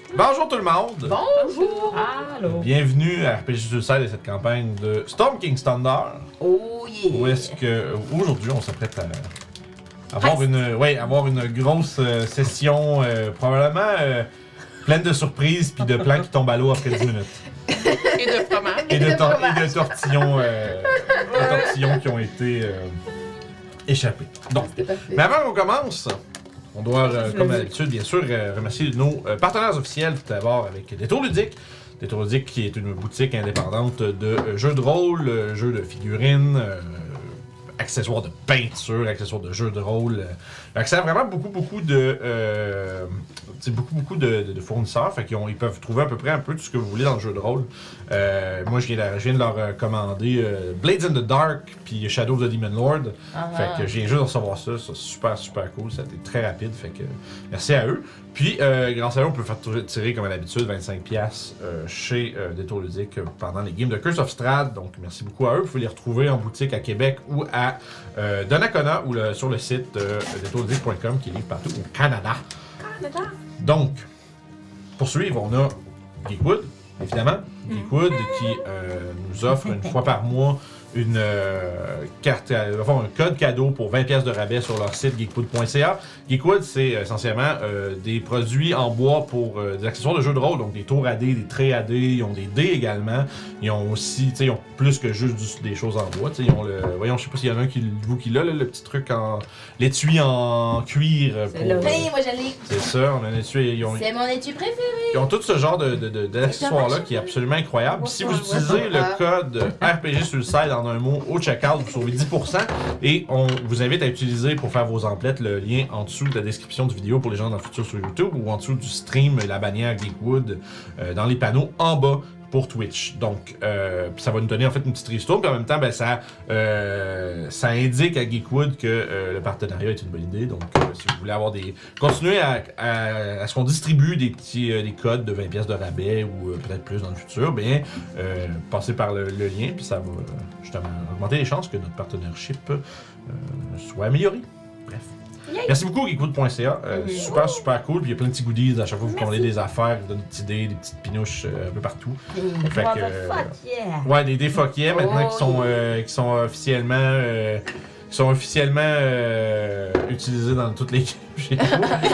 Bonjour tout le monde! Bonjour! Allô! Bienvenue à RPG Suicide et cette campagne de Storm King's Thunder. Oh yeah! Où est-ce que aujourd'hui on s'apprête à avoir une grosse session probablement pleine de surprises puis de plans qui tombent à l'eau après 10 minutes. Et de fromage. Et de tortillons, qui ont été échappés. Donc, mais avant qu'on commence, on doit, comme d'habitude, bien sûr, remercier nos partenaires officiels, tout d'abord avec Détour Ludique. Détour Ludique qui est une boutique indépendante de jeux de rôle, jeux de figurines, accessoires de peinture, accessoires de jeux de rôle. Accès à vraiment beaucoup de fournisseurs. Fait qu'ils peuvent trouver à peu près un peu tout ce que vous voulez dans le jeu de rôle. Moi, je viens de leur commander Blades in the Dark puis Shadow of the Demon Lord. Fait que je viens juste de recevoir ça. C'est super cool. Ça a été très rapide. Fait que merci à eux. Puis, grâce à eux, on peut faire tirer, comme à l'habitude, 25$ chez Détour Ludique pendant les games de Curse of Strahd. Donc, merci beaucoup à eux. Vous pouvez les retrouver en boutique à Québec ou à Donnacona ou sur le site détourludique.com qui est libre partout au Canada. Donc, pour suivre, on a Geekwood, évidemment. Geekwood qui nous offre une fois par mois une carte, un code cadeau pour 20$ de rabais sur leur site geekwood.ca. Geekwood, c'est essentiellement des produits en bois pour des accessoires de jeux de rôle, donc des tours à dés, des traits à dés, ils ont des dés également. Ils ont aussi, ils ont plus que juste des choses en bois. Ils ont je sais pas s'il y en a un qui l'a, le petit truc l'étui en cuir. Oui, moi je l'ai. C'est ça, on a un étui. C'est mon étui préféré. Ils ont tout ce genre d'accessoires-là qui est absolument incroyable. Si vous utilisez le code RPG Suicide en un mot au checkout, vous sauvez 10%. Et on vous invite à utiliser pour faire vos emplettes le lien en dessous de la description de vidéo pour les gens dans le futur sur YouTube ou en dessous du stream, la bannière Geekwood dans les panneaux en bas pour Twitch. Donc, ça va nous donner en fait une petite ristourne, puis en même temps, ça indique à Geekwood que le partenariat est une bonne idée. Donc, si vous voulez avoir continuer à ce qu'on distribue des codes de 20$ de rabais ou peut-être plus dans le futur, bien, passez par le lien, puis ça va justement augmenter les chances que notre partenariat soit amélioré. Bref. Merci beaucoup, geekwood.ca. Super cool. Puis il y a plein de petits goodies à chaque fois que vous commandez des affaires, vous donnez des petites idées, des petites pinouches un peu partout. Fait que, ouais, des fuck yeah maintenant qui sont officiellement utilisés dans toutes les chez nous.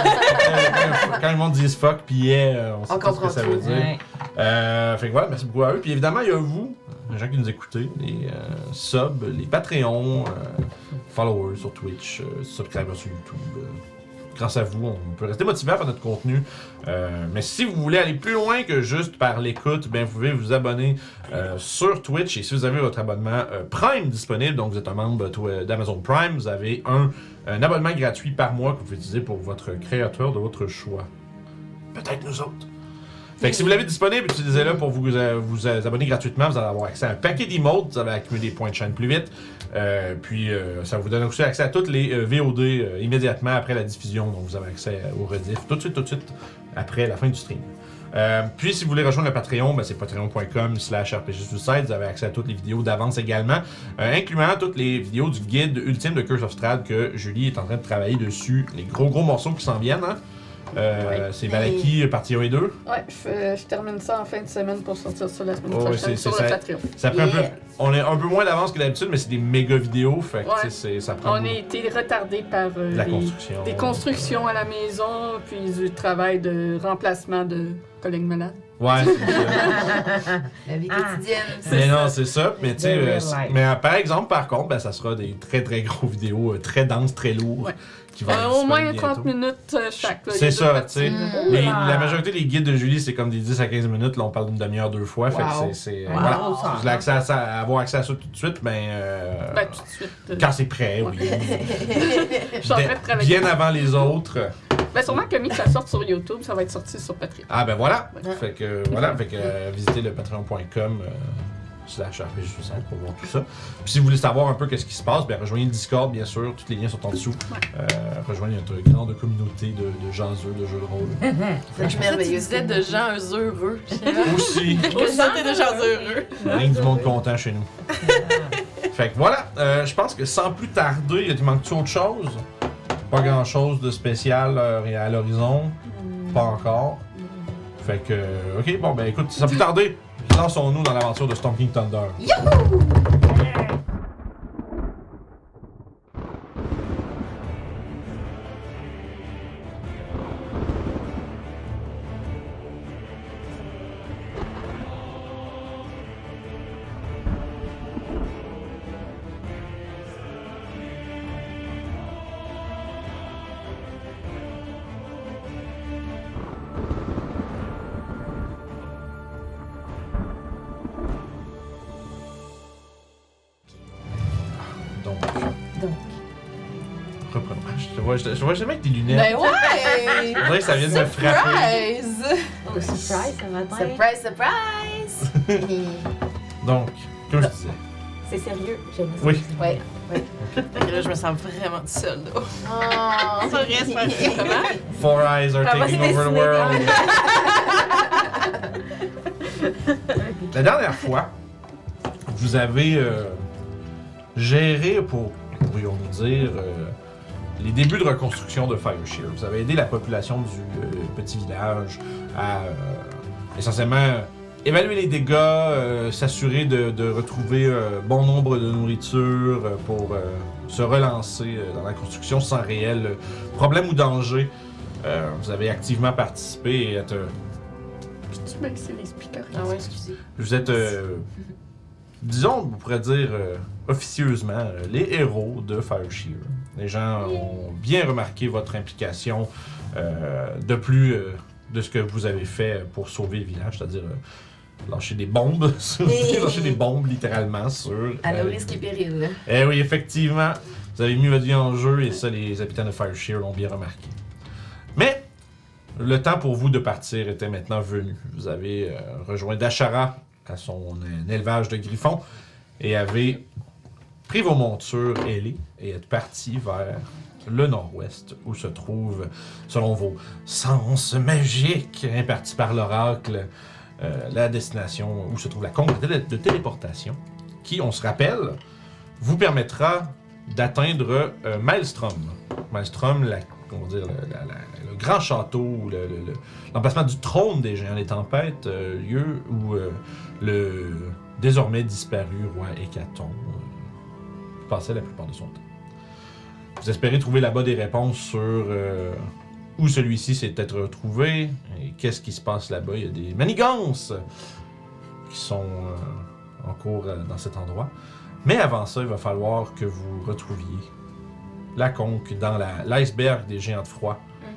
Quand le monde dit fuck puis yeah, on sait pas ce que ça veut dire. Ouais. Fait que voilà, merci beaucoup à eux. Puis évidemment, il y a vous, les gens qui nous écoutez, les subs, les Patreons, followers sur Twitch, subscribers sur YouTube. Grâce à vous, on peut rester motivé à faire notre contenu. Mais si vous voulez aller plus loin que juste par l'écoute, bien, vous pouvez vous abonner sur Twitch. Et si vous avez votre abonnement Prime disponible, donc vous êtes un membre d'Amazon Prime, vous avez un abonnement gratuit par mois que vous pouvez utiliser pour votre créateur de votre choix. Peut-être nous autres. Fait que si vous l'avez disponible, utilisez-le pour vous abonner gratuitement. Vous allez avoir accès à un paquet d'emotes, vous allez accumuler des points de chaîne plus vite. Puis ça vous donne aussi accès à toutes les VOD immédiatement après la diffusion. Donc vous avez accès au rediff tout de suite après la fin du stream. Puis si vous voulez rejoindre le Patreon, c'est patreon.com/rpgsuicide. Vous avez accès à toutes les vidéos d'avance également, incluant toutes les vidéos du guide ultime de Curse of Strahd que Julie est en train de travailler dessus. Les gros morceaux qui s'en viennent, hein? C'est Valaki, partie 1 et 2. Ouais, je termine ça en fin de semaine pour sortir ça la semaine prochaine sur le Patreon. Ça prend on est un peu moins d'avance que d'habitude, mais c'est des méga vidéos, fait que ça prend. On a été retardé par des constructions à la maison, puis du travail de remplacement de collègues malades. Ouais, c'est ça. La vie quotidienne. Mais non, c'est ça. Mais tu sais, par exemple, par contre, ça sera des très gros vidéos, très denses, très lourds. Ouais. Qui vont au moins 30 minutes chaque. C'est ça, tu sais. La majorité des guides de Julie, c'est comme des 10 à 15 minutes. Là, on parle d'une demi-heure, 2 fois. Fait que c'est voilà. Si vous voulez avoir accès à ça tout de suite, tout de suite. Quand c'est prêt, oui. Je suis en train de travailler. Bien avant les autres. Sûrement que ça sorte sur YouTube, ça va être sorti sur Patreon. Ah ben voilà. Fait que visitez le patreon.com. /RPGsuicide pour voir tout ça. Puis si vous voulez savoir un peu qu'est-ce qui se passe, rejoignez le Discord, bien sûr. Tous les liens sont en dessous. Rejoignez notre grande communauté de gens heureux de jeux de rôle. C'est merveilleux. Tu disais de gens heureux. Aussi. Communauté de gens heureux. Rien que du monde content chez nous. Fait que voilà. Je pense que sans plus tarder, il manque-tu autre chose? Pas grand-chose de spécial à l'horizon. Pas encore. Fait que, ok, bon, ben écoute, sans plus tarder, lançons-nous dans l'aventure de Storm King Thunder. Reprenons. Je te vois jamais avec tes lunettes. Ben ouais! On dirait que ça vient de me frapper. Surprise! Oh, Surprise ce matin. Surprise, surprise! Donc, comme je disais. C'est sérieux, j'aime ça. Oui. Ouais. Fait que là, je me sens vraiment toute seule, là. Oh! Ça reste pas comment? Four eyes are Ça va taking se over the dessiner world. La dernière fois, vous avez géré, pourrions-nous dire, les débuts de reconstruction de Fireshear. Vous avez aidé la population du petit village à essentiellement évaluer les dégâts, s'assurer de retrouver bon nombre de nourriture pour se relancer dans la construction sans réel problème ou danger. Vous avez activement participé et êtes... Peux-tu baisser les speakers? Ah ouais, excusez. Vous êtes, disons, on pourrait dire officieusement, les héros de Fireshear. Les gens ont bien remarqué votre implication de plus de ce que vous avez fait pour sauver le village, c'est-à-dire lâcher des bombes, lâcher des bombes littéralement sur... À nos risques et périls. Eh oui, effectivement, vous avez mis votre vie en jeu et ça, les habitants de Fireshear l'ont bien remarqué. Mais le temps pour vous de partir était maintenant venu. Vous avez rejoint Dashara à son élevage de griffons et avez pris vos montures ailées et êtes parti vers le nord-ouest où se trouve, selon vos sens magiques impartis par l'oracle, la destination où se trouve la conque de téléportation qui, on se rappelle, vous permettra d'atteindre Maelstrom. Maelstrom, on va dire, le grand château, l'emplacement du trône des géants des tempêtes, lieu où le désormais disparu roi Hécaton passait la plupart de son temps. Vous espérez trouver là-bas des réponses sur où celui-ci s'est peut-être retrouvé et qu'est-ce qui se passe là-bas. Il y a des manigances qui sont en cours dans cet endroit. Mais avant ça, il va falloir que vous retrouviez la conque dans l'iceberg des géants de froid.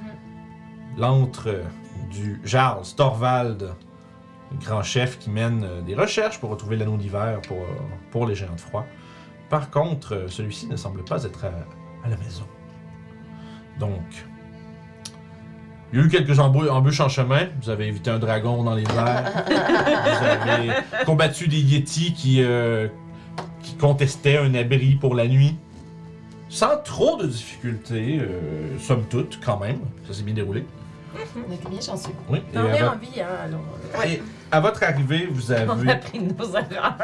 L'antre du Jarl Storvald, le grand chef qui mène des recherches pour retrouver l'anneau d'hiver pour les géants de froid. Par contre, celui-ci ne semble pas être à la maison. Donc, il y a eu quelques embûches en chemin. Vous avez évité un dragon dans les airs. Vous avez combattu des yétis qui contestaient un abri pour la nuit. Sans trop de difficultés, somme toute, quand même. Ça s'est bien déroulé. On était bien chanceux. Oui. Et On est en vie, hein, alors. et à votre arrivée, vous On avez... a pris nos erreurs.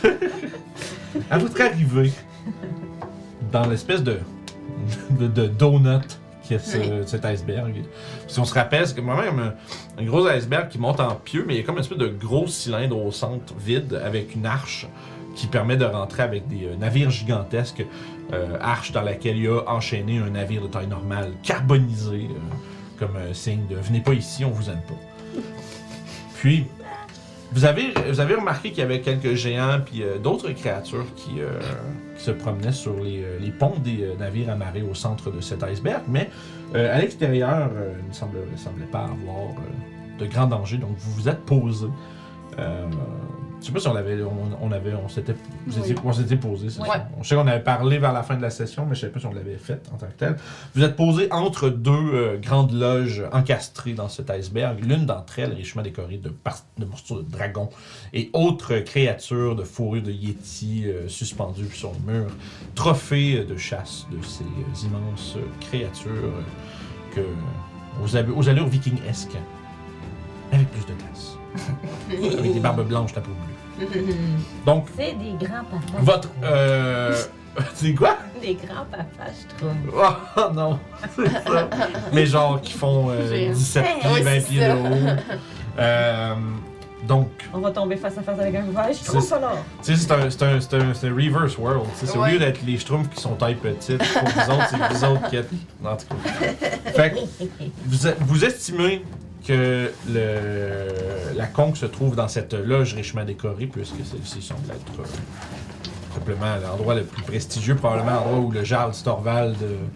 À votre arrivée, dans l'espèce de donut qui est cet iceberg. Si on se rappelle, c'est comme vraiment un gros iceberg qui monte en pieu, mais il y a comme une espèce de gros cylindre au centre vide avec une arche qui permet de rentrer avec des navires gigantesques. Arche dans laquelle il y a enchaîné un navire de taille normale, carbonisé, comme signe de « venez pas ici, on vous aime pas ». Puis, vous avez remarqué qu'il y avait quelques géants puis d'autres créatures qui se promenaient sur les ponts des navires amarrés au centre de cet iceberg, mais à l'extérieur, il ne semblait pas avoir de grands dangers, donc vous vous êtes posé. Je sais pas si on s'était posé, c'est Ouais. ça. Je sais qu'on avait parlé vers la fin de la session, mais je sais pas si on l'avait fait en tant que tel. Vous êtes posé entre deux grandes loges encastrées dans cet iceberg, l'une d'entre elles richement décorée de morsures de dragons et autres créatures de fourrure de yéti suspendues sur le mur, trophées de chasse de ces immenses créatures aux allures viking-esques, avec plus de classe. Avec des barbes blanches, la peau bleue. Donc, C'est des grands papas. votre... C'est quoi? Des grands papas, je trouve. Oh non, c'est ça. Mais genre qui font Géant. 17 pieds, Oui, 20 c'est pieds ça. de haut. Donc, On va tomber face à face avec un vache. Je trouve ça là. tu sais, c'est un reverse world. Tu sais, Au Ouais. lieu d'être les schtroumpfs qui sont taille petite, pour vous autres, c'est vous autres qui êtes. En tout cas. Fait que vous estimez que la conque se trouve dans cette loge richement décorée, puisque celle-ci semble être simplement l'endroit le plus prestigieux, probablement l'endroit où le Jarl Storvald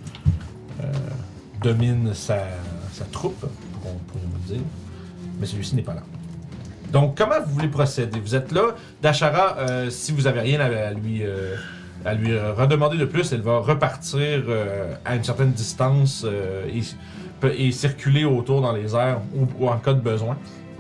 domine sa troupe, pourrions-nous dire. Mais celui-ci n'est pas là. Donc, comment vous voulez procéder? Vous êtes là. Dashara, si vous n'avez rien à lui redemander de plus, elle va repartir à une certaine distance et circuler autour dans les airs ou en cas de besoin.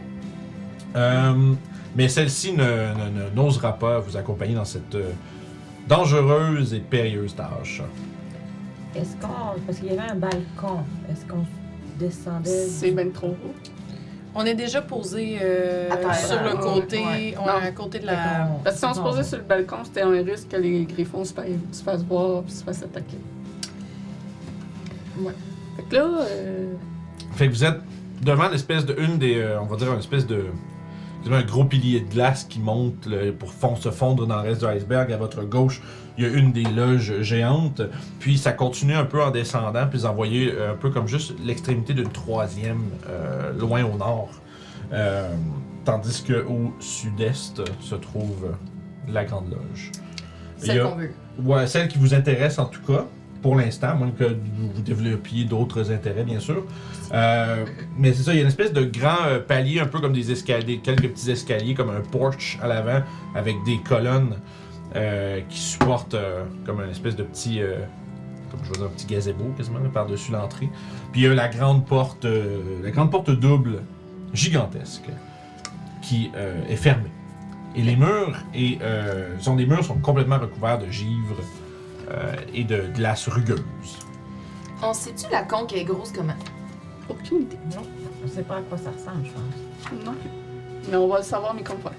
Mais celle-ci n'osera pas vous accompagner dans cette dangereuse et périlleuse tâche. Est-ce qu'on. Parce qu'il y avait un balcon. Est-ce qu'on descendait. C'est bien trop haut. On est déjà posé À terre. sur le côté, Ouais. on est à côté de la... Parce que si on se posait sur le balcon, c'était un risque que les griffons se fassent voir et se fassent attaquer. Ouais. Fait que là, Fait que vous êtes devant l'espèce de on va dire une espèce de un gros pilier de glace qui monte pour se fondre dans le reste de l'iceberg. À votre gauche, il y a une des loges géantes. Puis ça continue un peu en descendant, puis vous en voyez un peu comme juste l'extrémité d'une troisième, loin au nord. Tandis qu'au sud-est se trouve la grande loge. Celle qu'on veut. Ouais, celle qui vous intéresse en tout cas, pour l'instant, à moins que vous développiez d'autres intérêts, bien sûr. Mais c'est ça, il y a une espèce de grand palier, un peu comme des escaliers, quelques petits escaliers, comme un porch à l'avant, avec des colonnes qui supportent comme une espèce de petit, comme je veux dire, un petit gazebo quasiment là, par-dessus l'entrée. Puis il y a la grande porte double, gigantesque, qui est fermée. Et les murs sont complètement recouverts de givre et de glace rugueuse. On sait-tu la conque est grosse comment? aucune idée. Non, on sait pas à quoi ça ressemble, je pense. Non plus. Mais on va le savoir, mais comme quoi.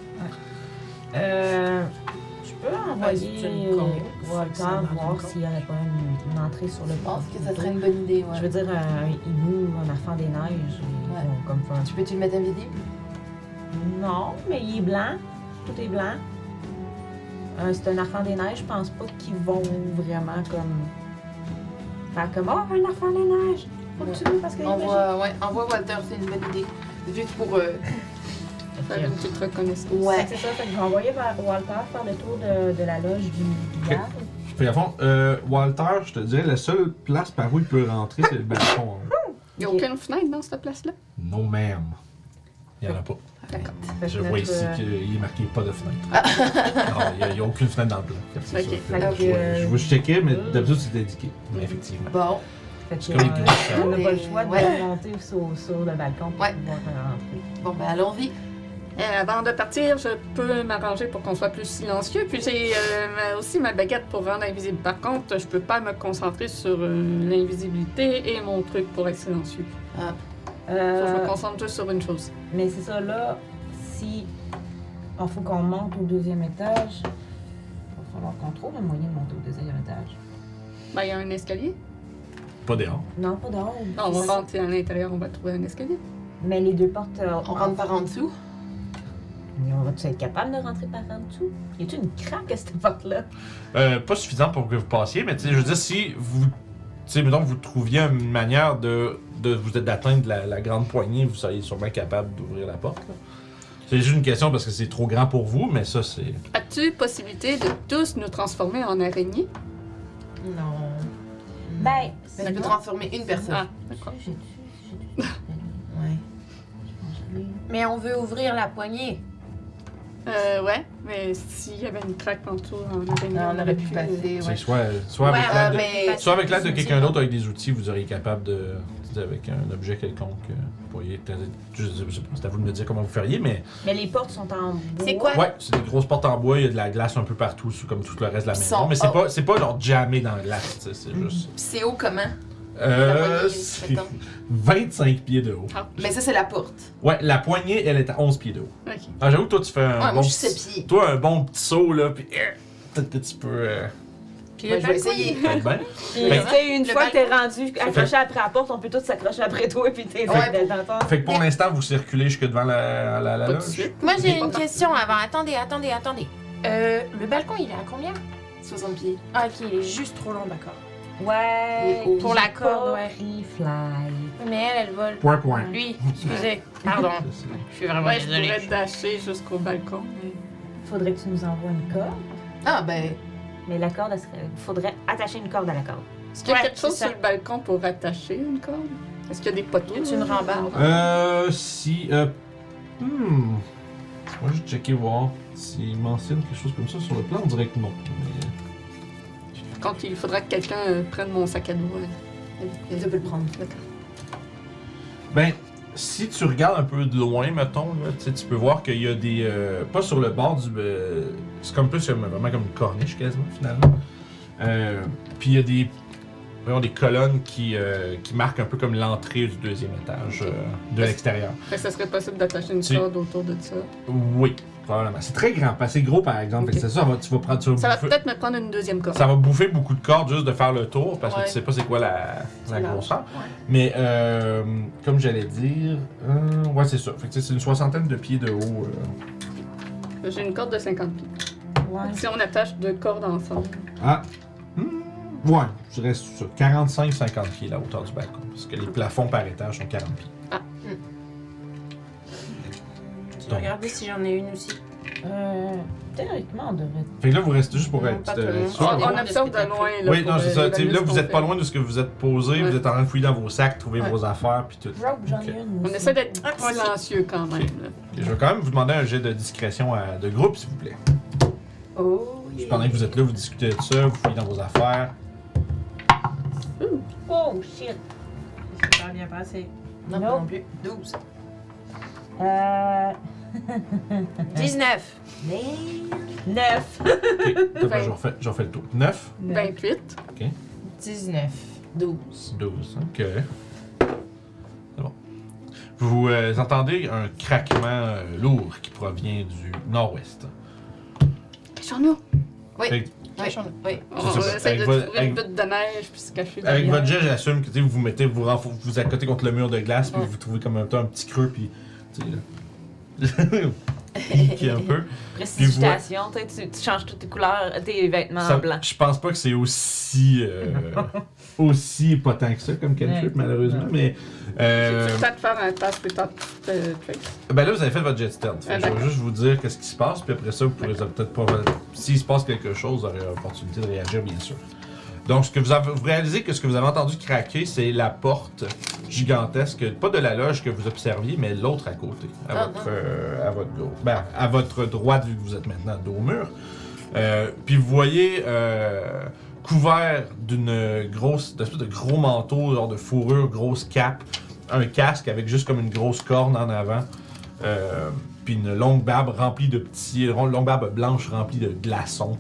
Je peux envoyer c'est une conque. Walter voir s'il n'y aurait pas une entrée sur le Je pense que ça serait une bonne idée, ouais. Je veux dire, un hibou, un enfant des neiges, ils Ouais. vont comme faire un Tu peux-tu le mettre invisible? Non, mais il est blanc. Tout est blanc. C'est un enfant des neiges. Je pense pas qu'ils vont vraiment comme. Faire comme oh, un enfant des neiges! Faut que tu veux parce qu'il est magique. Envoie Walter, c'est une bonne idée. Juste pour. Faire une petite reconnaissance. Ouais. Fait que c'est ça, fait que je vais envoyer vers Walter faire le tour de la loge du garde. Fait à fond, Walter, je te dirais, la seule place par où il peut rentrer, c'est le balcon. Il n'y a aucune fenêtre dans cette place-là? Non, ma'am. Il n'y en a pas. D'accord. Fait que Je notre, vois ici qu'il est marqué pas de fenêtre. Non, il n'y a aucune fenêtre dans le plan. C'est Ok. sûr que Fait que, je vous checker, mais d'habitude c'est indiqué. Mais effectivement. Bon. Fait que, C'est comme les glisses, on n'a pas le Mais- choix de ouais. monter sur le balcon pour Ouais. pouvoir rentrer. Bon, ben allons-y. Avant de partir, je peux m'arranger pour qu'on soit plus silencieux. Puis j'ai aussi ma baguette pour rendre invisible. Par contre, je peux pas me concentrer sur l'invisibilité et mon truc pour être silencieux. Faut que je me concentre juste sur une chose. Mais c'est ça, là, si il faut qu'on monte au deuxième étage, il va falloir qu'on trouve un moyen de monter au deuxième étage. Ben, il y a un escalier. Pas dehors. Non, pas dehors. Non, on va rentrer à l'intérieur, on va trouver un escalier. Mais les deux portes... On rentre par en dessous. Mais on va-tu être capable de rentrer par en dessous? Y a-tu une craque à cette porte-là? Pas suffisant pour que vous passiez, mais tu sais, je veux dire, si vous. Tu sais, mettons que vous trouviez une manière d'atteindre la grande poignée, vous seriez sûrement capable d'ouvrir la porte. Là. C'est juste une question parce que c'est trop grand pour vous, mais ça, c'est. As-tu possibilité de tous nous transformer en araignées? Non. Ben, Mais tu peux transformer une personne. Ah, d'accord. Ouais. Mais on veut ouvrir la poignée. Ouais, mais s'il y avait une craque en dessous en araignée, On aurait pu passer, C'est ouais. soit avec Ouais, l'aide de- mais. soit avec l'aide de quelqu'un d'autre avec des outils, vous seriez capable de. Tu sais, avec un objet quelconque, vous pourriez. Je sais pas, c'est à vous de me dire comment vous feriez, mais. mais les portes sont en bois. C'est quoi? Ouais, c'est des grosses portes en bois, il y a de la glace un peu partout, comme tout le reste de la Ils maison. sont Mais c'est pas genre jammé dans la glace, tu sais, c'est juste. Puis c'est haut comment? La poignée, C'est mettons. 25 pieds de haut. Mais ça, c'est la porte. Ouais, la poignée, elle est à 11 pieds de haut. Ok. Ah, j'avoue que toi, tu fais un Ouais, bon moi, je suis petit- 7 pieds. Toi, un bon petit saut, là, puis peut-être que tu peux Puis Ben, le je vais balcon, essayer. Peut-être bien. Puis, Fait- tu sais, une Le fois que t'es balcon. rendu accroché après la porte, on peut tous s'accrocher après toi et puis t'es Ouais. dans Fait que pour l'instant, vous circulez jusque devant la Pas de loge. suite. Moi, j'ai Ok. une question avant. Attendez. Le balcon, il est à combien? 60 pieds. Ah, ok, il est juste trop long, d'accord. Ouais. Et pour la j'ai corde, pas ouais. pris fly. Mais elle vole. Point. Lui, excusez. Pardon. Je suis vraiment Ouais, je désolée. pourrais dasher jusqu'au balcon. mais- Faudrait que tu nous envoies une corde. Ah, ben. Mais la corde, elle serait... faudrait attacher une corde à la corde. Est-ce qu'il y a Ouais, quelque chose c'est ça. sur le balcon pour attacher une corde? Est-ce qu'il y a des poteaux? Y a-tu une rambarde? Si. Moi, juste checker voir s'il mentionne quelque chose comme ça sur le plan. On dirait que non. Mais... Quand il faudra que quelqu'un prenne mon sac à dos. Tu peux le prendre. D'accord. Ben, si tu regardes un peu de loin, mettons, là, tu peux voir qu'il y a des. Pas sur le bord du. C'est comme plus vraiment comme une corniche quasiment, finalement. Puis il y a des. Voyons, des colonnes qui marquent un peu comme l'entrée du deuxième étage de l'extérieur. Fait que ça serait possible d'attacher une Tu- corde autour de ça. Oui, probablement. C'est très grand, pas assez gros par exemple. Fait que Ok. c'est ça, tu vas prendre. Ça va bouffer- peut-être me prendre une deuxième corde. Ça va bouffer beaucoup de cordes juste de faire le tour parce que Ouais. tu sais pas c'est quoi la C'est grosseur. large, Mais comme j'allais dire, ouais c'est ça. Fait que tu sais, c'est une 60aine de pieds de haut. J'ai une corde de 50 pieds. Ouais. Si on attache deux cordes ensemble. Ah, ouais, je dirais ça. 45-50 pieds la hauteur du balcon. Parce que les plafonds par étage sont 40 pieds. Je vais regarder si j'en ai une aussi. Théoriquement, on devrait... Fait que là vous restez juste pour Non, être pas trop loin. sûr. Ah, On loin de observe ce de que t'as loin. pris. Là, Oui, pour, non, c'est ça. la Tu sais, liste là, vous qu'on êtes pas fait. loin de ce que vous êtes posé, Ouais. vous êtes en train de fouiller dans vos sacs, trouver Ouais. vos affaires, puis tout. Rogue, j'en ai Ok. une On aussi. essaie d'être Ah, moi aussi. silencieux quand même. là. Et je vais quand même vous demander un jet de discrétion de groupe, s'il vous plaît. Oh, Puis pendant que vous êtes là, vous discutez de ça, vous fouillez dans vos affaires. Oh, shit. C'est pas bien passé. Non, Non. non plus. 12. 19. 9. Ok, attends, je refais le tour. 9, 28. 19. 12. 12, ok. C'est bon. Vous entendez un craquement lourd qui provient du nord-ouest. Sur nous. Oui. Fait que Oui. Oui. On C'est ça, essaie avec de votre- trouver une butte de neige puis se cacher Avec derrière. votre jet, j'assume que tu sais, vous mettez, vous accotez contre le mur de glace, puis vous trouvez comme un petit creux, puis tu sais là. Qui est un peu. Précipitation, tu sais, tu changes toutes tes couleurs, tes vêtements Ça- en blanc. Je pense pas que c'est aussi potent que ça comme cantrip, malheureusement, mais J'ai-tu le temps de faire un task without trace? ben là vous avez fait votre jet stealth. Fait que je vais d'accord. juste vous dire qu'est-ce qui se passe, puis après ça vous pourrez peut-être pas. S'il se passe quelque chose, vous aurez l'opportunité de réagir bien sûr. Donc vous réalisez que ce que vous avez entendu craquer, c'est la porte gigantesque, pas de la loge que vous observiez, mais l'autre à côté, à votre gauche, ben, à votre droite vu que vous êtes maintenant dos au mur. Puis vous voyez couvert d'une espèce de gros manteau, genre de fourrure, grosse cape, un casque avec juste comme une grosse corne en avant, puis une longue barbe remplie de longue barbe blanche remplie de glaçons,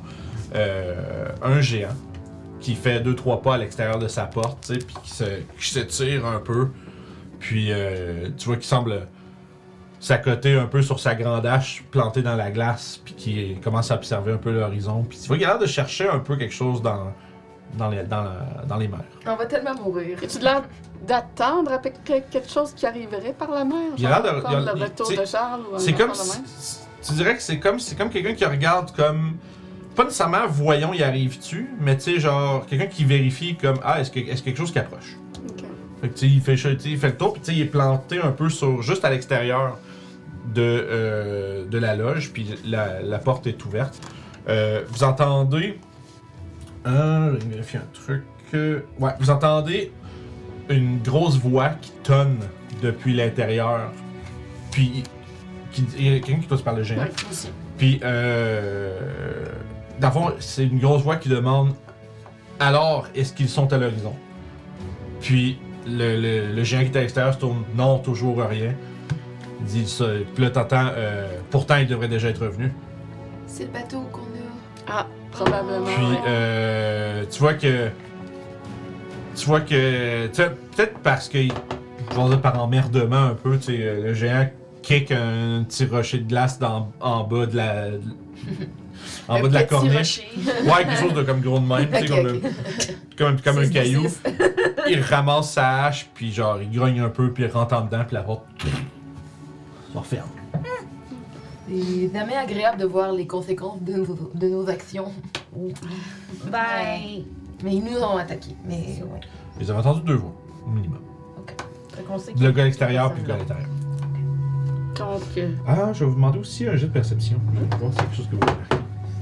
un géant qui fait 2-3 pas à l'extérieur de sa porte, tu sais, puis qui se tire un peu, puis tu vois qu'il semble s'accoter un peu sur sa grande hache plantée dans la glace, puis qui commence à observer un peu l'horizon, puis tu vois qu'il a l'air de chercher un peu quelque chose dans les mers. On va tellement mourir. As-tu l'air d'attendre avec quelque chose qui arriverait par la mer? Il a l'air de- Genre, comme il a- le retour tu sais, de Charles ou un C'est comme affaire de même? tu dirais que c'est comme quelqu'un qui regarde comme pas nécessairement voyons y arrive-tu, mais tu sais genre quelqu'un qui vérifie comme est-ce quelque chose qui approche. Ok. Fait que tu sais il fait le tour puis tu sais il est planté un peu juste à l'extérieur de la loge puis la porte est ouverte. Vous entendez je vais vérifier un truc. Ouais, vous entendez une grosse voix qui tonne depuis l'intérieur. Puis il y a quelqu'un qui doit se parler géant. Ouais. Moi aussi. Puis, dans le fond, c'est une grosse voix qui demande alors, est-ce qu'ils sont à l'horizon? Puis, le géant qui est à l'extérieur se tourne non, toujours rien. Il dit ça. Puis là, t'entends pourtant, il devrait déjà être revenu. C'est le bateau qu'on a. Ah, probablement. Puis, ouais. tu vois que. Tu sais, peut-être parce que. Je vais dire par emmerdement un peu, tu sais, le géant kick un petit rocher de glace en bas de en bas de la petit corniche. rocher. Ouais, quelque chose de comme gros de même, tu sais, comme un caillou. Il ramasse sa hache, puis genre, il grogne un peu, puis il rentre en dedans, puis la porte se referme. C'est jamais agréable de voir les conséquences de nos actions. Ben. Mais ils nous ont attaqués. Mais ouais. Ils avaient entendu 2 voix, au minimum. Fait qu'on sait Le gars à l'extérieur, puis le gars à l'intérieur. Donc, Ah, je vais vous demander aussi un jet de perception. Je vais voir si c'est quelque chose que vous remarquez.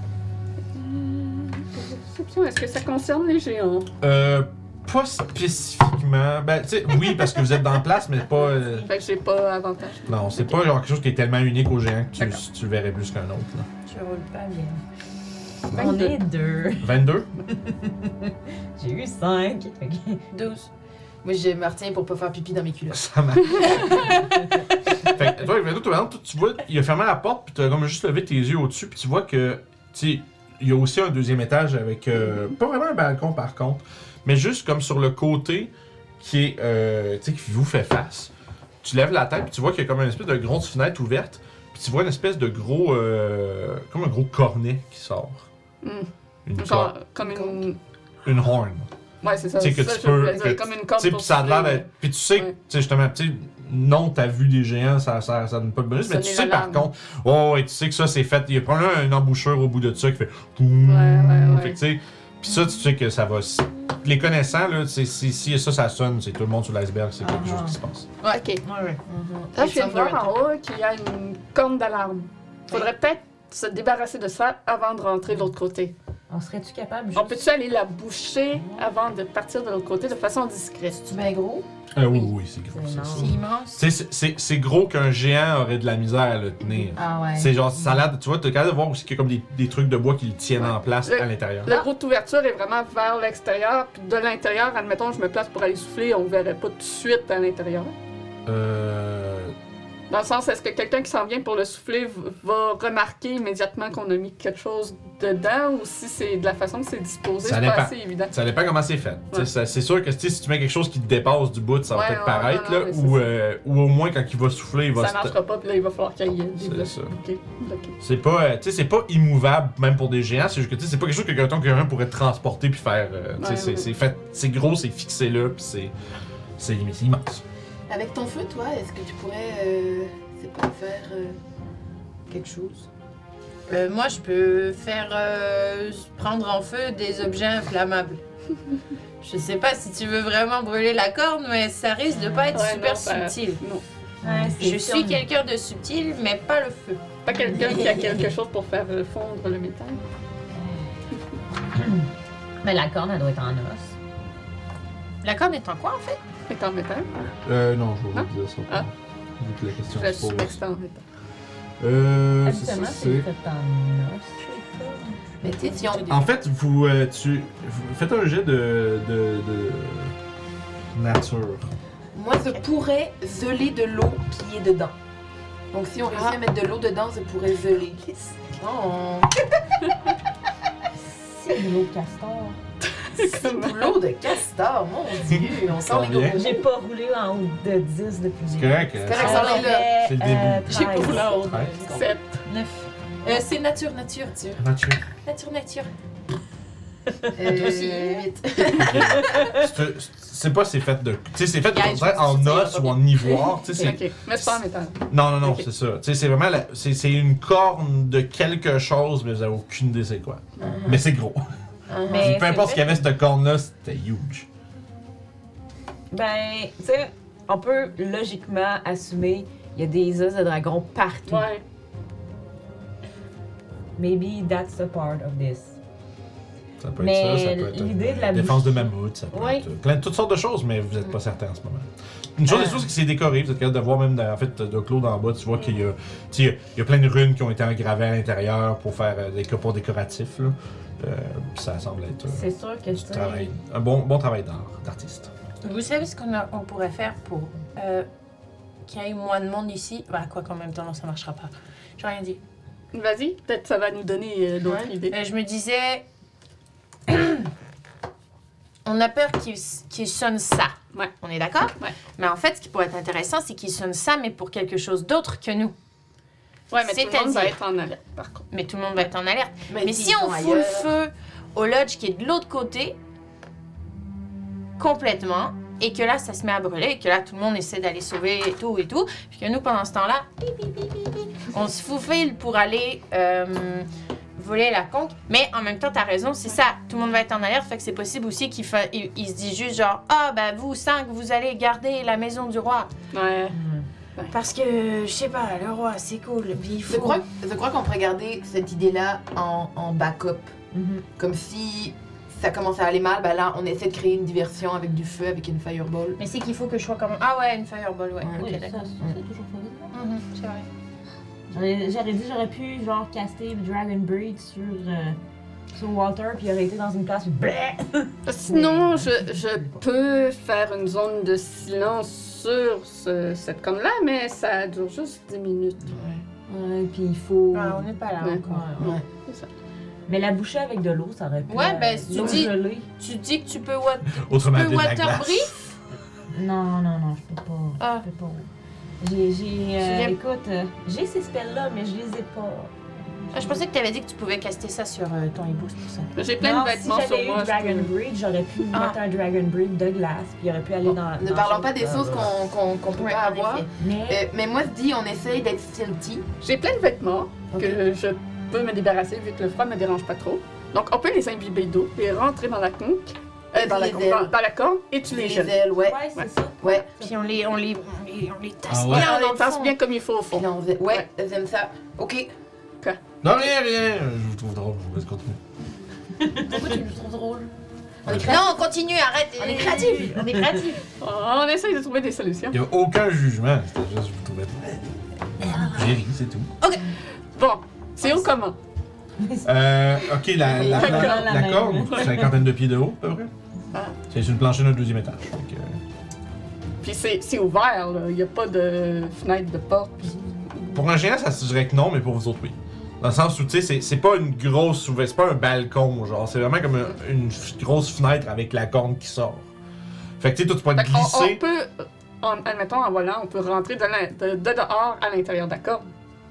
perception, est-ce que ça concerne les géants? Pas spécifiquement. Ben, tu sais, oui, parce que vous êtes dans la place, mais pas. Fait que j'ai pas avantage. Non, c'est pas genre quelque chose qui est tellement unique aux géants que D'accord. tu le verrais plus qu'un autre. Là. Je roule pas bien. 22. On est 2. 22? J'ai eu 5. 12. Moi, je me retiens pour pas faire pipi dans mes culottes. Ça marche. Fait que toi, avec 22, tu vois, il a fermé la porte, puis tu as comme juste levé tes yeux au-dessus, puis tu vois que, tu sais, il y a aussi un deuxième étage avec, pas vraiment un balcon par contre, mais juste comme sur le côté qui est, tu sais, qui vous fait face. Tu lèves la tête, puis tu vois qu'il y a comme une espèce de grosse fenêtre ouverte, puis tu vois une espèce de gros, comme un gros cornet qui sort. Une Genre, cor- comme une. horn. Ouais, c'est ça. Tu sais que ça, tu je voulais peux. dire, comme une corde Tu sais, pour puis ça a l'air souffler. d'être. Puis tu sais, Ouais. tu sais, justement, tu sais, non, t'as vu des géants, ça donne pas de bonus, mais tu Sonner sais par l'alarme. contre, oh, ouais, tu sais que ça c'est fait. Il y a probablement une embouchure au bout de ça qui fait. Ouais, ouais. Fait que tu sais, puis ça, tu sais que ça va. Les connaissants, là, si ça sonne, c'est tout le monde sur l'iceberg, c'est quelque chose qui se passe. Ouais, ok. Ouais. Là, je viens de voir en haut qu'il y a une corne d'alarme. Faudrait peut-être se débarrasser de ça avant de rentrer de l'autre côté. On serait-tu capable On juste... peut-tu aller la boucher avant de partir de l'autre côté de façon discrète? Tu bien gros? Oui, c'est gros. C'est ça. énorme. C'est immense. Tu sais, c'est gros qu'un géant aurait de la misère à le tenir. Ah ouais. C'est genre, ça a l'air, tu vois, t'as capable de voir aussi qu'il y a comme des trucs de bois qui le tiennent en place Le- à l'intérieur. La route d'ouverture est vraiment vers l'extérieur, puis de l'intérieur, admettons, je me place pour aller souffler, on verrait pas tout de suite à l'intérieur. Dans le sens, est-ce que quelqu'un qui s'en vient pour le souffler va remarquer immédiatement qu'on a mis quelque chose dedans, ou si c'est de la façon que c'est disposé, Ça c'est dépend. pas assez évident. Ça dépend comment c'est fait. Tu sais, Ouais. c'est sûr que tu sais, si tu mets quelque chose qui te dépasse du bout, ça va Ouais, peut-être ouais, paraître, non, là, mais c'est ou au moins quand il va souffler, il va Ça marchera pas, puis là, il va falloir qu'il y ait des C'est blocs. ça. Ok, bloqué. C'est pas, tu sais, c'est pas immouvable, même pour des géants, c'est juste que tu sais, c'est pas quelque chose que quelqu'un pourrait transporter puis faire. Tu sais, Ouais, c'est ouais. c'est fait, c'est gros, c'est fixé là, puis c'est immense. Avec ton feu, toi, est-ce que tu pourrais, c'est pas faire quelque chose? Moi, je peux faire prendre en feu des objets inflammables. Je sais pas si tu veux vraiment brûler la corne, mais ça risque de pas être Ouais, super non, ça- subtil. Non. Ouais, Je suis quelqu'un de subtil, mais pas le feu. Pas quelqu'un qui a quelque chose pour faire fondre le métal. Mais la corne, elle doit être en os. La corne est en quoi, en fait? C'est en métal. Non, je vais Non? vous dire ça. Ah. Vu que la question Je se suis pose. mixte en métal. Habituellement, c'est fait en os. Mais tu sais, si on... En fait, vous faites un jet de nature. Moi, je pourrais geler de l'eau qui est dedans. Donc, si on réussit Ah. à mettre de l'eau dedans, je pourrais geler. Oh. C'est de l'eau de castor. C'est de l'eau de castor, mon Dieu! On sent les Combien? gros. J'ai pas roulé en haut de 10 depuis C'est correct. C'est correct, ça en est là. C'est le début. J'ai pas roulé en haut. 7. 9. C'est nature. Nature. Nature. Toi aussi. C'est pas c'est fait de. Tu sais, c'est fait Yeah, on dirait, je en me suis dit, os ça va ou en ivoire. Tu sais, c'est. Ok, mais c'est pas en métal. Non, Ok. c'est ça. Tu sais, c'est vraiment. C'est une corne de quelque chose, mais vous avez aucune idée c'est quoi. Mais c'est gros. Mais Peu importe ce qu'il y avait, cette corne-là, c'était huge. Ben, tu sais, on peut logiquement assumer il y a des os de dragon partout. Ouais. Maybe that's a part of this. Ça peut Mais être ça peut être l'idée de la défense de mammouth, ça peut Ouais. être plein de toutes sortes de choses, mais vous n'êtes pas certain en ce moment. Une chose des choses, c'est que c'est décoré. Vous êtes capable de voir même, en fait, de Claude en bas, tu vois qu'il y a, tu sais, il y a plein de runes qui ont été engravées à l'intérieur pour faire des copeaux décoratifs. Là. Ça semble être C'est sûr que du c'est. travail, un bon travail d'artiste. Vous savez ce qu'on pourrait faire pour qu'il y ait moins de monde ici? Bah, quoi qu'en même temps, non, ça marchera pas. J'ai rien dit. Vas-y, peut-être ça va nous donner d'autres Ouais. idées. Je me disais... On a peur qu'il sonne ça. Ouais. On est d'accord? Ouais. Mais en fait, ce qui pourrait être intéressant, c'est qu'il sonne ça, mais pour quelque chose d'autre que nous. Ouais, mais tout le monde va C'est-à-dire- être en alerte, par contre. Mais tout le monde va être en alerte. Mais s'ils si on sont fout le ailleurs- feu au lodge qui est de l'autre côté, complètement, et que là, ça se met à brûler, et que là, tout le monde essaie d'aller sauver et tout, puis que nous, pendant ce temps-là, on se faufile pour aller voler la conque. Mais en même temps, t'as raison, c'est ça, tout le monde va être en alerte, fait que c'est possible aussi qu'il il se dit juste genre, ah, ben vous 5, vous allez garder la maison du roi. Ouais. Parce que, je sais pas, le roi, c'est cool, puis il Je faut... crois qu'on pourrait garder cette idée-là en backup. Mhm. Comme si ça commençait à aller mal, ben là, on essaie de créer une diversion avec du feu, avec une fireball. Mais c'est qu'il faut que je sois comme... Ah ouais, une fireball, ouais. Ouais. Ok, Oui, ça, d'accord. c'est toujours pas Mhm, c'est vrai. J'aurais dit, j'aurais pu, genre, caster Dragon Breed sur Walter, puis il aurait été dans une place où... Bleh! Sinon, je peux faire une zone de silence sur cette corne-là, mais ça dure juste 10 minutes. Ouais, puis il faut... Ah, on n'est pas là Ouais. encore. Ouais. Ouais. C'est ça. Mais la boucher avec de l'eau, ça aurait pu... Ouais, ben, si tu l'eau dis- gelée. Tu dis que tu peux, Autrement peux dit, de la water glace. brief? Non, je peux pas. Ah. Je peux pas. J'ai- Écoute, j'ai ces spells-là, mais je les ai pas. Ah, je pensais que tu avais dit que tu pouvais caster ça sur ton hibou, c'est pour ça. J'ai plein Non, de vêtements si sur j'avais eu moi. Dragon je peux- Breed, j'aurais pu Ah. mettre un Dragon Breed de glace, puis il aurait pu aller dans... Ne dans parlons chaque- pas des sauces qu'on peut Ouais, pas en avoir. effet. Mais moi, je dis, on essaye d'être stealthy. J'ai plein de vêtements que je peux me débarrasser vu que le froid me dérange pas trop. Donc, on peut les imbiber d'eau, les rentrer dans la conque, dans la Les conque, ailes. dans la corne, et tu les Les jettes. ailes, ouais. Ouais, c'est Ouais. ça. Ouais. Puis on les tasse Ah ouais? bien Et on dans les le tasse fond. bien comme il faut au fond. Puis là, on faisait- ouais, j'aime ça. Ok. Non, rien. Je vous trouve drôle, je vous laisse continuer. Pourquoi tu le trouves drôle? On est créatifs. Non, continue, arrête. On est créatifs. On est créatifs. On essaye de trouver des solutions. Il n'y a aucun jugement, c'était juste, je vous trouvais drôle. J'ai ri, c'est tout. Bon, c'est où comment? Ok, la D'accord. corde, une cinquantaine de pieds de haut, à peu près. Ah. C'est sur une plancher d'un deuxième étage. Fait que, Puis c'est ouvert, là. Il n'y a pas de fenêtre, de porte. pour un géant, ça se dirait que non, mais pour vous autres, oui. Dans le sens où, tu sais, c'est pas une grosse ouverture, c'est pas un balcon, genre. C'est vraiment comme une grosse fenêtre avec la corne qui sort. Fait que, tu sais, toi, tu peux Fait être qu'on- glissé. on peut, admettons, en volant, on peut rentrer de dehors à l'intérieur de la corde.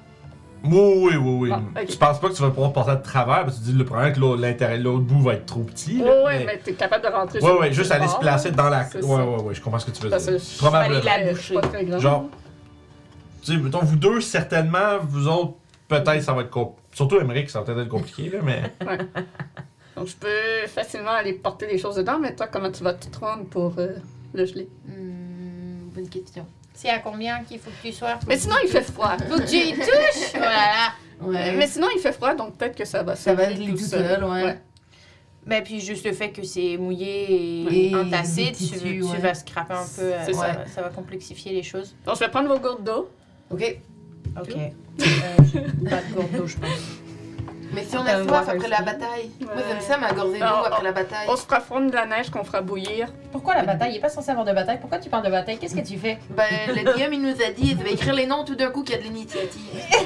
Oui. Ah, ok. Tu penses pas que tu vas pouvoir passer à travers, parce que tu dis le problème, c'est que l'autre bout va être trop petit. Ouais, là, ouais, mais t'es capable de rentrer Ouais, juste aller se dehors, placer dans la. c'est Ouais, ça. ouais, je comprends ce que tu veux Parce dire. que je- Probablement. Fallait la je boucher. suis pas très grande. Genre, tu sais, mettons, vous deux, certainement, vous autres, peut-être ça va être compliqué. Surtout Émeric, ça va peut-être être compliqué, là, mais. Donc je peux facilement aller porter des choses dedans, mais toi, comment tu vas te rendre pour le geler? Bonne question. C'est à combien qu'il faut que tu sois? Mais sinon, il fait froid. Faut que tu y touches! Voilà. Ouais. Mais sinon, il fait froid, donc peut-être que ça va ça va sécher aller tout seul, ouais. Ben, puis juste le fait que c'est mouillé et Et entassé, des tu tissus, ouais. vas scraper un peu. C'est ça. Ça va complexifier les choses. Donc je vais prendre vos gourdes d'eau. Ok. Ok. Pas de gourde d'eau, je pense. Mais si on Euh, a soif water après la ski. bataille. Ouais. Moi, j'aime ça, ma gorgée d'eau Alors, après la bataille. On se fera fondre de la neige qu'on fera bouillir. Pourquoi la bataille? Il est pas censé avoir de bataille. Pourquoi tu parles de bataille? Qu'est-ce que tu fais? Ben, le DM, il nous a dit, il devait écrire les noms tout d'un coup qu'il y a de l'initiative. C'est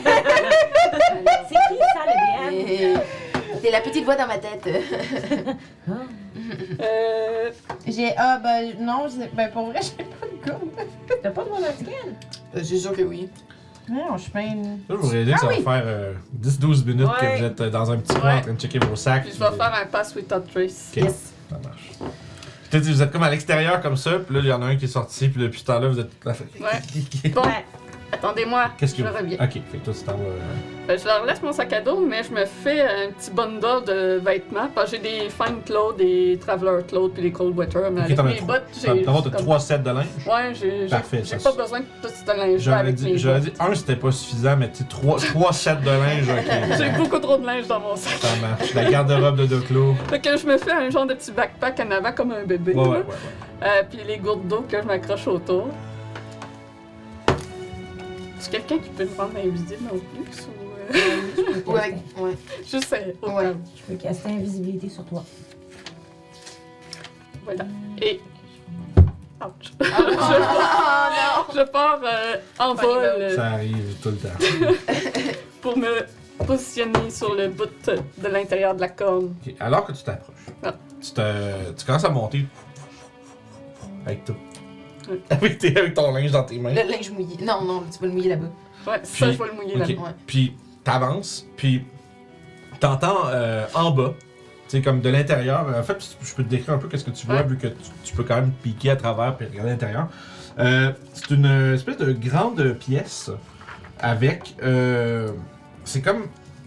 qui ça, le DM? Et c'est la petite voix dans ma tête. Ah, ben non, ben pour vrai, j'ai pas de gourde. T'as pas de one skin? C'est sûr que oui. Non, je suis même. Là, je vous réalise que ça va faire 10-12 minutes que Ouais. vous êtes dans un petit coin Ouais. en train de checker vos sacs. Puis je vais faire un pass without trace. Ok. Ça marche. Je t'ai dit, vous êtes comme à l'extérieur comme ça, puis là, il y en a un qui est sorti, puis depuis ce temps-là, vous êtes. Ouais. Bon, Ouais. attendez-moi. Qu'est-ce que je vous. reviens. Ok, fait que toi, tu t'en vas. Je leur laisse mon sac à dos, mais je me fais un petit bundle de vêtements. Parce que j'ai des fine clothes, des traveler clothes, puis des cold weather. Mais Ok, avec t'en as mes bottes, j'ai. D'abord, comme- t'as 3 sets de linge. Ouais, j'ai Parfait, j'ai ça, pas besoin de tout ce linge J'aurais avec mes dit, bottes. un, c'était pas suffisant, mais tu sais, 3 sets de linge, J'ai ok. beaucoup trop de linge dans mon sac. Ça marche. La garde-robe de Doclo. Fait que je me fais un genre de petit backpack en avant comme un bébé. Ouais, là. ouais, ouais. Puis les gourdes d'eau que je m'accroche autour. Est-ce quelqu'un qui peut me rendre invisible en plus ou Ouais, ouais. juste au Ouais. cas où. Je peux caster invisibilité sur toi. Voilà. Et. Ouch. Oh Je pars en vol Ça arrive tout le temps. pour me positionner sur le bout de l'intérieur de la corne. Ok, alors que tu t'approches, Ah. tu commences à monter avec tout. Oui. Avec ton linge dans tes non! mains. Le linge mouillé. Non, tu peux le mouiller là-bas. Ouais, ça, Puis- je vais le mouiller Ok. là. Ouais. Puis t'avances, puis t'entends en bas, tu sais, comme de l'intérieur. En fait, je peux te décrire un peu qu'est-ce que tu vois, Ouais. vu que tu peux quand même piquer à travers puis regarder l'intérieur. C'est une espèce de grande pièce avec... c'est comme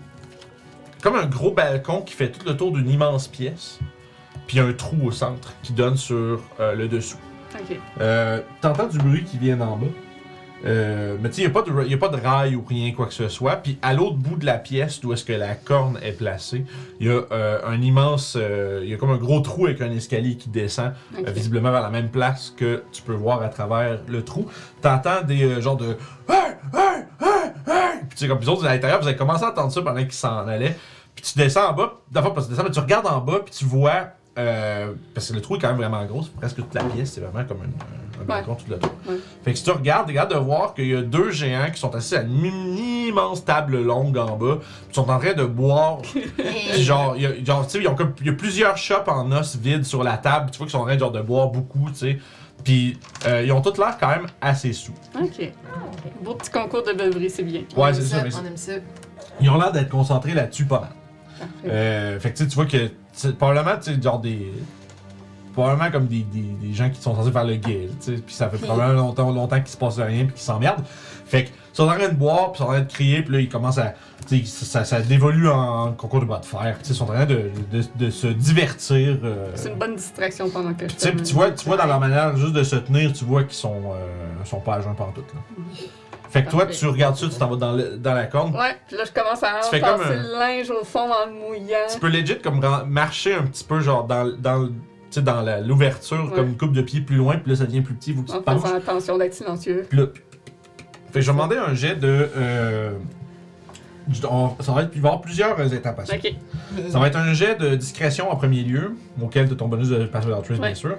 un gros balcon qui fait tout le tour d'une immense pièce. Puis un trou au centre qui donne sur le dessous. Ok. T'entends du bruit qui vient d'en bas. Mais tu sais, il n'y a pas de rail ou rien, quoi que ce soit. Puis à l'autre bout de la pièce, d'où est-ce que la corne est placée, il y a un immense... il y a comme un gros trou avec un escalier qui descend, Ok. visiblement vers la même place que tu peux voir à travers le trou. T'entends des genres de... Hey! Hey! Hey! Hey! Puis tu sais, comme les autres à l'intérieur, vous avez commencé à entendre ça pendant qu'ils s'en allaient. Puis tu descends en bas, d'abord parce que tu descends, mais tu regardes en bas, puis tu vois... parce que le trou est quand même vraiment gros, c'est presque toute la pièce, c'est vraiment comme un balcon tout le tour. Ouais. Fait que si tu regardes de voir qu'il y a deux géants qui sont assis à une immense table longue en bas, puis sont en train de boire. Puis genre, tu sais, il y a plusieurs chopes en os vides sur la table, tu vois qu'ils sont en train genre, de boire beaucoup, tu sais. Puis ils ont tous l'air quand même assez sous. Ok. Beau petit concours de beuverie, c'est bien. Ouais, On c'est aime ça, mais On aime ça. ils ont l'air d'être concentrés là-dessus pas mal. Parfait. Fait que tu vois que c'est probablement, tu sais, genre des. Probablement comme des gens qui sont censés faire le guet, tu sais, puis ça fait probablement longtemps qu'il se passe rien puis qu'ils s'emmerdent. Fait que, ils sont en train de boire, puis ils sont en train de crier, puis là, ils commencent à. Tu sais, ça dévolue en concours de bras de fer, tu sais, ils sont en train de se divertir. C'est une bonne distraction pendant que je Tu sais, puis tu vois dans leur manière juste de se tenir, tu vois qu'ils sont pas à jeun pantoute, là. Fait que toi, Parfait. tu regardes ça, tu t'en vas dans la corne. Ouais, puis là, je commence à Tu fais passer comme le linge au fond en le mouillant. Tu peux legit comme marcher un petit peu genre dans l'ouverture Ouais. comme une coupe de pied plus loin, puis là ça devient plus petit, il faut que tu En te penches. faisant attention d'être silencieux. Puis là, fait que je vais demander un jet de... ça va être, il va y avoir plusieurs étapes à ça. Ok. Ça va être un jet de discrétion en premier lieu, auquel tu as ton bonus de password altruisme, Ouais. bien sûr.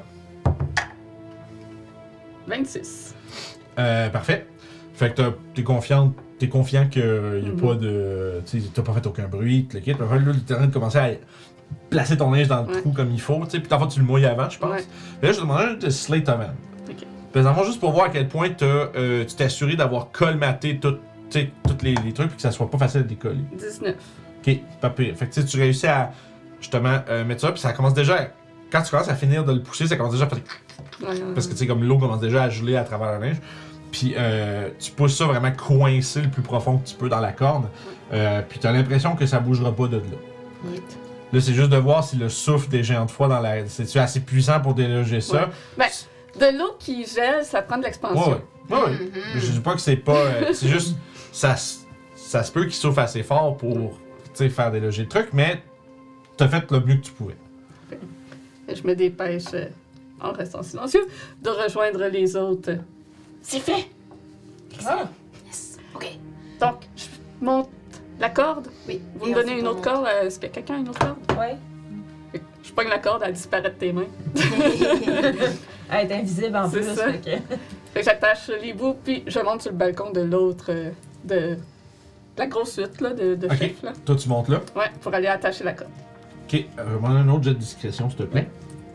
26. Parfait. Fait que t'es confiant qu'il n'y a Mhm. pas de... Tu sais, t'as pas fait aucun bruit, tu le quittes. Là, t'es en train de commencer à placer ton linge dans le Ouais. trou comme il faut, tu sais. Puis parfois tu le mouilles avant, je pense. Ouais. Mais là, je te demandais un de slate of hand. Ok. Présentement, juste pour voir à quel point tu t'es assuré d'avoir colmaté tous les trucs, puis que ça soit pas facile à décoller. 19. Ok, pas pire. Fait que tu sais, tu réussis à justement mettre ça, puis ça commence déjà à... Quand tu commences à finir de le pousser, ça commence déjà à faire... Ouais, Parce que tu sais, comme l'eau commence déjà à geler à travers le linge. Puis tu pousses ça vraiment coincé le plus profond que tu peux dans la corne. Puis tu as l'impression que ça bougera pas de là. Neat. Là, c'est juste de voir si le souffle des géants de froid dans la... C'est-tu assez puissant pour déloger ça? Ouais. Ben, de l'eau qui gèle, ça prend de Ouais, l'expansion. ouais. Ouais, ouais. Mhm. Je dis pas que c'est pas... c'est juste... Ça se peut qu'il souffle assez fort pour, tu sais, faire déloger le truc, mais t'as fait le mieux que tu pouvais. Et je me dépêche, en restant silencieux, de rejoindre les autres. C'est fait! Ah, Yes. OK. Donc, je monte la corde. Oui. Vous me donnez une autre corde? Est-ce que quelqu'un a une autre corde? ouais. Fait que je pogne la corde, elle disparaît de tes mains. Elle est invisible en C'est plus. ça. Fait que... Fait que j'attache les bouts, puis je monte sur le balcon de l'autre, de la grosse suite, là, de Ok. chef, là. Toi, tu montes là. Ouais, pour aller attacher la corde. Ok, on a un autre jet de discrétion, s'il te plaît.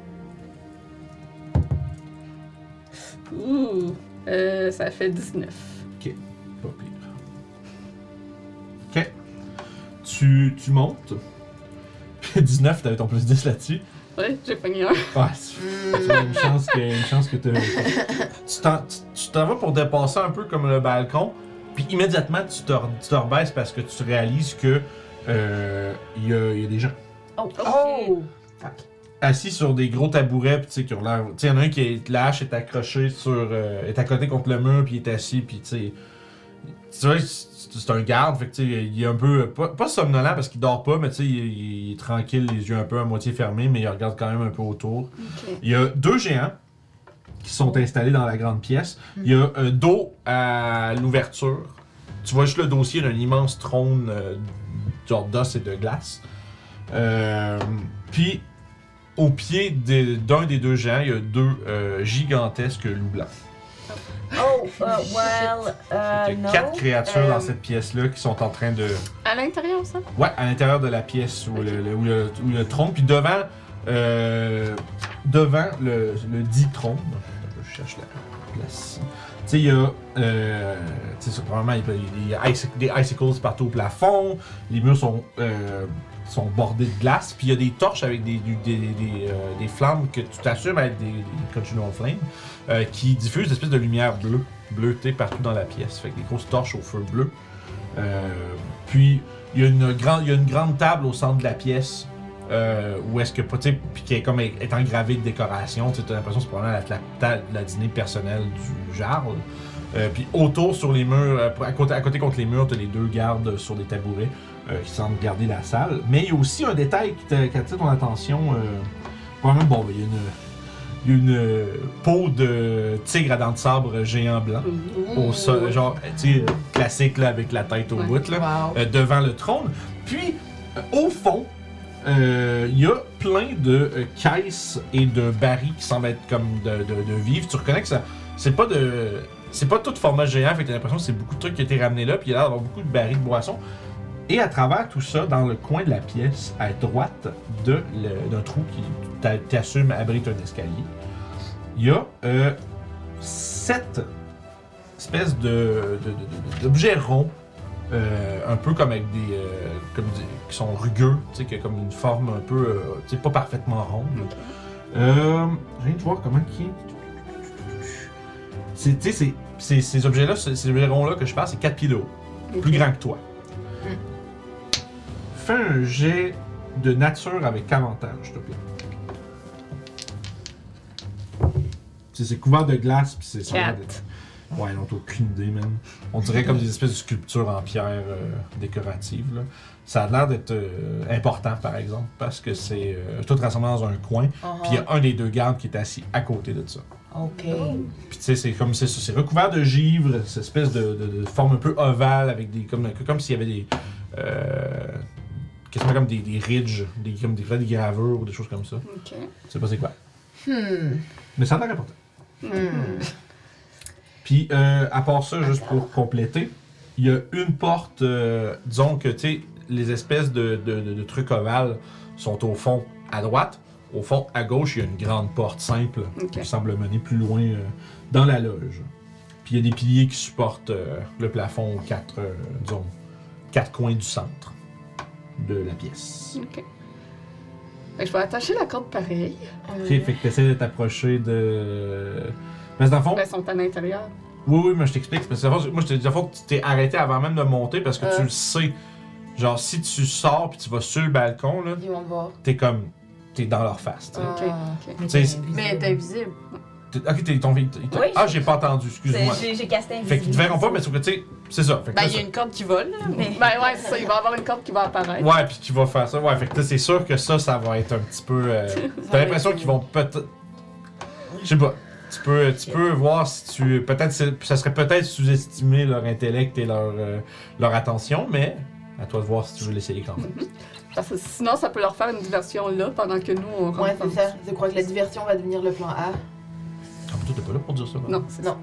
Ouh! Ça fait 19. Pas pire. Ok. Tu montes. 19, t'avais ton plus 10 là-dessus. Ouais, j'ai pogné un. Ouais, tu as une chance que tu t'en vas pour dépasser un peu comme le balcon, puis immédiatement tu te rebaisses parce que tu réalises que il y a des gens Oh! Oh! assis sur des gros tabourets, puis tu sais qui ont l'air, tu sais, il y en a un qui est lâche, est accroché est à côté contre le mur, puis il est assis, puis tu vois, c'est un garde, fait que tu sais, il est un peu pas somnolent parce qu'il dort pas, mais tu sais, il est tranquille, les yeux un peu à moitié fermés, mais il regarde quand même un peu autour. Ok. Il y a deux géants qui sont installés dans la grande pièce. Il y a dos à l'ouverture. Tu vois juste le dossier d'un immense trône genre d'os et de glace. Puis, au pied d'un des deux géants, il y a deux gigantesques loups blancs. Oh! well, Il y non. a 4 créatures dans cette pièce-là qui sont en train de... À l'intérieur, ça? Ouais, à l'intérieur de la pièce où le trône. Puis devant le dit trône. Je cherche la place. sais, il y a, tu sais, probablement, il y a des icicles partout au plafond, les murs sont bordés de glace, puis il y a des torches avec des flammes que tu t'assumes être des continual flames, qui diffusent une espèce de lumière bleutée partout dans la pièce. Fait que des grosses torches au feu bleu. Puis, il y a une grande table au centre de la pièce, où est-ce que, tu sais, puis qui est comme est engravée de décoration. Tu as l'impression que c'est probablement la table de la dîner personnelle du Jarl. Puis autour, sur les murs, à côté contre les murs, tu as les deux gardes sur des tabourets qui semblent garder la salle. Mais il y a aussi un détail qui attire ton attention. Probablement, bon, il y a une peau de tigre à dents de sabre géant blanc. Au sol, genre, tu sais, classique là, avec la tête au bout, là, devant le trône. Puis, au fond, il y a plein de caisses et de barils qui semblent être comme de vivres. Tu reconnais que ça, c'est pas tout format géant, fait que t'as l'impression que c'est beaucoup de trucs qui ont été ramenés là, puis il y a l'air d'avoir beaucoup de barils de boissons. Et à travers tout ça, dans le coin de la pièce, à droite d'un trou qui t'assume abrite un escalier, il y a 7 espèces d'objets ronds, un peu comme avec qui sont rugueux, tu sais, qui a comme une forme un peu, tu sais, pas parfaitement ronde. Je viens de voir comment qui est. Tu sais, ces objets-là, ces objets ronds-là que je parle, c'est 4 pieds de haut. Plus grand que toi. Fais un jet de nature avec avantage, s'il te plaît. C'est couvert de glace, pis c'est... 4. Ouais, non, t'as aucune idée, man. On dirait comme des espèces de sculptures en pierre décoratives, là. Ça a l'air d'être important, par exemple, parce que c'est tout rassemblé dans un coin, puis il y a un des deux gardes qui est assis à côté de ça. OK. Puis tu sais, c'est recouvert de givre, cette espèce de forme un peu ovale, avec des comme s'il y avait des... quasiment comme des ridges, comme des gravures ou des choses comme ça. Ok. Je sais pas c'est quoi. Mais ça a l'air important. Puis, à part ça, juste pour compléter, il y a une porte, disons que, tu sais, les espèces de trucs ovales sont au fond à droite. Au fond, à gauche, il y a une grande porte simple qui semble mener plus loin dans la loge. Puis, il y a des piliers qui supportent le plafond aux quatre coins du centre de la pièce. Ok. Fait que je vais attacher la corde pareil. Ok, fait que tu essaies de t'approcher de... Mais dans le fond... Elles sont à l'intérieur. Oui, mais je t'explique. Parce que moi, je te dis, que tu t'es arrêté avant même de monter parce que tu le sais. Genre, si tu sors puis tu vas sur le balcon, là, Ils vont te voir. t'es dans leur face, tu sais. Ok. Mais Tu sais, Mais t'es invisible. Ok, t'es tombé. Oui, J'ai pas entendu, excuse-moi. J'ai casté un Fait qu'ils te verront pas, mais sauf que tu sais, c'est ça. Fait que Ben, là, il y a une corde qui vole, là, mais. Ben ouais, c'est ça. Il va y avoir une corde qui va apparaître. Ouais, puis tu vas faire ça. Ouais, fait que là, c'est sûr que ça va être un petit peu. T'as l'impression qu'ils vont peut-être. Je sais pas. Tu peux voir si tu. Peut-être, ça serait peut-être sous-estimer leur intellect et leur attention, mais à toi de voir si tu veux l'essayer quand même. Parce que sinon, ça peut leur faire une diversion là pendant que nous, on rentre. Ouais, c'est ça. Je crois que la diversion va devenir le plan A. Ah, mais toi, t'es pas là pour dire ça, là. Non, c'est ça.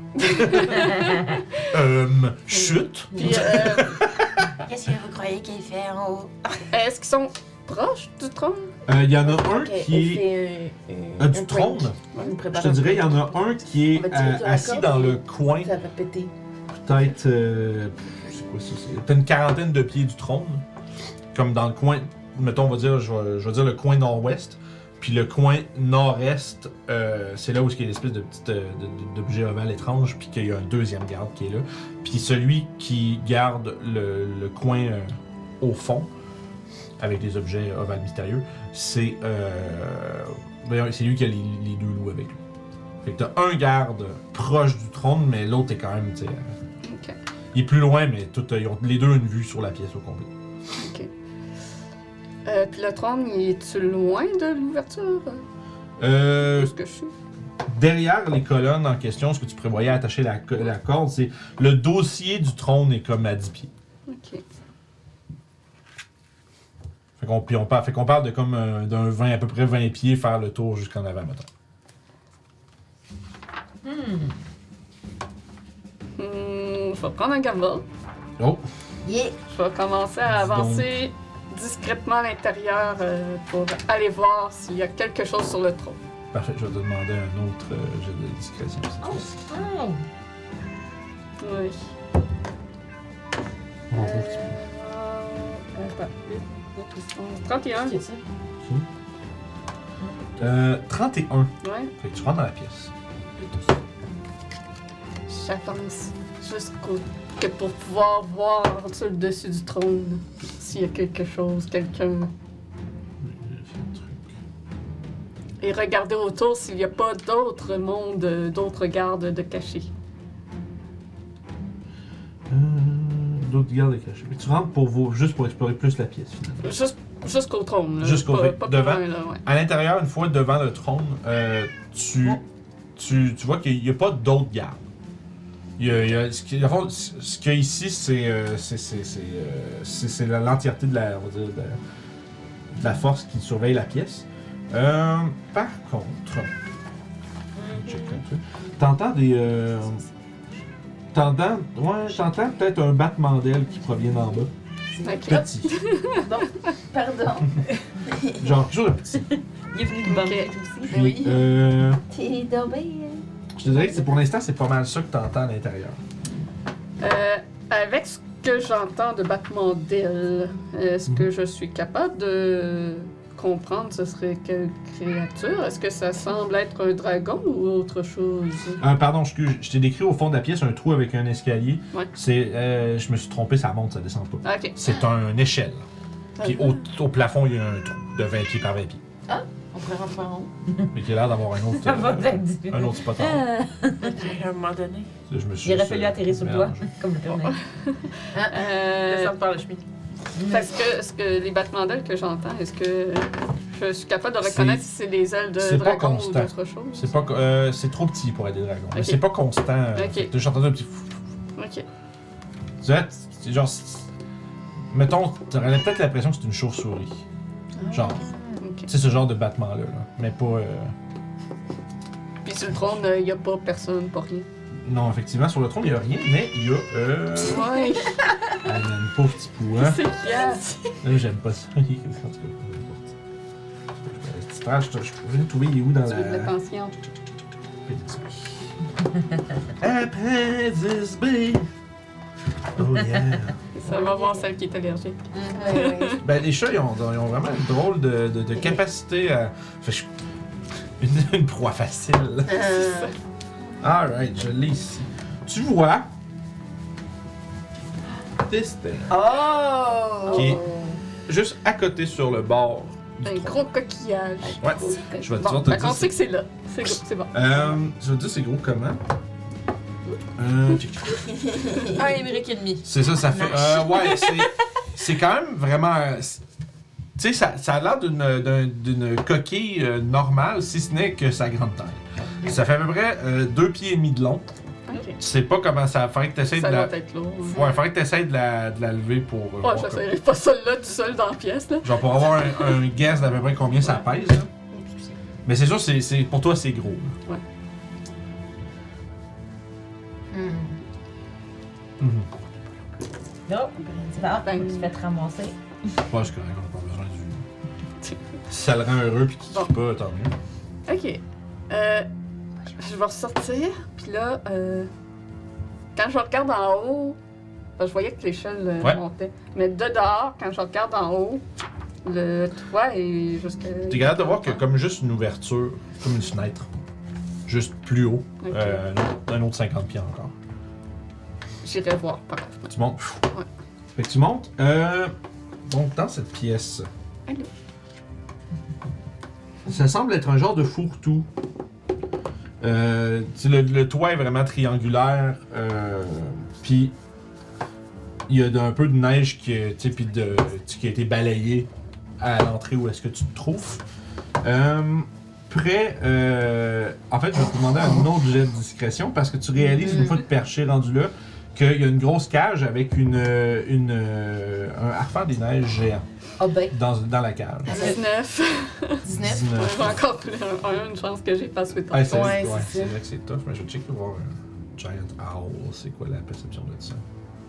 Non. Chute. Puis, Qu'est-ce que vous croyez qu'il fait en haut? est-ce qu'ils sont proches du trône? Il y en a un Ok, qui est. c'est Du trône. Une Je préparation. te dirais, il y en a un qui est On va tirer sur la assis corde, dans puis le coin. Ça va péter. Peut-être. C'est quoi ça? T'as une quarantaine de pieds du trône. Comme dans le coin. Mettons, on va dire, je vais dire le coin nord-ouest. Puis le coin nord-est, c'est là où il y a l'espèce de petit d'objet ovale étrange. Puis qu'il y a un deuxième garde qui est là. Puis celui qui garde le coin au fond, avec des objets ovales mystérieux, c'est lui qui a les deux loups avec lui. Fait que t'as un garde proche du trône, mais l'autre est quand même, tu sais. Ok. Il est plus loin, mais les deux ont une vue sur la pièce au complet. Ok. Puis le trône, il est-tu loin de l'ouverture? Est-ce que je suis? Derrière les colonnes en question, ce que tu prévoyais attacher la corde, c'est le dossier du trône est comme à 10 pieds. Ok. Fait qu'on parle de comme d'un 20, à peu près 20 pieds, faire le tour jusqu'en avant, mettons. Je vais prendre un gamble. Oh! Yeah! Je vais commencer à Dis donc. avancer discrètement à l'intérieur pour aller voir s'il y a quelque chose sur le trône. Parfait, je vais te demander un autre jet de discrétion. Oh, Oui. Mon pauvre petit Attends. 31. C'est ça. peu. 31. Ouais. Fait que tu rentres dans la pièce. J'avance jusqu'au. Que pour pouvoir voir sur le dessus du trône s'il y a quelque chose, quelqu'un. Et regarder autour s'il n'y a pas d'autres mondes, d'autres gardes de cachés. D'autres gardes cachés. Mais tu rentres juste pour explorer plus la pièce, finalement. Jusqu'au trône. Là. Jusqu'au pas devant. plus loin, là, ouais. À l'intérieur, une fois devant le trône, tu vois qu'il n'y a pas d'autres gardes. Ce qu'il y a ici, c'est l'entièreté de la, on va dire, de la force qui surveille la pièce. Par contre, t'entends des, t'entends peut-être un battement d'ailes qui provient d'en bas. Ok. Petit, Pardon. genre quelque chose de petit. Il est venu de bumper Ok. aussi. Puis, Oui. T'es tombé. je te dirais que pour l'instant, c'est pas mal ça que t'entends à l'intérieur. Avec ce que j'entends de battement d'ailes, est-ce que je suis capable de comprendre ce serait quelle créature? Est-ce que ça semble être un dragon ou autre chose? Pardon, excuse, je t'ai décrit au fond de la pièce un trou avec un escalier. Ouais. Je me suis trompé, ça monte, ça descend pas. Ok. C'est une échelle. Puis au plafond, il y a un trou de 20 pieds par 20 pieds. On pourrait rentrer en haut. Mais qui a l'air d'avoir un autre, Ça va être dur. un autre spot en haut. À un moment donné. Je me suis Il aurait juste, fallu atterrir sur le toit, mélangé. comme le tournage. Descendre par le chemin. Parce que, est-ce que les battements d'ailes que j'entends, est-ce que je suis capable de C'est- reconnaître si c'est des ailes de c'est pas dragon ou constant. d'autre chose? C'est trop petit pour être des dragons. Mais Ok. c'est pas constant. Ok. Fait que j'ai entendu un petit fou. Ok. Tu vois, c'est genre. Mettons, t'aurais peut-être l'impression que c'est une chauve-souris. Genre. Ok. C'est ce genre de battement-là. Là. Mais pas. Puis sur le trône, il n'y a pas personne, pas rien. Non, effectivement, sur le trône, il n'y a rien, mais il y a. Ouais, Ah, man, pauvre petit pou, hein. c'est classe. Là, j'aime pas ça. En tout cas, peu importe. Petit frère, je pourrais trouver, il est où dans Tu veux de la. l'attention. Après this bee. Oh yeah. Ça va voir celle qui est allergique. Ben, les chats, ils ont vraiment une drôle de capacité à. Fait que une proie facile. Alright, je l'ai ici. Tu vois. This thing. Oh! Qui est juste à côté sur le bord. Du Un trône. gros coquillage. Ouais. Je vais Bon, te fait dire. qu'on sait que c'est là. C'est bon. Je vais te dire c'est gros comment. Un émeric et demi. C'est ça, ça fait. Ouais, c'est quand même vraiment. Tu sais, ça a l'air d'une coquille normale, si ce n'est que sa grande taille. Ça fait à peu près 2 pieds et demi de long. Ok. Tu sais pas comment ça. Faudrait que tu essaies Ça de la. doit être lourd. Ouais, faudrait que tu essaies de la lever pour. Oh, voir j'essaierai pas celle-là tout seul dans la pièce, là. genre pour avoir un guess d'à peu près combien ça pèse. Là. Mais c'est sûr, pour toi, c'est gros. Là. Mhm. Non, tu vas tu te fais te ramasser. Ouais, c'est correct, on n'a pas besoin du. Si ça le rend heureux puis qu'il kiffe pas, tant mieux. Ok. Je vais ressortir, puis là, quand je regarde en haut, parce que je voyais que l'échelle Ouais. montait. Mais de dehors, quand je regarde en haut, le toit est jusqu'à. T'es capable de voir qu'il y a comme juste une ouverture, comme une fenêtre. Juste plus haut. Ok. Un autre 50 pieds encore. J'irai voir par la fenêtre. Tu montes. Ouais. Fait que tu montes. Donc, dans cette pièce. Allô. Ça semble être un genre de fourre-tout. Le toit est vraiment triangulaire. Puis, il y a un peu de neige qui a été balayée à l'entrée où est-ce que tu te trouves. En fait, je vais te demander un autre jet de discrétion parce que tu réalises, une fois de perché rendu là, qu'il y a une grosse cage avec un harpent des neiges géant Ah ben, dans la cage. 19. 19. J'ai encore plus une chance que j'ai pas souhaité. Ouais, c'est Ouais, ouais, c'est c'est ça. vrai que c'est tough, mais je vais checker pour voir un Giant Owl. C'est quoi la perception de ça?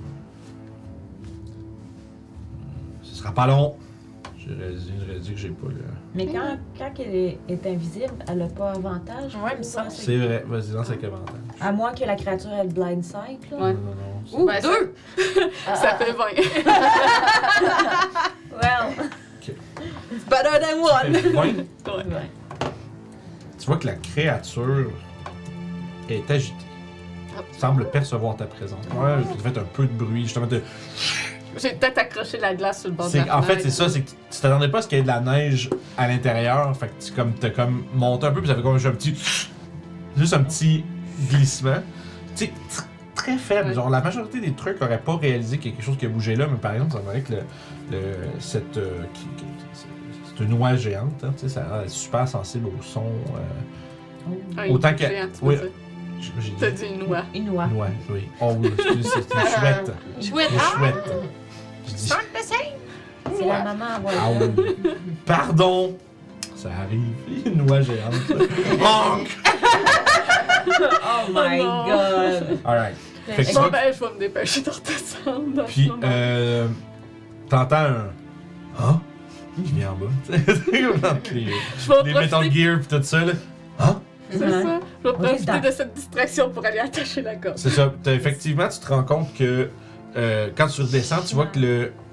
Ce sera pas long. J'ai réalisé que j'ai pas le. Mais quand elle est invisible, elle a pas avantage. Ouais, mais ça, C'est vrai, vas-y, lance avec avantage. À moins que la créature ait le blind sight, là. Ouais. Non. Ouh, Ben, 2! Ça fait 20. Well, It's better than one! Fait 20. Ouais. Tu vois que la créature est agitée. Semble percevoir ta présence. Ouais, tu fais un peu de bruit, justement. J'ai peut-être accroché la glace sur le bord de la En fait, fenêtre. c'est ça, c'est que tu t'attendais pas à ce qu'il y ait de la neige à l'intérieur. Fait que t'as comme monté un peu, puis ça fait comme un petit. Juste un petit glissement. Tu sais, très faible. Ouais. Genre, la majorité des trucs n'auraient pas réalisé qu'il y a quelque chose qui a bougé là, mais par exemple, ça paraît que cette une oie géante, hein, tu sais, ça a l'air super sensible au son. Ah, autant il est que- géant, tu oui. veux dire. J'ai T'as dit. dit une oie. une oie. Une oie, oui. Oh oui, excuse, c'est une chouette. Chouette! Une Ah! chouette. Je dis. Sound the same! C'est la maman à Ah oui. Pardon! Ça arrive. Une oie géante. Honk! Oh my non. god! Alright. Fait que tu Bon, vois ben, je vais me dépêcher de redescendre. dans ce puis, moment. t'entends un. Hein? Qui vient en bas. Tu sais, comme dans les Je vais Metal profiter, Gear pis tout ça, là. Hein? c'est ça. Je vais profiter dedans. de cette distraction pour aller attacher la corde. C'est ça. Effectivement, tu te rends compte que quand tu redescends, tu vois que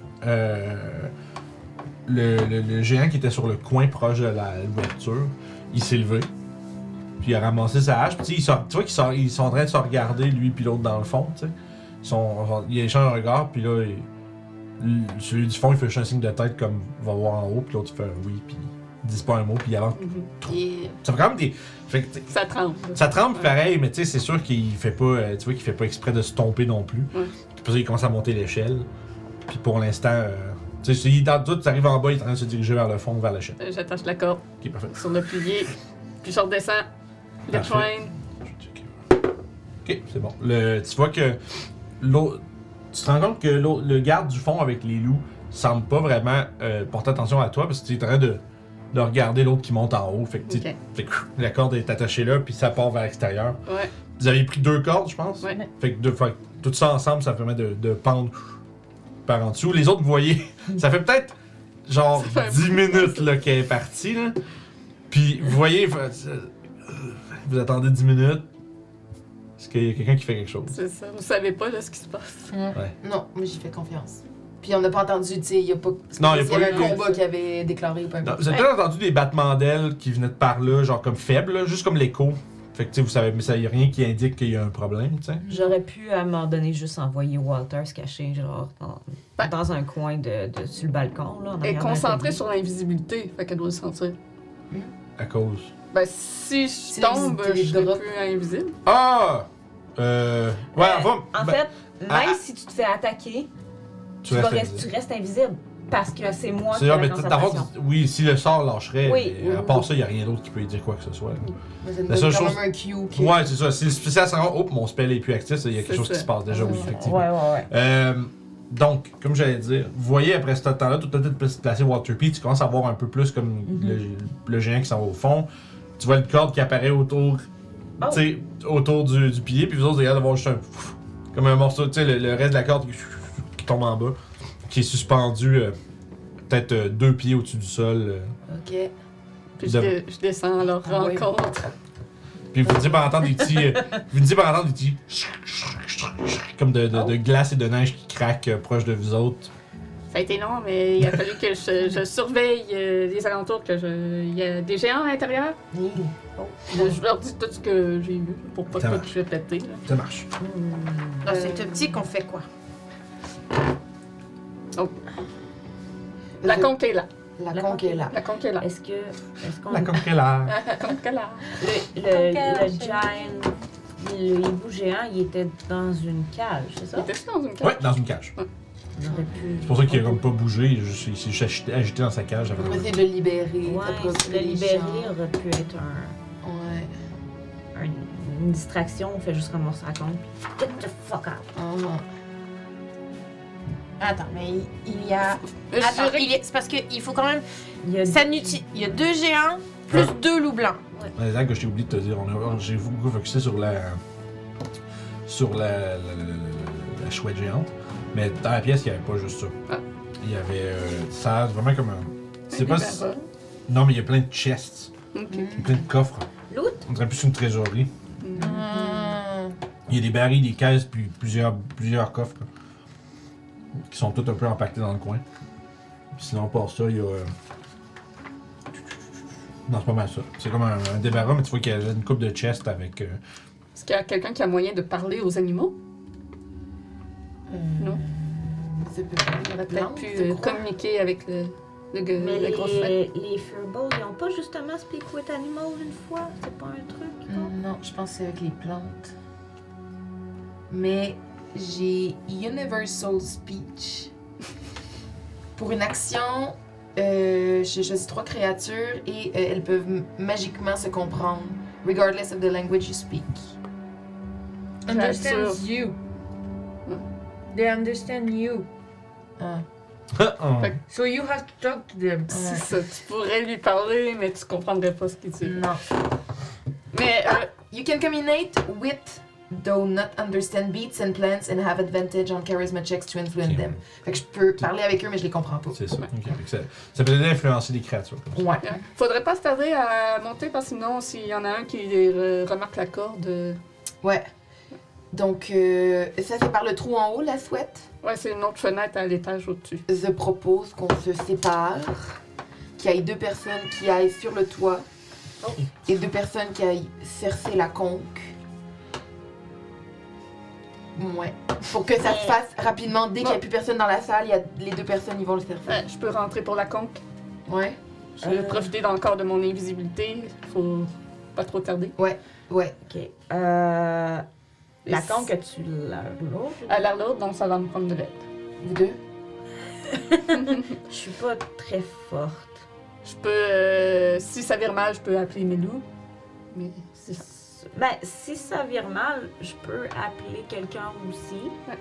le géant qui était sur le coin proche de l'ouverture, il s'est levé. Puis il a ramassé sa hache. Puis tu sais, tu vois qu'ils sont en train de se regarder, lui puis l'autre dans le fond. Tu sais. Il échange un regard, puis là, celui du fond, il fait juste un signe de tête comme va voir en haut, puis l'autre, il fait un oui, puis ils disent pas un mot, puis il avance. Mhm. Et Ça fait quand même des. Fait que, Ça tremble. ça tremble Ouais. pareil, mais tu sais, c'est sûr qu'il fait pas, tu vois qu'il fait pas exprès de se tomber non plus. Ouais. Puis pour ça, il commence à monter l'échelle. Puis pour l'instant, tu sais, il dans tout, tu arrives en bas, il est en train de se diriger vers le fond, vers l'échelle. J'attache la corde Ok, parfait. sur le pilier, puis je redescends. Le Parfait. train. Je vais checker. Ok, c'est bon. Tu vois que l'autre. Tu te rends compte que le garde du fond avec les loups semble pas vraiment porter attention à toi parce que tu es en train de regarder l'autre qui monte en haut. Fait que, Ok. fait que la corde est attachée là, puis ça part vers l'extérieur. Ouais. Vous avez pris 2 cordes, je pense. Ouais. Fait que tout ça ensemble, ça permet de pendre par en dessous. Les autres, vous voyez, ça fait peut-être genre Ça fait un 10 minutes là, qu'elle est partie. Là. Puis vous voyez, vous attendez 10 minutes. Est-ce qu'il y a quelqu'un qui fait quelque chose? C'est ça. Vous savez pas là ce qui se passe. non, moi j'y fais confiance. Puis on n'a pas entendu, tu sais, il y a pas. Non, il y a il y pas avait eu un de- combat qui avait déclaré ou peu Non, importe. vous avez peut-être entendu des battements d'ailes qui venaient de par là, genre comme faibles, là, juste comme l'écho. Fait que tu sais, vous savez, mais ça y a rien qui indique qu'il y a un problème, tu sais. J'aurais pu à un moment donné juste envoyer Walter se cacher genre dans un coin sur le balcon là. en Elle est arrière d'un concentrée palier. sur l'invisibilité, fait qu'elle doit le sentir. À cause. Ben, si je Si tombe, l'invisibilité je serai drop. plus invisible. Ah! Ouais, enfin. En ben, fait, même ah, si tu te fais attaquer, tu tu restes invisible parce que c'est moi qui C'est ai ça, la mais concentration. d'abord, oui, si le sort lâcherait, Oui, mais à oui, part oui. ça, il n'y a rien d'autre qui peut lui dire quoi que ce soit. là. Mais ça nous La donne seule quand chose- même un cue qui. Ouais, c'est ça. Si ça se rend, oh, mon spell est plus actif, il y a quelque C'est chose qui ça. se passe déjà, oui, Ouais, effectivement. Ouais. Donc, comme j'allais dire, vous voyez après ce temps-là, tout peut-être placé Walter P, tu commences à voir un peu plus comme le géant qui s'en va au fond. Tu vois le corde qui apparaît autour, Oh. tu sais, autour du pilier, puis vous autres, vous regardez voir juste comme un morceau, tu sais, le reste de la corde qui tombe en bas, qui est suspendu peut-être 2 pieds au-dessus du sol. Ok. Puis De- je descends à leur Ah oui. rencontre. Puis vous finissez par entendre des petits. Vous finissez par entendre des petits. Comme de glace et de neige qui craquent proche de vous autres. Ça a été long, mais il a fallu que je surveille les alentours, il y a des géants à l'intérieur. Je leur dis tout ce que j'ai vu pour pas Ça que marche. je vais péter. Là. Ça marche. Dans ces tout petits qu'on fait quoi? La conque est là. La conque est là. La conque est là. Est-ce qu'on La conque est là. La conque est là. le giant le hibou géant, il était dans une cage, c'est ça? T'es dans une cage? Ouais, dans une cage. On aurait pu. C'est pour ça qu'il a comme pas bougé, il s'est juste agité dans sa cage. On va essayer de le libérer. Ouais, ça pourrait le les libérer gens. aurait pu être Ouais. une distraction, on fait juste comme on se raconte. Get the fuck out! Ah. Attends, mais il y a. Mais je Attends, dirais- c'est parce qu'il faut quand même. Il y a Il y a 2 géants plus 2 loups blancs. C'est là que j'ai oublié de te dire, j'ai beaucoup focusé sur la chouette géante. Mais dans la pièce, il n'y avait pas juste ça. Ah. Il y avait. Ça a vraiment comme un. C'est pas. si- Barra. Non, mais il y a plein de chests, Ok. plein de coffres. Loot? On dirait plus une trésorerie. Hmm. Il y a des barils, des caisses, puis plusieurs coffres là, qui sont tous un peu empaquetés dans le coin. Sinon, par ça, il y a. Non, c'est pas mal ça. C'est comme un débarras, mais tu vois qu'il y a une coupe de chest avec. Est-ce qu'il y a quelqu'un qui a moyen de parler aux animaux? Non. Ça peut Il aurait peut-être Plante, pu je crois. communiquer avec Mais la grosse fête. les furballs, ils ont pas justement speak with animals une fois? C'est pas un truc qu'ils font? Non, je pense que c'est avec les plantes. Mais j'ai Universal Speech. Pour une action, je choisis 3 créatures et elles peuvent magiquement se comprendre, regardless of the language you speak. Understands you. They understand you. Fait So you have to talk to them. C'est ça, tu pourrais lui parler, mais tu comprendrais pas ce qu'il dit. Non. Mais You can communicate with, though not understand beats and plants and have advantage on charisma checks to influence Ok. them. Fait que je peux parler avec eux, mais je les comprends pas. c'est ça. Ok. Fait que ça peut aider à influencer les créatures. Ouais. faudrait pas se tarder à monter parce que sinon, s'il y en a un qui remarque la corde. Ouais. Donc, ça c'est par le trou en haut, la souhaite. Ouais, c'est une autre fenêtre à l'étage au-dessus. Je propose qu'on se sépare, qu'il y ait 2 personnes qui aillent sur le toit et 2 personnes qui aillent cercer la conque. Ouais. Pour que ça se fasse rapidement, dès qu'il n'y a plus personne dans la salle, il y a les 2 personnes, ils vont le cercer. Ouais, je peux rentrer pour la conque. Ouais. Je vais profiter encore de mon invisibilité. Faut pas trop tarder. Ouais. Ok. La conque que tu l'as l'autre? À l'air l'autre, donc ça va me prendre de l'aide. Vous 2? Je suis pas très forte. Je peux. Si ça vire mal, je peux appeler Melou. Mais c'est ça. Ben, si ça vire mal, je peux appeler quelqu'un aussi. Ouais.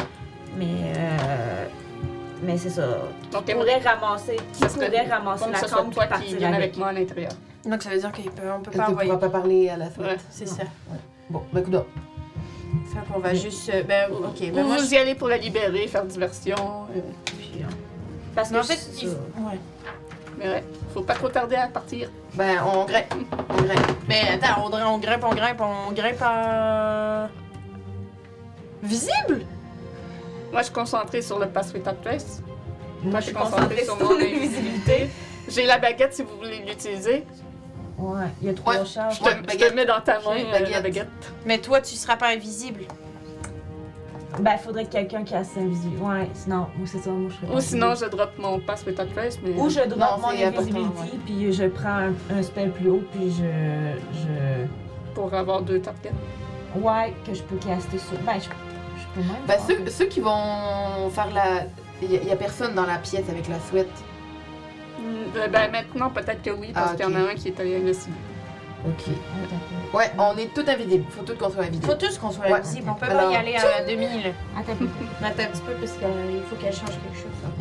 Mais c'est ça. Donc, Tu pourrais ramasser, Ça serait ramasser Comme la ce soit conque toi et qui partir vienne avec avec. moi à l'intérieur. Donc ça veut dire qu'on peut pas pas envoyer. pourra pas parler à la souhaite. Ouais. C'est ça. Bon, ben coudonc. Fait qu'on va juste. Ben, ok. Ben, Ou moi, vous y allez pour la libérer, faire diversion. Puis, parce que Mais en fait, c'est il ça. ouais. Mais ouais, faut pas trop tarder à partir. Ben, on grimpe. On grimpe. Mais attends, on grimpe à. Visible? Moi, je suis concentrée sur le pass without trace. Moi, Je suis concentrée sur mon invisibilité. J'ai la baguette si vous voulez l'utiliser. Ouais, il y a 3 Ouais, charges. Je te le mets dans ta main, J'ai une la baguette. baguette. Mais toi, tu seras pas invisible. Ben, il faudrait que quelqu'un qui a assez invisible. Ouais, sinon, moi c'est ça, moi je serais pas Ou sinon, invisible. je drop mon pass without trace, mais... Ou je drop Non, mon c'est important, invisibility, puis je prends un spell plus haut, puis je. Pour avoir 2 targets. Ouais, que je peux caster sur. Ben, je peux même. Ben, faire- ceux qui vont faire la. Il y a personne dans la pièce avec la souhaite. Ben maintenant, peut-être que oui, parce Ah, qu'il y en ok. a un qui est allé investiguer. Ok. Attends, Ouais, on est tous invisibles. Faut tous qu'on soit invisibles. Faut tous qu'on soit Ouais. invisible. On peut Alors, pas y aller à demi, là. attends un peu. Attends un petit peu parce qu'il faut qu'elle change quelque chose. Ok.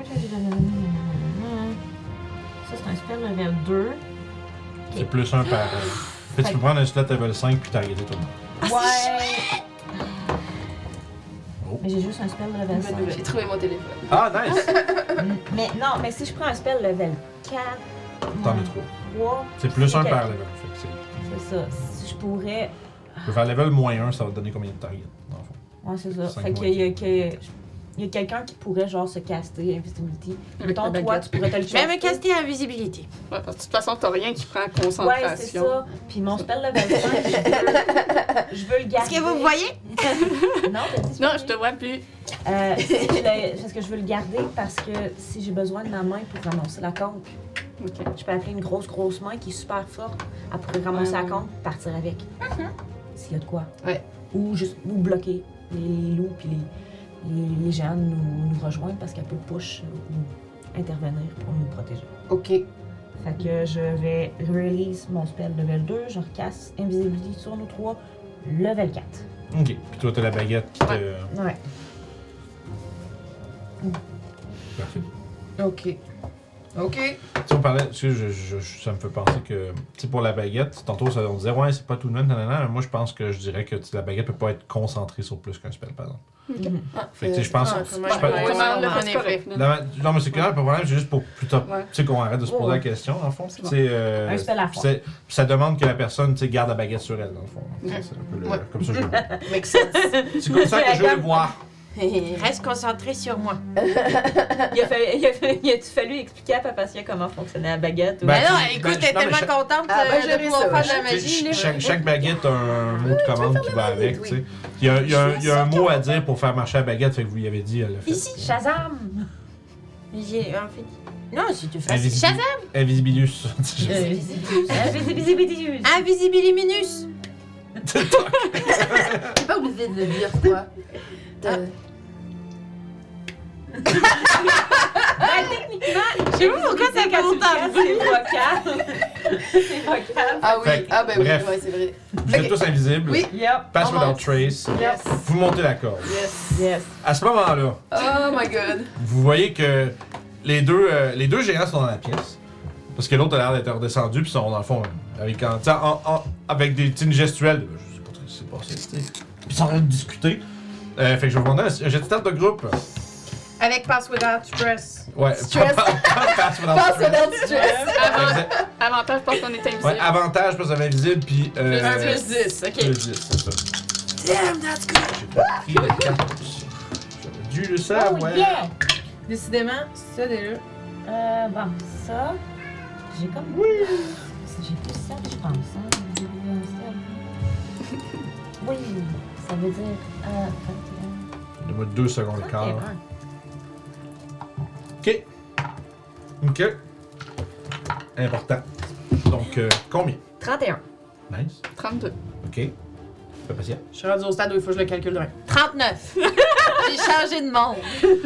Ça, c'est un spell level 2. C'est plus un par. Fait que tu peux prendre un slot level 5 puis targeter tout le monde. Ouais! Oh. Mais j'ai juste un spell level 5. J'ai trouvé mon téléphone. Ah, nice! Mais non, mais si je prends un spell level 4. T'en as 3. 3. C'est plus un quel- par level. Fait que c'est. C'est ça. Si je pourrais. Tu peux faire level moins 1, ça va te donner combien de targets, dans le fond? Ouais, c'est ça. 5 Fait qu'il y a, il y a quelqu'un qui pourrait, genre, se caster Invisibility. Avec Mettons, la toi, baguette. tu pourrais te le Je vais me caster. caster à visibilité. Ouais, parce que de toute façon, t'as rien qui prend Ouais, c'est concentration. ça. Puis mon spell level 5, je veux le garder. Est-ce que vous voyez? Non, t'as dit Non, je te vois plus. parce que je veux le garder parce que si j'ai besoin de ma main pour ramasser la conque, Ok. je peux appeler une grosse main qui est super forte. Elle pourrait ramasser la Ouais. conque et partir avec. S'il y a de quoi. Ouais. Ou juste ou bloquer les loups puis les gens nous rejoindre parce qu'elle peut push ou intervenir pour nous protéger. Ok. Fait que je vais release mon spell level 2, je recasse Invisibility sur nous 3, level 4. Ok. Puis toi, t'as la baguette qui te. Ouais. Parfait. Ok. Ok. Tu sais, on parlait, tu sais, ça me fait penser que, tu sais, pour la baguette, tantôt, on disait, ouais, c'est pas tout de même, nanana, mais moi, je pense que je dirais que la baguette peut pas être concentrée sur plus qu'un spell, par exemple. Ah, Fait que, tu sais, je pense. Ah, je comment pense- ouais, Comment le en faire effet. correct, là. non, mais c'est clair, pas de problème, c'est juste pour plus tard. Ouais. Tu sais, qu'on arrête de se poser la question, dans le fond. C'est Tu sais, Un spell à la fois. ça demande que la personne, tu sais, garde la baguette sur elle, dans le fond. C'est un peu Ouais. comme ça que je veux voir. Make sense. C'est comme ça que je veux le voir. Reste concentré sur moi. Il a-tu fallu expliquer à Papacia comment fonctionnait la baguette? Ou... Ben, Mais non, tu- écoute, ben, t'es non, mais tellement chaque- contente Ah, ben, de j'aurais pouvoir ça. faire de la Tu sais, magie. là. chaque baguette a un mot de commande qui va avec, tu sais. Il y a un mot à dire pour faire marcher la baguette, fait que vous y avez dit, elle l'a fait. Ici, Shazam! J'ai en fait. Non, c'est du facile. Invisible- Shazam! Invisibilus. Invisibility. Invisibiliminus! T'es pas obligé de le dire, toi. Je sais pas pourquoi ça fait autant de C'est vocal. C'est vocal. Ah oui, Fait que, ah ben oui, bref. ouais, c'est vrai. Vous êtes tous invisibles. Oui. Yep. Pass On without monte. trace. Yes. Vous montez la corde. Yes. Yes. À ce moment-là, Oh my god. vous voyez que les deux géants sont dans la pièce. Parce que l'autre a l'air d'être redescendu, puis ils sont dans le fond, avec des petites gestuelles. Je sais pas trop ce qui s'est passé, tu sais. Puis ils sont en train de discuter. Fait que je vais vous demander un jet de start de groupe. Avec Pass Without Stress. Ouais, Stress. pass without Pass stress. without stress. Avantage parce qu'on est invisible. Ouais, avantage parce que vous avez invisible, puis. Un plus 10, ok. Plus 10, c'est ça. Damn, that's good. J'ai pas pris de carte. J'aurais dû le savoir. Oh yeah! Décidément, c'est ça déjà. Bon, ça. J'ai comme. Oui! J'ai plus ça, je pense. Hein? Oui, ça veut dire. Donne-moi 2 secondes et quart. Ok. Ok. Important. Donc, combien? 31. Nice. 32. Ok. Fais patient. Je suis rendu au stade où il faut que je le calcule demain. 39! J'ai changé de monde.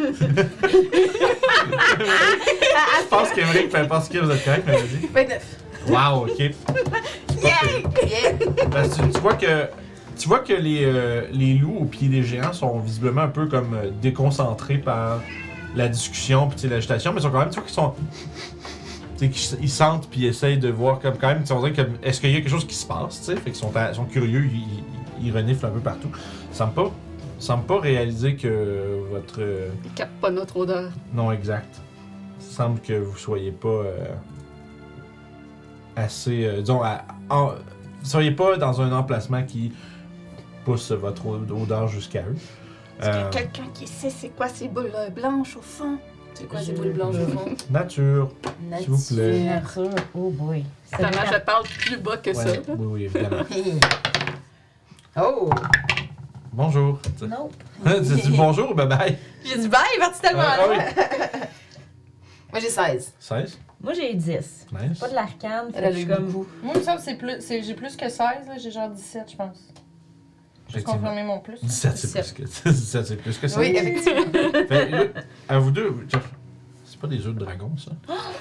Je pense qu'Emeric, peu importe ce qu'il y a, vous êtes correct, mais vas-y. 29. Wow, ok. Yeah. Parce que tu vois que les loups au pied des géants sont visiblement un peu comme déconcentrés par la discussion puis l'agitation, mais ils sont quand même, tu vois qu'ils sont. Tu sais, ils sentent puis ils essayent de voir comme quand même, tu sais, comme est-ce qu'il y a quelque chose qui se passe, tu sais, fait qu'ils sont curieux, ils reniflent un peu partout. Ils semblent pas réaliser que votre. Ils captent pas notre odeur. Non, exact. Il semble que vous soyez pas assez. Disons, vous soyez pas dans un emplacement qui pousse votre odeur jusqu'à eux. Est-ce qu'il y a quelqu'un qui sait c'est quoi ces boules blanches au fond? C'est quoi ces boules blanches au fond? Nature, s'il vous plaît. Nature. Oh boy. Évidemment, je parle plus bas que ça. Ouais, là. oui, évidemment. Oh. Bonjour. Non. C'est bonjour ou bye bye? J'ai dit bye, il est parti tellement Ah loin. oui. Moi j'ai 16. 16. Moi, j'ai 10. Nice. Pas de l'arcane. Elle a fait que eu je suis comme. beaucoup. Moi, il me semble que j'ai plus que 16, là. J'ai genre 17, je pense. Je vais Effectivement. confirmer mon plus. 17, c'est plus que 17, c'est plus que ça. Oui, effectivement. Fait, là, à vous deux, c'est pas des œufs de dragon, ça?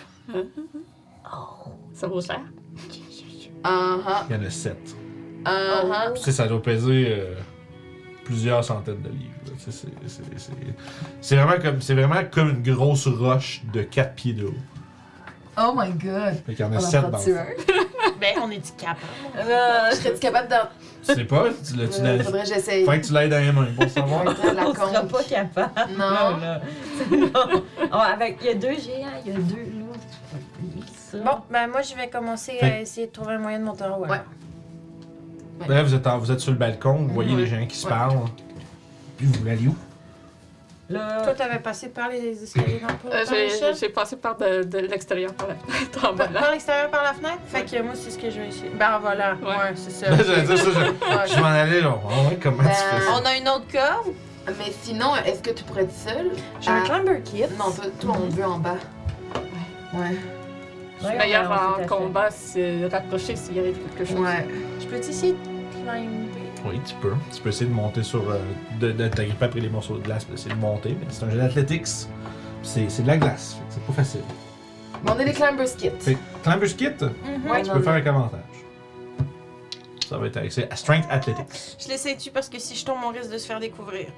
Ça vaut cher. Uh-huh. Il y en a 7. Uh-huh. Tu sais, ça doit peser plusieurs centaines de livres. Là. Tu sais, c'est vraiment comme une grosse roche de 4 pieds de haut. Oh my god. Fait qu'il y en On a en 7 dans prend-tu le fond. un? Ben, on est-tu capable? Serais-tu capable d'en. Tu sais pas? Faudrait que j'essaye. Faudrait que tu l'aies dans les mains pour savoir. Faudrait la On sera compte. pas capable. Non. Là. Non. Oh, avec, il y a 2 géants, il y a 2 loups. Ça. Bon, ben moi, je vais commencer à essayer de trouver un moyen de monter en haut. Ouais. Là, vous êtes sur le balcon, vous voyez les gens qui se parlent. Puis vous voulez aller où? Là, Toi, t'avais passé par les escaliers dans le J'ai passé par de l'extérieur par la fenêtre en bas là. Par l'extérieur, par la fenêtre? Fait que moi, c'est ce que je vais essayer. Ben, en volant. Ouais, c'est ça. J'allais dire ça, je m'en allais là. Ah ouais, comment tu fais ça? On a une autre corde. Mais sinon, est-ce que tu pourrais être seule? J'ai un climber kit. Non, toi, on veut en bas. Ouais. ouais, D'ailleurs, on s'est en acheté. combat, c'est rapproché s'il y avait quelque chose. Ouais. Je peux essayer de climber? Oui, tu peux. Tu peux essayer de monter sur. de t'agripper après les morceaux de glace, puis essayer de monter. Mais c'est un jeu d'athlétics. C'est de la glace. Fait que c'est pas facile. Mais on a des climbers kits. Fait que Climber's Kit, Ouais, tu peux faire avec avantage. Ça va être avec. C'est Strength Athletics. Je l'essaye-tu parce que si je tombe, on risque de se faire découvrir.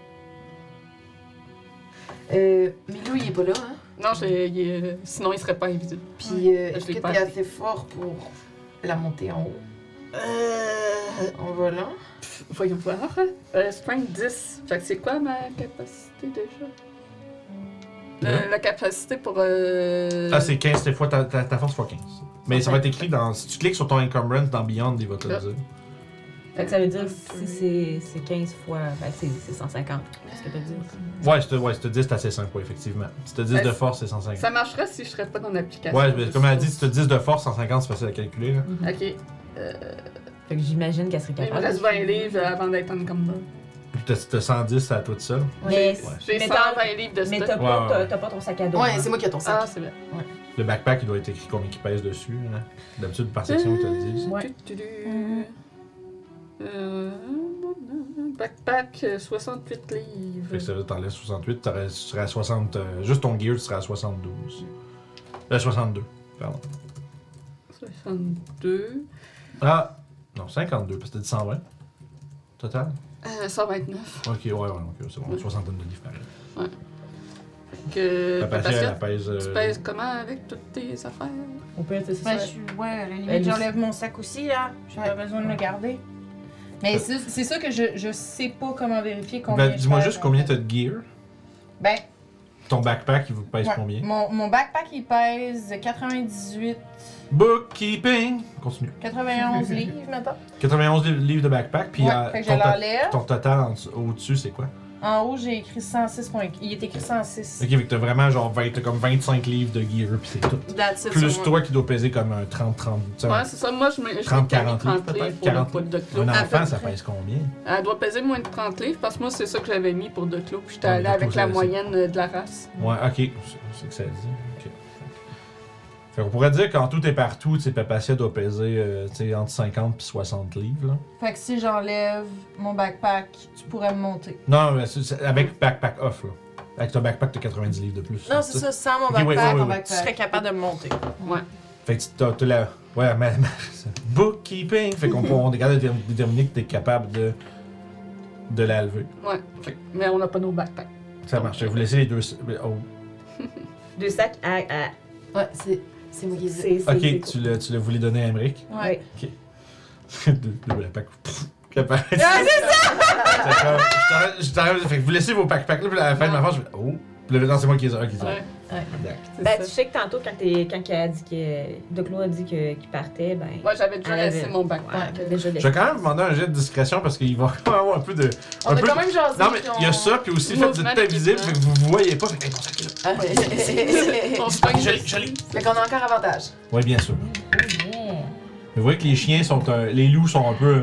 Milou, il est pas là, hein? Non, sinon il serait pas invisible. Puis, est-ce je l'ai que pas t'es appris. assez fort pour la monter en haut? On va là. Voyons voir. Strength 10. Fait que c'est quoi ma capacité déjà? La capacité pour. Ah, c'est 15, c'est fois ta force fois 15. Mais ça va être écrit dans. Si tu cliques sur ton encumbrance dans Beyond, il va te le dire. Fait que ça veut dire que si c'est 15 fois, ben c'est 150. C'est ce que t'as dit. Ouais, si t'as 10, t'as assez 5 points, effectivement. Si t'as 10 de force, c'est 150. Ça marcherait si je serais pas dans l'application. Ouais, mais comme elle a dit, si t'as 10 de force, 150, c'est facile à calculer. Là. Ok. Fait que j'imagine qu'elle serait Il me capable. reste 20 livres avant d'être en combat. Puis t'as 110 à toi tout seul. Mais, J'ai mais 120 livres de mais stock. t'as pas ton sac à dos. Ouais, hein. c'est moi qui ai ton sac. Ah, c'est vrai. Le backpack, il doit être écrit combien il pèse dessus. Hein. D'habitude, par section, ils te le disent. Ouais. Backpack, 68 livres. Fait que ça veut t'enlèves 68, tu serais à 60. Juste ton gear, tu serais à 72. 62, pardon. 62. Ah, non, 52, parce que t'as dit 120. Total? 129. Ok, ouais, c'est bon, une soixantaine de livres pareil. Que La patience, Papacia, elle pèse. tu pèses comment avec toutes tes affaires? On peut être Ben, ça. ouais, à la limite, Elle j'enlève mon sac aussi, là. J'ai pas besoin de le garder. Mais c'est ça que je sais pas comment vérifier combien. Ben, dis-moi je juste pèse, combien en fait. t'as de gear. Ben, Ton backpack, il vous pèse ouais. combien? Mon backpack, il pèse 98, Bookkeeping! Continue. 91 livres, mettons. 91 livres de backpack, puis Ouais, fait que je l'enlève. ton total au-dessus, c'est quoi? En haut, j'ai écrit 106. Il est écrit 106. Ok, fait que t'as vraiment genre t'as comme 25 livres de gear, puis c'est tout. That's it, Plus sur toi qui dois peser comme un 30, tu sais, Ouais, c'est ça. Moi, je 30, 40 livres peut-être, livres pour 40 le poids de clou. un À peu enfant, ça près. pèse combien? Elle doit peser moins de 30 livres parce que moi, c'est ça que j'avais mis pour de clou. Puis j'étais Ouais, allée mais de avec clou, la c'est- moyenne de la race. Ouais, ok, c'est que ça dit. Ok. Fait qu'on pourrait dire qu'en tout et partout, tu sais, Papacia doit peser tu sais, entre 50 et 60 livres. Là. Fait que si j'enlève mon backpack, tu pourrais me monter. Non, mais c'est avec backpack off. Là. Avec ton backpack, t'as 90 livres de plus. Non, c'est ça, sans mon Ok, ouais, backpack, ouais, ouais. tu serais capable de me monter. Ouais. Fait que t'as la. Ouais, mais. Bookkeeping! Fait qu'on est capable de déterminer que t'es capable de la lever. Ouais. Mais on n'a pas nos backpacks. Ça marche. Je vais vous laisser les deux. Oh. Deux sacs à. Ouais, c'est moi qui ai dit. C'est Ok, cool. tu l'as voulu donner à Emmerich. Ouais. deux backpacks. Qui apparaissent. C'est comme- je t'arrête. Fait que vous laissez vos backpacks là, puis à la fin de ma phrase, je fais oh. Puis là, non, c'est moi qui les ai. Ok, c'est Ouais. bon. Ben, tu sais que tantôt, quand elle a dit que. Doclo a dit qu'il partait, ben. Moi, j'avais déjà elle avait- laissé mon backpack. Ouais, elle avait déjà Je laissé. vais quand même vous demander un jet de discrétion parce qu'il va avoir un peu de. On un a peu quand de- même jasé. Non, mais puis il y a on- ça, puis aussi le fait que vous êtes Mouvement invisible, d'équipement. fait que vous voyez pas. Fait que, hey, bon, ça qui est là. Ah, ouais. On se pogne Joli, juste. joli. Fait qu'on a encore avantage. Oui, bien sûr. Yeah. Mais vous voyez que les chiens sont. Les loups sont un peu.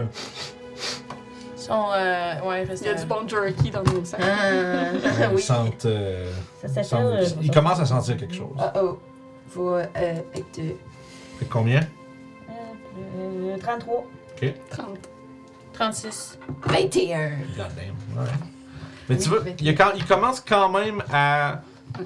Ils sont, ouais, Il y a du bon jerky dans nos sacs. Ah, ils oui. sentent. Ça sentent- s'appelle. ils commencent à sentir quelque chose. Oh oh. Faut être. Fait que combien? 33. 30. 36. 21. Goddamn. Ouais. Mais tu vois, il commence quand même à.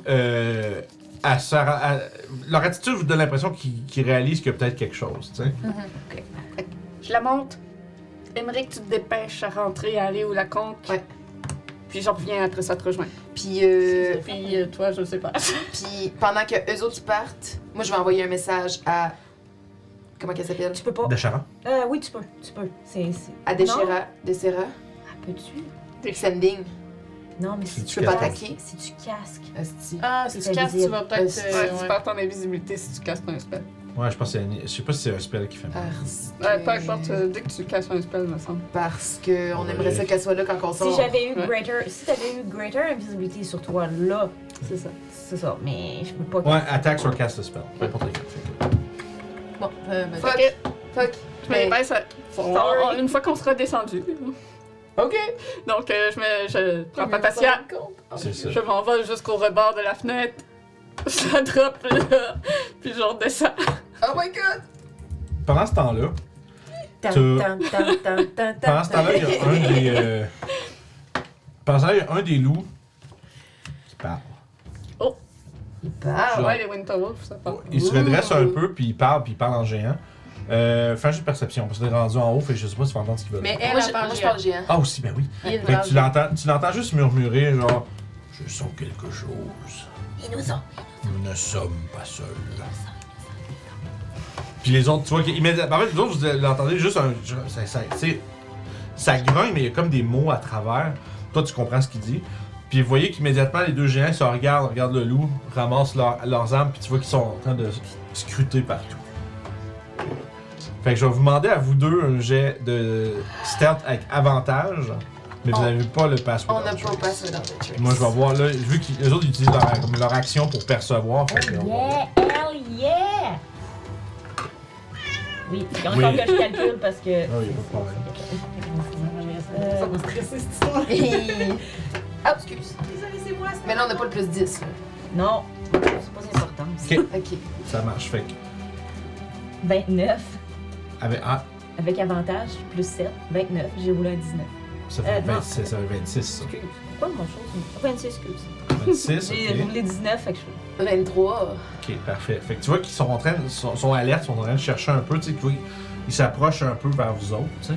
Leur attitude vous donne l'impression qu'ils réalisent qu'il y a peut-être quelque chose, tu sais. Je la monte. Émeric, tu te dépêches à rentrer, à aller où la conque. Ouais. Puis je reviens après ça te rejoindre. Puis, Puis toi, je sais pas. puis pendant que eux autres partent, moi je vais envoyer un message à. Comment qu'elle s'appelle? Tu peux pas. De Charan. Oui, tu peux. C'est. À Desera. Desera. Ah, peux-tu? Sending. Non, mais Si si tu tu peux pas casques. attaquer. Si tu casques. Asti. Ah, si C'est tu casses, tu invisible. vas peut-être. Ouais, Tu ouais. perds ton invisibilité si tu casses un spell. Ouais, je pense que je sais pas si c'est un spell qui fait mal. Peu importe, dès que tu casses un spell, me semble. Parce que on Ouais. aimerait ça qu'elle soit là quand on sort. Si j'avais eu Ouais. greater. Si t'avais eu greater invisibilité sur toi, là, C'est ça. c'est ça. Mais je peux pas. Ouais, attaque sur cast the spell. Peu importe lequel. Fait que- Bon, Fuck it. fuck. Je me dépêche. Une fois qu'on sera descendu. Ok. Donc, je prends Papacia. C'est ça. Je m'envole jusqu'au rebord de la fenêtre. Je la drop là. Puis je redescends. Oh my god. Pendant ce temps-là, Tan, Tu- tan, tan, tan, tan, tan. pendant ce temps-là, il y a un des. Pendant ce temps-là, il y a un des loups qui parle. Il part. Genre- Ouais, les Winter Wolves, ça part. Il se redresse un peu, puis il parle en géant. Fais un jeu de perception, parce que t'es rendu en haut, fait que je sais pas si tu vas entendre ce qu'il veut Mais dire. elle, Moi, elle je, parle moi, je géant. parle géant. Ah, aussi, ben oui. Il est Fait que grave. tu l'entends juste murmurer, genre. Je sens quelque chose. Ils nous ont. Nous ne sommes pas seuls. Puis les autres, tu vois qu'immédiatement, en fait, les autres, vous l'entendez juste ça grogne, mais il y a comme des mots à travers. Toi, tu comprends ce qu'il dit. Puis vous voyez qu'immédiatement, les deux géants se regardent le loup, ramassent leurs armes, puis tu vois qu'ils sont en train de scruter partout. Fait que je vais vous demander à vous deux un jet de stealth avec avantage, mais vous n'avez pas le password. On n'a pas passé dans le trick. Moi, je vais voir là, vu que les autres utilisent leur action pour percevoir. Fait que, Yeah! Hell yeah! Oui, il y a encore Oui. que je calcule parce que. Ah oui, pas de problème. Ça m'a stressé cette histoire. Ah, excuse. Désolée, c'est moi, Mais là, on n'a pas le plus 10. Là. Non, c'est pas important. Ok, Ok. ça marche. Fait que, 29 avec, avec avantage, plus 7. 29, j'ai roulé un 19. ça fait non. 26, ça fait 26, ça. Excuse. Pourquoi mon chose? 26, excuse. 26, J'ai ok. roulé 19, fait que je 23. Ok, parfait. Fait que tu vois qu'ils sont en train, sont alertes, sont en train de chercher un peu, tu sais, tu vois, ils s'approchent un peu vers vous autres, tu sais,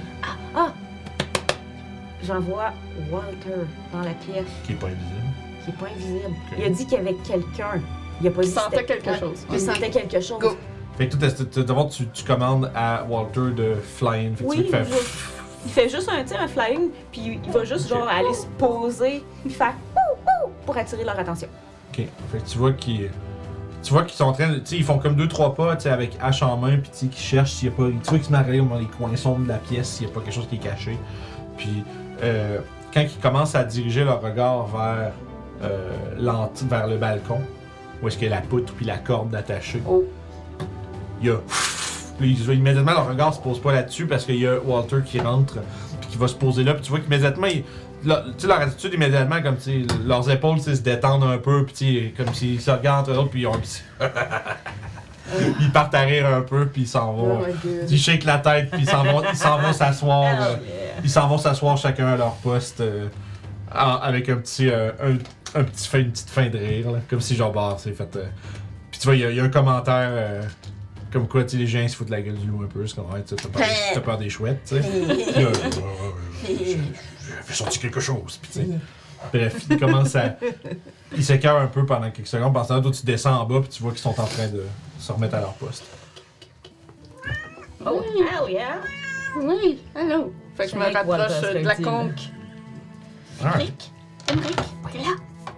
J'envoie Walter dans la pièce, qui est pas invisible. qui est pas invisible. Ok. Il a dit qu'il y avait quelqu'un. Il a pas Je dit que sentais c'était- quelque chose. Il sentait quelque chose. Go. Fait que toi, d'abord, tu commandes à Walter de fly in. Fait que Oui, tu vois qu'il fait... il fait juste un flying, puis il va juste Ok. genre aller se poser, puis faire Wouh, wouh pour attirer leur attention. Ok. Fait que tu vois qu'ils sont en train de. Tu sais, ils font comme 2-3 pas, tu sais, avec hache en main, puis tu sais, qu'ils cherchent s'il y a pas. Tu vois qu'ils se mettent à regarder dans les coins sombres de la pièce, s'il y a pas quelque chose qui est caché. Puis, quand ils commencent à diriger leur regard vers, vers le balcon, où est-ce qu'il y a la poutre puis la corde attachée, Oh. il y a. Puis immédiatement, leur regard se pose pas là-dessus parce qu'il y a Walter qui rentre, puis qui va se poser là, puis tu vois qu'immédiatement, tu sais, leur attitude immédiatement, comme tu sais, leurs épaules tu sais, se détendent un peu, puis tu sais, comme s'ils se regardent entre eux autres, puis ils ont un petit. Ils partent à rire un peu, puis ils s'en Oh vont. my god. Ils shake la tête, puis ils s'en vont s'asseoir. Hell yeah. Ils s'en vont s'asseoir chacun à leur poste, avec un petit, une petite fin de rire, là, comme si genre, bah, c'est fait. Puis tu vois, il y a un commentaire. Comme quoi, tu sais, les gens ils se foutent de la gueule du loup un peu, c'est comme, ouais, tu sais, t'as peur des chouettes, tu sais. Puis, j'ai sorti quelque chose, puis tu sais. Bref, ils commencent à. Ils s'écœurent un peu pendant quelques secondes, pendant ce temps-là, toi, tu descends en bas, puis tu vois qu'ils sont en train de se remettre à leur poste. Oh, hell yeah! Oui, allô. Fait que je me Avec Walter, rapproche c'est de la dit, conque. Rick? Henrik? T'es là?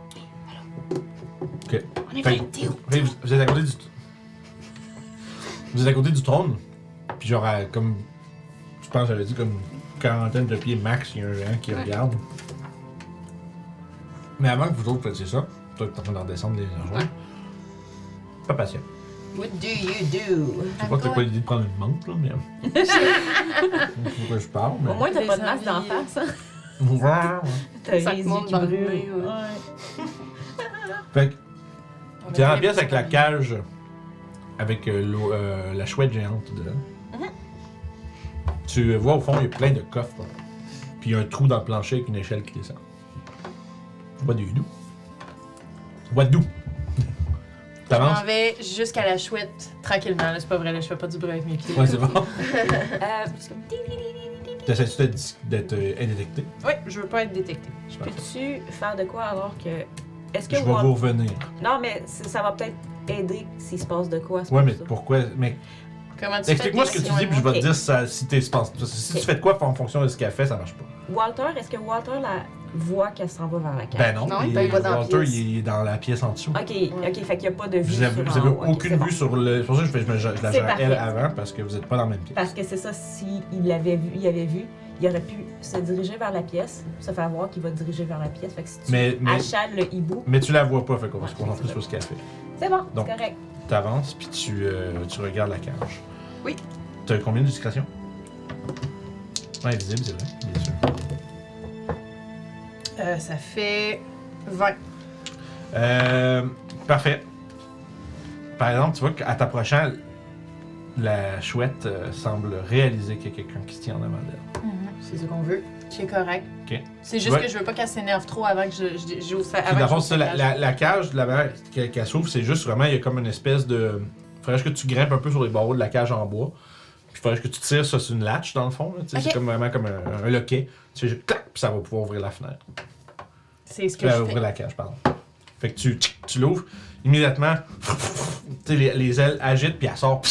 Ok. On est Fait- prêts, Théo. Fait que vous êtes à côté du. Vous êtes à côté du trône, puis genre, comme. Je pense que j'avais dit comme une quarantaine de pieds max, il y a un géant qui regarde. Mais avant que vous autres fassiez ça, toi, t'es en train de redescendre les rejoindre. Ouais. Pas patient. What do you do? Je sais pas que t'as pas l'idée de prendre une menthe, là, mais. Faut que je parle, mais. Au moins, t'as pas de masque Des d'en amis. face, hein? Ouais. T'as Ça les te yeux monte qui dans le brûlent. nez, ouais. Ouais. Fait que. On a T'es dans la fait pièce avec la ça. cage avec la chouette géante dedans. Tu vois au fond, il y a plein de coffres. Puis il y a un trou dans le plancher avec une échelle qui descend. What do you do? What do? Je T'avances? m'en vais jusqu'à la chouette, tranquillement. Là, c'est pas vrai, là, je fais pas du bruit avec mes pieds. Ouais, c'est bon. C'est comme T'essaies-tu d'être indétecté? Oui, je veux pas être détectée. Super. Peux-tu faire de quoi alors que. Est-ce que Je vais vous revenir. Non, mais ça va peut-être aider s'il se passe de quoi. c'est Ouais, pour mais ça. pourquoi? Mais Comment tu explique-moi ce que tu dis, puis je vais te Ok. dire si t'es. Parce que si tu fais de quoi en fonction de ce qu'elle fait, ça marche pas. Walter, est-ce que Walter la voit qu'elle s'en va vers la cage? Ben non, Non, il- il va dans la Walter, pièce. il est dans la pièce en dessous. Ok, ok, fait qu'il n'y a pas de vue. Vous avez sur en haut. Ok, aucune c'est bon. vue sur le. C'est pour ça que je la C'est gère elle parfait. avant, parce que vous êtes pas dans la même pièce. Parce que c'est ça, s'il l'avait vu, il avait vu, il aurait pu se diriger vers la pièce, se faire voir qu'il va diriger vers la pièce. Fait que si tu Mais- achales le hibou, Mais tu la vois pas, fait qu'on va se Ouais, concentrer c'est sur ce qu'elle fait. c'est bon, Donc. c'est correct. T'avances, puis tu regardes la cage. Oui. T'as combien de discrétion? Ouais, invisible, c'est vrai, bien sûr. Ça fait 20. Parfait. Par exemple, tu vois qu'à t'approchant, la chouette semble réaliser qu'il y a quelqu'un qui se tient en avant d'elle. C'est ce qu'on veut. C'est correct. Ok. C'est juste Ouais. que je veux pas qu'elle s'énerve trop avant que j'ouvre ça. Puis Avant dans le que fond, j'ouvre c'est ça, sa cage. la cage, la manière qu'elle s'ouvre, c'est juste vraiment, il y a comme une espèce de. Faudrait que tu grimpes un peu sur les barreaux de la cage en bois. Puis faudrait que tu tires ça sur une latch dans le fond. Là, tu sais, Ok. C'est comme vraiment comme un loquet. Tu fais juste clac, puis ça va pouvoir ouvrir la fenêtre. C'est ce que Tu vas je ouvrir fais. la cage, pardon. Fait que tu l'ouvres, immédiatement, tu sais, les ailes agitent, puis elle sort,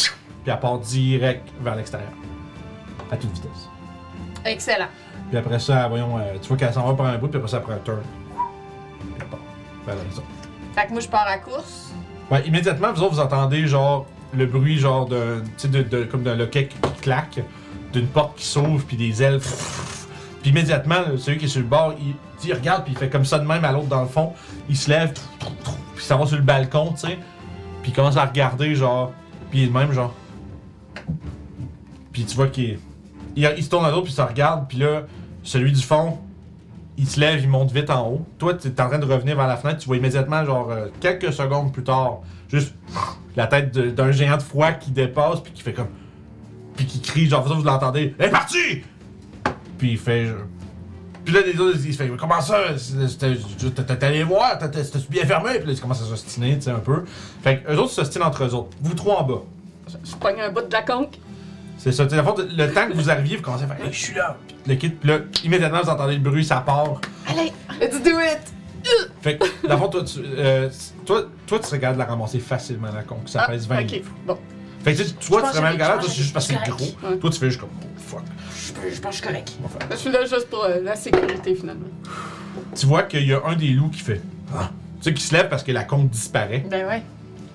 puis elle part direct vers l'extérieur. À toute vitesse. Excellent. Puis après ça, voyons, tu vois qu'elle s'en va par un bout, puis après ça, elle prend un turn. Puis elle part vers la maison. Fait que moi, je pars à course. Ouais, immédiatement, vous autres, vous entendez genre le bruit genre de, tu sais, comme d'un loquet qui claque, d'une porte qui s'ouvre, puis des ailes. Puis immédiatement, celui qui est sur le bord, il regarde, puis il fait comme ça de même à l'autre dans le fond. Il se lève, puis il s'en va sur le balcon, tu sais. Puis il commence à regarder, genre. Puis il est de même, genre. Puis tu vois qu'il se tourne à l'autre, puis il se regarde, puis là, celui du fond, il se lève, il monte vite en haut. Toi, tu es en train de revenir vers la fenêtre, tu vois immédiatement, genre, quelques secondes plus tard, juste la tête d'un géant de froid qui dépasse, puis qui fait comme. Puis qui crie, genre, vous l'entendez, elle est partie! Puis il fait. Puis là, les autres, il se fait, comment ça? T'es allé voir, t'es bien fermé? Puis là, ils commencent à s'ostiner, tu sais, un peu. Fait que eux autres s'ostinent entre eux autres. Vous trois en bas. Je pogne un bout de la conque. C'est ça, tu sais, le temps que vous arriviez, vous commencez à faire, hey, je suis là! Puis le kit, puis là, immédiatement, vous entendez le bruit, ça part. Allez, let's do it! Fait que, dans le fond, toi, tu serais capable de la ramasser facilement, la conque. Ça pèse 20 ok, livres. bon. Fait que, tu sais, toi, tu serais même je capable, pense toi, c'est juste parce que c'est correct. gros. Ouais. Toi, tu fais juste comme, oh, fuck. Je pense que je suis correct. On va faire. Je suis là juste pour la sécurité, finalement. Tu vois qu'il y a un des loups qui fait, ah! Tu sais, qui se lève parce que la conque disparaît. Ben ouais.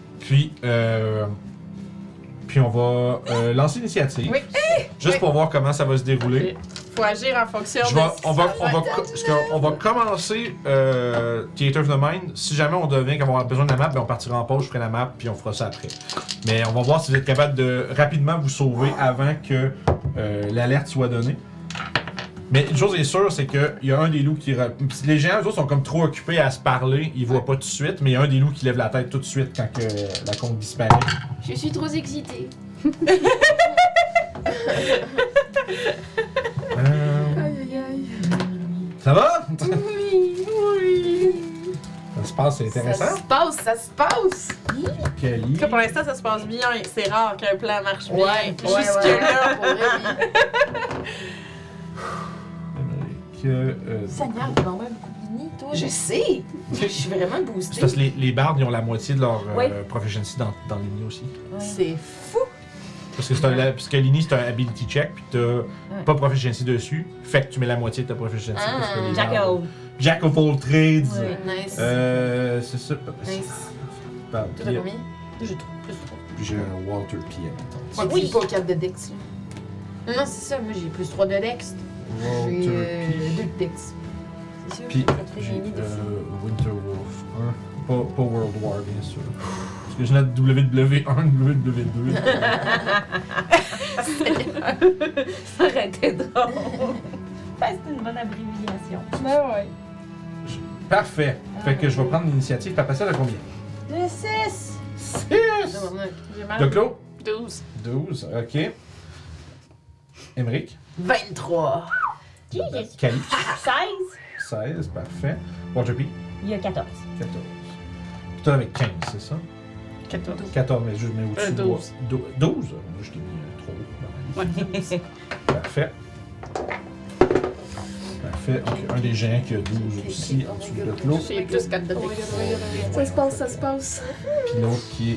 Puis on va lancer l'initiative. Oui. Juste Oui. pour voir comment ça va se dérouler. Faut agir en fonction Je de. vais- on va commencer Theater of the Mind. Si jamais on devient qu'on va avoir besoin de la map, ben on partira en pause, je ferai la map, puis on fera ça après. Mais on va voir si vous êtes capable de rapidement vous sauver avant que l'alerte soit donnée. Mais une chose est sûre, c'est qu'il y a un des loups qui... Les géants, eux autres, sont comme trop occupés à se parler, ils voient pas tout de suite, mais il y a un des loups qui lève la tête tout de suite quand que la conque disparaît. Je suis trop excitée. Aïe, aïe. Ça va? Oui, oui. Ça se passe, c'est intéressant. Ça se passe, ça se passe. Kelly. En tout cas, pour l'instant, ça se passe bien. C'est rare qu'un plan marche bien. Ouais, Jusque-là. pour vrai, oui. Seigneur, t'as quand même beaucoup de nids, toi. Je sais. Je suis vraiment C'est boostée. parce que les bardes, ils ont la moitié de leur Oui. proficiency dans l'ini aussi. C'est fou. Parce que, parce que l'ini, c'est un ability check, puis t'as pas proficiency dessus, fait que tu mets la moitié de ta proficiency. Parce que les Jack bardes- of. Jack of all trades. Oui. Nice. C'est ça. Nice. Barde, Toi, t'as combien? J'ai trop plus 3. puis j'ai un Walter PM. Moi, Oui. oui. Pas 4 de Dex. là. Non, c'est ça. Moi, j'ai plus 3 de Dex. J'ai Walter 2 de Dex. C'est sûr. Puis Ça te fait j'ai des nids de fou. Winterwolf 1. Pas World War, bien sûr. Parce que j'ai la WW1, WW2. Ça aurait été drôle. Ben, c'est une bonne abréviation. Ben ouais. Parfait. Fait que je vais prendre l'initiative. Papa, ça, à combien? Le 6! 6! J'ai mal. De Clos? 12. 12, ok. Émeric? 23. Cali? 16? 16, parfait. Waterpie? Il y a 14. 14. Puis toi avec 15, c'est ça? 14. 14, mais je mets au-dessus. 12. 12? Moi, je t'ai mis trop haut. Ouais. Parfait. Parfait. Donc, un des géants qui a 12 aussi, en dessous de Clos. J'ai plus 4 de Dex. Ça se passe, ça se passe. Puis l'autre qui est.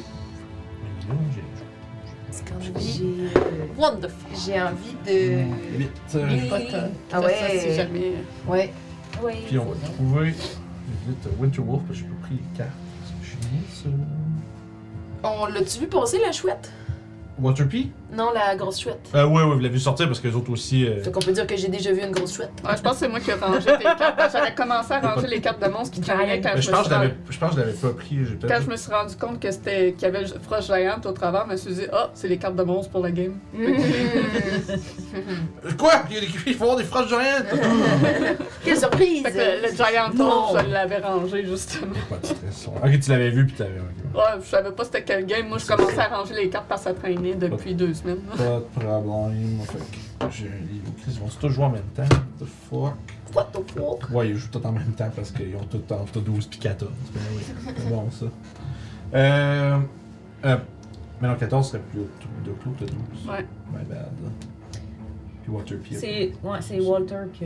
C'est quand même. Wonderful. J'ai envie de. 8. Ah Ça, si ouais. jamais. Ouais. Oui. Puis on va trouver. Vite, Winterwolf, parce que j'ai pas pris les cartes. Parce que je suis mis ça. On l'a-tu vu passer, la chouette? Waterpie? Non, la grosse chouette. Oui, vous l'avez vu sortir parce que les autres aussi. Fait qu'on peut dire que j'ai déjà vu une grosse chouette. Ouais, je pense que c'est moi qui ai rangé tes cartes. Parce que j'avais commencé à ranger les cartes de monstres qui traînaient quand Mais je je me pense suis que rendu... je l'avais pas pris. J'ai Quand peut-être. je me suis rendu compte que qu'il y avait le froche géante au travers, je me suis dit, ah, c'est les cartes de monstres pour la game. Quoi? Il faut avoir des phrases géantes! Quelle surprise! Fait que le Giant Non. Orb, je l'avais rangé justement. Pas de stress. Ok, tu l'avais vu puis t'avais. Ok. Ouais, je savais pas c'était quel game. Moi, je commençais à ranger les cartes parce que ça traînait depuis 2 semaines. Pas de problème. Fait que j'ai un livre. Ils vont tous jouer en même temps. What the fuck? What the fuck? Ouais, ils jouent tous en même temps parce qu'ils ont tous entre 12 et 14. Ben oui, c'est bon ça. Mais non, 14 serait plus haut de Clos que 12. Ouais. My bad. Puis Waterpie. C'est Walter qui a.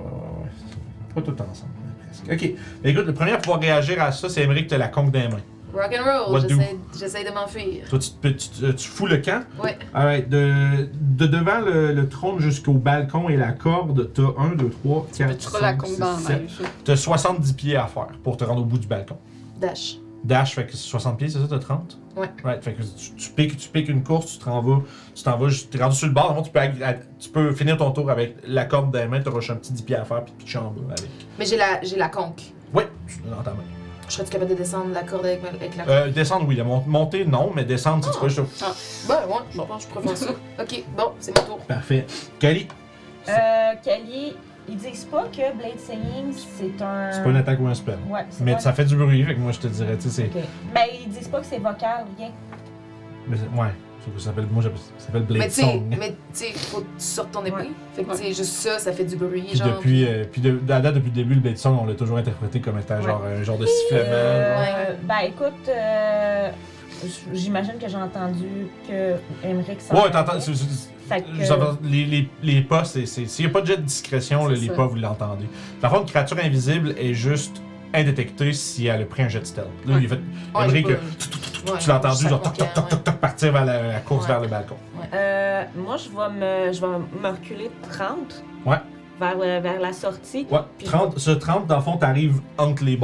Ouais. Pas tout ensemble, mais presque. Ok. Ben, écoute, le premier à pouvoir réagir à ça, c'est Émeric, t'as la conque dans les mains. Rock'n'roll, What do? j'essaie de m'enfuir. Toi, tu fous le camp? Ouais. Alright, de devant le trône jusqu'au balcon et la corde, t'as 1, 2, 3, 4, Tu la 5, compte 6, dans la 7. neige. T'as 70 pieds à faire pour te rendre au bout du balcon. Dash. Dash, fait que c'est 60 pieds, c'est ça, t'as 30? Ouais. Right, fait que tu piques une course, tu t'en vas, t'es rendu sur le bord, tu peux finir ton tour avec la corde dans les mains, t'auras un petit 10 pieds à faire, puis tu pitches en bas avec. Mais j'ai la conque. Ouais, tu l'as dans ta main. Serais-tu capable de descendre la corde avec la conque? Descendre, oui, la monter, non, mais descendre, tu vois, Ben ouais, je pense que je préfère ça. Ok, bon, c'est mon tour. Parfait. Kali, Kali, ils disent pas que Blade Singing, c'est un... c'est pas une attaque ou un spell. Ouais, c'est Mais pas... ça fait du bruit, fait que moi je te dirais, tu sais, c'est. Ok. Ben, ils disent pas que c'est vocal, rien. Mais ouais, ça s'appelle Blade Mais tu sais, Song. faut que tu sortes ton épée. Ouais. Fait que tu sais, juste ça fait du bruit. Puis genre. à date, depuis le début, le Blade Song, on l'a toujours interprété comme étant genre un genre de sifflement. Ben, écoute, j'imagine que j'ai entendu que Emmerich s'en Ouais, allait. t'entends. Fait que... Les pas, s'il n'y a pas de jet de discrétion, là, C'est les ça. pas, vous l'entendez. Par contre, une créature invisible est juste indétectée si elle a pris un jet de stealth. Là, Ouais. il fait. Ouais, Emmerich, j'ai tu l'as entendu, je genre, sais toc, toc, pas toc, toc, toc, partir vers la course Ouais. vers le balcon. Moi, je vais me reculer de 30. Ouais. Vers la sortie. Ouais, Puis 30, ce 30, dans le fond, t'arrives entre les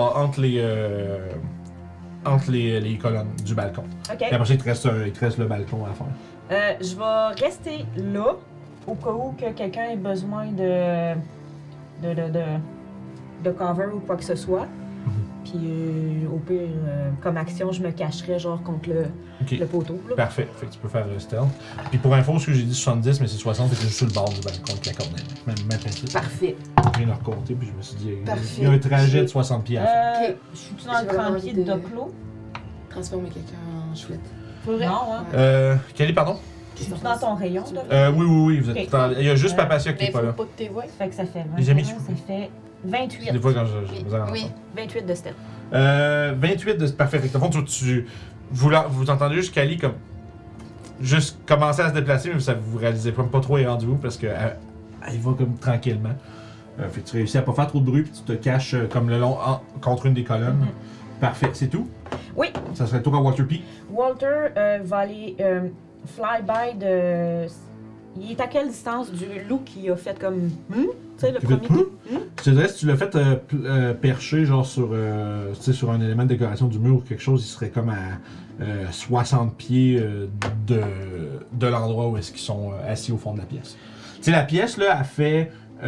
colonnes du balcon. OK. Puis après ça, il te reste le balcon à faire. Je vais rester là, au cas où que quelqu'un ait besoin de cover ou quoi que ce soit. Puis au pire, comme action, je me cacherai genre contre Ok. le poteau. Là. Parfait, fait que tu peux faire stealth. Puis pour info, ce que j'ai dit 70, mais c'est 60, fait que juste sur le bord du balcon avec la corde même principe. Parfait. Je viens de leur compter, puis je me suis dit, Parfait. il y a un trajet de 60 pieds à faire. Ok. Je suis dans le J'ai vraiment grand pied envie de de- Doclo. Transformer quelqu'un en chouette. Non, hein? Kelly, pardon? Je suis dans ton rayon, Doclo. Oui, vous êtes Ok. tout en- il y a juste Papacia qui Mais est pas faut là. pas que t'es voix. Fait que ça fait Les amis, 21, ça fait 28. Des fois, quand je vous en Oui. 28 de step. 28 de. Parfait. Fait que, dans le fond, vous entendez juste Kali comme. Juste commencer à se déplacer, mais ça vous réalisez pas trop est rendu où parce que elle va comme tranquillement. Fait que tu réussis à pas faire trop de bruit, puis tu te caches comme le long contre une des colonnes. Parfait. C'est tout? Oui. Ça serait le tour à Waterpea. Walter va aller fly-by de... Il est à quelle distance du loup qui a fait comme... Tu sais, le Qui fait premier... Je te dirais, si tu l'as fait percher genre sur, tu sais, sur un élément de décoration du mur ou quelque chose, il serait comme à 60 pieds de l'endroit où est-ce qu'ils sont assis au fond de la pièce. Tu sais, la pièce, là, a fait...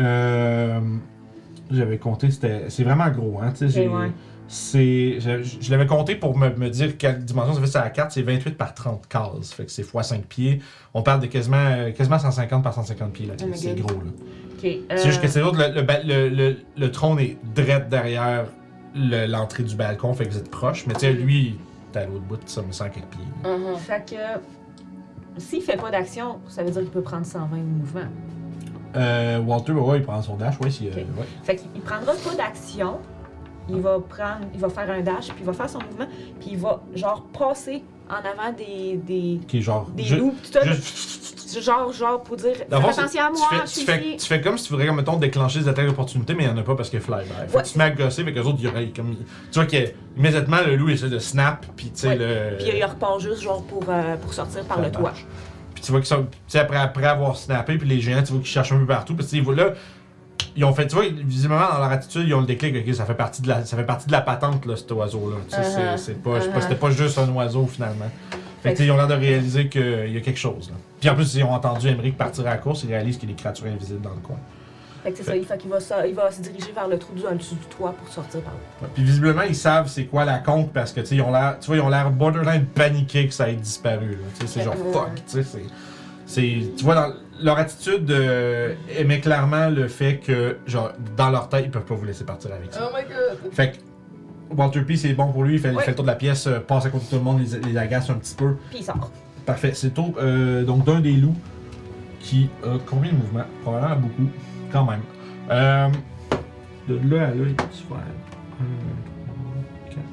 j'avais compté, c'est vraiment gros, hein, tu sais, j'ai... ouais. Je l'avais compté pour me dire quelle dimension ça fait sur la carte, c'est 28 par 30 cases, fait que c'est x 5 pieds. On parle de quasiment 150 par 150 pieds, là, Oh my c'est God. gros, là. OK. C'est juste que c'est l'autre, le trône est direct derrière l'entrée du balcon, fait que vous êtes proche. Mais tu sais, lui, t'es à l'autre bout, ça me sent quelques pieds. Uh-huh. Fait que... S'il fait pas d'action, ça veut dire qu'il peut prendre 120 mouvements. Walter, ouais, il prend son dash, ouais, si, Ok. ouais. Fait qu'il prendra pas d'action. Il va faire un dash, puis il va faire son mouvement, puis il va genre passer en avant des Qui est genre. loups, tout ça. juste- Genre pour dire, faites Dans le fond, attention à moi, je suis ici. tu fais comme si tu voudrais, comme, mettons, déclencher des attaques d'opportunité, mais il n'y en a pas parce qu'il y a fly-by. Fait que Ouais. tu te mets à gosser, avec eux autres, il y aurait comme. Tu vois qu'immédiatement, le loup essaie de snap, puis tu sais, Ouais. le. Puis il repart juste genre pour sortir par le toit. Puis tu vois qu'ils sont. Tu sais, après avoir snappé, puis les géants, tu vois qu'ils cherchent un peu partout. Puis tu sais, là, ils ont fait. Tu vois, visiblement, dans leur attitude, ils ont le déclic, ok, ça fait partie de la patente, là, cet oiseau-là. Tu sais, Uh-huh. c'était pas juste un oiseau, finalement. Fait que, tu sais, ils ont l'air de réaliser qu'il y a quelque chose, là. Puis en plus, ils ont entendu Emmerich partir à la course, ils réalisent qu'il y a des créatures invisibles dans le coin. Fait que c'est ça, il va se diriger vers le trou en dessous du toit pour sortir par là. Ouais. Puis visiblement, ils savent c'est quoi la conque parce que, tu sais, ils ont l'air borderline paniqués que ça ait disparu, là. Tu sais, c'est genre fuck, tu sais, tu vois, dans leur attitude émet clairement le fait que, genre, dans leur tête, ils peuvent pas vous laisser partir avec ça. Oh my god. Fait que Walter P, c'est bon pour lui, il fait Ouais. le tour de la pièce, passe à côté de tout le monde, les agace un petit peu. Puis il sort. Parfait, c'est le tour donc d'un des loups qui a combien de mouvements? Probablement beaucoup, quand même. De là à là, il peut-tu faire 1, 2, 3, 4, 5,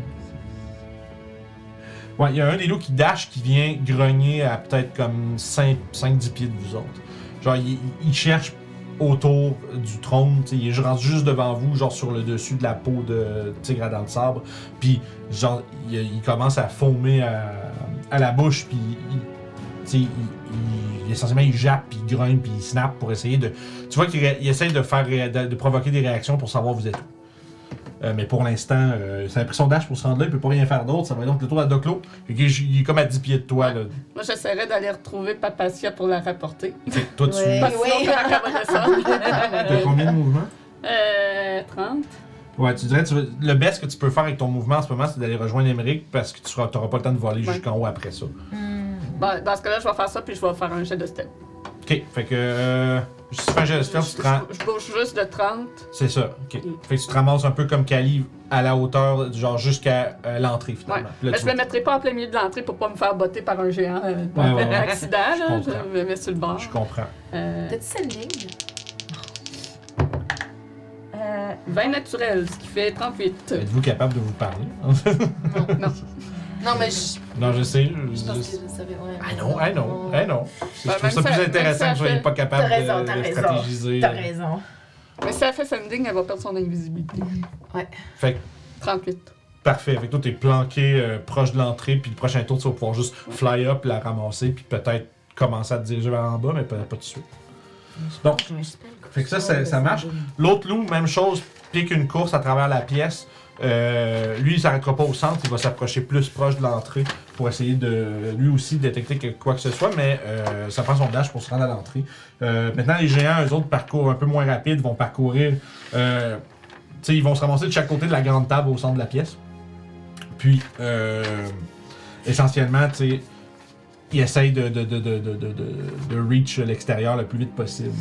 6. Ouais, il y a un des loups qui dash qui vient grogner à peut-être comme 5-10 pieds de vous autres. Genre, il cherche autour du trône. T'sais, il est rendu juste devant vous, genre sur le dessus de la peau de tigre à dents de sabre. Puis, genre, il commence à foamer à la bouche. Puis, essentiellement, il jappe, puis il grogne, puis il snap pour essayer de. Tu vois qu'il essaie de provoquer des réactions pour savoir où vous êtes où. Mais pour l'instant, ça a pris son dash pour se rendre là, il peut pas rien faire d'autre. Ça va être donc le tour à Doclo. Il est comme à 10 pieds de toi. Là. Moi, j'essaierais d'aller retrouver Papacia pour la rapporter. Fait que toi, tu. Ouais. Parce que sinon, oui. comment elle va descendre? T'as combien de mouvements? 30. Ouais, tu dirais, le best que tu peux faire avec ton mouvement en ce moment, c'est d'aller rejoindre Emmerich parce que tu n'auras pas le temps de voler jusqu'en haut après ça. Bon, dans ce cas-là, je vais faire ça, puis je vais faire un jet de step. Ok, fait que. Si tu fais un jet de stealth, tu te rends. Je bouge juste de 30. C'est ça, ok. Fait que tu te ramasses un peu comme Kali à la hauteur, genre jusqu'à l'entrée Ouais. finalement. Puis là, Mais tu je me mettrai pas en plein milieu de l'entrée pour pas me faire botter par un géant Ouais, ouais. accident. Je Là. comprends. Je me mets sur le bord. Je comprends. T'as-tu sending? 20 naturel, ce qui fait 38. Êtes-vous capable de vous parler? Non. Non, mais je Non, je sais. pense que je savais. Ouais. Ah non, ah non, ah non. Je Ben, trouve ça même plus ça- intéressant même que ça vous soyez fait- pas capable T'as raison, de t'as raison. stratégiser. T'as raison. Mais si elle fait sending, elle va perdre son invisibilité. Fait que 38. parfait. Fait que toi, t'es planqué proche de l'entrée, puis le prochain tour, tu vas pouvoir juste fly up, la ramasser, puis peut-être commencer à te diriger vers en bas, mais pas tout de suite. Donc, fait que ça marche. L'autre loup, même chose, pique une course à travers la pièce. Lui, il s'arrêtera pas au centre, il va s'approcher plus proche de l'entrée pour essayer de lui aussi détecter quoi que ce soit, mais ça prend son dash pour se rendre à l'entrée. Maintenant, les géants, eux autres, parcours un peu moins rapide, vont parcourir. Ils vont se ramasser de chaque côté de la grande table au centre de la pièce. Puis, essentiellement, ils essayent de reach l'extérieur le plus vite possible.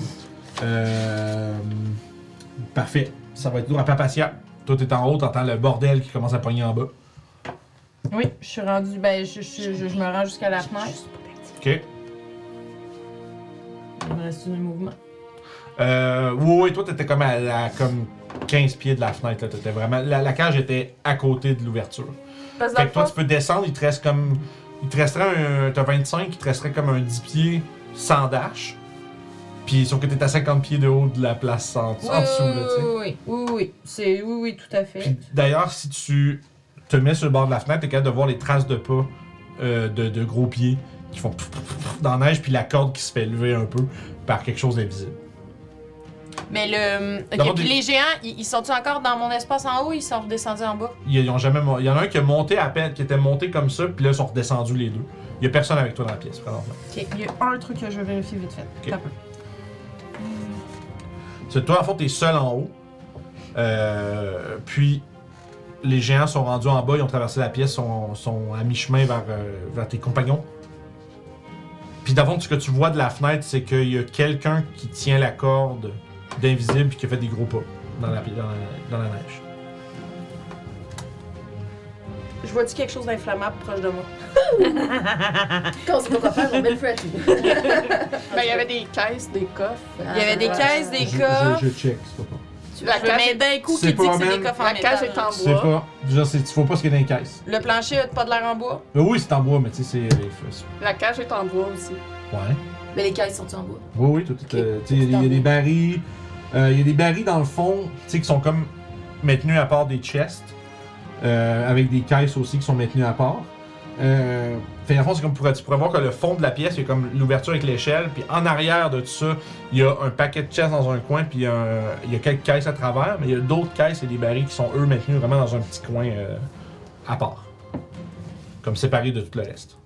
Parfait. Ça va être dur à Papacia. Toi, t'es en haut, t'entends le bordel qui commence à pogner en bas. Oui, je suis rendu. Ben, je me rends jusqu'à la fenêtre. Ok. Il me reste un mouvement. Oui, toi, t'étais comme à comme 15 pieds de la fenêtre. Là. T'étais vraiment, la cage était à côté de l'ouverture. Parce que Fait que toi, tu peux descendre, il te reste comme. Il te resterait t'as 25, il te resterait comme un 10 pieds sans dash. Puis sauf que t'es à 50 pieds de haut de la place en dessous, là, tu sais. Oui, tout à fait. Puis d'ailleurs, si tu te mets sur le bord de la fenêtre, t'es capable de voir les traces de pas de gros pieds qui font dans la neige, puis la corde qui se fait lever un peu par quelque chose d'invisible. Mais D'abord, OK, puis les géants, ils sont-ils encore dans mon espace en haut ou ils sont redescendus en bas? Ils ont jamais il y en a un qui a monté à peine, qui était monté comme ça, puis là, ils sont redescendus les deux. Il y a personne avec toi dans la pièce, présentement. Ok, il y a un truc que je vais vérifier vite fait. Ok. Attends un peu. C'est toi, en fait, t'es seul en haut. Puis, les géants sont rendus en bas, ils ont traversé la pièce, sont à mi-chemin vers tes compagnons. Puis, d'avant, ce que tu vois de la fenêtre, c'est qu'il y a quelqu'un qui tient la corde d'invisible puis qui a fait des gros pas dans la neige. Je vois-tu quelque chose d'inflammable proche de moi? Quand on sait pas quoi faire, on met le feu à tout. Ben, il y avait des caisses, des coffres. Il y avait des caisses, des coffres. Je check, c'est pas. La Je me cage, mets d'un coup C'est qui dit que c'est pas des même- coffres en la cage métal. est en C'est bois. pas. Déjà, tu vois pas ce qu'il y a dans les caisses. Le plancher a pas de l'air en bois? Oui, c'est en bois, mais tu sais, La cage est en bois aussi. Ouais. Mais les caisses sont en bois. Oui, tout est. Tu sais, il y a des barils. Il y a des barils dans le fond, tu sais, qui sont comme maintenus à part des chests. Avec des caisses aussi qui sont maintenues à part. Fait, en fond, c'est comme tu pourrais voir que le fond de la pièce, il y a comme l'ouverture avec l'échelle, puis en arrière de tout ça, il y a un paquet de chests dans un coin, puis il y a quelques caisses à travers, mais il y a d'autres caisses et des barils qui sont eux maintenus vraiment dans un petit coin à part. Comme séparés de tout le reste.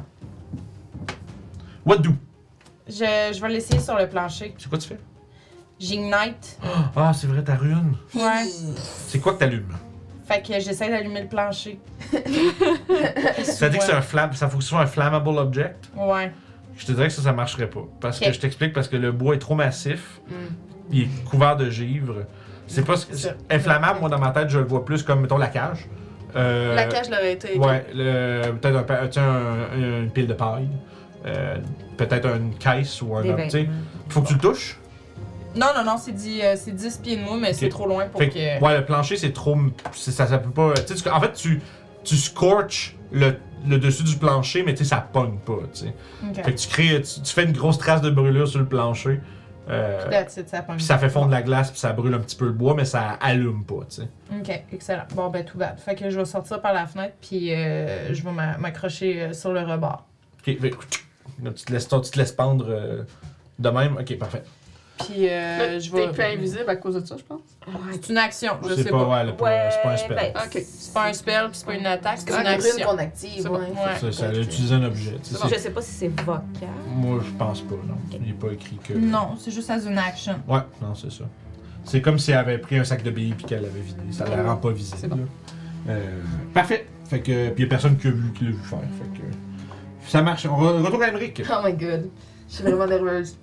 What do? Je vais l'essayer sur le plancher. C'est quoi tu fais? J'ignite. Ah, c'est vrai, ta rune. Ouais. C'est quoi que t'allumes? Fait que j'essaie d'allumer le plancher. Ça dit que c'est un flamme, ça faut que ce soit un flammable object. Ouais. Je te dirais que ça marcherait pas. Parce Ok. que je t'explique, parce que le bois est trop massif, il est couvert de givre. C'est pas ce que. C'est ça. Inflammable, moi dans ma tête, je le vois plus comme, mettons, la cage. La cage l'aurait été. Ouais, peut-être une pile de paille. Peut-être une caisse ou un Des homme. Tu sais, vêtements. faut que tu le touches. Non, c'est 10 pieds de moi, mais c'est Ok. trop loin pour Fait que. que, ouais, le plancher, c'est trop. Ça peut pas. Tu sais, en fait, tu scorches le dessus du plancher, mais tu sais, ça pogne pas. Tu sais. Ok. Fait que tu fais une grosse trace de brûlure sur le plancher. That's it, ça pogne. Puis ça fait fondre la glace, puis ça brûle un petit peu le bois, mais ça allume pas, tu sais. Ok, excellent. Bon, ben tout bad. Fait que je vais sortir par la fenêtre, puis je vais m'accrocher sur le rebord. Ok, fait, là, tu te laisses pendre de même. Ok, parfait. Puis je vais. T'es plus invisible à cause de ça, je pense. C'est une action, je C'est sais pas, pas. ouais, c'est pas un spell. ben, Ok. C'est pas un spell, puis c'est pas une attaque, c'est C'est une une brune action. qu'on active, C'est bon. ouais. Ouais. Ça a utilisé un objet. tu sais, Je sais pas si c'est vocal. Moi, je pense pas, non. Il est pas écrit que. Non, c'est juste as une action. Ouais, non, c'est ça. C'est comme si elle avait pris un sac de billes puis qu'elle l'avait vidé. Ça la rend pas visible. C'est bon. là. Parfait. Fait que. Puis y a personne qui l'a vu faire. Fait que. Ça marche. On retourne à Emmerich. Oh my god. Je suis vraiment nerveuse.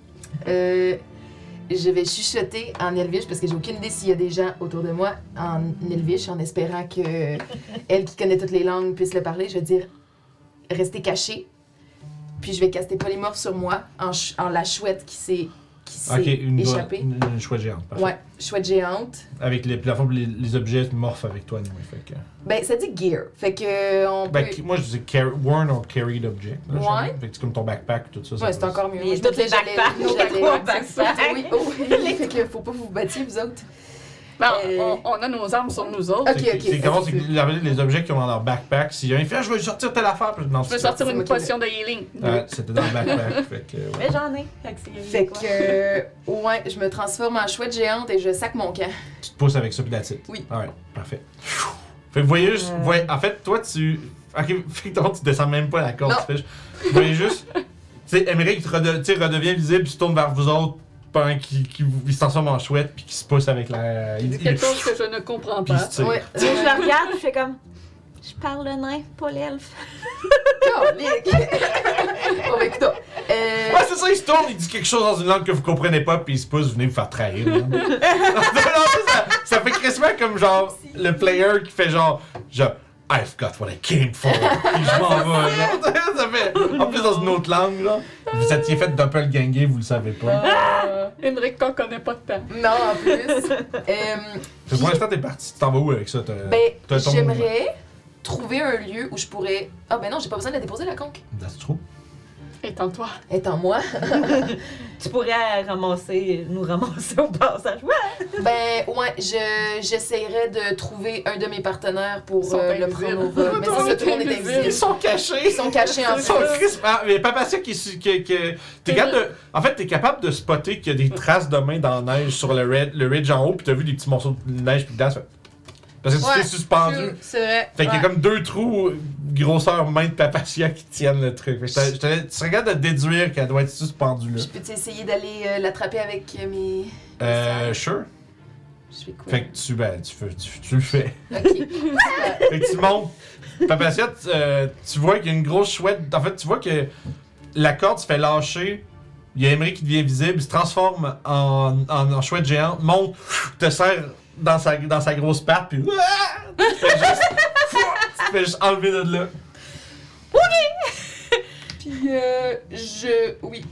Je vais chuchoter en Elvish parce que j'ai aucune idée s'il y a des gens autour de moi en Elvish en espérant que elle qui connaît toutes les langues puisse le parler. Je vais dire restez caché. Puis je vais caster polymorphe sur moi en la chouette qui s'est Ok, échappée. une chouette géante. Parfait. Ouais, chouette géante. Avec les objets morphent avec toi, anyway. Fait que. Ben ça dit gear. Fait que on peut. Ben, moi, je dis worn or carried object. Là, Ouais. jamais. Fait que c'est comme ton backpack, tout ça. ça Ouais, c'est passe. encore mieux. Mais Moi, je toutes me les disais, j'allais- backpacks, j'allais- trois c'est ça. backpacks. Oui, oh, oui. Fait que faut pas que vous vous battiez, vous autres. Ben, Euh, on a nos armes sur nous autres. Ok, C'est ok. c'est comment c'est que les objets qu'ils ont dans leur backpack, s'il y a un fait, je vais sortir telle affaire, puis non, Je peux c'est- sortir c'est une moi qui potion de healing. Ouais, c'était dans le backpack. Fait que, ouais. Mais j'en ai. Fait que c'est Fait quoi? que, ouais, je me transforme en chouette géante et je sac mon camp. Tu te pousses avec ça, puis la titre. Oui. Ouais, parfait. Fait que vous voyez juste. vous voyez- en fait, toi, tu. Ok, fait que tu descends même pas la corde. Non. Tu fais juste- vous voyez juste. Tu sais, Emmerich redevient visible, puis se tourne vers vous autres, pendant qu'il se transforme en chouette, puis qu'il se pousse avec la. C'est quelque chose que je ne comprends Puis pas. il se tire. Ouais. Tu sais, je le regarde, je fais comme. Je parle le nain, pas l'elfe. Calique. Bon, ben, écoute, Ouais, c'est ça, il se tourne, il dit quelque chose dans une langue que vous comprenez pas, puis il se pousse, venez me faire trahir. Là. Non, ça fait crissement comme genre le player qui fait genre I've got what I came for. Puis je m'en vais. Genre. Ça fait. En plus, dans une autre langue, là. Vous étiez fait doppelganger, vous le savez pas. Henrik, qu'on connaît pas de temps. non, en plus. Fait pour l'instant, t'es parti. Tu t'en vas où avec ça? Ben, t'as ton- j'aimerais trouver un lieu où je pourrais. Ah, ben non, j'ai pas besoin de la déposer, la conque. That's true. Étends-toi. Étant moi. Tu pourrais nous ramasser au passage. Ouais! Ben, ouais, j'essayerais de trouver un de mes partenaires pour Ils sont le invisibles. prendre au vol. Mais c'est ça, tout le monde est Invisibles. Ils invisible. sont cachés. Ils sont cachés en Ils sont plus. crispement. Mais Papacia t'es capable de. En fait, t'es capable de spotter qu'il y a des traces de mains dans la neige sur le ridge en haut, puis t'as vu des petits morceaux de neige puis de glace. Parce que Ouais, c'était suspendu. C'est vrai. Fait qu'il y a Ouais. comme 2 trous grosseur main de Papacia qui tiennent le truc. Fait que tu serais capable de déduire qu'elle doit être suspendue là. Je peux-tu essayer d'aller l'attraper avec mes. Sure. Je fais quoi? Fait que tu le fais. Ok. Fait que tu montes. Papacia, tu vois qu'il y a une grosse chouette. En fait, tu vois que la corde se fait lâcher. Il y a Emery qui devient visible, il se transforme en chouette géante, monte, te serre dans sa grosse patte, puis tu te fais juste enlever de là. Puis, oui,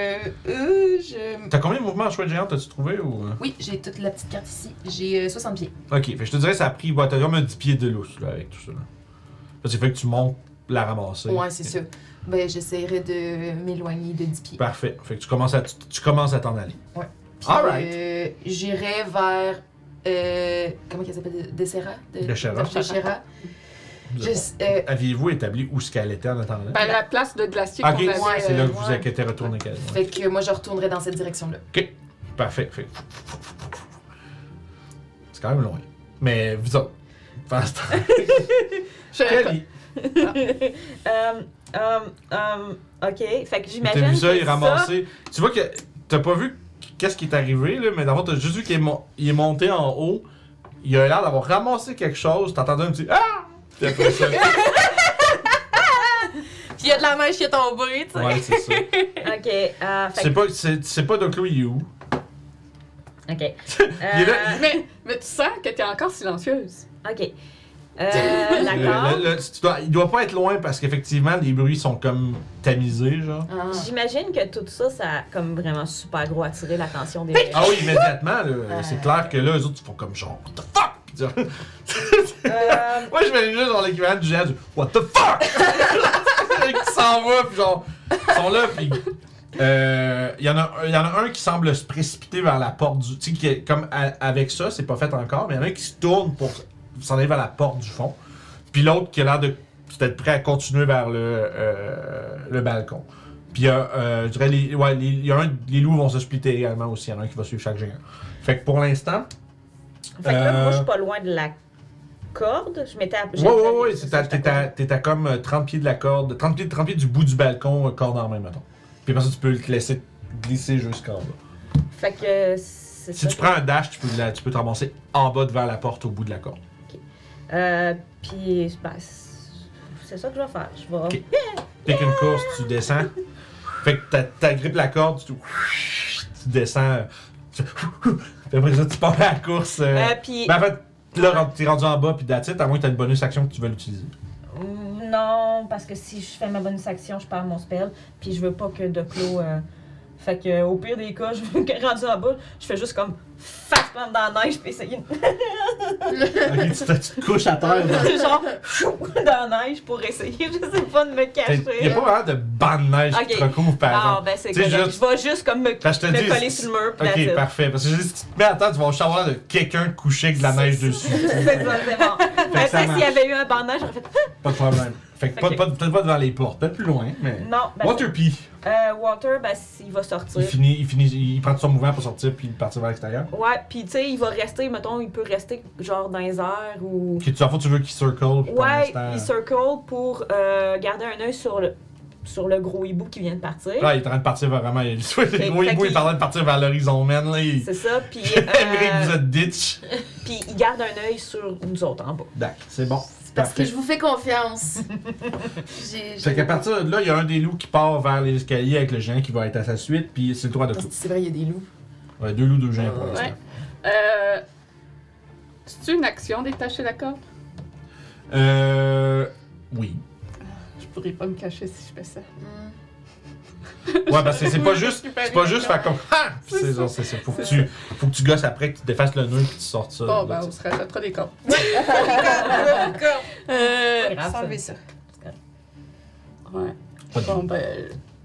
T'as combien de mouvements en chouette géante, as-tu trouvé ou? Oui, j'ai toute la petite carte ici. J'ai 60 pieds. Ok, fait que je te dirais que ça a pris, t'as comme un 10 pieds de lousse là, avec tout ça. Là. Parce que fait que tu montes la ramasser. Ouais, c'est ça. Ben, j'essaierai de m'éloigner de 10 pieds. Parfait. Fait que tu commences à t'en aller. Puis, Alright. j'irai vers. Comment qu'elle s'appelle? Desserra? Deshera. Deshera. Aviez-vous établi où ce qu'elle était en attendant? Ben, la place de glacier Ok, qu'on avait. c'est là que vous ouais. êtes retourné. Fait que moi, je retournerai dans cette direction-là. Ok, parfait. Fait. C'est quand même loin. Mais vous autres, pendant ce temps. Kelly, Ok, fait que j'imagine. t'as vu ça, que il est ramassé. Tu vois que t'as pas vu qu'est-ce qui est arrivé, là, mais d'abord, t'as juste vu qu'il est monté en haut. Il a l'air d'avoir ramassé quelque chose. T'entendais un petit Ah! Puis après ça. Puis il y a de la neige qui est tombée, tu sais. Ouais, c'est ça. Ok, C'est pas Doclo, il est où? Ok. Il est là. Mais tu sens que t'es encore silencieuse. Ok. D'accord. Il doit pas être loin parce qu'effectivement, les bruits sont comme tamisés, genre. Ah. J'imagine que tout ça, ça a comme vraiment super gros attiré l'attention des Ah oui, immédiatement, là. C'est clair que là, eux autres, ils font comme genre, what the fuck? Puis genre, moi, je mets juste dans l'équivalent du géant du what the fuck? Qui s'en va, puis genre, ils sont là, puis Il y en a un qui semble se précipiter vers la porte du... Tu sais, comme avec ça, c'est pas fait encore, mais il y en a un qui se tourne pour s'en aller vers la porte du fond. Puis l'autre qui a l'air de peut-être prêt à continuer vers le balcon. Puis je dirais, les loups vont se splitter également aussi. Il y en a un qui va suivre chaque géant. Fait que pour l'instant... Fait que là, moi, je suis pas loin de la corde. Je m'étais... Oui, t'es à comme 30 pieds de la corde, 30 pieds du bout du balcon, corde en main, mettons. Puis après ça, tu peux te laisser glisser jusqu'en bas. Fait que c'est Si ça. tu prends un dash, tu peux te ramasser en bas devant la porte au bout de la corde. Puis, ben, c'est ça que je vais faire. Je vais... Ok. Pique une course, tu descends. Fait que t'agrippes la corde, tu descends. Puis après ça, tu pars à la course. Puis... Ben en fait, là, t'es rendu en bas, puis that's it, à moins que t'aies une bonus action que tu veux l'utiliser. Non, parce que si je fais ma bonus action, je perds mon spell, puis je veux pas que Doclo... Fait que au pire des cas, je veux que rendu en bas, je fais juste comme face plante dans la neige puis essayer Ok, tu te couches à terre. genre chou, dans la neige pour essayer, je sais pas, de me cacher. Y'a pas vraiment de banc de neige qui te recouvre par exemple. Non, ben c'est T'sais, correct. juste- Je vais juste comme me coller sur le mur puis Ok, parfait. Parce que si tu te mets à terre, tu vas avoir de quelqu'un couché avec de la neige dessus. C'est ça, c'est bon. que ça Après, s'il y marche. avait eu un banc de neige, j'aurais fait Pas de problème. Fait que peut-être pas devant les portes, peut-être plus loin, mais. non. Ben, Waterpie. Water, ben il va sortir. Il prend tout son mouvement pour sortir puis partir vers l'extérieur. Ouais, puis tu sais, il va rester, mettons, il peut rester genre dans les airs ou... Ok, tu veux qu'il circle pour Ouais, l'instant. il circle pour garder un œil sur le gros hibou qui vient de partir. Ah, il est en train de partir vraiment. Le gros fait hibou, il est en train de partir vers l'horizon, man. Là, C'est ça, puis Émeric, vous êtes ditch. puis il garde un œil sur nous autres en bas. D'accord, c'est bon. Parce que je vous fais confiance. Fait qu'à partir de là, il y a un des loups qui part vers les escaliers avec le géant qui va être à sa suite, puis c'est le tour de Clou. C'est vrai, il y a des loups. Ouais, 2 loups, 2 géants pour l'instant. C'est une action détacher la corde? Oui. Je pourrais pas me cacher si je fais ça. Ouais, parce que c'est pas juste faire comme ah! C'est ça. C'est ça. Faut que tu gosses après, que tu défasses le nœud, que tu sortes ça. Bon, là, ben, on se rachètera des cordes. grave, ça. Enlever ça. Ouais. Pas de Bon, ben.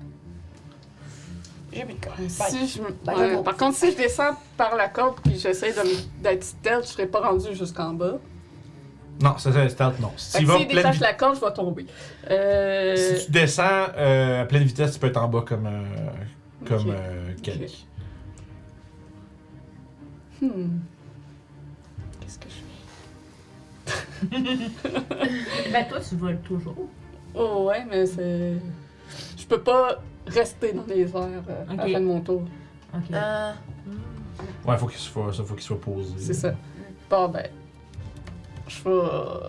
J'ai mis le corps. Si je me- ouais, par contre, si je descends par la corde puis j'essaie d'être stealth, je serais pas rendu jusqu'en bas. Non, c'est ça, stealth, non. Fait Si que va s'il pleine détache vitesse. la corde, je vais tomber. Si tu descends à pleine vitesse, tu peux être en bas comme Ok. Kelly. Qu'est-ce que je fais? Ben toi, tu voles toujours. Oh, ouais, mais c'est. Je peux pas rester dans les airs à la fin de mon tour. Ok. Ouais, faut qu'il soit posé. C'est ça. Bon, ben. Je vais.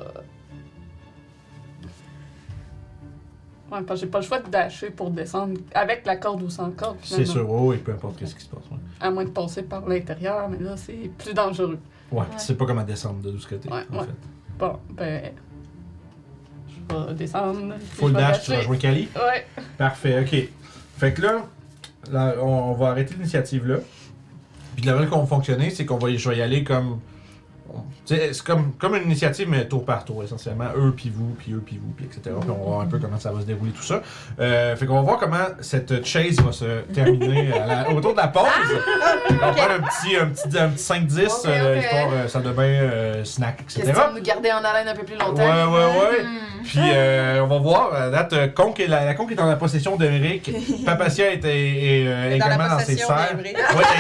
Ouais, parce que j'ai pas le choix de dasher pour descendre avec la corde ou sans corde. C'est finalement. sûr, oui, peu importe ce qui se passe. Ouais, À moins de passer par l'intérieur, mais là, c'est plus dangereux. ouais. Tu sais pas comment descendre de ce côté, Ouais, en ouais. fait. Bon, ben. Je vais descendre. puis Full je vais dash, tu dasher. rejoins Kali. Ouais. Parfait, ok. Fait que là on va arrêter l'initiative là. Puis la manière qu'on va fonctionner, c'est je vais y aller comme. Tu sais, c'est comme une initiative, mais tour par tour, essentiellement. Eux, puis vous, puis eux, puis vous, puis etc. Puis on va voir un peu comment ça va se dérouler tout ça. Fait qu'on va voir comment cette chase va se terminer autour de la pause. On va faire un petit 5-10, Ok, ok. histoire salle de bain, snack, etc. Question de nous garder en haleine un peu plus longtemps. Ouais. Puis on va voir. À date, la conque est en la possession d'Emeric. Papacia est également dans ses serres. Ouais,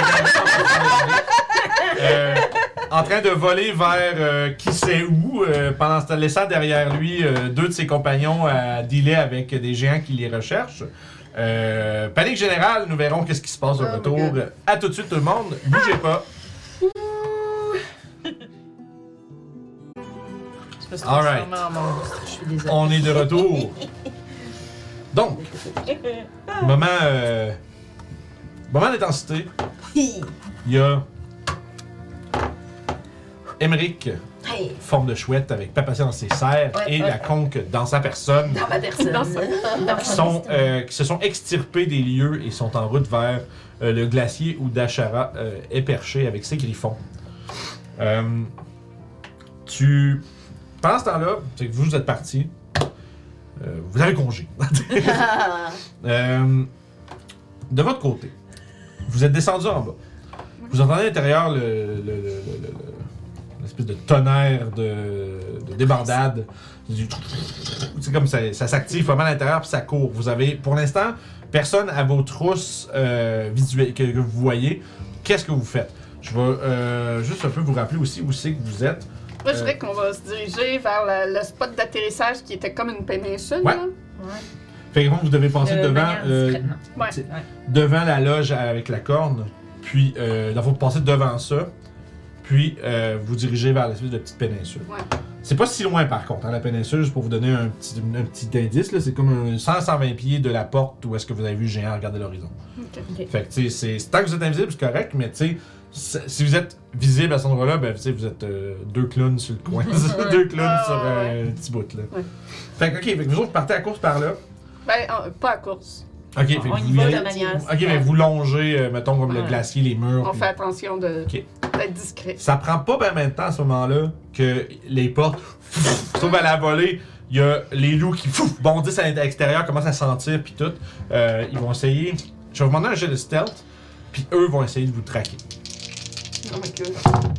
en train de voler vers qui sait où, pendant ce temps, laissant derrière lui 2 de ses compagnons à dealer avec des géants qui les recherchent. Panique générale, nous verrons qu'est-ce qui se passe au Oh my retour. God. À tout de suite tout le monde, bougez pas. Alright. Je suis désolée. On est de retour. Donc, moment d'intensité. Il y a Emeric, forme de chouette avec Papacia dans ses serres Ouais, et la conque dans sa personne, Dans ma personne. qui se sont extirpés des lieux et sont en route vers le glacier où Dashara est perché avec ses griffons. Pendant ce temps-là, c'est que vous êtes partis. Vous avez congé. De votre côté, vous êtes descendu en bas. Vous entendez à l'intérieur l'espèce de tonnerre de débandade. C'est comme ça s'active pas mal à l'intérieur puis ça court. Vous avez, pour l'instant, personne à vos trousses visuelles que vous voyez. Qu'est-ce que vous faites? Je vais juste un peu vous rappeler aussi où c'est que vous êtes. Moi, je dirais qu'on va se diriger vers le spot d'atterrissage qui était comme une péninsule. Ouais. Là. Fait que vous devez passer devant, manière discrètement. Ouais. devant la loge avec la corne. Puis, il faut passer devant ça. Puis, vous dirigez vers l'espèce de petite péninsule. Ouais. C'est pas si loin par contre, hein, la péninsule, juste pour vous donner un petit indice, là, c'est comme 100-120 pieds de la porte où est-ce que vous avez vu le géant regarder l'horizon. Ok. Fait que tu sais, tant que vous êtes invisible, c'est correct, mais tu sais, si vous êtes visible à cet endroit-là, ben tu sais, vous êtes deux clowns sur le coin, deux clowns sur un petit bout là. Ouais. Fait que ok, fait que vous autres partez à course par là. Ben, pas à course. Ok, fait que On y vous va allez- de manière. Ok, mais vous longez, mettons comme le Ouais. glacier, les murs. On puis- fait attention d'être Ok. discret. Ça prend pas bien de temps à ce moment-là que les portes s'ouvrent à la volée. Il y a les loups qui bondissent à l'extérieur, commencent à sentir, puis tout. Ils vont essayer. Je vais vous demander un jet de stealth, puis eux vont essayer de vous traquer. Oh my god.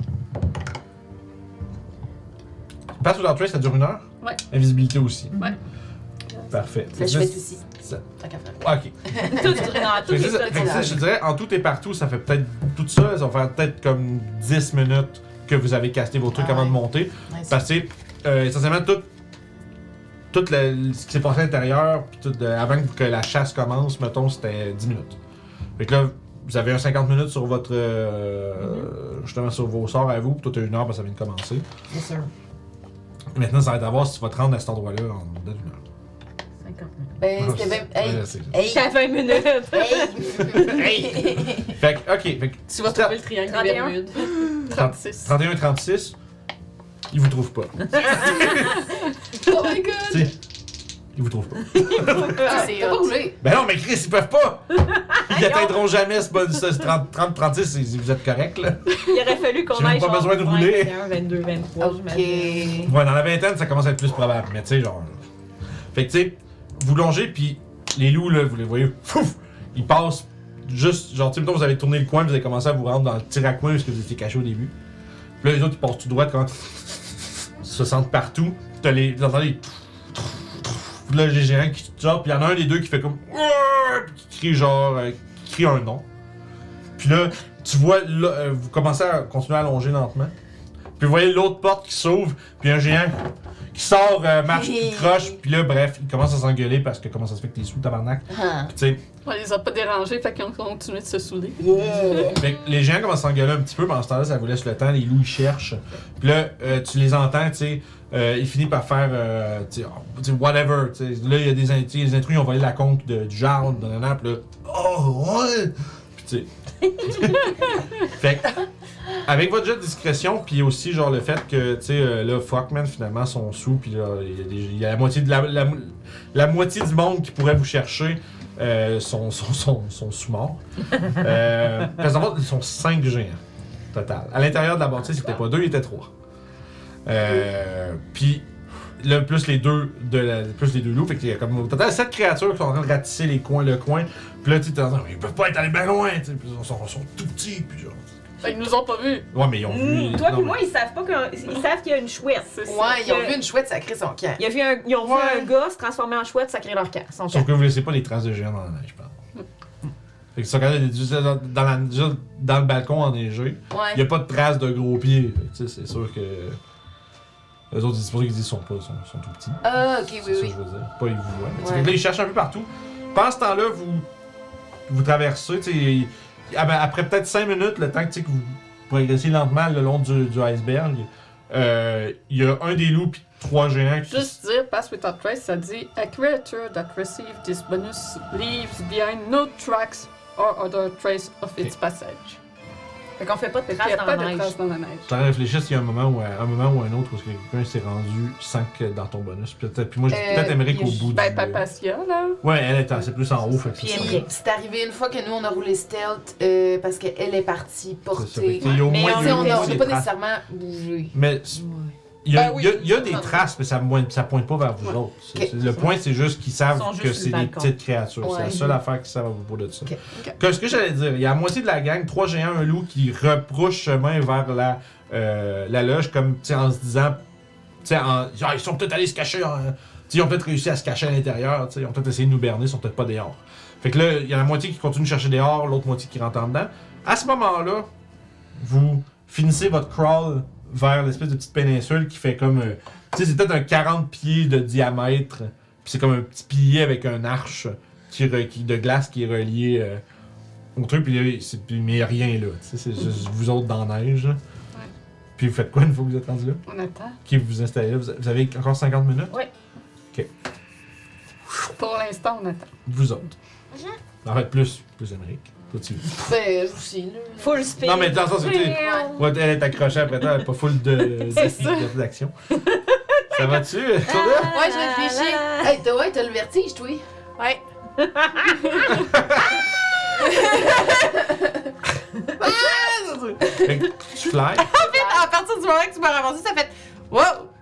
Pass without trace, ça dure 1 heure? Ouais. Invisibilité aussi. Ouais. Parfait. Ça, je fais aussi. Ça- Tant qu'à faire. Ah, ok. Tout, non, tout Fait que est ça, fait que ça, je dirais, en tout et partout, ça fait peut-être. Tout ça, ça va faire peut-être comme 10 minutes que vous avez casté vos trucs Ah avant ouais. de monter. Nice. Parce que, essentiellement, tout ce qui s'est passé à l'intérieur, puis avant que la chasse commence, mettons, c'était 10 minutes. Fait que là, vous avez un 50 minutes sur votre. Justement, sur vos sorts à vous, puis toi, t'as 1 heure, parce que ça vient de commencer. Yes, sir. Maintenant, ça va être à voir si tu vas te rendre à cet endroit-là en dedans d'1 heure. 50 minutes. Ben, c'était 20. Hey! Ouais, c'est- Hey! T'as 20 minutes. Hey! Fait que, ok, fait que. Tu vas trouver le triangle 31. des Bermudes. 36. 31-36, ils vous trouvent pas. Oh my god! Tu sais, ils vous trouvent pas. C'est pas bougé. Ben non, mais Chris, ils peuvent pas! Ils atteindront jamais ce 30-36 si vous êtes correct, là. Il aurait fallu qu'on J'ai même aille pas genre besoin de rouler. 21, 22, 23, Ok. j'imagine. Ouais, dans la vingtaine, ça commence à être plus probable, mais tu sais, genre. Fait que tu sais, vous longez, puis les loups, là, vous les voyez, fouf! Ils passent juste, genre, tu sais, mettons, vous avez tourné le coin, vous avez commencé à vous rendre dans le tir à coin parce que vous étiez caché au début. Puis là, les autres, ils passent tout droit quand ils se sentent partout. T'as vous entendez les. Là, les géants qui sortent, puis il y en a un des deux qui fait comme. Puis qui crie genre. Qui crie un nom. Puis là, tu vois, là, vous commencez à continuer à longer lentement. Puis vous voyez l'autre porte qui s'ouvre, puis un géant qui sort, marche, qui croche, puis là, bref, il commence à s'engueuler parce que comment ça se fait que t'es sous tabarnak. Ah. Puis tu sais, On les a pas dérangés, fait qu'ils ont continué de se saouler. Yeah! fait que les géants commencent à s'engueuler un petit peu, pendant ce temps-là, ça vous laisse le temps, les loups ils cherchent. Puis là, tu les entends, tu sais, ils finissent par faire, tu sais, whatever, tu sais. Là, il y a des intrus, ils ont volé la conque du jarre, puis là, oh, ouais! Puis tu sais. Fait que, avec votre jet de discrétion, puis aussi genre le fait que, tu sais, là, Fuckman finalement sont sous, puis là, il y a la moitié de la moitié du monde qui pourrait vous chercher sont sous-morts. Parce qu'en fait, ils sont 5 géants total. À l'intérieur de la bâtisse, c'était pas 2, il était 3. Puis là, plus les deux loups, fait qu'il y a comme au total 7 créatures qui sont en train de ratisser le coin. Puis là, tu sais, ils peuvent pas être allés bien loin, tu sais, puis ils sont tout petits, puis genre. Fait qu'ils nous ont pas vus. Ouais, mais ils ont vu. Toi non, et mais- moi, ils savent pas ils savent qu'il y a une chouette. C'est ça. Ouais, ils ont vu une chouette sacrer son camp. Ils ont vu un gars se transformer en chouette, sacrer leur camp. Son Sauf camp. que vous laissez pas les traces de géants dans la neige, je pense. Fait que ça, quand déjà dans le balcon enneigé, il Ouais. n'y a pas de traces de gros pieds. Fait que, tu sais, c'est sûr que. Les autres, c'est pour ça qu'ils disent qu'ils sont tout petits. Ah, ok, C'est oui, ça que oui. je veux dire. Pas ils vous voient. Mais, tu sais, Ouais. là, ils cherchent un peu partout. Pendant ce temps-là, vous traversez. Tu sais, après peut-être 5 minutes, le temps que, tu sais, que vous progressez lentement le long du iceberg, il y a un des loups puis 3 géants qui. Juste dire, Pass Without Trace, ça dit A creature that received this bonus leaves behind no tracks or other trace of its passage. Fait qu'on fait pas de Fait qu'il traces n'y a dans pas la de neige. traces dans la neige. T'en réfléchis s'il y a un moment ou un autre où quelqu'un s'est rendu sans que dans ton bonus. Puis moi, j'ai peut-être aimerais qu'au bout Ben, du. Papacia, là. Ouais, elle est c'est plus en haut. Fait que Puis c'est ça. Emmerich. C'est arrivé une fois que nous, on a roulé stealth parce qu'elle est partie C'est ça. Fait porter. que, il y a au Mais moins on il y a au On moins n'a des pas traces. nécessairement bougé. Mais Ouais. Il y a, oui. il y a des traces, mais ça pointe pas vers vous autres. Ok. Le point, c'est juste qu'ils savent Ils sont que juste c'est sur le des balcon. petites créatures. C'est la Ouais. seule affaire qu'ils savent à propos de ça. Ok. Ce que j'allais dire, il y a la moitié de la gang, 3 géants, un loup, qui rebrouche chemin vers la loge, comme en se disant, ils sont peut-être allés se cacher, ils ont peut-être réussi à se cacher à l'intérieur, ils ont peut-être essayé de nous berner, ils sont peut-être pas dehors. Fait que là, il y a la moitié qui continue de chercher dehors, l'autre moitié qui rentre en dedans. À ce moment-là, vous finissez votre crawl vers l'espèce de petite péninsule qui fait comme, c'est peut-être un 40 pieds de diamètre, puis c'est comme un petit pilier avec un arche de glace qui est relié au truc, puis mais il n'y a rien là, c'est juste vous autres dans la neige. Puis vous faites quoi une fois que vous êtes rendu là? On attend. Qui vous installez là? Vous avez encore 50 minutes? Oui. Ok. Pour l'instant, on attend. Vous autres. En fait, plus Amérique. Toi, tu... Ben, aussi, là. Full speed. Non, mais dans le sens où tu sais, ouais, elle est accrochée après toi, elle est pas full d'action. Ça va-tu, Claudia? Ouais, je réfléchis. Hey, t'as le vertige, toi. Ouais. Fait que tu fly. À partir du moment que tu m'as ramassé, ça fait wow!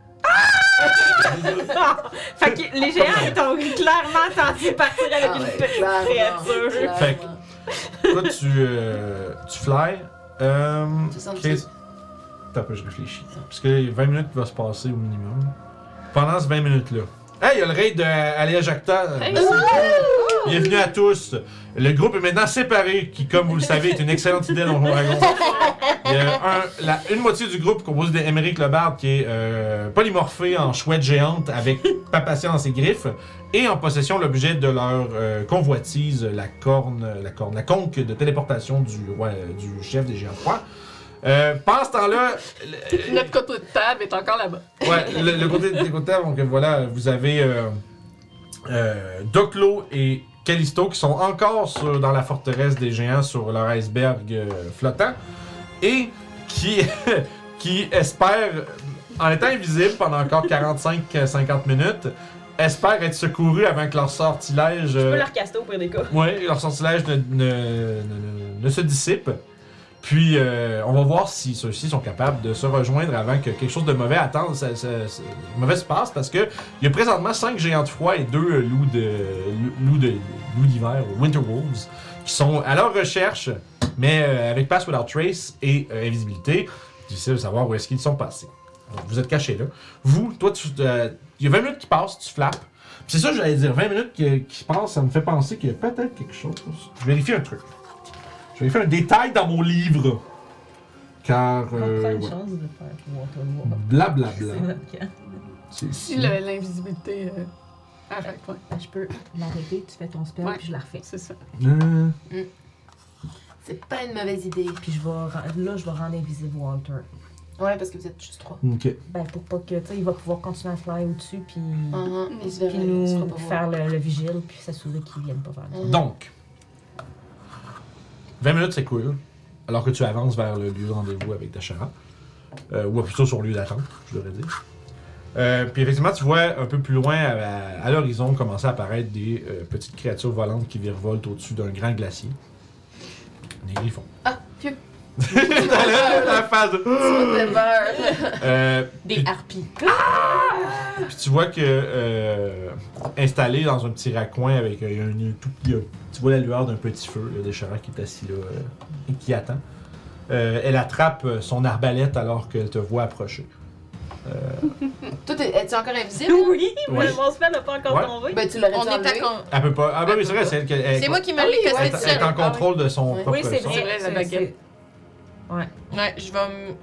Fait que les géants, ils t'ont clairement tenté partir avec Ah une ouais, petite clairement, créature. clairement. Fait Toi, tu fly. Chris, attends un peu, je réfléchis. Parce que 20 minutes va se passer au minimum. Pendant ces 20 minutes-là. Hey, il y a le raid de Aléa Jacta. Bienvenue à tous. Le groupe est maintenant séparé, qui, comme vous le savez, est une excellente idée dans Donjon Dragon. Il y a une moitié du groupe composé d'Émeric le Barde, qui est polymorphé en chouette géante avec Papacia dans ses griffes, et en possession l'objet de leur convoitise, la conque de téléportation du chef des géants froids. Pendant ce temps-là, Notre côté de table est encore là-bas. ouais, le côté de table, donc voilà, vous avez Doclo et Callisto qui sont encore dans la forteresse des géants sur leur iceberg flottant et qui espèrent, en étant invisibles pendant encore 45-50 minutes, espèrent être secourus avant que leur sortilège... Je peux leur caster au pire des cas. ouais, leur sortilège ne se dissipe. Puis, on va voir si ceux-ci sont capables de se rejoindre avant que quelque chose de mauvais mauvais se passe, parce que il y a présentement 5 géants de froid et 2 loups d'hiver, ou Winter Wolves, qui sont à leur recherche, mais avec Pass Without Trace et invisibilité, difficile de savoir où est-ce qu'ils sont passés. Donc, vous êtes cachés là. Vous, toi, il y a 20 minutes qui passent, tu flappes. Puis c'est ça que j'allais dire, 20 minutes qui passent, ça me fait penser qu'il y a peut-être quelque chose. Je vérifie un truc. Je vais faire un détail dans mon livre. Car. On prend une ouais. chance de faire Waterwalk. Blablabla. C'est notre cas. C'est Si ici. l'invisibilité arrête, ouais. Ben, je peux l'arrêter, tu fais ton spell, Ouais. puis je la refais. C'est ça. C'est pas une mauvaise idée. Puis je vais rendre invisible Walter. Ouais, parce que vous êtes juste 3. Ok. Ben, pour pas que, tu sais, il va pouvoir continuer à fly au-dessus, puis Il se puis verra, il se fera nous pas faire voir. le vigile, puis s'assurer qu'ils viennent pas vers nous. Donc. 20 minutes, c'est cool. Alors que tu avances vers le lieu de rendez-vous avec Dashara. Ou plutôt sur le lieu d'attente, je devrais dire. Puis effectivement, tu vois un peu plus loin, à l'horizon, commencer à apparaître des petites créatures volantes qui virevoltent au-dessus d'un grand glacier. Des griffons. Ah, pieux. la phase de... Ça fait peur. Des harpies. Puis tu vois que installé dans un petit raccoin avec un tout petit, tu vois la lueur d'un petit feu, le Dashara qui est assis là et qui attend. Elle attrape son arbalète alors qu'elle te voit approcher. Toi, es-tu encore invisible? Oui, mais Ouais. mon spell n'a pas encore Ouais. tombé. Ben, tu l'aurais On dû est à enlever. Elle peut pas. Ah bah oui, c'est vrai, c'est elle qui. C'est moi qui me Ah oui, l'ai cassé ouais. tout Elle est seul. en contrôle de son Ouais. propre Oui, c'est son. vrai, vrai, la c'est- baguette. Ouais. Ouais, je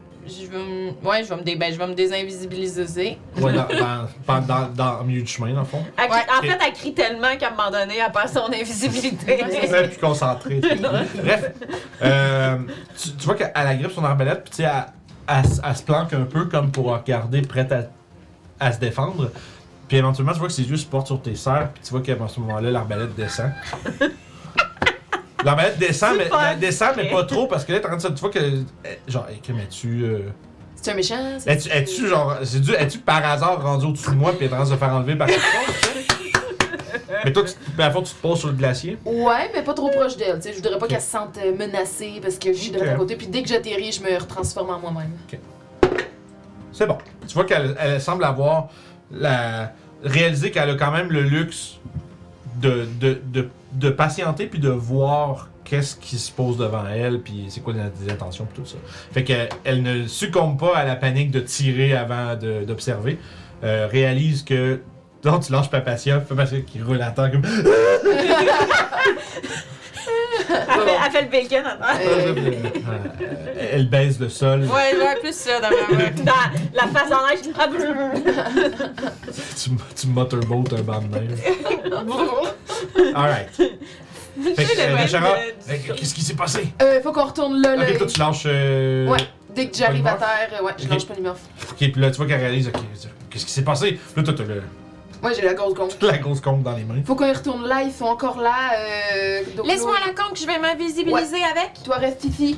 vais me désinvisibiliser. Ouais, dans le milieu du chemin, dans le fond. Elle crie- Ouais. En fait, elle crie tellement qu'à un moment donné, elle perd son invisibilité. Elle est plus concentrée. Bref, tu vois qu'elle agrippe son arbalète, puis tu sais, elle se planque un peu comme pour regarder, prête à se défendre. Puis éventuellement, tu vois que ses yeux se portent sur tes serres, puis tu vois qu'à ce moment-là, l'arbalète descend. L'arbalète descend, mais, Super elle descend, mais discret. pas trop, parce que là, t'es en train de tu vois que. Genre, es-tu. C'est un méchant? c'est- Es-tu genre. Es-tu par hasard rendu au-dessus de moi, puis elle est en train de se faire enlever par quelque chose, tu sais? Mais toi, à la fois, tu te poses sur le glacier. Ouais, mais pas trop proche d'elle. Tu sais, je voudrais pas qu'elle se sente menacée parce que je suis de Ok. l'autre côté. Puis dès que j'atterris, je me retransforme en moi-même. C'est bon. Tu vois qu'elle semble avoir réalisé qu'elle a quand même le luxe de patienter puis de voir qu'est-ce qui se pose devant elle puis c'est quoi les intentions puis tout ça. Fait qu'elle ne succombe pas à la panique de tirer avant d'observer. Réalise que donc tu lâches Papacia qui roule à terre comme Elle fait le bacon en terre. elle baise le sol. Ouais, plus ça dans ma main. Dans la face en neige. Tu motorboat un banc de neige. Alright. Fait que, Nashara, qu'est-ce qui s'est passé? Faut qu'on retourne là. Ok, toi tu lâches. Ouais, dès que j'arrive à Polymorph? terre, ouais, je Ok. lâche Polymorph. Ok, puis là tu vois qu'elle réalise, ok, qu'est-ce qui s'est passé? Là toi t'as Moi, j'ai la grosse gonfle. la grosse compte dans les mains. Faut qu'on y retourne là, ils sont encore là. Doclo. Laisse-moi la conque, je vais m'invisibiliser avec. Toi, reste ici.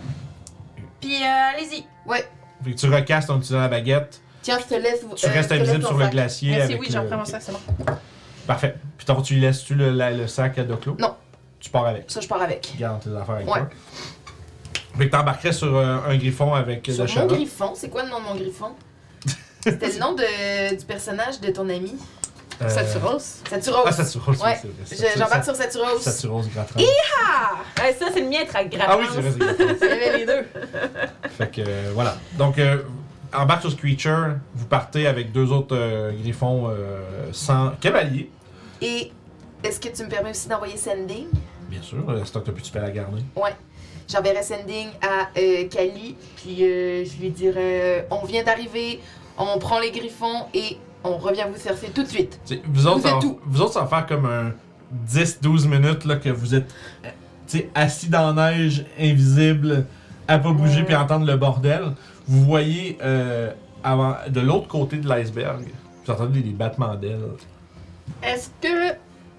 Puis allez-y. Fait que tu recastes en utilisant la baguette, Tiens, je te laisse. tu restes invisible sur le glacier. Merci, avec oui, le- j'en prends mon ok. sac, c'est bon. Parfait. Puis t'en tu lui laisses-tu le sac à Doclo? Non. Tu pars avec. Ça, je pars avec. Garde tes affaires avec Ouais. toi. Fait que t'embarquerais sur un griffon avec Sur Nashara. mon griffon, c'est quoi le nom de mon griffon? C'était le nom du personnage de ton ami. Saturos. Saturos. Ah, Saturos, oui, Ouais. c'est vrai. J'embarque sur Saturos. Saturos, Gratran. Ouais, ça, c'est le mien, être grave. Ah oui, c'est vrai, c'est Gratran. Il y avait les deux. Fait que voilà. Donc, embarque sur ce creature, vous partez avec deux autres griffons sans cavalier. Et est-ce que tu me permets aussi d'envoyer Sending? Bien sûr, c'est que tu peux la garder. Ouais. J'enverrai Sending à Kali, puis je lui dirai on vient d'arriver, on prend les griffons et on revient vous chercher tout de suite. T'sais, vous autres, faites ça va- tout. vous autres, ça va faire comme un 10-12 minutes là, que vous êtes assis dans la neige, invisible, à pas bouger puis entendre le bordel. Vous voyez de l'autre côté de l'iceberg, vous entendez des battements d'ailes. Est-ce que,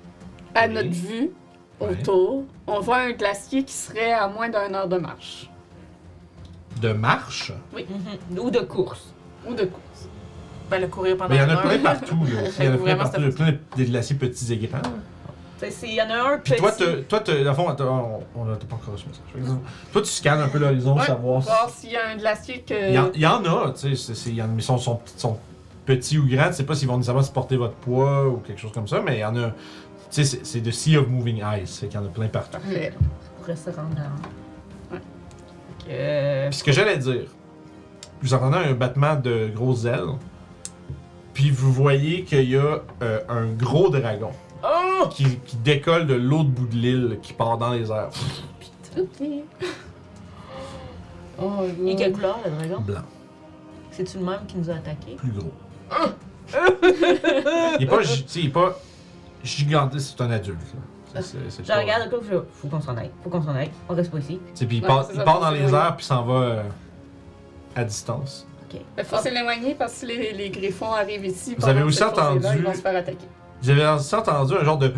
à Oui. notre vue, Ouais. autour, on voit un glacier qui serait à moins d'1 heure de marche? De marche. Mhm. Ou de course. Ou de course? Ben, le courir pendant Mais il y en une a heure. plein partout. Là. Il y en a plein Vraiment, partout. Il y a plein des glaciers petits et grands. Il y en a un Puis petit. toi, dans le fond, on n'a pas encore reçu ça. Toi, tu scannes un peu l'horizon, Ouais, savoir si. voir s'il y a un glacier que... Il y en a, tu sais, mais ils sont petits ou grands. Tu sais pas s'ils vont nécessairement supporter votre poids ou quelque chose comme ça, mais il y en a. Tu sais, c'est de Sea of Moving Ice, fait qu'il y en a plein partout. Parfait. On pourrait se rendre dans. Ouais. Fait Puis ce que j'allais dire, vous entendez un battement de grosses ailes, puis vous voyez qu'il y a un gros dragon qui décolle de l'autre bout de l'île, qui part dans les airs. Oh, Il est quelle couleur, le dragon? Blanc, C'est-tu le même qui nous a attaqués? plus gros. Il est pas gigantesque, c'est un adulte. Là. C'est Je pas- regarde le coup, je fais, faut qu'on s'en aille, faut qu'on s'en aille. On reste pas ici. Tu sais, puis il Ouais, part, c'est il ça, part faut dans les s'éloigner. airs, puis s'en va à distance. Il faut s'éloigner parce que si les griffons arrivent ici, Vous avez pendant aussi cette fossée-là, entendu- ils vont se faire attaquer. Vous avez aussi entendu un genre de.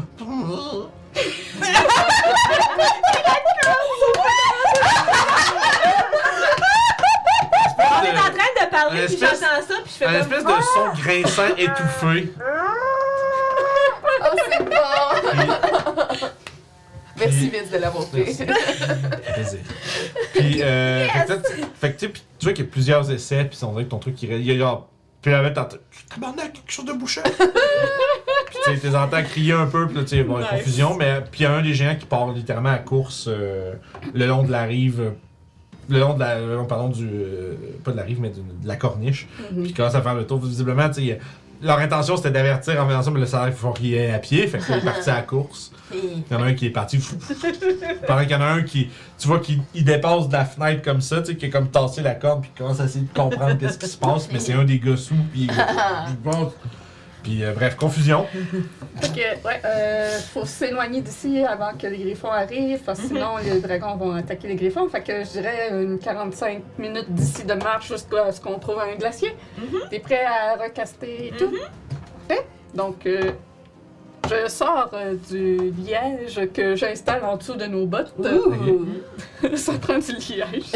On est en train de parler, un puis espèce- j'entends ça, puis je fais Un comme... espèce de son grinçant étouffé. Oh, c'est bon! Puis, Merci Vince de l'avoir fait. Merci. Plaisir. Puis, fait que tu sais, puis tu vois qu'il y a plusieurs essais, puis on dirait que ton truc, il y a genre. Puis la mettre en. Tabarnak, quelque chose de bouché! Puis tu sais, tu les entends crier un peu, puis là, tu sais, bon, Nice. confusion, mais. Puis il y a un des géants qui part littéralement à course le long de la rive. Le long de la. Le long, pardon, du. Pas de la rive, mais de la corniche. Puis il commence à faire le tour. Visiblement, tu sais, leur intention c'était d'avertir en venant ça, mais le salaire, il faut qu'il aille à pied, fait qu'il est parti à la course. Il y en a un qui est parti. Pendant qu'il y en a un qui. Tu vois qu'il dépasse de la fenêtre comme ça, tu sais, qui est comme tassé la corde, puis qui commence à essayer de comprendre qu'est-ce qui se passe, mais c'est un des gars sous, puis. Puis bref, confusion. Fait que, ouais, faut s'éloigner d'ici avant que les griffons arrivent, parce que sinon les dragons vont attaquer les griffons. Fait que je dirais une 45 minutes d'ici de marche jusqu'à ce qu'on trouve un glacier. T'es prêt à recaster et tout? Parfait. Donc, je sors du liège que j'installe en dessous de nos bottes. Ça prend du liège.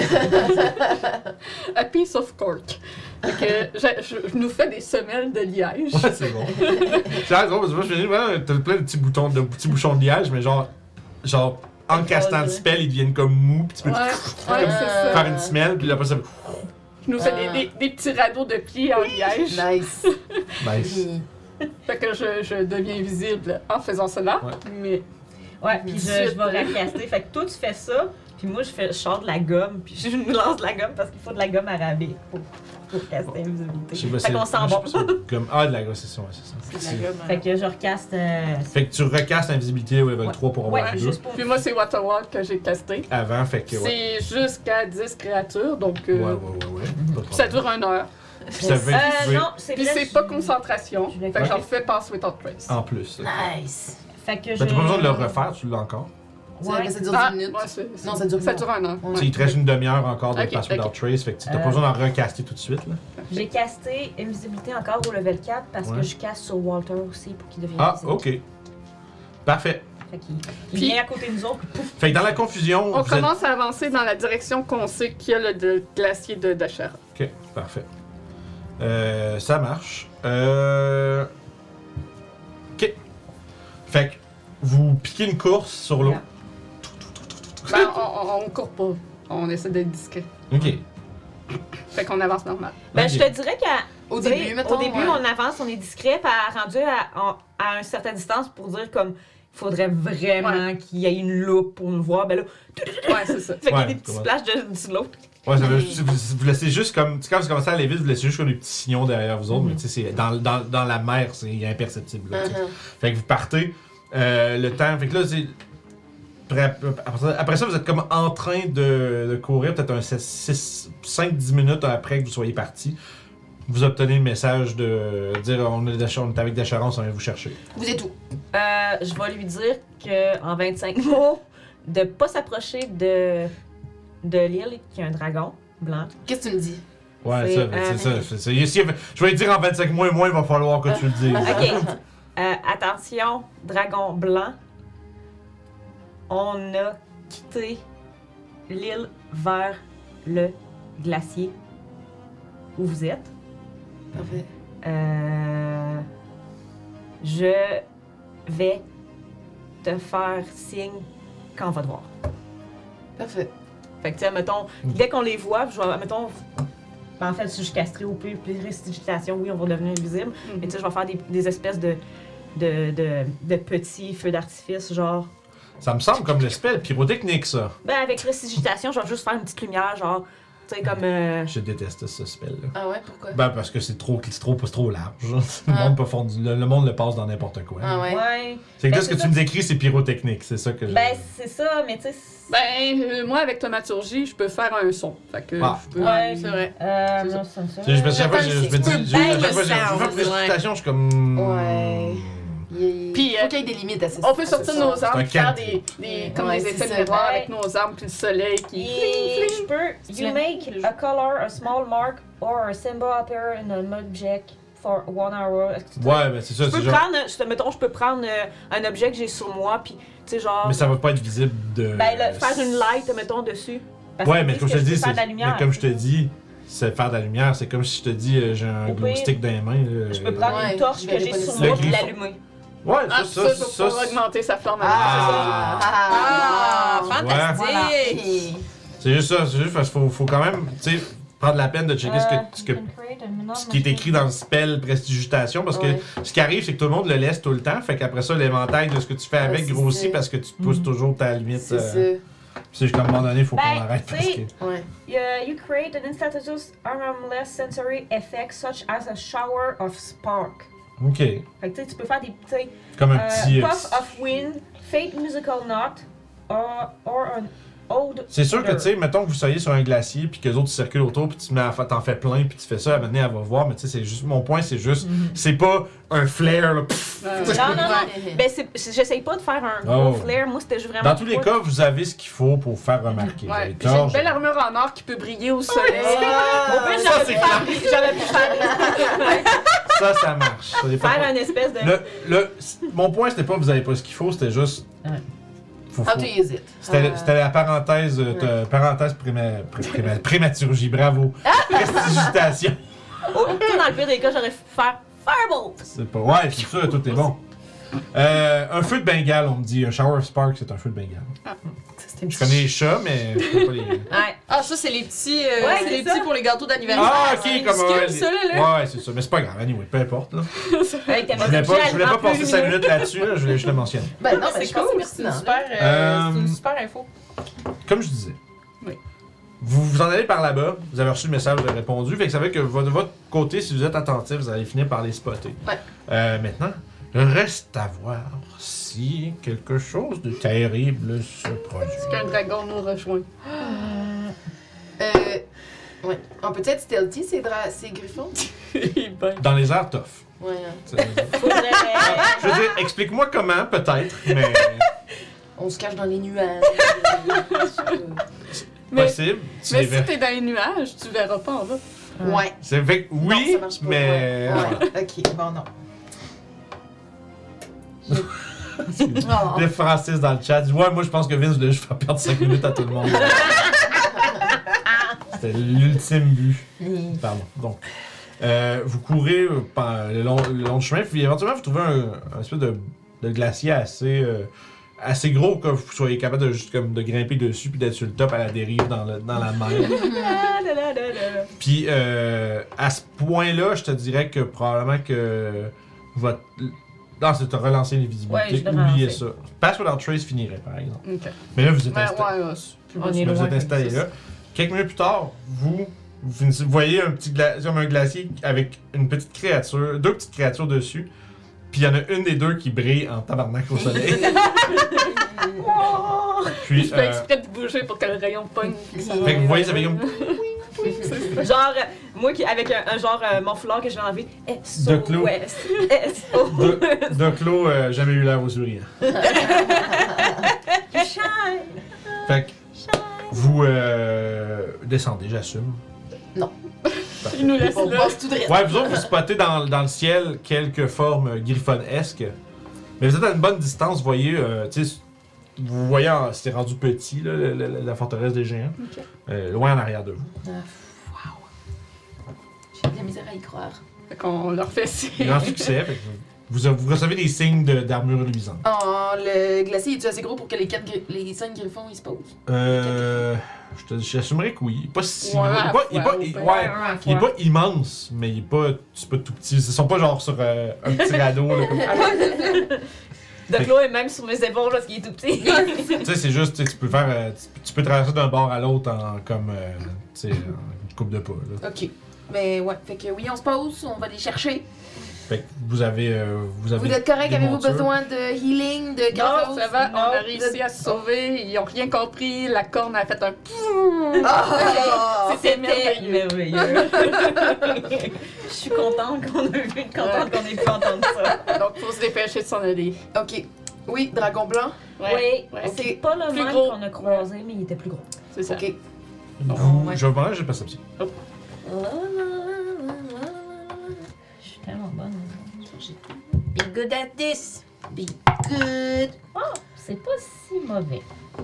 A piece of cork. Fait que je nous fais des semelles de liège. Ouais, c'est bon. C'est drôle parce que moi, je me dis, ouais, t'as plein de petits bouchons de liège, mais genre en castant le spell, ils deviennent comme mous, puis tu peux Ouais, c'est ça. faire une semelle, puis après ça. Je nous fais des petits radeaux de pied en liège. Nice. Nice. Fait que je deviens visible en faisant cela. Ouais. Mais Ouais, puis je vais recaster. Fait que toi, tu fais ça, puis moi, je sors de la gomme, puis je nous lance de la gomme parce qu'il faut de la gomme à rabais pour caster invisibilité. Fait qu'on sent bon. Comme, de la gomme, c'est ça, ouais, c'est ça. C'est de la gomme. Fait que je recaste. Fait que tu recastes l'invisibilité au level Ouais. 3 pour avoir Ouais, les deux. juste pour. puis moi, c'est Waterwalk que j'ai casté. Avant, fait que, ouais. C'est jusqu'à 10 créatures, donc Ouais. Pas de ça problème. dure 1 heure. Puis ça fait Non, c'est Puis vrai, c'est pas concentration. Je l'ai Fait que fait. j'en fais pass without trace. En plus. Nice. Fait que Ben, t'as pas besoin de le refaire, tu l'as encore. Ouais. Ça dure 10 minutes. Ouais, Non, ça dure Ça pas. dure 1 heure. Ouais. Tu sais, il te reste une demi-heure encore de Ok, pass without ok. trace, fait que t'as pas besoin d'en recaster tout de suite, là. J'ai casté invisibilité encore au level 4 parce Ouais. que je casse sur Walter aussi pour qu'il devienne Ah, invisible. ok. Parfait. Fait qu'il Puis- vient à côté de nous autres, puis pouf. Fait que dans la confusion, On vous êtes... commence à avancer dans la direction qu'on sait qu'il y a le glacier de Dachara. Ok, parfait. Ça marche. Ok. Fait que vous piquez une course sur l'eau. Yeah. Ben, on court pas. On essaie d'être discret. Ok. Fait qu'on avance normal. Ben, Ok. je te dirais qu'à Au tu sais, début, mettons. au début, ouais. on avance, on est discret, puis rendu à une certaine distance pour dire comme il faudrait vraiment qu'il y ait une loupe pour nous voir. Ben là, Ouais, c'est ça. fait qu'il y a Ouais, des petits comment- splashes de l'autre. Ouais, ça veut, vous laissez juste comme. Tu sais, quand vous commencez à aller vite, vous laissez juste comme des petits signaux derrière vous autres, mais tu sais, c'est dans la mer, c'est imperceptible. Là, tu sais. Fait que vous partez, le temps. Fait que là, c'est. Après ça, vous êtes comme en train de courir, peut-être un 5-10 minutes après que vous soyez parti. Vous obtenez le message de dire on est avec Dacharance, on vient vous chercher. Vous êtes où? Je vais lui dire qu'en 25 mots, de pas s'approcher de l'île, qui a un dragon blanc. Qu'est-ce que tu me dis? Ouais, C'est, c'est ça. Je vais lui dire en 25 mois et moins, il va falloir que tu le dises. Ok. Attention, dragon blanc. On a quitté l'île vers le glacier où vous êtes. Parfait. Je vais te faire signe quand on va te voir. Parfait. Fait que, tu sais, mettons, dès qu'on les voit, je vais, mettons, en fait, si je castrerai au plus prestidigitation, oui, on va devenir invisible. Mais tu sais, je vais faire des espèces de petits feux d'artifice, genre. Ça me semble comme le spell pyrotechnique, ça. Ben, avec prestidigitation, je vais juste faire une petite lumière, genre, tu sais, comme. Je déteste ce spell-là. Ah ouais, pourquoi? Ben, parce que c'est trop large. Le Ah. monde peut faire le monde le passe dans n'importe quoi. Ah ouais. Ouais. C'est que Ben, là, ce que c'est tu ça. me décris, c'est pyrotechnique. C'est ça que je. Ben, c'est ça, mais tu sais. Ben, moi, avec thaumaturgie, je peux faire un son. Fait que Ah. je peux... Ouais, c'est vrai. C'est ça. non, c'est ça. Tu sais, chaque fois, J'attends je le me dis, signe. chaque fois, le j'ai sound, fait précipitation, je suis comme. Ouais. Puis, Faut qu'il y ait des limites à ça. On peut sortir nos C'est armes, un puis faire cantrip. comme Ouais, des c'est effets de ça. miroir Ouais. avec nos armes, puis le soleil qui... Et je peux. You le- make a color, a small mark, or a symbol appear in an object for 1 hour. Est-ce que tu Ouais, ben c'est ça, Je c'est peux genre. prendre, mettons, je peux prendre un objet que j'ai sur moi, puis, tu sais, genre. Mais ça va pas être visible de. Ben, faire une light, mettons, dessus. Parce Ouais, que, mais tu sais, comme je te que dis, peux faire c'est. de la lumière. Mais comme je te dis, c'est faire de la lumière. C'est comme si je te dis, j'ai un Au glow pire, stick dans les mains. là. Je peux prendre Ouais, une torche je que verrai j'ai pas sur le moi puis griffon. l'allumer. Ouais, Ah, ça, pour augmenter sa flamme. Ah! Ah, fantastique! Voilà. C'est juste ça, c'est juste parce qu'il faut quand même, tu sais, prendre la peine de checker ce qui est écrit dans le spell prestidigitation, parce que Ouais. ce qui arrive, c'est que tout le monde le laisse tout le temps, fait qu'après ça, l'éventail de ce que tu fais avec c'est grossit ça. parce que tu pousses toujours ta limite. C'est ça. C'est juste qu'à un moment donné, il faut qu'on Ben, arrête parce tu sais, que. Ouais. You create an instantaneous harmless sensory effect such as a shower of spark. Ok. Fait que, tu sais, tu peux faire des petits. Comme un petit. Puff of wind, fate musical note, or an ode. C'est sûr que, tu sais, mettons que vous soyez sur un glacier, puis que les autres circulent autour, puis tu t'en fais plein, puis tu fais ça, à un moment donné, elle va voir, mais tu sais, c'est juste. Mon point, c'est juste. C'est pas un flare, là. pff. Non, non, non. Ben, j'essaye pas de faire un gros Oh. flare. Moi, c'était juste vraiment. Dans tous les cas, vous avez ce qu'il faut pour faire remarquer. Vous Ouais, avez puis j'ai une torche. belle armure en or qui peut briller au soleil. Au pire, Ça, c'est j'aurais pu faire Ça marche. Ça dépend faire pas. une espèce de. Mon point, c'était pas que vous avez pas ce qu'il faut, c'était juste. Ouais. How to use it. C'était la parenthèse, prématurgie, bravo. Prestidigitation. Oh, tu sais, dans le pire des cas, j'aurais pu faire Firebolt. C'est pas. Ouais, c'est sûr, tout est bon. Un feu de Bengale, on me dit. Un shower of spark, c'est un feu de Bengale. C'était une Je connais les chats, mais je connais pas les. Ouais. Ah, ça, c'est les petits, Ouais, c'est c'est les ça. petits pour les gâteaux d'anniversaire. Ah, ok, comme Excuse, ça, là. Ouais, c'est ça. Mais c'est pas grave, anyway, peu importe. Là. Avec ta Je voulais machine, pas, je voulais pas elle rend passer plus 5 lumineux. minutes là-dessus, là, je voulais juste le mentionner. Ben non, mais C'est je pense que cool, c'est c'est une pertinent. super info. Comme je disais. Oui. Vous vous en allez par là-bas, vous avez reçu le message, vous avez répondu, fait que ça fait que de votre côté, si vous êtes attentif, vous allez finir par les spotter. Ouais. Maintenant, reste à voir si quelque chose de terrible se produit. Est-ce qu'un dragon nous rejoint? Ouais. On peut être stealthy, ces griffons? Ben, Dans les airs, tough. Ouais. Hein. Faudrait... Je veux dire, explique-moi comment, peut-être, mais On se cache dans les nuages. Mais- possible. mais si t'es dans les nuages, tu verras pas en bas. Ouais. C'est fait que Non, oui, ça marche pas. mais. Ouais. Ok, bon, non. Oh. Le Francis dans le chat dit ouais, moi je pense que Vince voulait juste faire perdre 5 minutes à tout le monde. C'était l'ultime but. Pardon. Donc, vous courez le long du chemin, puis éventuellement vous trouvez un espèce de glacier assez gros que vous soyez capable de juste comme de grimper dessus puis d'être sur le top à la dérive dans la mer. Puis à ce point-là, je te dirais que probablement que votre non, c'est de relancer l'invisibilité. Ouais, je l'ai Oubliez relancé. ça. Pass Without Trace finirait, par exemple. Ok. Mais là, vous êtes Ben, installé. ouais, On est Vous loin. êtes installé là. Quelques minutes plus tard, vous voyez un petit comme un glacier avec une petite créature, deux petites créatures dessus. Puis il y en a une des deux qui brille en tabarnak au soleil. Puis, Je fais exprès de bouger pour que le rayon pogne. fait que vous voyez, ça fait comme Genre, moi qui avec un genre mon foulard que je vais enlever. De Clos. SOS. de Clos, jamais eu l'air aussi brillant. Shine. Fait que vous descendez, j'assume. Il nous laisse On là. passe tout droit. Ouais, vous autres, vous spottez dans le ciel quelques formes griffonesques. Mais vous êtes à une bonne distance, vous voyez, tu sais, vous voyez, c'est rendu petit, là, la forteresse des géants. Loin en arrière de vous. J'ai de la misère à y croire. Fait qu'on leur fait signe. Grand succès, fait que vous recevez des signes d'armure luisante. Oh, le glacier est-tu assez gros pour que les 5 griffons ils se posent? J'assumerais que oui. Il est pas si Ouais, gros. Il est pas, ouais, il est pas immense, mais il est pas, c'est pas tout petit. Ils sont pas genre sur un petit radeau. Là, comme... De Clos est même sur mes épaules parce qu'il est tout petit. Tu sais, c'est juste, tu sais, tu peux faire, tu peux traverser d'un bord à l'autre en comme, tu sais, en une coupe de pas. Là. Ok. Mais ouais, fait que oui, on se pose, on va les chercher. Fait que vous avez Vous êtes correct? des Avez-vous montures. besoin de healing, de Non, quelque chose? ça va, on Non, a vous réussi êtes- à se sauver, ils ont rien compris, la corne a fait un Ah! C'était merveilleux. merveilleux. Je suis contente qu'on ait pu entendre ça. Donc faut se dépêcher de s'en aller. Ok. Oui, dragon blanc. Oui, ouais. c'est pas le Plus même gros. qu'on a croisé, mais il était plus gros. C'est ça. Ok. Vous, ouais. je vais vous demander, j'ai perception. Je suis tellement bonne. Be good at this. Be good. C'est pas si mauvais.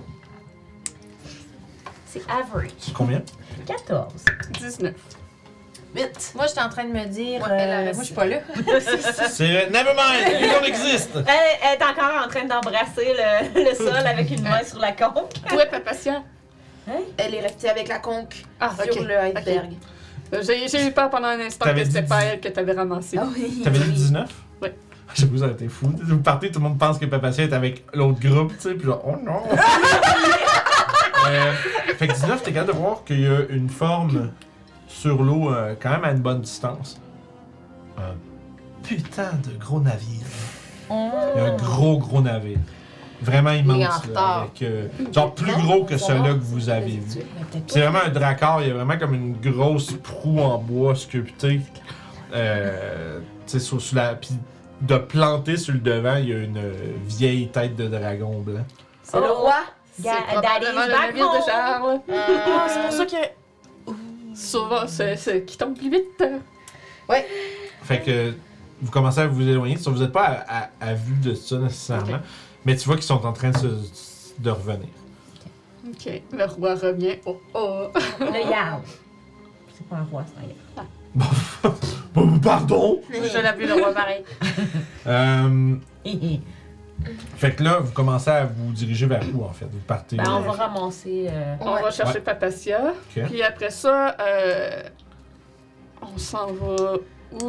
C'est average. Combien? 14. 19. Vite. Moi, j'étais en train de me dire. Ouais, elle a moi, je suis pas là. C'est Nevermind, you don't exist! Elle est encore en train d'embrasser le sol avec une main sur la conque. Ouais, Papatia. Elle est restée avec la conque Ah, sur ok. le iceberg. J'ai eu peur pendant un instant T'avais que c'était dit pas elle que t'avais ramassé. Ah oui. T'avais dit 19? Oui. J'avoue, ça a été fou. Vous partez, tout le monde pense que Papacia est avec l'autre groupe, tu sais, puis genre, oh non! Fait que 19, t'es capable de voir qu'il y a une forme sur l'eau quand même à une bonne distance. Un putain de gros navire. Il y a un gros navire. Vraiment Il est immense. en Là, retard. avec, genre plus gros que celui-là que vous avez vu. C'est vraiment un dracard, il y a vraiment comme une grosse proue en bois sculptée. Tu sais, sur la. Puis de planter sur le devant, il y a une vieille tête de dragon blanc. C'est le roi. C'est Daddy's probablement le back navire home. de Charles. Ah, C'est pour ça que. Souvent, c'est qui tombe plus vite. Fait que vous commencez à vous éloigner. Vous n'êtes pas à vue de ça nécessairement, mais tu vois qu'ils sont en train de revenir. Ok, le roi revient. Oh oh. Le Yao. C'est pas un roi, c'est un Yao. Pardon! Je l'ai vu le roi pareil. Fait que là, vous commencez à vous diriger vers où, en fait? Vous partez... Ben, on va ramasser. On va chercher Papacia. Ok. Puis après ça, on s'en va où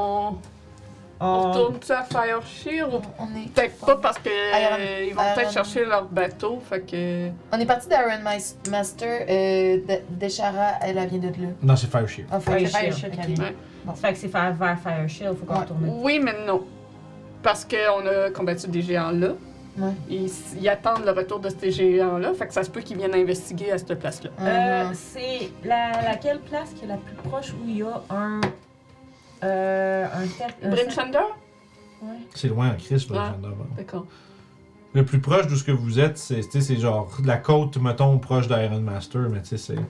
on retourne-tu à Fire Shield ou On est, peut-être pas parce que ils vont Iron- peut-être chercher leur bateau, fait que... on est parti d'Iron Master. Deshara, elle vient de là. Non, c'est Fire Shield. Ah, Fire Fire Shield, Shield, ok. ok. Ouais. Ça fait que c'est vers Fire Shield, faut qu'on Ouais. retourne. Oui, mais non. Parce qu'on a combattu des géants là. Ouais. Ils attendent le retour de ces géants-là, fait que ça se peut qu'ils viennent investiguer à cette place-là. C'est laquelle place qui est la plus proche où il y a un Brimchander? Ouais. C'est loin en Christ, le Ouais. gendarme. D'accord. Le plus proche d'où ce que vous êtes, c'est genre la côte, mettons, proche d'Iron Master, mais tu sais, c'est...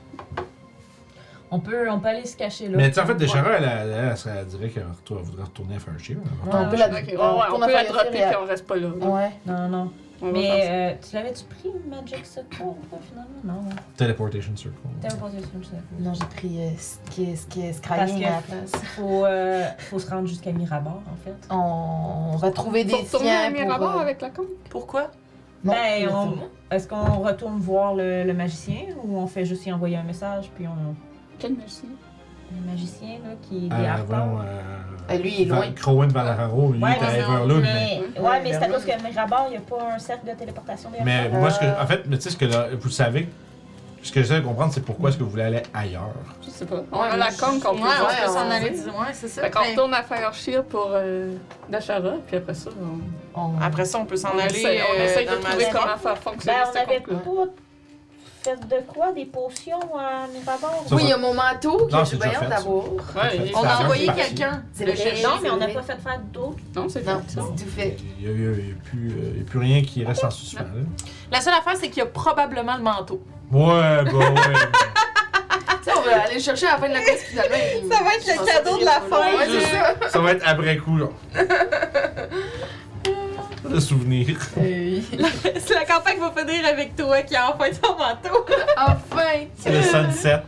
On peut aller se cacher là. Mais tu sais, en fait, Deshara, elle dirait qu'elle voudrait retourner à Fire Shield. Ouais, On peut ouais. la Ok, ouais, on on retourne à peut la Fire dropper Shield puis on reste pas là. Ouais. Non. On va faire ça. Mais tu l'avais-tu pris Magic Circle ou pas finalement? Non. Teleportation Circle. Teleportation Circle. Non, j'ai pris Parce Scrying que- à la place. Faut se rendre jusqu'à Mirabar en fait. On va trouver des Faut retourner à fiens pour... Mirabar avec la compte? Pourquoi? Non, Ben, non, est-ce qu'on retourne voir le magicien ou on fait juste y envoyer un message puis on. Quel magicien? Le magicien là qui est des Harpers. Lui, il est loin. Crowen Valararo, lui, Ouais, il est à mais, Everlook, mais c'est à cause que Mirabar, il n'y a pas un cercle de téléportation des mais Harpers. moi, en fait, mais tu sais, ce que vous savez, ce que j'essaie de comprendre, c'est pourquoi est-ce que vous voulez aller ailleurs. Je sais pas. On a la compte qu'on peut voir. on peut s'en on- aller. Ouais, c'est ça. Fait qu'on Ben, retourne à Fire Shield pour Dashara, puis après ça, Après ça, on peut s'en on aller. essaye dans de le trouver magasin. comment faire fonctionner Ben, on cette avait compte-là. pas fait de quoi? Des potions à Mirabar? Ça, Oui, il y a mon manteau que Non, j'ai c'est déjà bien hâte fait, ça. d'avoir. Ouais, On Ça a fait envoyé partie. quelqu'un. C'est le vrai. chercher. Non, mais on n'a vrai. pas fait faire d'autres. non, c'est Non, fait ça. c'est tout fait. Il n'y a plus rien qui reste en suspens. Là. La seule affaire, c'est qu'il y a probablement le manteau. Ouais, bah ouais. Tu sais, on va aller le chercher à la fin de la course finalement. Ça va être le cadeau de la fin. Ouais, c'est ça. Ça va être après coup, là. Le souvenir. C'est la campagne va finir avec toi qui a enfin ton manteau. Enfin! C'est le sunset.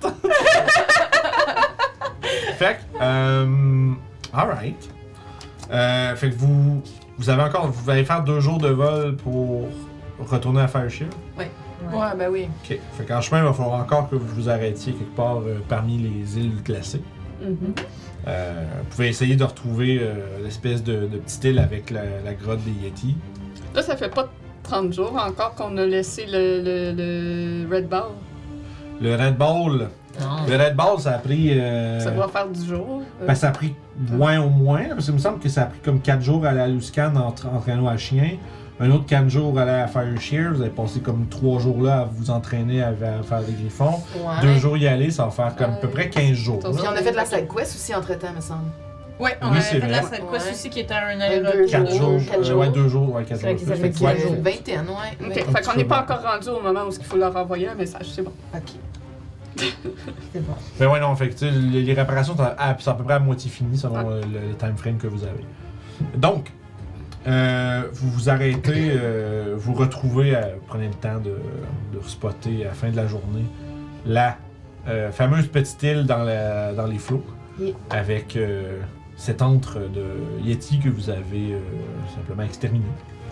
Fait que, alright. Fait que vous allez faire 2 jours de vol pour retourner à Fire Shield. Ouais, ben oui. Ok. Fait qu'en chemin, il va falloir encore que vous vous arrêtiez quelque part parmi les îles glacées. Mhm. Vous pouvez essayer de retrouver l'espèce de petite île avec la grotte des Yeti. Là, ça fait pas 30 jours encore qu'on a laissé le Red Ball. Le Red Ball. Le Red Ball, ça a pris. Ça doit faire 10 jours. Ben, ça a pris moins au moins, là, parce qu'il me semble que ça a pris comme 4 jours à aller à Luscan en traîneau à chien. Un autre 4 jours à aller à Fire Shear. Vous avez passé comme 3 jours là à vous entraîner à faire des griffons. Ouais. 2 jours y aller, ça va faire comme à peu près 15 jours. Puis Puis là. on a fait de la side quest aussi entre temps, me semble. Ouais, on Oui, avait c'est fait de la vrai. side quest Ouais. aussi qui était un 2 aéroport. 4 jours. 4 jours. Ouais, 2 jours. Ouais, 4 C'est vrai jours. qu'ils avaient Fait que, dit ouais, un jour. Une vingtaine, ouais. Ok, Ouais. fait qu'on n'est pas encore rendu au moment où il faut leur envoyer un message, c'est bon. Ok. C'est bon. Ben ouais, non, fait que tu sais, les réparations sont à peu près à moitié finies selon le time frame que vous avez. Donc, vous vous arrêtez, vous retrouvez, prenez le temps de spotter à la fin de la journée la fameuse petite île dans les flots Yeah. avec cet antre de Yeti que vous avez simplement exterminé.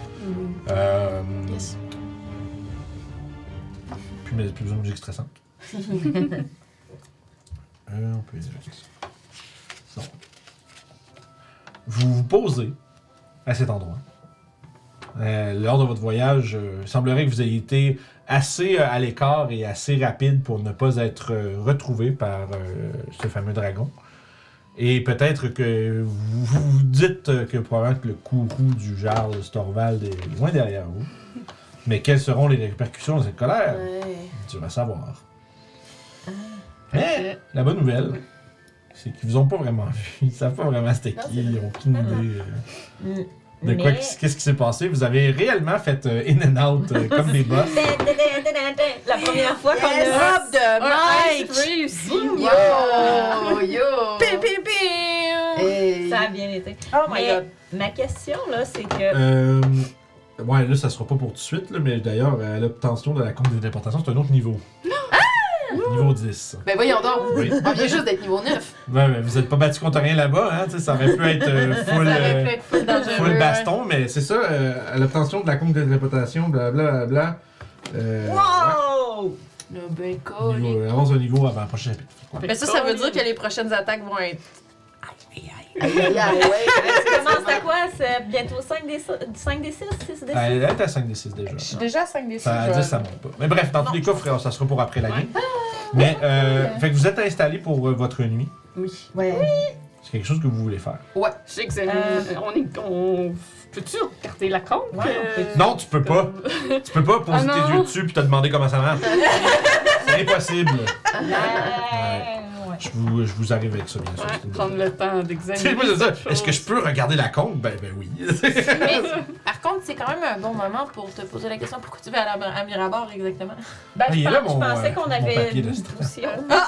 Yes. Plus besoin de musique stressante. On peut y aller avec ça. Donc, vous vous posez à cet endroit. Lors de votre voyage, il semblerait que vous ayez été assez à l'écart et assez rapide pour ne pas être retrouvé par ce fameux dragon. Et peut-être que vous dites que probablement que le courroux du Jarl Storvald est loin derrière vous. Mais quelles seront les répercussions de cette colère? Ouais. Tu vas savoir. Mais la bonne nouvelle, c'est qu'ils vous ont pas vraiment vu. Ils savent pas vraiment c'était Non, qui. c'est Ils ont aucune idée de Mais- quoi, qu'est-ce qui s'est passé. Vous avez réellement fait in and out comme des boss. La première fois qu'on Yes! a. Robe de Mike! réussi! Yo! Yo! Pim, pim, pim! Hey. Ça a bien été. Oh my Mais god. ma question, là, c'est que. Ouais, là, ça sera pas pour tout de suite, là, mais d'ailleurs, l'obtention de la compte de déportation, c'est un autre niveau. Niveau 10. Ben voyons donc. Oui. On vient juste d'être niveau 9. Ouais, mais vous êtes pas battu contre rien là-bas, hein? Tu sais, ça aurait pu être full, Ça aurait pu être full dangereux. full baston, mais c'est ça, à l'obtention de la compte de téléportation, blablabla. Wow! Le bacon. Avance un niveau avant le prochain chapitre. Mais ça veut dire que les prochaines attaques vont être. Aïe, aïe, aïe, ouais. Tu commences à quoi? C'est bientôt 5 des 6? 6 des 6? Elle est à 5 des 6 déjà. Je suis déjà à 5 des 6. Ça, à 10, ça monte pas. Mais bref, dans tous les cas, frère, ça sera pour après la game. Mais, fait que vous êtes installés pour votre nuit. Oui. Ouais. C'est quelque chose que vous voulez faire. J'examine. On peut-tu regarder la compte? Ouais, on peut. Non, tu peux pas. Tu peux pas poser Ah tes non. yeux dessus puis te demander comment ça marche. C'est impossible. Ouais. Je vous arrive avec ça, bien sûr. Ouais, c'est une prendre bonne le temps chose. d'examiner. Moi, c'est ça. cette Est-ce que je chose. peux regarder la compte? Ben oui. Mais par contre, c'est quand même un bon moment pour te poser la question pourquoi tu vas à Mirabar exactement. Ben, Ah, il est là, mon, je pensais qu'on mon avait papier de une stress. potion.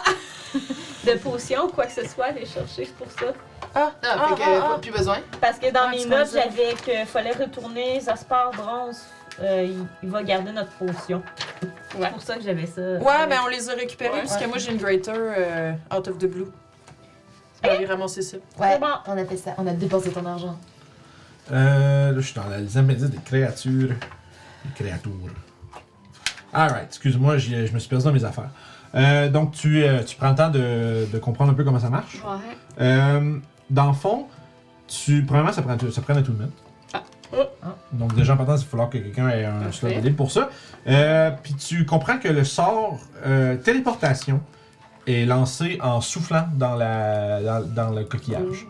De potion, quoi que ce soit, à aller chercher, c'est pour ça. Ah, fait que plus besoin. Parce que dans Ouais, mes tu notes, comprends ça. j'avais qu'il fallait retourner Zaspar Bronze. Il va garder notre potion. Ouais. C'est pour ça que j'avais ça. Ouais, ben on les a récupérés Ouais. parce que moi j'ai une Greater out of the blue. Tu peux aller ramasser ça. Ouais, C'est bon. on a fait ça. On a dépensé ton argent. Là, je suis dans les indices des créatures. Des créatures. Alright, excuse-moi, je me suis perdu dans mes affaires. Donc, tu prends le temps de comprendre un peu comment ça marche. Ouais. Dans le fond, premièrement, ça prend un tout de même. Donc, déjà, en partant, il va falloir que quelqu'un ait un Parfait. slot de libre pour ça. Puis, tu comprends que le sort téléportation est lancé en soufflant dans le coquillage.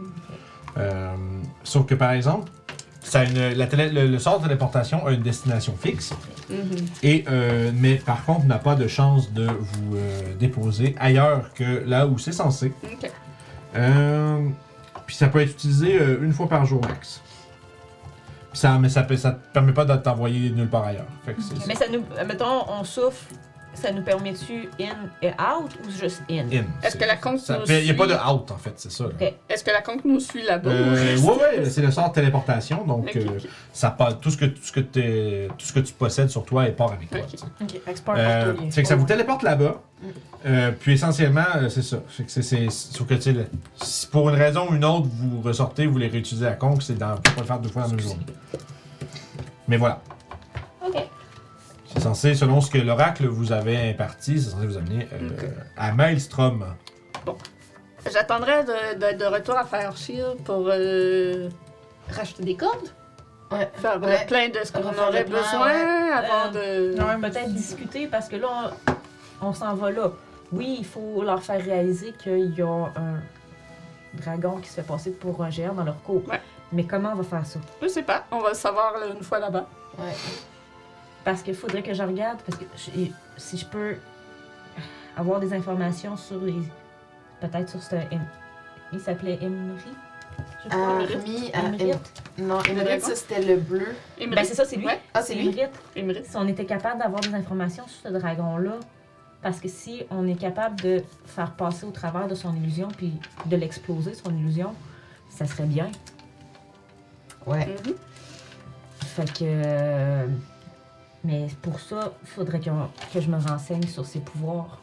Sauf que, par exemple, ça a le sort de téléportation a une destination fixe. Et, mais par contre, n'a pas de chance de vous déposer ailleurs que là où c'est censé. Ok. Puis ça peut être utilisé une fois par jour max. Puis mais ça te permet pas de t'envoyer nulle part ailleurs. Fait que c'est Mais ça nous. Mettons, on souffle, ça nous permet-tu in et out ou juste in? in. Est-ce que la compte nous Il n'y a pas de suit? out en fait, c'est ça. là. Ok. Est-ce que la compte nous suit là-bas? Ouais, c'est le sort téléportation, donc Ok, ok. ça part, tout ce que tu possèdes sur toi et part avec toi. Ok. tu sais. Ok, export portfolio. Fait que ça vous téléporte là-bas. Puis essentiellement, c'est ça. Fait que sauf que tu sais, si pour une raison ou une autre, vous ressortez, vous les réutilisez à compte, c'est dans, vous pouvez pas le faire 2 fois dans la même journée. Mais voilà. Ok. C'est censé, selon ce que l'oracle vous avait imparti, c'est censé vous amener à Maelstrom. J'attendrai de retour à Fireshield pour racheter des cordes. Ouais. Faire le Ouais. plein de ce qu'on Refaire aurait le plan, besoin ouais. avant de. Non, peut-être discuter parce que là, on s'en va là. Oui, il faut leur faire réaliser qu'il y a un dragon qui se fait passer pour un géant dans leur cour. Ouais. Mais comment on va faire ça? Je sais pas, on va le savoir là, une fois là-bas. Ouais. Parce qu'il faudrait que je regarde, parce que si je peux avoir des informations sur les. Peut-être sur ce. Il s'appelait Emery? Je crois. Armi, non, Le Emerald, dragon? ça c'était le bleu. Ben, c'est ça, c'est lui. Ouais. Ah, c'est lui? Emery. Émeric. Si on était capable d'avoir des informations sur ce dragon-là, parce que si on est capable de faire passer au travers de son illusion puis de l'exploser, son illusion, ça serait bien. Ouais. Mhm. Fait que. Mais pour ça, il faudrait que je me renseigne sur ses pouvoirs.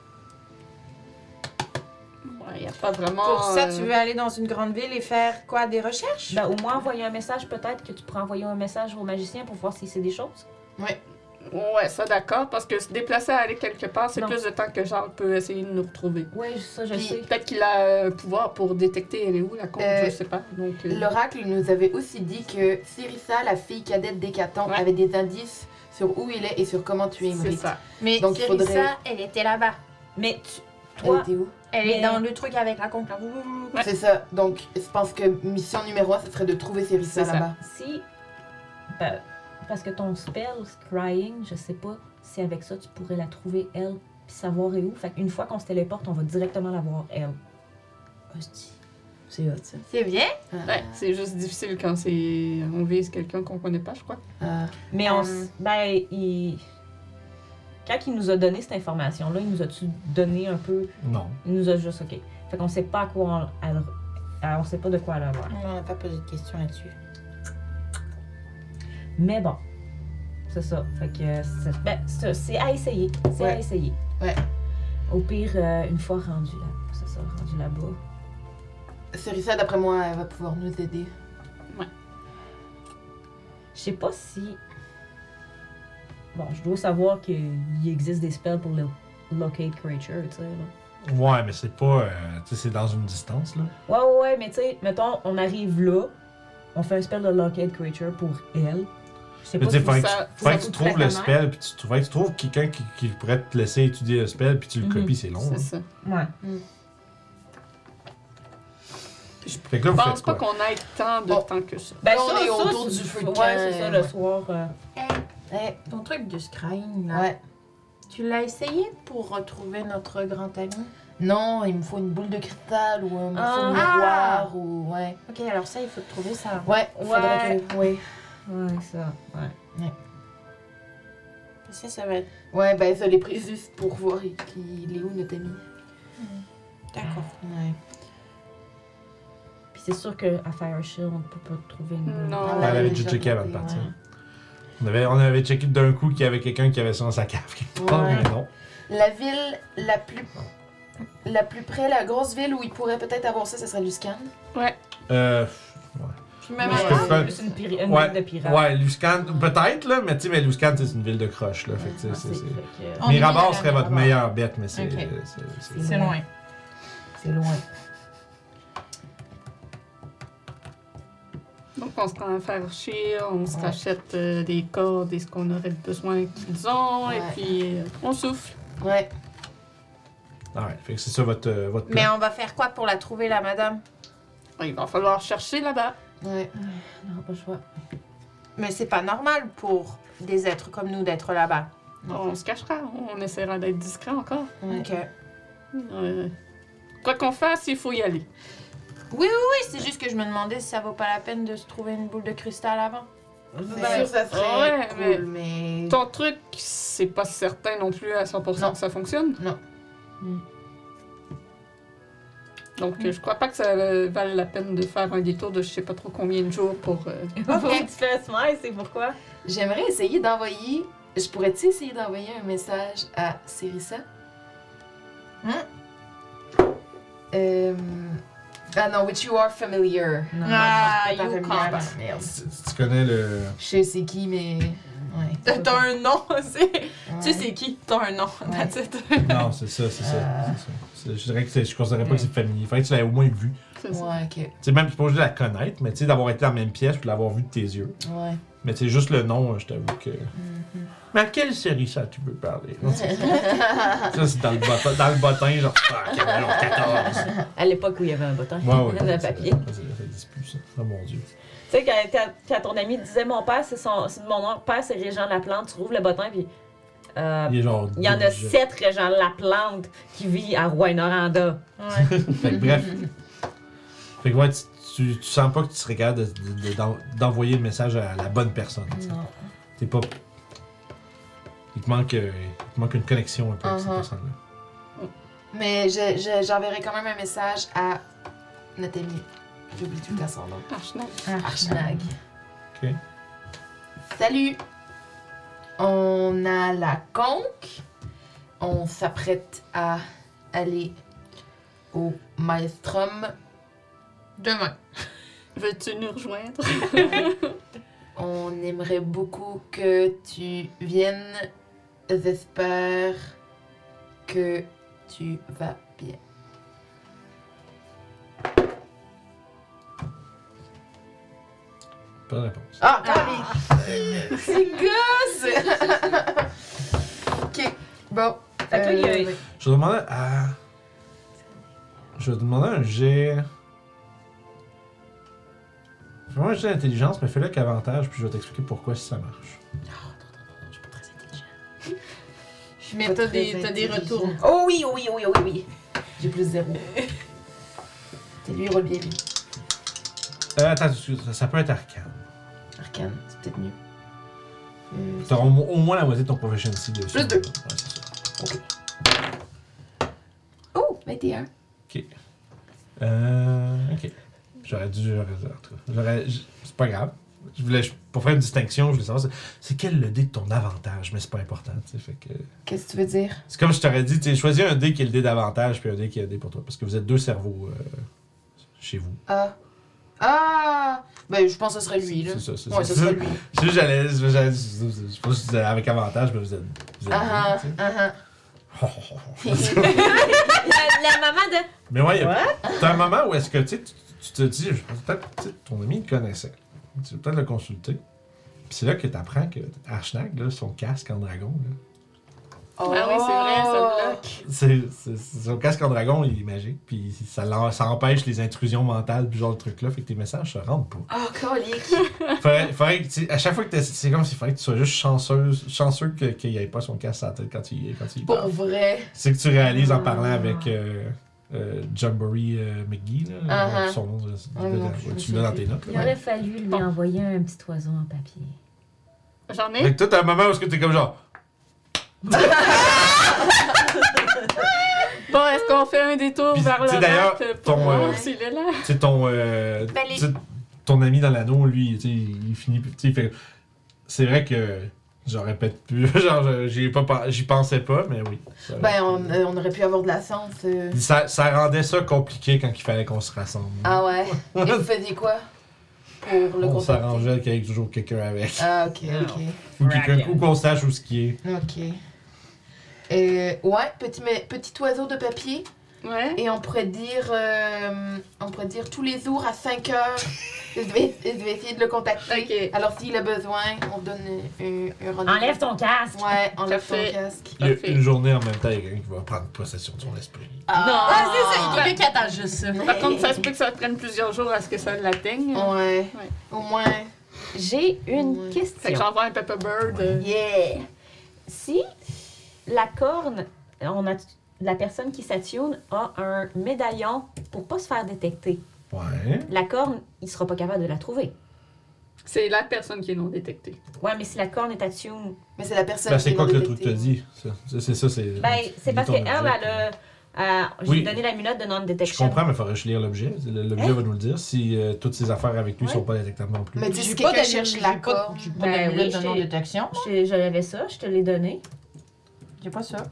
Ouais, y a pas vraiment. Pour ça, tu veux aller dans une grande ville et faire quoi, des recherches? Ben, au moins envoyer un message, peut-être que tu pourrais envoyer un message au magicien pour voir s'il sait des choses. Ouais, ça d'accord, parce que se déplacer à aller quelque part, c'est Non. plus de temps que Charles peut essayer de nous retrouver. Oui, ça, je Puis- sais. Peut-être qu'il a un pouvoir pour détecter elle est où la compte, je sais pas. Donc, L'oracle nous avait aussi dit que Cyrissa, la fille cadette d'Hécaton, Ouais. avait des indices sur où il est et sur comment tuer c'est Emerald. ça. Mais Donc, il Cyrissa, faudrait- elle était là-bas. Mais Elle toi, était où? Elle Mais- est dans le truc avec la compte là. Ouais. C'est ça. Donc, je pense que mission numéro 1, ce serait de trouver Cyrissa C'est ça. là-bas. si. Ben, parce que ton spell, Scrying, je sais pas si avec ça tu pourrais la trouver elle puis savoir est où. Fait qu'une fois qu'on se téléporte, on va directement la voir elle. Hostie. C'est hot, ça. C'est bien. Ouais, c'est juste difficile quand on vise quelqu'un qu'on connaît pas, je crois. Mais quand il nous a donné cette information-là, il nous a-tu donné un peu. Non. Il nous a juste OK. Fait qu'on sait pas à quoi on sait pas de quoi elle a l'air. On n'a pas posé de questions là-dessus. Mais bon. C'est ça. Fait que c'est à essayer. C'est à Ouais. essayer. Ouais. Au pire, une fois rendu là, c'est ça, rendu là-bas. Cerissa, d'après moi, elle va pouvoir nous aider. Je sais pas si... Bon, je dois savoir qu'il existe des spells pour le locate creature, tu sais, là. Ouais, mais c'est pas. Tu sais, c'est dans une distance, là. Ouais, mais tu sais, mettons, on arrive là, on fait un spell de locate creature pour elle. Je sais Mais pas tu sais, si faudrait ça- que tu trouves le spell, puis faudrait que tu trouves quelqu'un qui pourrait te laisser étudier le spell, puis tu le Mhm. copies, c'est long. C'est Hein. ça. Ouais. Fait que là, Je vous pense faites pas quoi? qu'on ait tant de Bon. temps que ça. Ben, Là, on est autour du feu de Ouais, camp, c'est ça, le ouais. soir. Ton truc de scrying, là. Ouais. Tu l'as essayé pour retrouver notre grand ami? Non, il me faut une boule de cristal ou un morceau de Ah. miroir ou. Ouais. Ok, alors ça, il faut trouver ça. Ouais, faudrait que. Ouais. Ouais, ça, ouais. Ça va être... Ouais, ben ça les pris juste pour voir il est où notre ami. D'accord. Ouais. Puis c'est sûr qu'à Fire Shield, on peut pas trouver une... Non. Elle avait déjà checké avant de partir. On avait checké d'un coup qu'il y avait quelqu'un qui avait ça dans sa cave quelque part, Ouais. mais non. La ville la plus près, la grosse ville où il pourrait peut-être avoir ça, ce serait Luscan. Puis même Parce Ouais. que avant, Fran- C'est une Ouais, ville de pirates. Ouais, Luscan, peut-être, là, mais tu sais, mais Luscan, c'est une ville de croche, là. Fait que, tu sais, Ah, c'est. fait que- On est Mirabar mis serait à votre Mirabar. meilleure bête, mais c'est. Ok. C'est loin. C'est loin. Donc, on se rend à faire chier, on se rachète des cordes et ce qu'on aurait besoin qu'ils ont, et Ouais. puis on souffle. Ouais. Alright, fait que c'est ça votre Mais plan. on va faire quoi pour la trouver, la madame? Il va falloir chercher là-bas. Ouais. Non, pas le choix. Mais c'est pas normal pour des êtres comme nous d'être là-bas. On se cachera, on essaiera d'être discret encore. Ouais. Ok. Quoi qu'on fasse, il faut y aller. Oui, c'est juste que je me demandais si ça vaut pas la peine de se trouver une boule de cristal avant. C'est sûr, ça serait ouais, cool, mais. Ton truc, c'est pas certain non plus à 100% Non. que ça fonctionne. Non. Donc, je crois pas que ça vale la peine de faire un détour de je sais pas trop combien de jours pour... Pourquoi tu fais smile, c'est pourquoi? J'aimerais essayer d'envoyer. Je pourrais-tu essayer d'envoyer un message à Cerissa? Ah non, which you are familiar. Non, Ah, Pas you familière, can't. merde. Tu connais le. Je sais c'est qui, mais. Ouais. T'as un nom, c'est... Ouais. Tu sais c'est qui? T'as un nom, that's it. Non, c'est ça. Je dirais que je considérais pas que c'est familier. Faudrait que tu l'aies au moins vu. C'est ça. Ouais, ok. Tu sais, même, tu peux pas juste la connaître, mais tu sais, d'avoir été dans la même pièce puis de l'avoir vu de tes yeux. Ouais. Mais tu sais, juste le nom, je t'avoue que. Mhm. Mais à quelle série ça tu veux parler? Ça, c'est dans le bottin, genre. Ah, genre 14. À l'époque où il y avait un bottin. Ouais, ouais. De papier. Ça existe plus, ça. Oh mon dieu. Tu sais, quand ton ami disait mon père, c'est mon père, c'est Régent Laplante, tu rouvres le bottin, puis. Il est genre. Il y en a 12. 7 Régent Laplante qui vit à Rouen-Noranda. Fait que bref. Fait que ouais, tu sens pas que tu serais capable d'envoyer le message à la bonne personne. t'sais. Non. T'es pas. Il te manque une connexion un peu avec cette Uh-huh. personne-là. Mais j'enverrai quand même un message à notre ami. J'oublie tout le temps son nom. Archenal. Archnag. Ok. Salut! On a la conque. On s'apprête à aller au Maelstrom demain. Veux-tu nous rejoindre? On aimerait beaucoup que tu viennes. J'espère que tu vas bien. Pas de réponse. Ah, c'est gosse! Ok, bon. Fait que là, il y a- oui. Je vais demander à. Je vais te demander un jet. Fais-moi un jet d'intelligence, mais fais-le avec avantage, puis je vais t'expliquer pourquoi si ça marche. Je suis pas très intelligent. Mais Pas t'as très des intelligent. retours. Oh oui, oh oui, oh oui, oh oui, oui. J'ai plus 0. C'est lui, il roule bien, lui. Attends, excuse, ça peut être arcane. Arcane, c'est peut-être mieux. T'auras au moins la moitié de ton proficiency dessus. Plus 2. Ouais, c'est ça. Oh, 21. Ok. Ok. J'aurais dû. En tout cas, c'est pas grave. pour faire une distinction, je voulais savoir c'est quel le dé de ton avantage, mais c'est pas important, tu sais. Fait que. Qu'est-ce que tu veux dire? C'est comme je t'aurais dit, tu sais, choisis un dé qui est le dé d'avantage, puis un dé qui est le dé pour toi. Parce que vous êtes 2 cerveaux chez vous. Ah! Ben, je pense que ce serait lui, là. C'est ça, c'est Ouais, ça. ce serait lui. Je pense que c'est avec avantage, mais vous êtes. Vous êtes Ah deux, ah, tu sais. La maman de. Mais ouais, t'as un moment où est-ce que tu te dis, je pense peut-être que ton ami le connaissait. Tu veux peut-être le consulter. Puis c'est là que t'apprends que Archnag, là, son casque en dragon, là, Oh. Ah oui, c'est vrai, ça bloque. son casque en dragon, il est magique. Puis ça empêche les intrusions mentales, puis genre le truc là, fait que tes messages se rendent pas. Oh, colique! Faudrait que, tu sais, à chaque fois que c'est comme s'il fallait que tu sois juste chanceux qu'il n'y ait pas son casque à la tête quand il Pour parle. vrai. C'est que tu réalises en parlant avec Jamboree McGee, là, son nom, tu l'as dans tes notes. Il Là. aurait fallu lui envoyer un petit oiseau en papier. J'en Fait ai. que toi, t'as un moment où est-ce que t'es comme genre. Bon, est-ce qu'on fait un détour Puis, vers tu sais, le d'ailleurs, lac pour ton, voir s'il est là? Tu sais, ton. les- tu sais, ton ami dans l'anneau, lui, tu sais, il finit. Tu sais, fait. C'est vrai que. J'aurais peut-être pu. Genre, j'y pensais pas, mais oui. Ben, on aurait pu avoir de la sens. Ça rendait ça compliqué quand il fallait qu'on se rassemble. Ah ouais? Et vous faisiez quoi? Pour le On contacter? s'arrangeait qu'il y ait toujours quelqu'un avec. Ah, ok, ok. Ou qu'on sache où ce qui est. Ok. Ouais, petit oiseau de papier. Ouais. Et on pourrait dire tous les jours à 5 heures, je vais essayer de le contacter. Ok. Alors s'il a besoin, on donne un rendez-vous. Enlève ton casque! Ouais, enlève ton Parfait. casque. Il y a Parfait. une journée en même temps, il y a quelqu'un qui va prendre possession de son esprit. Ah, c'est ça, il y a quelqu'un qui attend juste ça. Par contre, ça se peut que ça prenne plusieurs jours à ce que ça l'atteigne. Ouais. Au moins. J'ai une Ouais. Fait que question. j'envoie un Pepper Bird. Yeah! Si la corne, la personne qui s'attune a un médaillon pour pas se faire détecter, Ouais. la corne, il sera pas capable de la trouver. C'est la personne qui est non détectée. Ouais, mais si la corne est attune, Mais c'est la personne Ben, qui c'est est quoi non que le truc te détectée. dit? C'est ça, c'est. ben, c'est parce ton qu'elle, objet. j'ai Oui. donné la minute de Je non-detection. comprends, mais il faudrait que je lire l'objet. L'objet va nous le dire si toutes ses affaires avec lui Ouais. sont pas détectables non plus. Mais tu sais, J'ai si pas quelqu'un de- cherche j'ai la pas- corde. J'ai pas Ben d'amulette oui, de j'ai- non-détection. Je l'avais ça, je te l'ai donné. J'ai pas ça.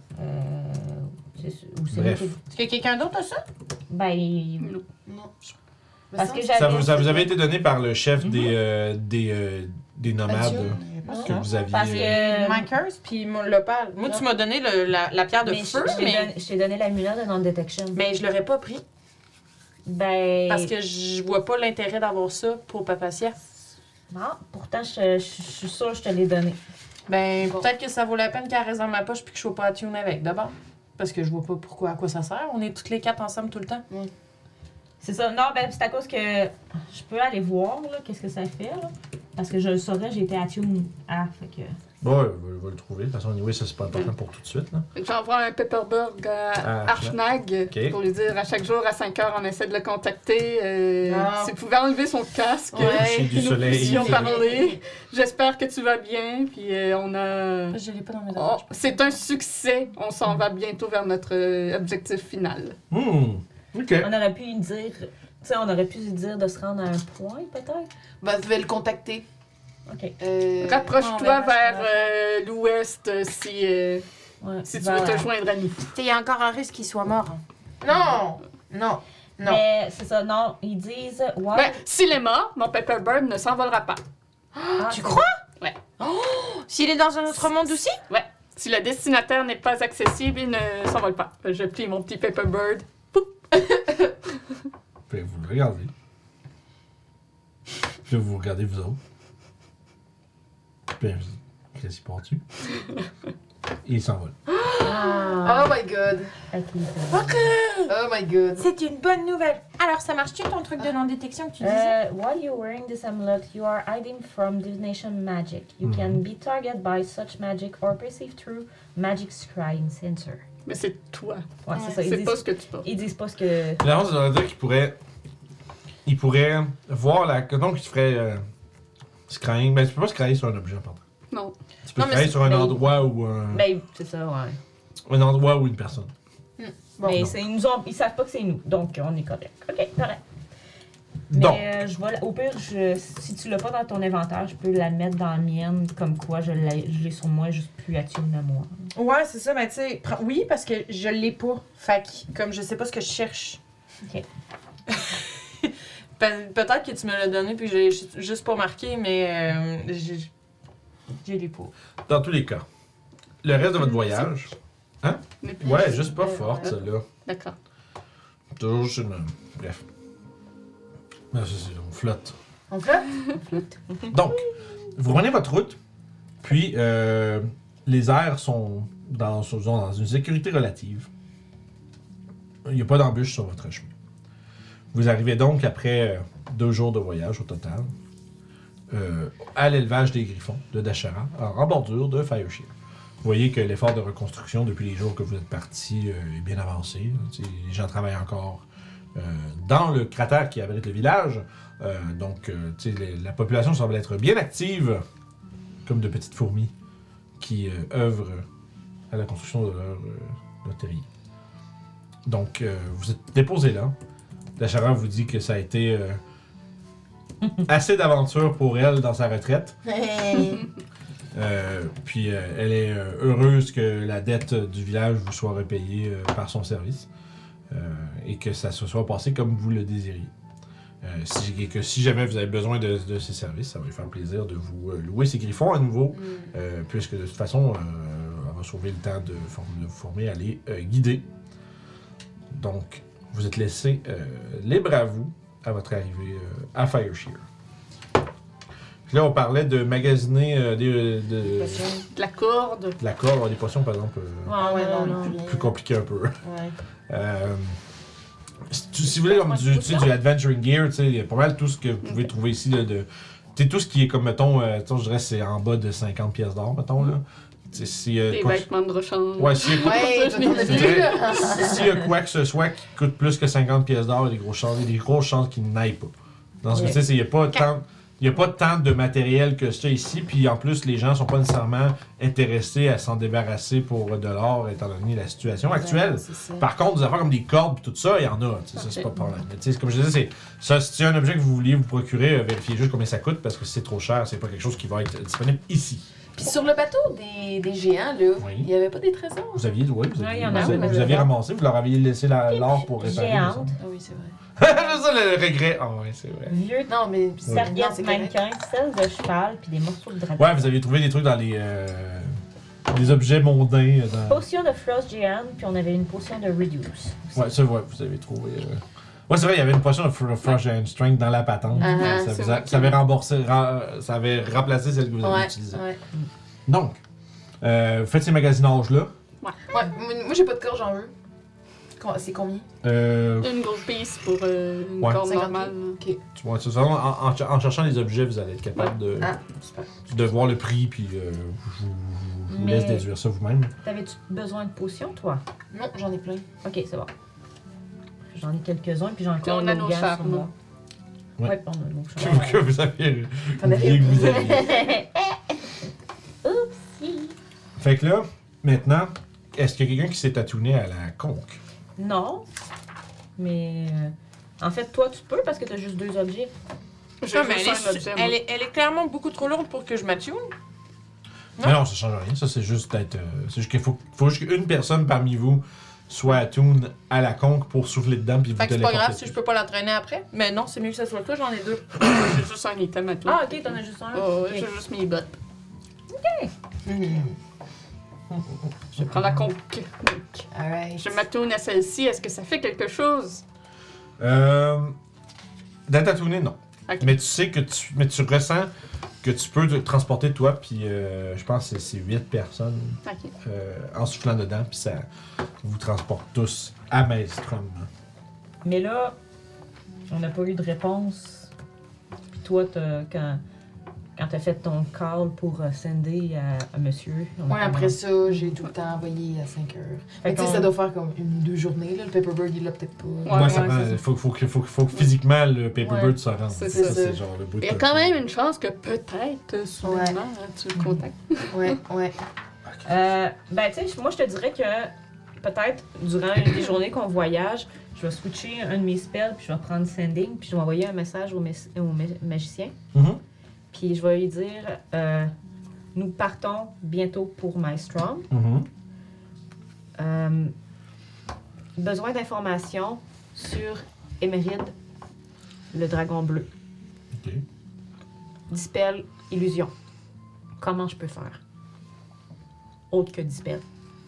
Ou c'est Bref. moi qui- Est-ce que quelqu'un d'autre a ça? Ben, Non. Mais parce ça, que c'est- j'avais... Ça vous avait été donné par le chef Mhm. des nomades Adieu. que vous aviez. Parce que... Mankers, puis l'opale. Moi, tu m'as donné la pierre de mais feu, je t'ai mais, donné- je t'ai donné la minute de non-detection. mais je l'aurais pas pris. Ben... Parce que je vois pas l'intérêt d'avoir ça pour Papacia. Non, pourtant, je suis sûre que je te l'ai donné. Ben, Bon. peut-être que ça vaut la peine qu'elle reste dans ma poche puis que je sois pas attunée avec d'abord. Parce que je vois pas pourquoi, à quoi ça sert. On est toutes les 4 ensemble tout le temps. C'est ça. Non, ben, c'est à cause que je peux aller voir, là, qu'est-ce que ça fait, là. Parce que je le saurais, j'ai été attune à, fait que... Bon, on va le trouver. De toute façon, anyway, ça c'est pas important pour tout de suite. Là. Fait que j'envoie un Pepper Bird Ah, à Archnag Ok. pour lui dire à chaque jour à 5 heures, on essaie de le contacter. Ah. S'il pouvait enlever son casque, Coucher du que nous soleil. puissions parler. J'espère que tu vas bien. Puis on a. Je l'ai pas dans mes Oh, c'est un succès. On s'en va bientôt vers notre objectif final. OK. On aurait pu lui dire... Tu sais, on aurait pu lui dire de se rendre à un point, peut-être. Ben, je vais le contacter. OK. Rapproche-toi on verra ce vers qu'on va l'ouest Ouais. si tu Ben, veux te joindre à nous. Il y a encore un risque qu'il soit mort. Non! Non. Non. Mais c'est ça, non, ils disent... Ouais. Ben, s'il est mort, mon Pepper Bird ne s'envolera pas. Ah, tu c'est- crois? Ouais. S'il est dans un autre monde aussi? Si le destinataire n'est pas accessible, il ne s'envole pas. Je plie mon petit Pepper Bird. Puis vous le regardez. Puis vous regardez vous autres. Puis qu'est-ce qu'il part-tu? Et il s'envole. Ah, Oh my god. ok, Oh my god. C'est une bonne nouvelle. Alors, ça marche-tu ton truc de non-détection que tu disais? While you're wearing this amulet, you are hiding from divination magic. You can be targeted by such magic or perceived through magic scrying sensor. Mais c'est toi. Ouais, c'est ça. C'est pas ce que tu portes. Ils disent pas ce que... Finalement, ça veut dire qu'il pourrait. Il pourrait voir la. Donc, il ferait. Scrying. Ben, tu peux pas scryer sur un objet, pardon. Non. Tu peux Non, mais scryer c'est- sur un mais- endroit ou un. Ben, c'est ça, ouais. Un endroit ou une personne. Bon, mais non. ils savent pas que c'est nous, donc on est correct. OK, correct. Donc, je vais, au pire, si tu l'as pas dans ton inventaire, je peux la mettre dans la mienne, comme quoi je l'ai sur moi, juste plus attune à moi. Ouais, c'est ça, mais tu sais, oui, parce que je l'ai pas. Fait que, comme je sais pas ce que je cherche. Ok. Peut-être que tu me l'as donné puis j'ai juste pas marqué, mais je l'ai pas. dans tous les cas, le reste de votre voyage... Mais puis- Ouais, juste pas forte, celle-là. D'accord. Toujours juste une... Bref. Mais on flotte. On flotte? Donc, vous prenez votre route, puis les airs sont dans une sécurité relative. Il n'y a pas d'embûche sur votre chemin. Vous arrivez donc après 2 jours de voyage au total à l'élevage des griffons de Dashara, en bordure de Fireshield. Vous voyez que l'effort de reconstruction depuis les jours que vous êtes partis est bien avancé. Les gens travaillent encore dans le cratère qui abrite le village. Donc, la population semble être bien active, comme de petites fourmis qui œuvrent à la construction de leur terrier. Donc, vous êtes déposés là. Dashara vous dit que ça a été assez d'aventure pour elle dans sa retraite. Puis elle est heureuse que la dette du village vous soit repayée par son service et que ça se soit passé comme vous le désiriez. Si jamais vous avez besoin de ces services, ça va lui faire plaisir de vous louer ces griffons à nouveau, puisque de toute façon, elle va sauver le temps de vous former à les guider. Donc, vous êtes laissé libre à vous à votre arrivée à Fireshield. Là, on parlait de magasiner de La corde. la corde, des potions par exemple, Ouais, non, plus compliqué un peu. Ouais. Si vous voulez comme du adventuring gear, il y a pas mal tout ce que vous pouvez trouver ici. Là, tout ce qui est comme, mettons, je dirais c'est en bas de 50 pièces d'or, mettons. Là. Des vêtements de rechange. Ouais, s'il y a quoi, Ouais, s'il y a quoi que ce soit qui coûte plus que 50 pièces d'or, il y a des grosses chances qu'il n'aille pas. Dans ce que il n'y a pas tant... Il n'y a pas tant de matériel que ça ici, puis en plus, les gens sont pas nécessairement intéressés à s'en débarrasser pour de l'or, étant donné la situation actuelle. Par contre, des affaires comme des cordes et tout ça, il y en a. Ça, c'est pas de problème. Mais comme je disais, si c'est un objet que vous vouliez vous procurer, vérifiez juste combien ça coûte, parce que si c'est trop cher, c'est pas quelque chose qui va être disponible ici. Puis sur le bateau des géants, là, Oui. il n'y avait pas des trésors? Vous aviez, Ouais, il y en a, vous aviez ramassé, vous leur aviez laissé l'or pour réparer. Géante. Ah oui, c'est vrai. C'est ça le regret. Ah ouais, c'est vrai. Vieux Non, mais... serviettes c'est mannequin, selles de cheval, puis des morceaux de drapeau. Ouais, vous aviez trouvé des trucs dans les objets mondains. Potion de Frost Giant, puis on avait une potion de Reduce. aussi. Ouais, c'est vrai, vous avez trouvé. Ouais, c'est vrai, il y avait une potion de Frost and Strength dans la patente. Ça avait remboursé, ça avait remplacé celle que vous avez utilisée. Ouais. Donc, faites ces magasinages-là. Ouais, moi j'ai pas de corde, j'en veux. C'est combien? Une grosse piece pour une corde 50 normale. Ok. Tu vois, en cherchant les objets, vous allez être capable Super. de voir le prix, puis je vous laisse déduire ça vous-même. T'avais-tu besoin de potions, toi? Non, j'en ai plein. Ok, c'est bon. J'en ai quelques-uns, puis j'ai Puis encore on a une nos autre gamme sur chars, moi. Ouais. Ouais, on a nos chars. Que vous aviez T'en avais oublié que vous aviez. Oupsie! Fait que là, maintenant, est-ce qu'il y a quelqu'un qui s'est tatouné à la conque? Non. Mais... en fait, toi, tu peux parce que t'as juste 2 objets. J'ai Non, mais juste un objet, moi. elle est clairement beaucoup trop lourde pour que je m'attune. Mais non, ça change rien. Ça, c'est juste d'être. C'est juste qu'il faut juste qu'une personne parmi vous soit attune à la conque pour souffler dedans puis vous Fait que c'est pas téléporter grave si je peux pas l'entraîner après. Mais non, c'est mieux que ça soit toi, j'en ai 2. J'ai juste un item à tout. Ah, ok, t'en as juste un. Oh, Ok. j'ai juste mes bottes. Je prends la conque. Alright. Je m'attourne à celle-ci. Est-ce que ça fait quelque chose? D'attatouner, non. Ok. Mais tu sais que tu ressens que tu peux te transporter toi puis je pense que c'est 8 personnes Ok. en soufflant dedans puis ça vous transporte tous à Maelstrom. Mais là, on n'a pas eu de réponse. Puis toi, quand t'as fait ton call pour sender à monsieur... on a Ouais, après commencé- ça, j'ai tout le temps envoyé à 5 heures. Mais tu sais, qu'on- ça doit faire comme 1 ou 2 journées, là. Le Paperbird, il l'a peut-être pas. Ouais, ça ouais, prend- c'est ça. faut que physiquement le paperbird se rende. C'est ça. C'est genre le bout Il y a de- quand même une chance que peut-être, soudainement, tu le contactes. Ouais, ouais. Ben, tu sais, moi, je te dirais que peut-être, durant une des journées qu'on voyage, je vais switcher un de mes spells, puis je vais prendre Sending, puis je vais envoyer un message au magicien. Mhm. Puis je vais lui dire nous partons bientôt pour Maelstrom. Mhm. Besoin d'informations sur Éméride, le dragon bleu. Ok. Dispel, illusion. Comment je peux faire? Autre que Dispel.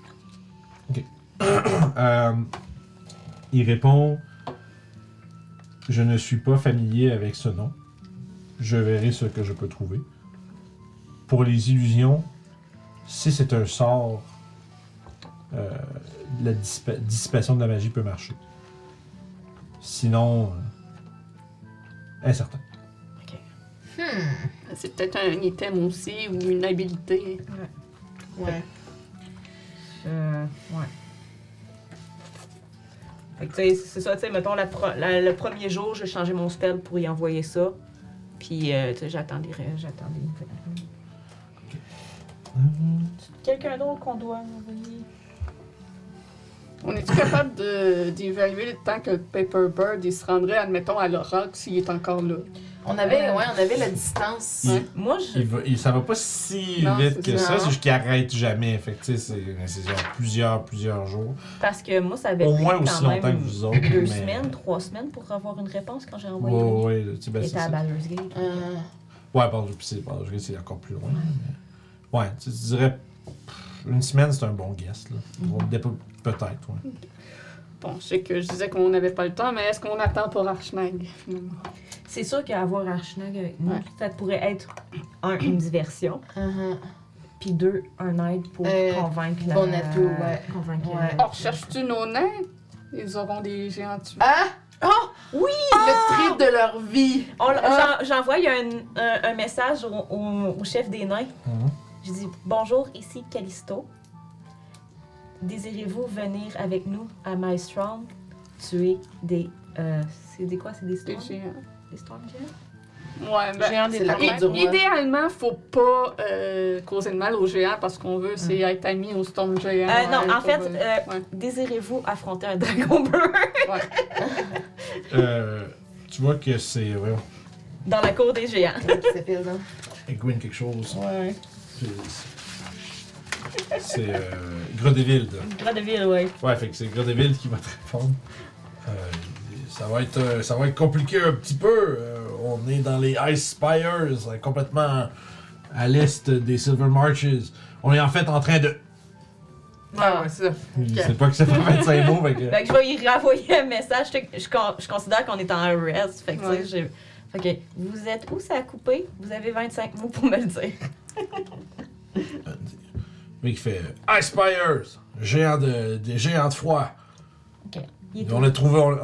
Il répond je ne suis pas familier avec ce nom. Je verrai ce que je peux trouver. Pour les illusions, si c'est un sort, la dissipation de la magie peut marcher. Sinon, incertain. C'est peut-être un item aussi ou une habilité. Ouais. Ouais. Fait que, tu sais, c'est ça, tu sais, mettons, le premier jour, j'ai changé mon spell pour y envoyer ça. Puis, tu sais, j'attends des nouvelles. Quelqu'un d'autre qu'on doit envoyer? On est-tu capable d'évaluer le temps que Paper Bird il se rendrait, admettons, à l'Oroc s'il est encore là? On avait la distance. Il- Moi, je... Ça va pas si Non, vite c'est que ça. ça, c'est juste qu'il arrête jamais. Fait que, tu sais, c'est genre plusieurs jours. Parce que moi, ça avait Au pris moins quand aussi même longtemps que vous autres. 2 mais... semaines, 3 semaines pour avoir une réponse quand j'ai envoyé Ouais, le ouais, tu sais, ben, Il c'est était à ça. Baldur's Gate. Ouais, Baldur's Gate, c'est encore plus loin. Mais... Ouais, tu dirais une semaine, c'est un bon guess. Là. Peut-être, ouais. Bon, je sais que je disais qu'on n'avait pas le temps, mais est-ce qu'on attend pour Archnag, finalement? C'est sûr qu'avoir Archnag avec nous, Ouais. ça pourrait être une diversion, puis 2, un aide pour convaincre la... bon atout, ouais. Convaincre Ouais. Oh, recherches-tu nos nains? Ils auront des géants dessus. Ah! Oh! Oui! Le trip de leur vie! J'envoie un message au chef des nains. Mhm. Je dis « Bonjour, ici Callisto. Désirez-vous venir avec nous à Maelstrom tuer des... c'est des quoi? C'est des Des storms? géants. Des storms géants? Ouais, ben, Géant c'est des la dragons. côte du roi. idéalement, faut pas causer de mal aux géants parce qu'on veut, c'est être amis aux storm géants. Non, ouais, en fait, ouais. désirez-vous affronter un dragon bleu Tu vois que c'est... Ouais, dans la cour des géants? Qui s'appelle, non? Egwene quelque chose. Ouais. C'est Grodeville. Gras de ville, ouais. Ouais, fait que c'est Grodeville qui va te répondre. Ça va être compliqué un petit peu. On est dans les Ice Spires, complètement à l'est des Silver Marches. On est en fait en train de... Ah, ouais, c'est ça. Je sais pas que ça fait 25 mots, fait que... Fait que je vais y renvoyer un message. Je considère qu'on est en rest. Fait que, tu sais, fait que vous êtes où ça a coupé? Vous avez 25 mots pour me le dire. Mais qui fait Ice Spires, des géants de froid. Il est On a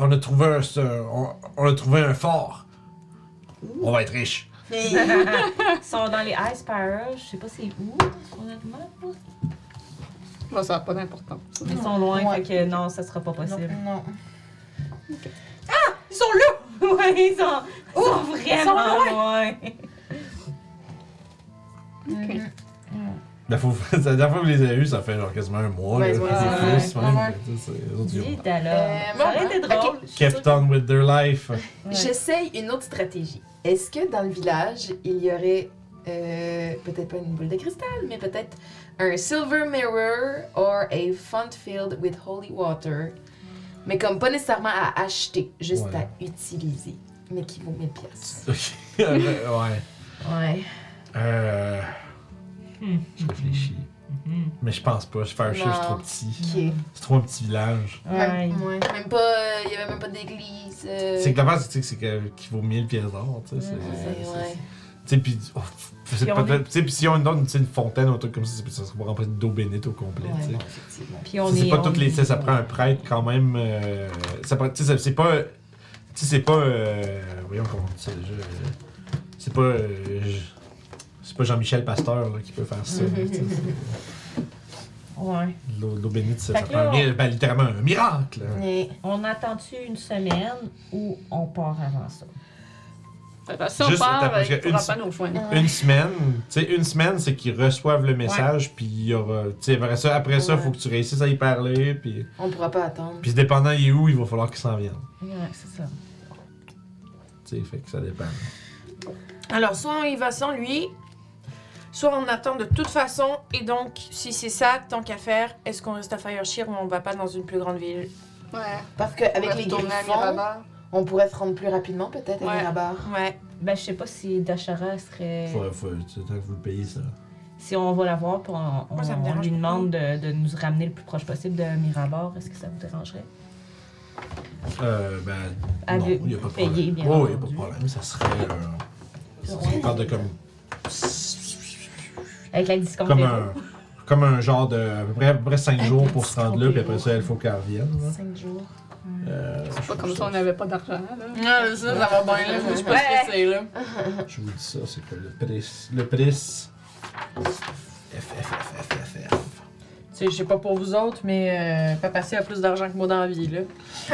trouvé un fort. On va être riche. Ils sont dans les Ice Spires. Je sais pas c'est où, honnêtement. Bon, ça n'a pas d'importance. Mais ils sont loin, Ouais. fait que non, ça sera pas possible. Non. Ils sont là! Ouais, ils sont vraiment loin. La dernière fois que vous les avez eus, ça fait genre quasiment un mois. Ouais, là. ouais, C'est plus, ouais. même. Tu sais, les autres, ils ont- Dis alors. Ça aurait été drôle. Kept on with their life. Ouais. J'essaye une autre stratégie. Est-ce que dans le village, il y aurait peut-être pas une boule de cristal, mais peut-être un silver mirror or a font filled with holy water, mais comme pas nécessairement à acheter, juste Ouais. à utiliser, mais qui vaut 1000 pièces. Ok. Ouais. Ouais. Je réfléchis. Mais je pense pas. Fairshire, c'est trop petit. Ok. C'est trop un petit village. Ouais. Même pas, il y avait même pas d'église. C'est que l'affaire, c'est qu'il vaut 1000 pièces d'or, tu sais. Ouais. Tu sais, puis... oh, c'est Puis on peut-être- tu sais, puis si on donne une fontaine ou un truc comme ça, ça serait pas rempli d'eau bénite au complet, tu sais. Ouais, effectivement. Puis on C'est est. pas on toutes les... est- tu sais, ça prend un prêtre quand même... ça prend... Tu sais, c'est pas... Tu sais, c'est pas... voyons comment on dit ça déjà. C'est pas... c'est pas Jean-Michel Pasteur là, qui peut faire ça. tu sais, Ouais. L'eau bénite, ça Fait que prend là, ben, littéralement un miracle. Mais On attend-tu une semaine ou on part avant ça? Si on Juste, part, attends, parce il que pourra une- pas nous rejoindre. Une semaine, tu sais, une semaine, c'est qu'ils reçoivent le message, puis il y aura. Tu sais, après ça, Ouais. faut que tu réussisses à y parler, puis. On pourra pas attendre. Puis dépendant il est où, il va falloir qu'il s'en vienne. Ouais, c'est ça. Tu sais, fait que ça dépend. Alors, soit on y va sans lui, soit on attend de toute façon. Et donc, si c'est ça, tant qu'à faire, est-ce qu'on reste à Fireshear ou on va pas dans une plus grande ville? Ouais. Parce qu'avec On les retourne à griffons, Mirabar. on pourrait se rendre plus rapidement peut-être à Ouais. Mirabar. Ouais. Ben, je sais pas si Dashara serait. Faut, tu sais, tant que vous le payez, ça. Si on va la voir, puis on, Moi, ça me on dérange lui pas. demande de nous ramener le plus proche possible de Mirabar, est-ce que ça vous dérangerait? Ben. Non, Avec- il n'y a pas de payé, problème. bien Oh, il n'y a pas de entendu. problème. Ça serait. On parle de comme. Avec la discount Comme des un. Comme un genre de. À peu près 5 jours pour se rendre là, puis après ça, il faut qu'elle revienne. là. 5 jours. C'est pas comme ça, on n'avait pas d'argent, là. Ah, ça va bien, là. Moi, je suis pas Ouais. stressée, là. Je vous dis ça, c'est quoi le prix? Le prix. F. Tu sais, je sais pas pour vous autres, mais Papacy a plus d'argent que moi dans la vie, là.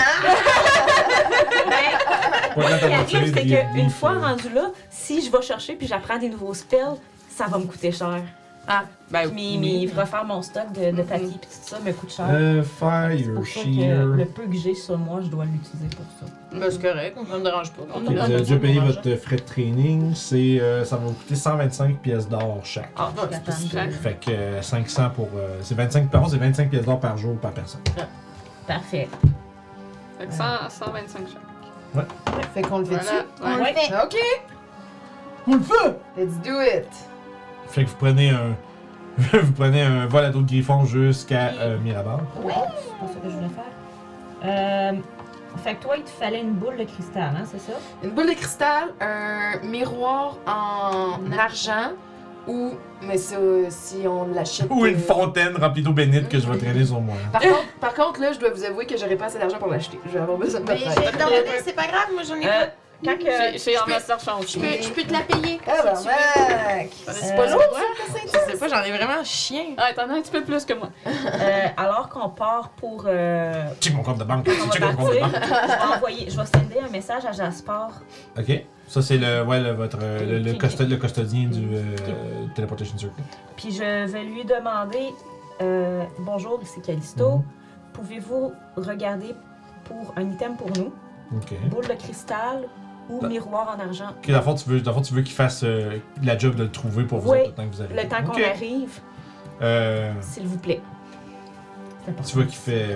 Pas Ce qui grand à arrive, c'est moitié, qu'une fois rendu là, si je vais chercher puis j'apprends des nouveaux spells, ça va me coûter cher. Ah, ben Mais refaire mon stock de papier et tout ça me coûte cher. C'est Fire pour ça que Shear. le peu que j'ai sur moi, je dois l'utiliser pour ça. Ben, c'est correct, ça me dérange pas. Ok, vous avez déjà payé votre frais de training, c'est, ça va vous coûter 125 pièces d'or chaque. Ah, je suis c'est capable cher. de- Fait que 500 pour. C'est 25 par contre, c'est 25 pièces d'or par jour par personne. Parfait. Fait que 125 chaque. Fait qu'on le fait dessus. Voilà. on Ouais. le fait. Ok, On le fait! let's do it. Fait que vous prenez un. Vous prenez un vol à dos de griffon jusqu'à Mirabar. Ouais, c'est pas ça que je voulais faire. Fait que toi, il te fallait une boule de cristal, hein, c'est ça? Une boule de cristal, un miroir en argent ou, mais ça, si on l'achète. Ou une fontaine remplie d'eau bénite que je vais traîner sur moi. Par contre, là, je dois vous avouer que j'aurais pas assez d'argent pour l'acheter. Je vais avoir besoin de Mais votre j'ai aide. demandé, c'est pas grave, moi j'en ai pas. Quand que. J'ai en master change. Je peux te la payer. Ah, si tu ben, veux. mec! C'est pas Euh, lourd, Je sais pas, j'en ai vraiment chien. Ah, t'en as un petit peu plus que moi. Alors qu'on part pour. Check mon compte de banque. On Check va mon compte de partir. banque. Je vais sender un message à Jaspar. Ok. Ça, c'est le custodien du Teleportation Circle. Puis je vais lui demander bonjour, c'est Callisto. Pouvez-vous regarder pour un item pour nous? Ok. Boule de cristal ou Da- miroir en argent? Ok, dans le fond, tu veux qu'il fasse la job de le trouver pour vous Oui, autres le temps que vous arrivez. Le temps qu'on Ok. arrive, s'il vous plaît. C'est important. Tu vois qu'il fait.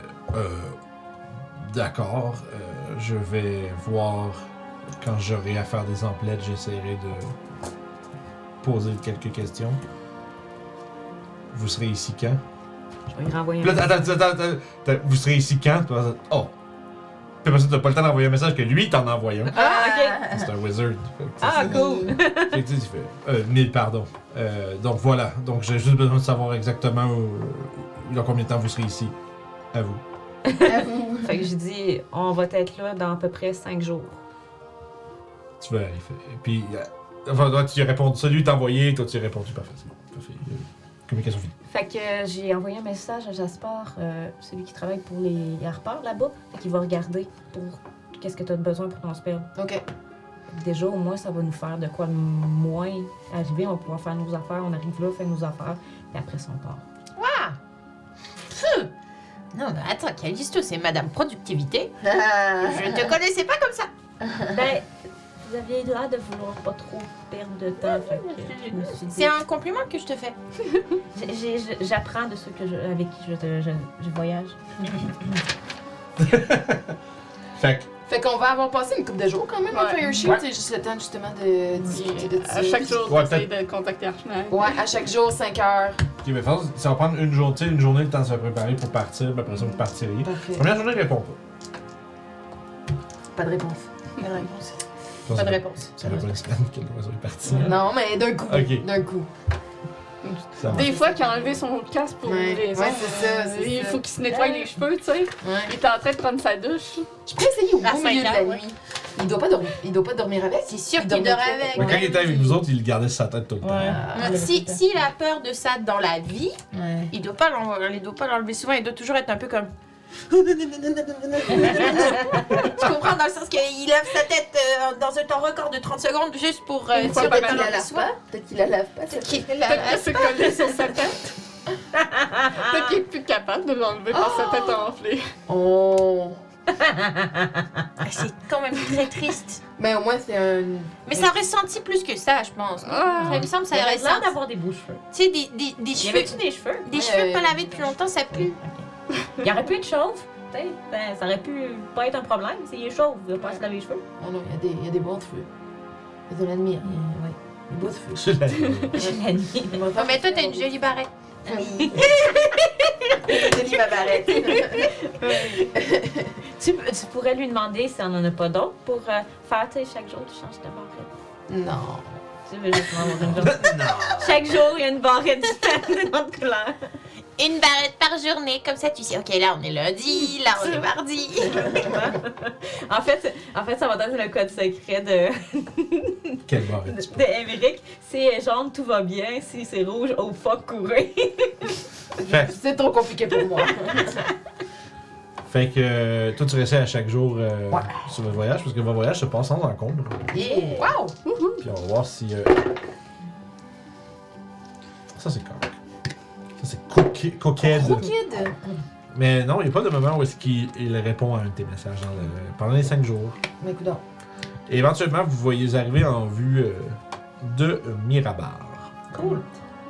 D'accord, je vais voir quand j'aurai à faire des emplettes, j'essaierai de poser quelques questions. Vous serez ici quand? Je vais lui renvoyer Puis un là, attends, vous serez ici quand? Puis là, oh! Puis après ça, t'as pas le temps d'envoyer un message que lui t'en envoie un. Ah, ok. C'est un wizard. Fait que, Ah, cool. Fait que, tu sais, il fait 1000, pardon. Donc voilà. Donc j'ai juste besoin de savoir exactement dans combien de temps vous serez ici. À vous. Fait que j'ai dit, on va être là dans à peu près 5 jours. Tu vas arriver. Et puis, enfin, toi, tu lui as répondu. Ça, lui t'a envoyé, toi, tu lui as répondu. Parfait. C'est bon. Parfait. Communication finie. Fait que j'ai envoyé un message à Jaspar, celui qui travaille pour les harpeurs là-bas, fait qu'il va regarder pour qu'est-ce que tu as besoin pour ton spell. Ok. Déjà, au moins, ça va nous faire de quoi de moins arriver. On va pouvoir faire nos affaires. On arrive là, on fait nos affaires. Et après ça, on part. Non, mais attends, Callisto, c'est Madame Productivité. Ah. Je te connaissais pas comme ça. Ben, vous aviez l'air de vouloir pas trop perdre de temps. Fait que je me suis dit... C'est un compliment que je te fais. J'apprends de ceux avec qui je voyage. Fait que, Fait qu'on va avoir passé une couple de jours quand même à Ouais. Fire Shield. Ouais. C'est juste le temps justement de discuter de ça. À chaque jour, Ouais, j'essaie de contacter Archnag. Ouais, à chaque jour, 5 heures. ok, mais ça va prendre une journée, une journée le temps de se préparer pour partir, puis après ça, vous partiriez. Parfait. Première journée, il répond pas. Pas de réponse. Pas de réponse. Ça, Pas de ça- réponse. Ça fait pas une semaine que l'oiseau est parti. Non, mais d'un coup. Ok. D'un coup. Ça marche. Des fois, qu'il a enlevé son casque pour Ouais. les Ouais, autres, c'est ça, c'est il ça. faut qu'il se nettoie les cheveux, tu sais. Ouais. Il était en train de prendre sa douche. Je peux essayer au À beau milieu de 5 la ans, nuit. Il doit pas dormir. Il doit pas dormir avec. C'est sûr Il qu'il dormait dort pas. avec. Mais quand il était avec vous autres, il gardait sur sa tête tout le temps. S'il a peur de ça dans la vie, Ouais. il doit pas l'enlever souvent. Il doit toujours être un peu comme Tu comprends dans le sens qu'il lève sa tête dans un temps record de 30 secondes juste pour Une fois dire par de année. talent la de lave soi. pas. Peut-être qu'il la lave pas. Peut-être qu'il Peut-être que c'est collé sur sa tête. Peut-être qu'il est plus capable de l'enlever par sa tête enflée. Oh. C'est quand même très triste. Mais au moins, c'est un. Mais ça aurait senti plus que ça, je pense. Ah. Ça me semble que ça Il aurait avait l'air senti. d'avoir des beaux cheveux. Tu sais, des Y cheveux. avait-tu des cheveux? Des Ouais, cheveux pas lavés depuis longtemps, ça pue. Il aurait pu être chauve. Tu sais, ben, ça aurait pu pas être un problème. S'il est chauve, il va pas se laver les cheveux. Oh non, il y a des bons cheveux. Je l'admire. Ouais. Des beaux cheveux. Je l'ai. Je l'admire. Oh, mais toi, t'as une jolie barrette. Oui. Denis ma barrette. Tu pourrais lui demander si on en a pas d'autres pour faire, tu sais, chaque jour, tu changes de barrette. Non. Tu veux juste avoir une journée. Non. Chaque jour, il y a une barrette différente d'une autre couleur. Une barrette par journée, comme ça tu sais, ok, là on est lundi, là on est mardi. En fait, ça va être le code secret de Quelle barrette. Émeric. Si c'est jaune, tout va bien. Si c'est rouge, oh fuck, courez. Fait, C'est trop compliqué pour moi. fait que toi, tu restais à chaque jour Ouais. sur votre voyage, parce que votre voyage se passe sans encombre. Yeah. Wow! Puis on va voir si. Ça, c'est correct. Ça, c'est coquette. Crooked. Mais non, il n'y a pas de moment où est-ce qu'il répond à un de tes messages pendant les 5 jours. Mais écoute donc. Et éventuellement, vous voyez arriver en vue de Mirabar. Cool.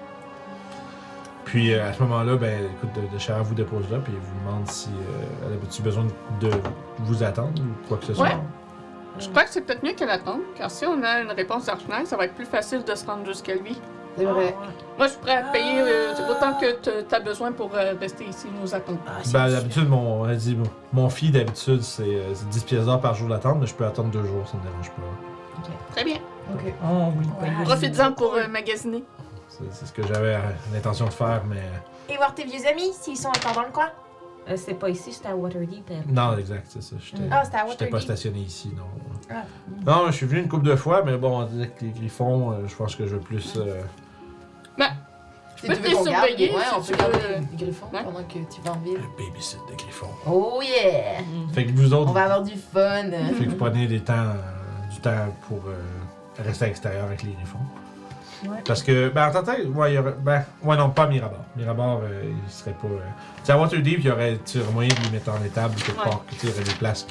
Puis à ce moment-là, ben, écoute, de Chara vous dépose là, puis il vous demande si elle avait-tu besoin de vous attendre ou quoi que ce soit. Ouais. Je crois que c'est peut-être mieux qu'elle attende, car si on a une réponse d'Archenal, ça va être plus facile de se rendre jusqu'à lui. C'est vrai. Moi, je suis prêt à payer autant que tu as besoin pour rester ici, nous attendre. Ben, d'habitude, elle dit, mon fille, d'habitude, c'est 10 pièces d'or par jour d'attente, mais je peux attendre 2 jours, ça me dérange pas. Très bien. Ok. Oh oui, Profites-en pour magasiner. C'est ce que j'avais l'intention de faire, mais. Et voir tes vieux amis, s'ils sont encore dans le coin. C'est pas ici, c'était à Waterdeep. Non, exact, c'est ça. Ah, c'était à J'étais pas Waterdeep. stationné ici, non. Ah. Non, je suis venu une couple de fois, mais bon, on disait que les griffons, je pense que je veux plus. Si peux tu te veux qu'on garde, surveiller, ouais, si on tu peut garder veux. les griffons Ouais. pendant que tu vas en ville. Un babysit de griffons. Oh yeah! Fait que vous autres, On va avoir du fun. fait que vous prenez du temps pour rester à l'extérieur avec les griffons. Ouais. Parce que, ben, en tant que, ouais, il y aurait, ben, ouais, non, pas Mirabar. Mirabar, il serait pas. Tu sais, à Waterdeep, il y aurait moyen de les mettre en étable quelque Ouais. part. Tu sais, il y aurait des places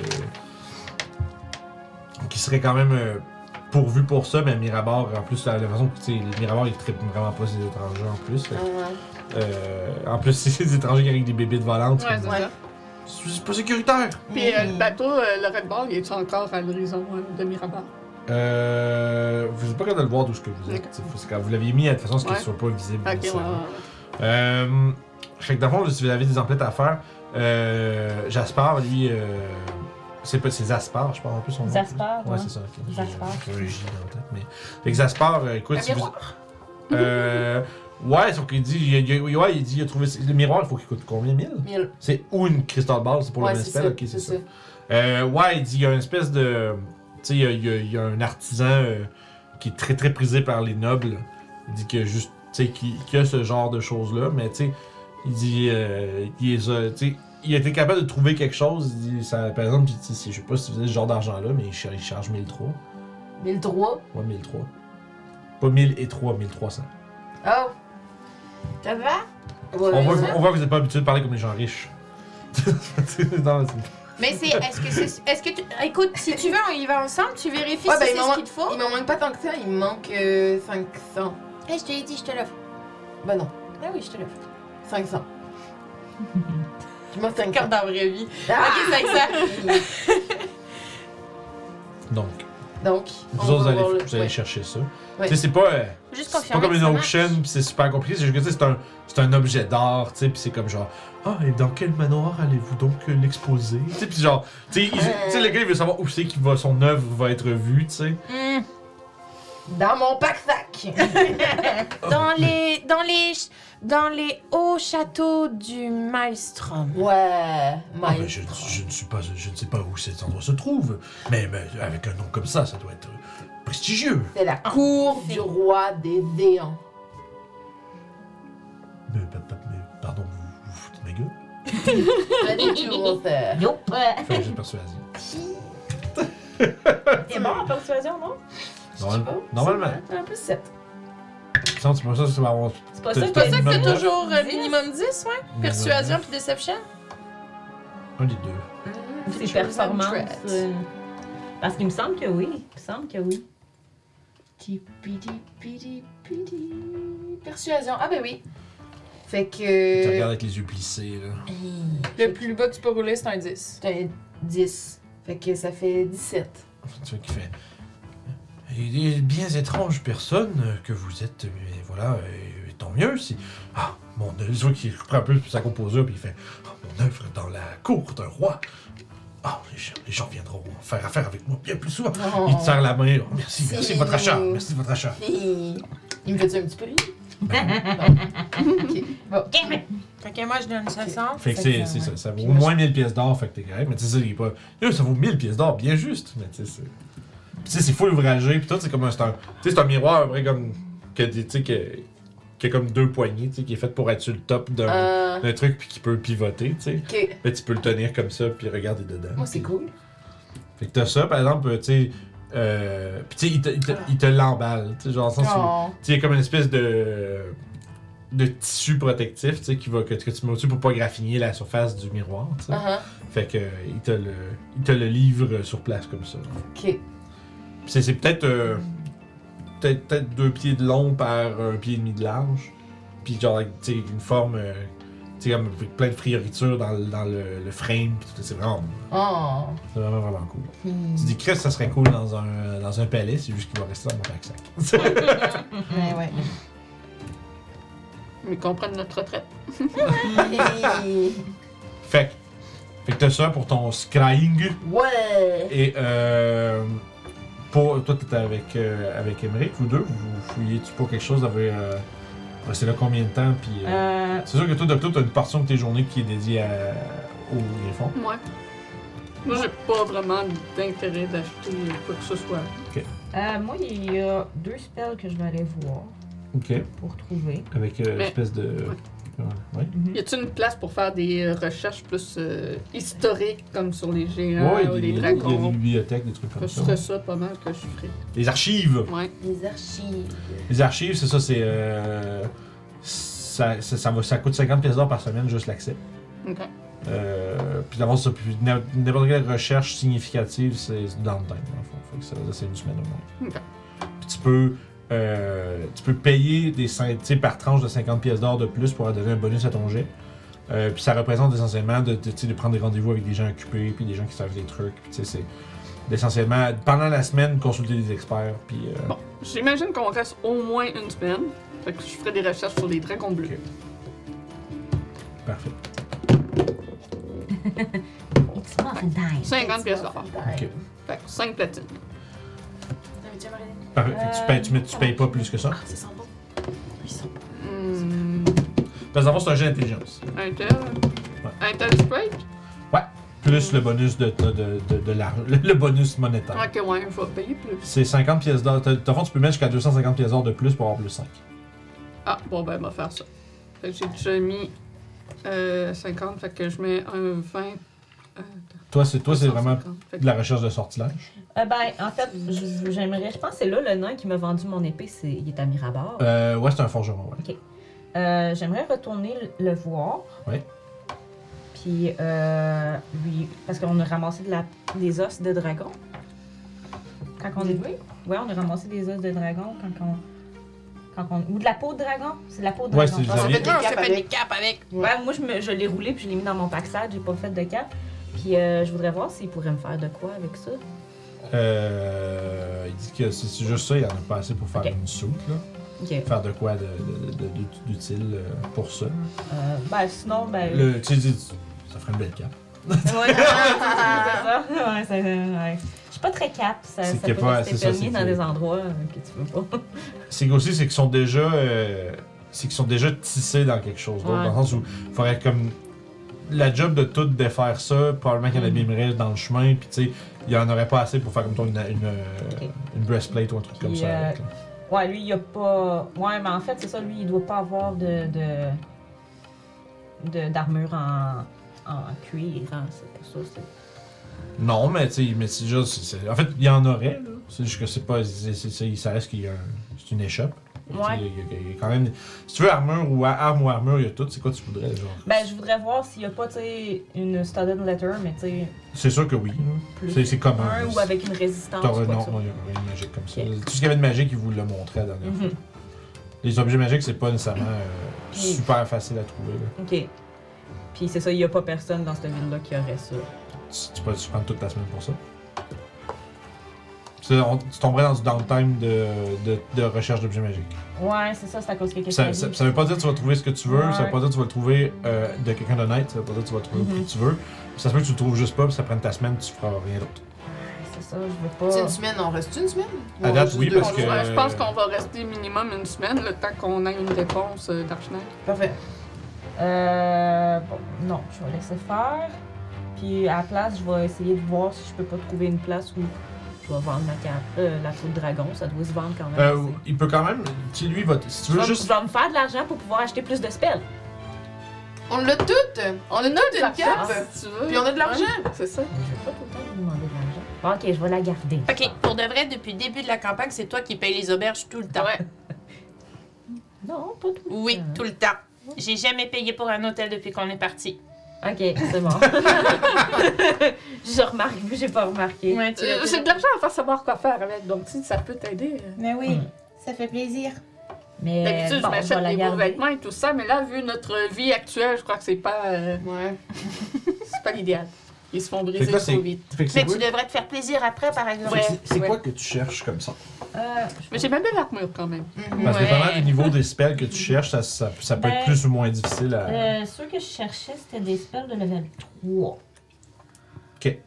qui seraient quand même pourvues pour ça, mais Mirabar, en plus, la façon que, tu sais, les Mirabar, ils traitent vraiment pas ces étrangers en plus. Fait que, en plus, c'est des étrangers qui arrivent avec des bébites volantes. Ouais, c'est ça. C'est pas sécuritaire! Puis le bateau, le Red Ball, il est encore à l'horizon de Mirabar? Vous n'êtes pas capable de le voir d'où ce que vous êtes. Ok. C'est quand vous l'aviez mis de façon à ce qu'il ne Ouais. soit pas visible. Ok, ouais, nécessairement. ouais. Fait que dans le fond, si vous avez des emplettes à faire, Jaspar, lui, c'est Zaspar, je pense en plus son nom. Zaspar, Ouais, ouais. c'est ça. ok. Zaspar. J'ai un J dans la tête, mais. Fait que Zaspar, écoute, si vous. Ouais, sauf qu'il dit, il dit, il a trouvé. Le miroir, il faut qu'il coûte combien? 1000? 1000. C'est ou une crystal ball, c'est pour Ouais, le même c'est spell? ça. Ok, c'est ça. Ouais, il dit, il y a une espèce de. Tu sais, il y a un artisan qui est très très prisé par les nobles. Il dit qu'il y a juste. Tu sais, qu'il y a ce genre de choses-là, mais tu sais, il dit. Tu sais, il a été capable de trouver quelque chose. Il dit, ça, par exemple, je sais pas si vous avez ce genre d'argent-là, mais il charge 1003. 1003. Ouais, 1003. Pas 1003, 1300. Oh! Ça va? Ouais, On voit ça. que vous n'êtes pas habitué de parler comme les gens riches. Non, Mais c'est. Est-ce que tu. Écoute, si tu veux, on y va ensemble, tu vérifies Ouais, si ben, c'est il ce m'en qu'il te faut. Il m'en manque pas tant que ça, il me manque 500. Eh, je te l'ai dit, je te l'offre. Bah non, Ah oui, je te l'offre. 500. Tu m'offres 500. Comme dans la vraie vie. Ah! Ok, 500. Donc, Donc, vous on autres, va voir vous allez ouais. chercher ça. Ouais. Tu sais, c'est pas. Juste C'est pas confirmer comme que une ça auction, marche. pis c'est super compliqué. C'est juste que tu sais, c'est un objet d'art, tu sais, pis c'est comme genre, ah, et dans quel manoir allez-vous donc l'exposer? Tu sais, pis genre, tu sais, le gars, il veut savoir où c'est que son œuvre va être vue, tu sais. Hmm. Dans mon pack-sac! Dans les hauts châteaux du Maelstrom. Ouais, Ah, Mike. ben, je ne sais pas où cet endroit se trouve, mais avec un nom comme ça doit être prestigieux. C'est la cour du roi des Déants. Mais pardon, vous foutez de ma gueule? Ready to there. Yo! Fais un jeu de persuasion. T'es bon en persuasion, non? Normalement. Un peu 7. Sinon, c'est pas ça, c'est pas avoir. C'est pas T'as- ça C'est pas ça que minimum c'est neuf. toujours 10? minimum 10, ouais? Persuasion puis Deception? Un des deux. C'est performance. Parce qu'il me semble que oui. Il me semble que oui. Persuasion. Ah ben oui. Fait Tu que... regardes avec les yeux plissés, là. Le plus bas que tu peux rouler, c'est un 10. C'est un 10. Fait que ça fait 17. Tu vois qu'il fait. Il est bien étrange personne que vous êtes, mais voilà, tant mieux si. Ah, mon œuvre, tu vois qu'il reprend un peu sa composure, puis il fait ah, mon œuvre dans la cour d'un roi. Ah, les gens viendront faire affaire avec moi bien plus souvent. Il te serre la main. Oh, merci de votre achat, merci de votre achat. Il me fait-tu un petit peu rire? Ok. Bon. Fait que moi, je donne 60. Fait que c'est ça, ça vaut Puis au moins 1000 pièces d'or, fait que t'es correct. Mais tu sais, il est pas. Ça vaut 1000 pièces d'or, bien juste. Mais tu sais, c'est. Puis tu sais, c'est full ouvragé, puis tout, c'est comme un. C'est un miroir, un vrai comme. Tu sais, qui a comme deux poignées, tu sais, qui est fait pour être sur le top d'un truc, puis qui peut pivoter, tu sais. Ok. Fait que tu peux le tenir comme ça, puis regarder dedans. Moi, c'est cool. Fait que t'as ça, par exemple, tu sais. Puis tu sais, il te l'emballe, tu sais, genre, dans le sens où. Oh. Tu sais, il y a comme une espèce de tissu protectif, tu sais, que tu mets au-dessus pour pas graffiner la surface du miroir, tu sais. Fait que il te le livre sur place comme ça. Ok. Puis c'est peut-être peut-être 2 pieds de long par 1 pied et demi de large. Puis genre, tu sais, une forme, tu sais, comme avec plein de frioritures dans le frame, pis tout, c'est vraiment vraiment cool. Tu dis, Chris, ça serait cool dans un palais, c'est juste qu'il va rester dans mon pack-sac. Ouais. Mais qu'on prenne notre retraite. Fait que t'as ça pour ton scrying. Ouais! Et pour toi, t'étais avec Emmerich, vous deux, vous fouillez-tu pour quelque chose? Vous avez resté là combien de temps? Puis, c'est sûr que toi, Docteur, t'as une portion de tes journées qui est dédiée au griffon. Ouais. Moi, j'ai pas vraiment d'intérêt d'acheter quoi que ce soit. Moi, il y a 2 spells que je vais aller voir Ok. pour trouver. Avec l'espèce de. Ouais. Y a-t-il une place pour faire des recherches plus historiques, comme sur les géants Ouais, ou il les y a des dragons? bibliothèques, des trucs Ce comme ça. serait ça pas mal que je ferais. Les archives! Ouais. Les archives. Les archives, c'est ça, c'est. Ça coûte 50 pièces d'or par semaine, juste l'accès. Ok. Puis d'avoir ça, puis n'importe quelle recherche significative, c'est downtime, dans le fond. Fait que ça, c'est une semaine au moins. Ok. Puis tu peux payer tu sais, par tranche de 50 pièces d'or de plus pour donner un bonus à ton jet. Puis ça représente essentiellement de prendre des rendez-vous avec des gens occupés, puis des gens qui savent des trucs. Puis tu sais, c'est essentiellement, pendant la semaine, consulter des experts. Puis, Bon, j'imagine qu'on reste au moins une semaine. Fait que je ferai des recherches sur les dragons bleus. Ok. Parfait. It's muffin time. 50 pièces d'or. Ok. Fait que 5 platines. Parfait. Fait que tu payes pas plus que ça. Ça sent bon. Ils sont Parce que d'abord, c'est un jet d'intelligence. Intel. Intel straight? Plus le bonus de l'argent. Le bonus monétaire. Ok, ouais, je vais payer plus. C'est 50 pièces d'or. Dans fond, tu peux mettre jusqu'à 250 pièces d'or de plus pour avoir plus 5. Ah, bon, ben, on va faire ça. Fait que j'ai déjà mis 50, fait que je mets un 20. Toi, c'est vraiment 150. Fait que- de la recherche de sortilège. En fait, j'aimerais. Je pense que c'est là le nain qui m'a vendu mon épée, il est à Mirabar. Ouais, c'est un forgeron, ouais. J'aimerais retourner le voir. Ouais. Puis, lui. Parce qu'on a ramassé des os de dragon. Quand on est. Ouais, on a ramassé des os de dragon quand on. Ou de la peau de dragon. C'est de la peau de Ouais, dragon. c'est je pense. vous aviez- des capes avec. Cap avec. Ouais, moi, je l'ai roulé puis je l'ai mis dans mon pack-sac. J'ai pas fait de cap. Puis, je voudrais voir s'il pourrait me faire de quoi avec ça. Il dit que c'est juste ça, il y en a pas assez pour faire Ok. une soupe, là. Ok. Faire de quoi d'utile pour ça. Sinon, Tu sais, ça ferait une belle cape. Ouais, c'est ça. Ouais, ouais. Je suis pas très cap. Ça C'est peut que pas- rester c'est ça, fermé c'est dans que- des endroits que tu veux pas. C'est aussi, c'est qu'ils sont déjà. C'est qu'ils sont déjà tissés dans quelque chose d'autre. Ouais. Dans le sens où il faudrait comme. La job de tout défaire ça, probablement qu'il y en abîmerait dans le chemin, puis tu sais, il y en aurait pas assez pour faire comme toi une breastplate ou un truc comme Puis, ça. avec, là. Ouais, lui, il a pas. Ouais, mais en fait, c'est ça, lui, il doit pas avoir de. d'armure en cuir, hein, c'est pour ça. Non, mais tu sais, mais c'est juste. En fait, il y en aurait, là. C'est juste que c'est pas. Ça reste qu'il y a c'est une échoppe. Ouais. Il y a quand même. Si tu veux armure ou armure, il y a tout. C'est quoi tu voudrais, genre? Ben, je voudrais voir s'il y a pas, tu sais, une studded letter, mais tu sais, C'est sûr que oui. plus. C'est commun. Un ou avec une résistance. Non, quoi que non, ça. il n'y a rien de magique comme ça. Ok. Tout ce qu'il y avait de magique, il vous l'a montré la dernière fois. Mhm. Les objets magiques, c'est pas nécessairement Puis- super facile à trouver. Là. Ok. Puis c'est ça, il y a pas personne dans cette ville-là qui aurait ça. Tu peux prendre toute ta semaine pour ça. Tu tomberais dans du downtime de recherche d'objets magiques. Ouais, c'est ça, c'est à cause que quelqu'un Ça veut pas dire que tu vas trouver ce que tu veux, ça veut Ouais. pas dire que tu vas le trouver de quelqu'un d'honnête, ça veut pas dire que tu vas le trouver au prix que tu veux. Ça se peut que tu le trouves juste pas, puis ça prenne ta semaine, tu feras rien d'autre. C'est ça, je veux C'est pas. une semaine, on reste une semaine? Ou À on date, reste oui, juste deux? parce que- Je pense qu'on va rester minimum une semaine, le temps qu'on ait une réponse d'Archenal. Parfait. Bon, non, je vais laisser faire. Puis à la place, je vais essayer de voir si je peux pas trouver une place où je vais vendre la peau de dragon. Ça doit se vendre quand même. assez. Il peut quand même. Tu sais, lui, si tu Je veux vais, juste. je vais me faire de l'argent pour pouvoir acheter plus de spells. On l'a toutes! On a toutes une cape! Si tu veux. Puis on a de l'argent. Ouais, c'est ça. Mais je vais pas tout le temps lui demander de l'argent. Bon, ok, je vais la garder. Ok, pour de vrai, depuis le début de la campagne, c'est toi qui payes les auberges tout le temps. Ouais. Non, pas tout. Oui, tout le temps. J'ai jamais payé pour un hôtel depuis qu'on est parti. Ok, c'est bon. Je remarque, j'ai pas remarqué. Ouais, C'est de l'argent à faire savoir quoi faire avec, donc si ça peut t'aider. Mais oui, Hmm. ça fait plaisir. Mais D'habitude, bon, je je vais m'achète la des beaux garder. vêtements et tout ça, mais là, vu notre vie actuelle, je crois que c'est pas l'idéal. Ils se font Fait que briser là, trop vite. Fait que c'est Mais quoi, tu devrais te faire plaisir après, par exemple. Ouais. c'est quoi que tu cherches comme ça? Mais j'ai même bien l'armure quand même. Parce que Ouais. dépendant du niveau des spells que tu cherches, ça peut être Ben, plus ou moins difficile à. Ceux que je cherchais, c'était des spells de level 3. Ok.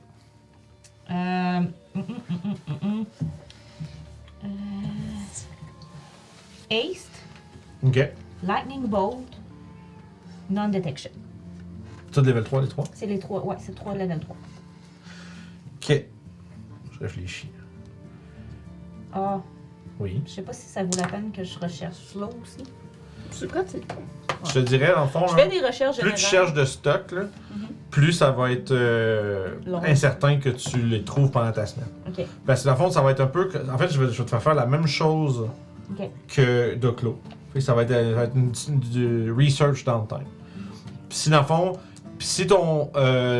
Haste, Ok. Lightning Bolt, Non-Detection. Ça, de level 3, les 3? C'est les 3, ouais, c'est 3 level 3. Ok. Je réfléchis. Ah, Oui. je sais pas si ça vaut la peine que je recherche Slow aussi. C'est quoi, c'est Je te dirais, dans le fond, Je hein, fais des recherches plus tu générales. cherches de stock, là, plus ça va être Long. incertain que tu les trouves pendant ta semaine. Ok, Parce que dans le fond, ça va être un peu. En fait, je vais te faire la même chose ok. que Doclo. Fait que ça va être du research downtime. Puis si dans le fond, si ton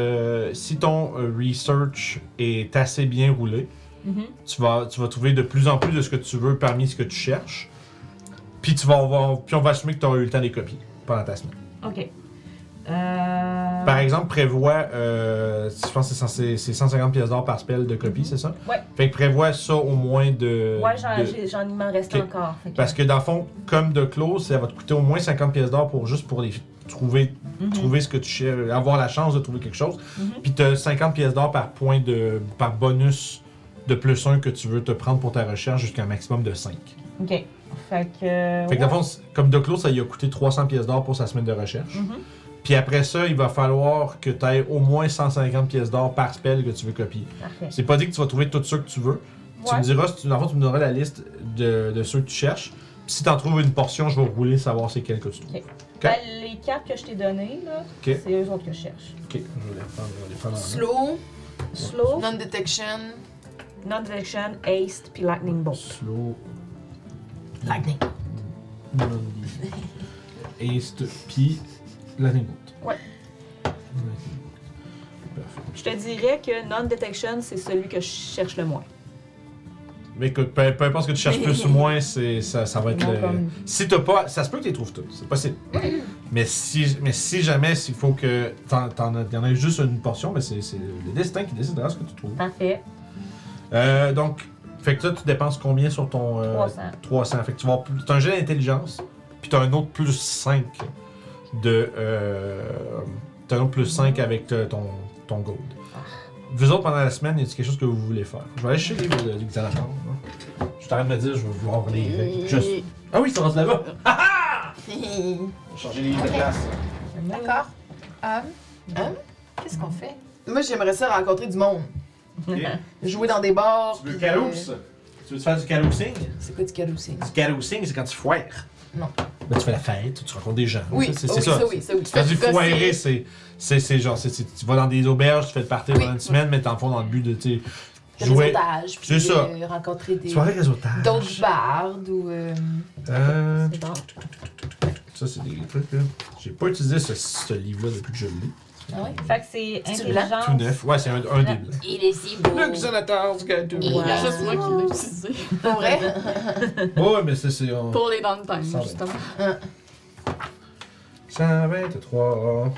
research est assez bien roulé, Mhm. tu vas trouver de plus en plus de ce que tu veux parmi ce que tu cherches. Puis on va assumer que tu auras eu le temps de les copier pendant ta semaine. Ok. Par exemple, prévois, je pense que c'est 150 pièces d'or par spell de copie, c'est ça? Ouais. Fait que prévois ça au moins de... Ouais, de- j'en il m'en reste Ok. encore. Fait Parce que dans le fond, comme de close, ça va te coûter au moins 50 pièces d'or pour les trouver, Mhm. trouver ce que tu cherches, avoir la chance de trouver quelque chose. Mhm. Puis tu as 50 pièces d'or par bonus de plus 1 que tu veux te prendre pour ta recherche jusqu'à un maximum de 5. Ok. Fait que. Fait que dans le fond, comme de close, ça lui a coûté 300 pièces d'or pour sa semaine de recherche. Mhm. Puis après ça, il va falloir que tu aies au moins 150 pièces d'or par spell que tu veux copier. Parfait. C'est pas dit que tu vas trouver tous ceux que tu veux. Tu Ouais. me diras, dans le fond, tu me donneras la liste de ceux que tu cherches. Puis si tu en trouves une portion, je vais rouler savoir c'est quelle que tu trouves. Ok. Ben, les cartes que je t'ai données, là, Ok. c'est eux autres que je cherche. Ok, je vais les prendre en main. Slow, Slow, non-detection. Non-Detection, Haste, puis Lightning Bolt. Slow. Lightning. Haste, puis Lightning Bolt. Ouais. Parfait. Je te dirais que Non-Detection, c'est celui que je cherche le moins. Mais écoute, peu importe ce que tu cherches plus ou moins, ça va être. Non, comme- Si t'as pas. Ça se peut que tu les trouves toutes, c'est possible. mais si jamais il faut que t'en aies juste une portion, mais c'est le destin qui décidera ce que tu trouves. Parfait. Donc, fait que toi, tu dépenses combien sur ton. 300. 300. Fait que tu vas avoir t'as un jet d'intelligence, puis t'as un autre plus 5 de. T'as un autre plus 5 avec ton gold. Vous autres, pendant la semaine, y a quelque chose que vous voulez faire? Je vais aller chez les livres de Xanathar. Je t'arrête de me dire, je vais vouloir les. Juste. Ah oui, c'est rendu là-bas! Je vais changer les livres de classe. D'accord. Qu'est-ce qu'on fait? Moi, j'aimerais ça rencontrer du monde. Ok. Jouer dans des bars. Tu veux puis, carouse? Tu veux te faire du carousing? C'est quoi du carousing? Du carousing, c'est quand tu foires. Non. Ben, tu fais la fête, tu rencontres des gens. Oui, c'est oui, ça. ça, oui, ça, oui. Quand tu dis Gosser. foirer, c'est genre, tu vas dans des auberges, tu fais le party Oui. pendant une semaine, mais t'en fond dans le but de, tu sais, Le jouer. réseautage, puis C'est ça. rencontrer des Soirée réseautage. d'autres bardes ou... C'est bon. Ça, c'est des trucs, là. J'ai pas utilisé ce livre-là depuis que je l'ai. Ah ouais? Fait que c'est C'est blanc? intelligence. Tout neuf. Ouais, c'est un des blancs. Il est si beau. Le Xanatar, ce gars, tout. Il y a juste moi qui l'ai utilisé. Pour vrai? Ouais, mais c'est. Pour les downtime, Ça va. justement. 123.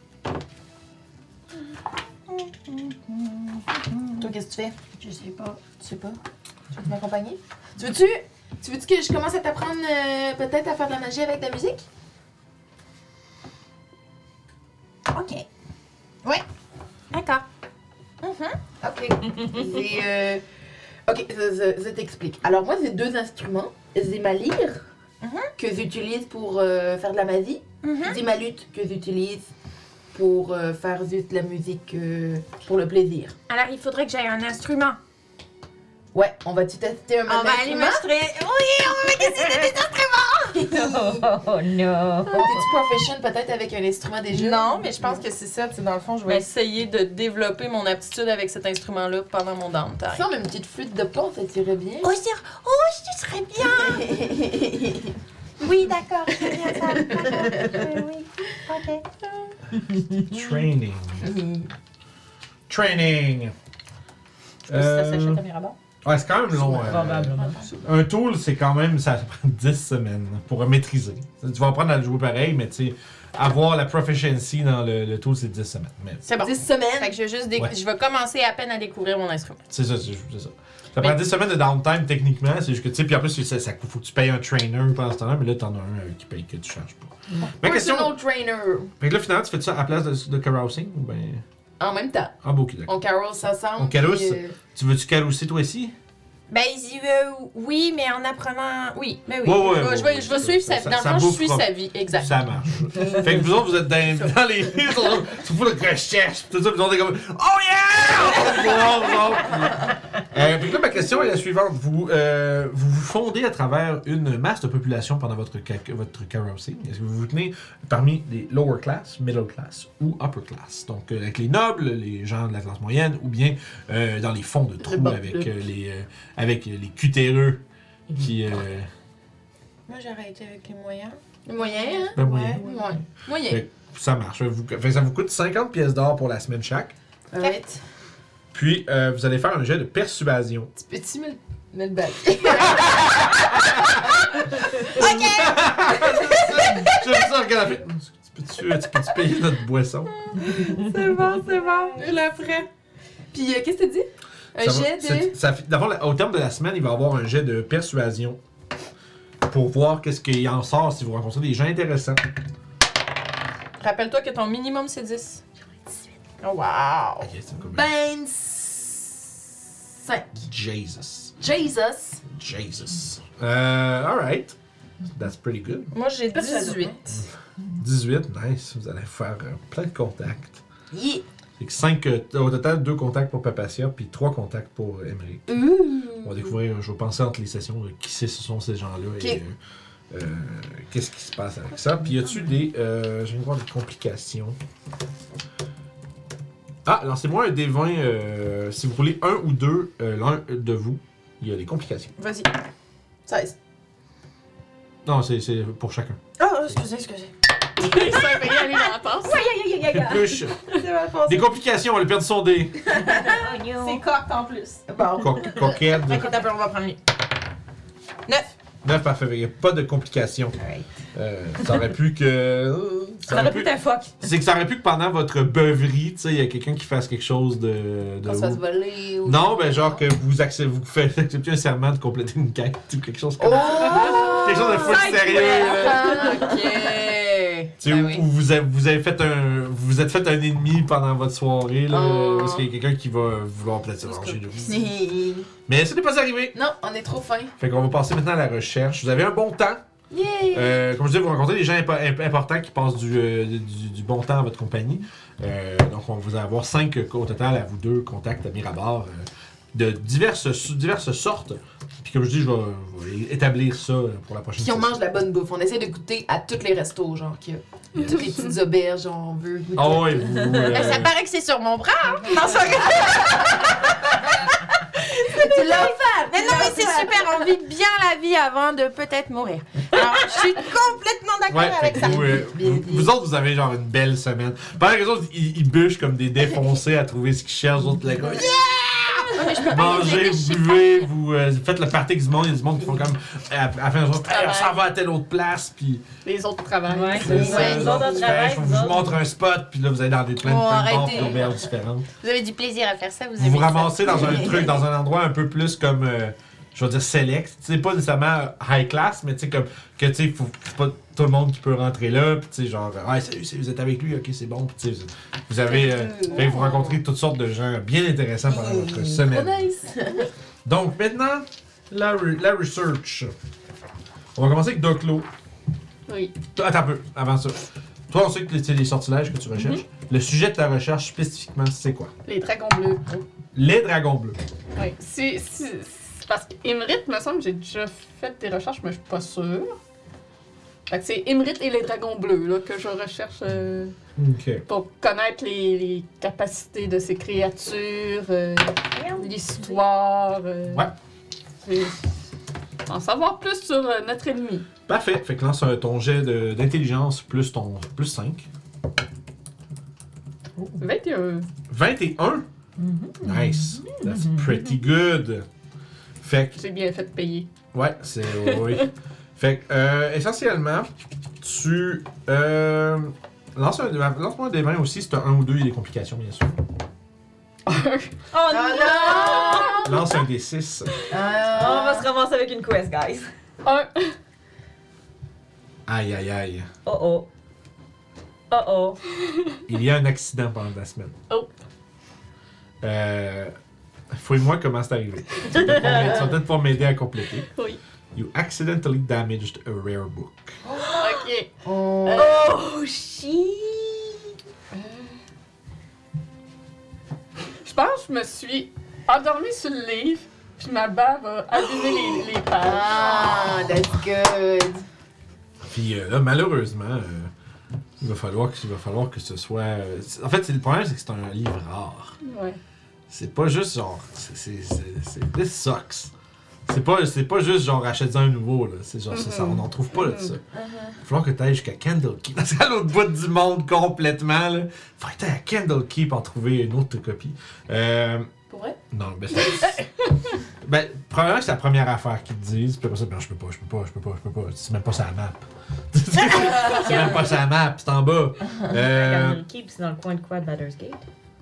Toi, qu'est-ce que tu fais? Je sais pas. Tu sais pas? Tu veux m'accompagner? Tu veux-tu que je commence à t'apprendre peut-être à faire de la magie avec de la musique? Ok. Ouais. D'accord. Ok. Ok, je t'explique. Alors moi, j'ai deux instruments. J'ai ma lyre, que j'utilise pour faire de la magie. J'ai ma lutte, que j'utilise pour faire juste de la musique pour le plaisir. Alors, il faudrait que j'aille un instrument. Ouais, on va-tu tester un On va aller m'acheter. Oui, on va m'acheter des instruments. Oh no! T'es-tu proficient peut-être avec un instrument déjà? Non, mais je pense que c'est ça. Tu sais, dans le fond, je vais Mais- essayer de développer mon aptitude avec cet instrument-là pendant mon downtime. Ça, mais une petite flûte de pan, ça tirait bien. Oh, ce serait bien. Oui, d'accord, je vais bien ça. D'accord. Oui, ok. Training. Training. Je sais pas si ça s'achète à Mirabeau. Ouais, c'est quand même long. Probablement. Un tool, c'est quand même. Ça prend 10 semaines pour maîtriser. Tu vas apprendre à le jouer pareil, mais tu sais, avoir la proficiency dans le tool, c'est 10 semaines. Mais C'est bon. 10 semaines. Fait que je vais juste Ouais. je vais commencer à peine à découvrir mon instrument. c'est ça, c'est ça. Ça prend 10 semaines de downtime techniquement, c'est juste que tu sais, puis en plus, ça faut que tu payes un trainer pendant ce temps-là, mais là, t'en as un qui paye que tu charges pas. Ma question. Personal trainer. Fait que là, finalement, tu fais ça à la place de carousing ou ben. En même temps. Ah, bon, ok, d'accord. On carouse ensemble. On carouse? puis, Tu veux-tu carousser toi aussi? Ben, oui, mais en apprenant. Oui, ben oui. Ouais, Je vais suivre sa vie. Dans le fond, je suis sa vie. Exact. Ça marche. Fait que vous autres, vous êtes dans les. Tu fous le recherche, pis tout ça, puis vous autres, comme. Oh yeah! Fait que là, ma question est la suivante. Vous vous fondez à travers une masse de population pendant votre carousing. Est-ce que vous vous tenez parmi les lower class, middle class ou upper class? Donc, avec les nobles, les gens de la classe moyenne, ou bien dans les fonds de trous avec les cutéreux qui. Moi, j'ai arrêté avec les moyens. Moyen, hein? Ben, moyen. Ouais. Moyen. Fait que ça marche. Ça vous coûte 50 pièces d'or pour la semaine chaque. Alright. Puis, vous allez faire un jet de persuasion. Tu peux-tu me le battre? J'aime ça, regarde, elle fait, tu peux-tu payer notre boisson? C'est bon. Je la ferai. Puis, qu'est-ce que tu dis? Un jet de... D'abord, au terme de la semaine, il va y avoir un jet de persuasion pour voir qu'est-ce qu'il en sort si vous rencontrez des gens intéressants. Rappelle-toi que ton minimum, c'est 10. Oh, wow! Ok, c'est combien? Ben... 5. Jesus. Jesus. Alright. That's pretty good. Moi, j'ai Persuasion. 18. 18, nice. Vous allez faire plein de contacts. Yeah. C'est que 5, au total, 2 contacts pour Papacia, puis 3 contacts pour Emery. On va découvrir, je vais penser entre les sessions, qui ce sont ces gens-là et qu'est-ce qui se passe avec ça. Puis y a-tu des. Je viens de voir des complications. Ah, lancez-moi un des 20. Si vous roulez 1 ou 2, l'un de vous, il y a des complications. Vas-y. 16. Non, c'est pour chacun. Oh, excusez. Ça va y aller dans la tasse. Plus. C'est mal passé. Des complications, on va perdre son dé. C'est coque en plus. Bon. Coquette. Ok, t'as peur, on va prendre lui. 9. 9, parfait. Il n'y a pas de complications. Ça aurait pu que. Ça aurait pu être un fuck. C'est que ça aurait pu que pendant votre beuverie, tu sais, il y a quelqu'un qui fasse quelque chose de. Qu'on se fasse voler ou... Non, ben genre que vous faites accepter un serment de compléter une quête ou quelque chose comme Oh! quelque chose de full sérieux. Là. Ok. Tu sais, où vous avez fait vous êtes fait un ennemi pendant votre soirée là, Oh. parce qu'il y a quelqu'un qui va vouloir peut-être se venger de vous. Mais ça n'est pas arrivé. Non, on est trop fin. Fait qu'on va passer maintenant à la recherche. Vous avez un bon temps. Yay! Comme je disais, vous rencontrez des gens importants qui passent du bon temps à votre compagnie. Donc, on vous avoir 5 au total, à vous 2 contacts à Mirabar. de diverses sortes. Puis comme je dis, je vais établir ça pour la prochaine Puis on session. mange de la bonne bouffe. On essaie de goûter à tous les restos, genre, qu'il y a. Toutes les petites auberges, on veut goûter. Ah ouais, vous... Ça paraît que c'est sur mon bras. Hein? Non, ça... Tu l'as fait! Mais non, mais c'est super. On vit bien la vie avant de peut-être mourir. Alors, je suis complètement d'accord Ouais, avec fait ça. que vous autres, vous avez genre une belle semaine. Pendant que les autres, ils bûchent comme des défoncés à trouver ce qu'ils cherchent. Les autres, là, comme, mangez, vous buvez, vous faites le party avec du monde. Il y a du monde qui font comme. À la fin, on s'en va à telle autre place. Puis. Les autres travaillent. Ouais, C'est c'est ça, ça. Les autres travaillent, je nous vous autres. montre un spot. Puis là, vous allez dans plein de bars arrêtez. d'auberges différentes. Vous avez du plaisir à faire ça. Vous Vous vous aimez ça. ramassez dans un truc, dans un endroit un peu plus comme. Je vais dire select. Tu sais, pas nécessairement high class, mais tu sais, comme. Que tu sais, c'est pas tout le monde qui peut rentrer là. Puis tu sais, genre, ah, salut, vous êtes avec lui, ok, c'est bon. Puis tu sais, vous avez. Vous rencontrez toutes sortes de gens bien intéressants pendant votre semaine. nice! Donc maintenant, la research. On va commencer avec Doclo. Oui. Attends un peu, avant ça. Toi, on sait que c'est les sortilèges que tu recherches. Le sujet de ta recherche spécifiquement, c'est quoi? Les dragons bleus. Les dragons bleus. Oui. C'est parce qu'Imrit, me semble, j'ai déjà fait des recherches, mais je suis pas sûre. Fait que c'est Imrit et les dragons bleus là, que je recherche Ok. pour connaître les capacités de ces créatures, l'histoire. Ouais. En savoir plus sur notre ennemi. Parfait. Fait que lance ton jet d'intelligence plus ton plus 5. 21. 21? Nice. That's pretty good. Fait que, J'ai bien fait payer. ouais, c'est. Oui. Fait que, essentiellement, tu. Lance-moi un des 20 aussi, si t'as 1 ou 2, il y a des complications, bien sûr. Oh non! Lance un des 6. On va se ramasser avec une quest, guys. 1. Aïe, aïe, aïe. Oh oh. Oh oh. Il y a un accident pendant la semaine. Oh. Fouille-moi comment c'est arrivé. Tu vas peut-être pas m'aider à compléter. Oui. You accidentally damaged a rare book. Ok. Oh shit! Je pense que je me suis endormie sur le livre, puis ma bave a abîmé les pages. Ah, that's good! Puis là, malheureusement, il va falloir que ce soit. En fait, le problème, c'est que c'est un livre rare. Ouais. C'est pas juste genre. This sucks. C'est pas juste genre achète un nouveau, là. C'est genre, ça, on n'en trouve pas là de ça. Il va falloir que tu ailles jusqu'à Candlekeep. C'est à l'autre bout du monde complètement, là. Faut que tu ailles à Candlekeep en trouver une autre copie. Pour vrai? Non, ben c'est. Ben, probablement que c'est la première affaire qu'ils te disent, puis après ça, ben, je peux pas. C'est même pas sur la map. C'est même pas sur la map, c'est en bas. Le keep, c'est dans le coin de quoi de Baldur's Gate?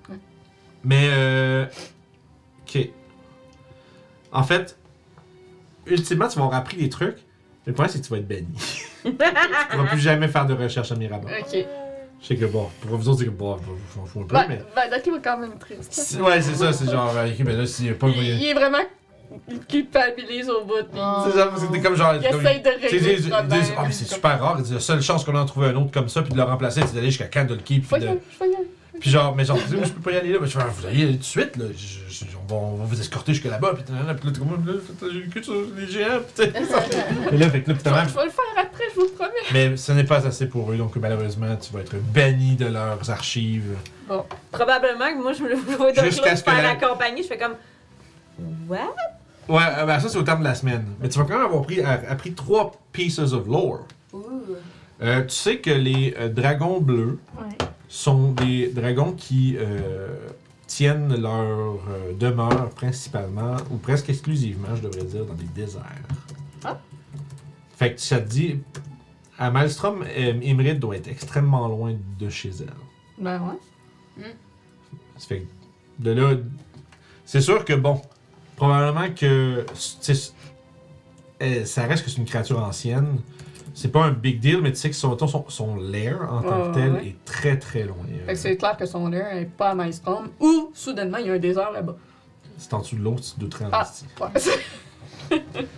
Mais, ok. En fait, ultimement, tu vas avoir appris des trucs, mais le problème, c'est que tu vas être banni. Tu pourras plus jamais faire de recherche à Mirabel. Ok. Je sais que bon, pour vous autres, c'est que bon, je m'en fous un peu, Ben, mais. Doc est quand même triste. Ouais, c'est ça, c'est genre, ok, ben là, s'il y a pas moyen. Il est vraiment culpabilise au bout. Puis C'est ça, c'était comme genre. il essaye de Tu sais, régler ils le problème. disent, ah, mais c'est super rare. Ils disent, la seule chance qu'on a en trouver un autre comme ça, puis de le remplacer, c'est d'aller jusqu'à Candlekeep. Puis, puis genre, mais genre, tu dis, moi, je peux pas y aller là. Mais je fais, vous allez y aller tout de suite, là. On va vous escorter jusque là-bas. Puis là, t'es comme, là, j'ai le cul sur les géants. Puis et là, fait que là, putain, Je vais le faire après, je vous le promets. mais ce n'est pas assez pour eux, donc malheureusement, tu vas être banni de leurs archives. Probablement que moi, je me vois de Jusqu'à ce que faire la- la compagnie, je fais comme. What? Ouais, ben ça, c'est au terme de la semaine. Mais tu vas quand même avoir appris 3 pieces of lore. Ouh! Tu sais que les dragons bleus Ouais. sont des dragons qui tiennent leur demeure principalement, ou presque exclusivement, je devrais dire, dans des déserts. Ah. Fait que ça te dit, à Maelstrom, Imrit doit être extrêmement loin de chez elle. Ben ouais. Ça fait que de là, c'est sûr que bon, probablement que tu sais, ça reste que c'est une créature ancienne. C'est pas un big deal, mais tu sais que son lair en tant que tel ouais. est très très loin. Fait que c'est clair que son air est pas à Maelstrom, ou soudainement il y a un désert là-bas. C'est en dessous de l'autre, tu te douterais en Ah, esti. ouais.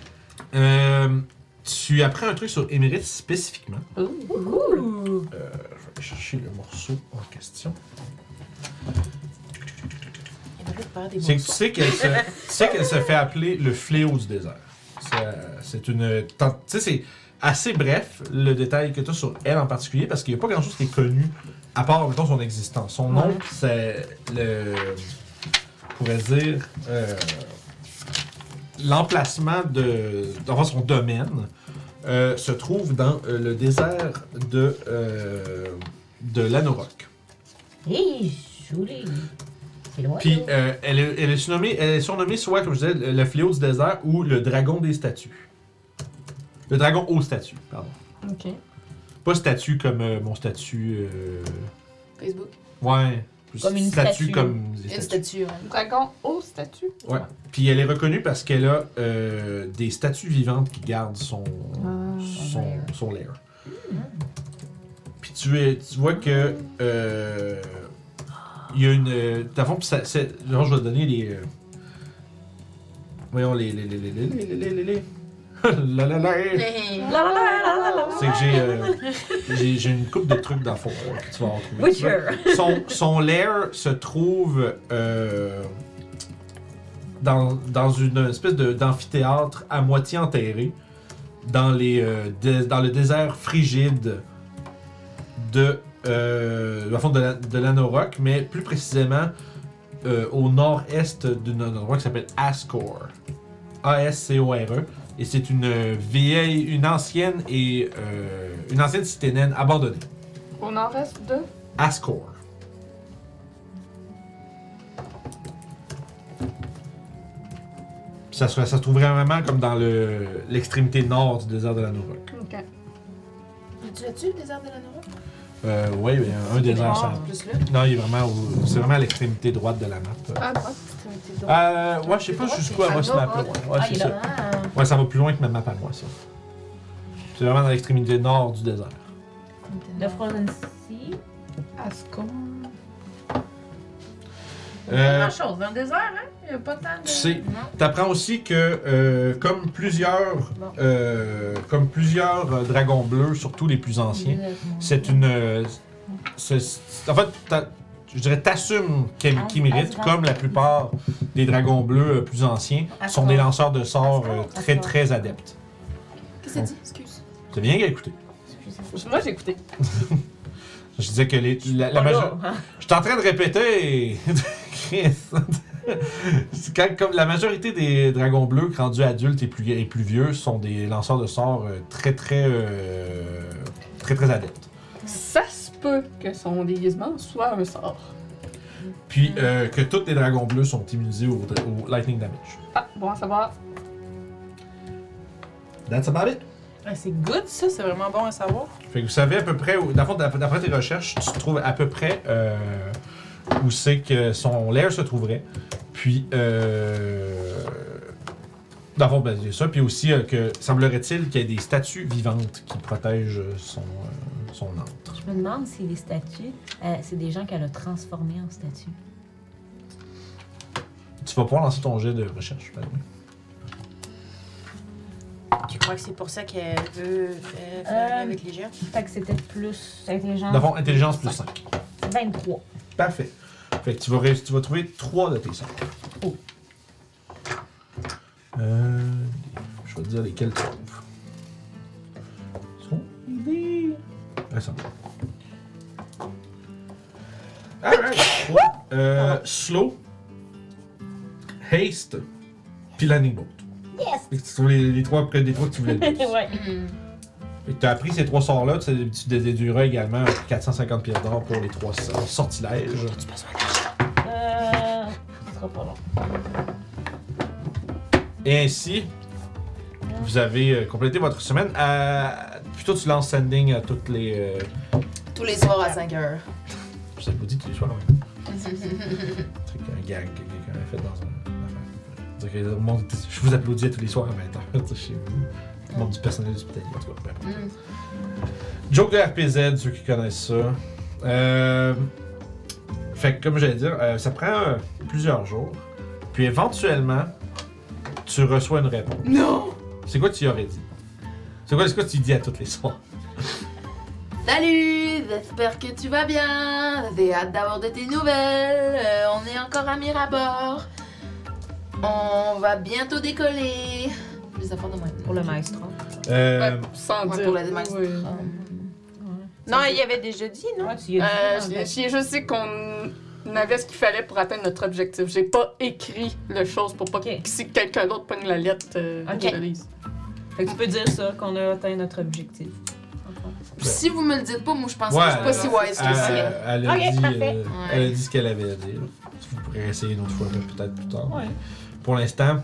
Tu apprends un truc sur Émérite spécifiquement. Ouh. Je vais aller chercher le morceau en question. faire des C'est que bons tu sais qu'elle se fait appeler le fléau du désert. C'est une. Tu sais, c'est assez bref le détail que tu as sur elle en particulier parce qu'il n'y a pas grand chose qui est connu à part, mettons, son existence. Son nom, c'est le. On pourrait dire. L'emplacement enfin, son domaine se trouve dans le désert de l'Anorok. Hé, joli. C'est loin. Puis elle est surnommée soit, comme je disais, le fléau du désert ou le dragon des statues. Le dragon aux statues, pardon. Ok. Pas statue comme mon statut. Facebook. Ouais. Comme une statue. Comme des Une statues. statue, ouais. Dragon au statut. Ouais. Puis elle est reconnue parce qu'elle a des statues vivantes qui gardent son lair. Puis tu vois que il y a une. Dans le fond, genre, je vais te donner les. Voyons les. C'est que j'ai une couple de trucs dans le fond que tu vas en trouver. Witcher. Son lair se trouve dans une espèce d'amphithéâtre à moitié enterré dans le désert frigide de l'Anorok, mais plus précisément au nord-est d'un endroit qui s'appelle Ascore. A-S-C-O-R-E. Et c'est une ancienne cité naine abandonnée. Au nord-est de. Ascore. Ça se trouve vraiment comme dans l'extrémité nord du désert de l'Anorok. Ok. Tu l'as-tu, le désert de la Nora? Oui, un désert ça. Plus là. Non, il est c'est vraiment à l'extrémité droite de la map. Ah, droite. Ouais, je sais pas jusqu'où elle va se mapper. Ouais, c'est ça. Ouais, ça va plus loin que ma map à moi, ça. C'est vraiment dans l'extrémité nord du désert. Le Frozen Sea. Ascon. Pas grand-chose dans le désert, hein? Il n'y a pas tant de... Tu sais, t'apprends aussi que comme plusieurs dragons bleus, surtout les plus anciens, c'est une... en fait, je dirais t'assumes qu'ils méritent, comme la plupart des dragons bleus plus anciens, sont des lanceurs de sorts très très adeptes. Qu'est-ce que ça dit? Excuse. C'est bien écouté. Moi, j'ai écouté. Je disais que la majorité... Je suis en train de répéter! Chris. Comme la majorité des dragons bleus rendus adultes et plus vieux sont des lanceurs de sorts très adeptes. Ça se peut que son déguisement soit un sort. Puis que tous les dragons bleus sont immunisés au lightning damage. Ah, bon à savoir. That's about it. C'est good, ça. C'est vraiment bon à savoir. Fait que vous savez à peu près, d'après tes recherches, tu trouves à peu près où c'est que son lair se trouverait. Puis, dans le fond, ben, il y a ça. Puis aussi, que semblerait-il qu'il y ait des statues vivantes qui protègent son antre. Je me demande si les statues, c'est des gens qu'elle a transformés en statues. Tu vas pouvoir lancer ton jet de recherche, by the way. Tu crois que c'est pour ça qu'elle veut faire avec les géants? Fait que c'était plus intelligence. Dans le fond, intelligence plus 5. 23. Parfait. Fait que tu vas trouver 3 de tes sorts. Oh. Je vais te dire lesquels tu trouves. Son idée. Ça va. Alright. Slow, Haste, puis Landing Bolt. Yes! Fait que tu trouves les trois que tu voulais le plus. Ouais. Fait que tu as appris ces 3 sorts-là, tu déduiras également 450 pièces d'or pour les 3 sortilèges. Tu besoin d'argent? Ce sera pas long. Et ainsi, vous avez complété votre semaine. Plutôt, tu lances Sending à toutes les... Tous les soirs à 5 heures. Je vous dis tous les soirs. Ouais. C'est un gag que quelqu'un a fait dans un affaire. C'est-à-dire que le monde, je vous applaudis à tous les soirs à 20h chez vous. Le monde du personnel hospitalier, en tout cas. Joke de RPZ, ceux qui connaissent ça. Fait que, comme j'allais dire, ça prend plusieurs jours. Puis éventuellement, tu reçois une réponse. Non! C'est quoi que tu y aurais dit? C'est quoi que tu dis à tous les soirs? Salut! j'espère que tu vas bien. J'ai hâte d'avoir de tes nouvelles. On est encore à Mirabord. On va bientôt décoller. Les affaires de moi. Pour le maestro. Sans Ouais, dire. pour la démarche. oui. Non, il y avait déjà dit, non? Ouais, tu y as dit. Je sais qu'on avait ce qu'il fallait pour atteindre notre objectif. J'ai pas écrit le chose pour pas Ok. que si quelqu'un d'autre pogne la lettre, Ok. je le lise. Fait que tu peux dire ça, qu'on a atteint notre objectif. Si vous me le dites pas, moi je pense que Ouais, je suis pas si wise que ça. Elle a Ok, dit, parfait. elle a dit ce qu'elle avait à dire. Vous pourrez essayer une autre fois, peut-être plus tard. Ouais. Pour l'instant,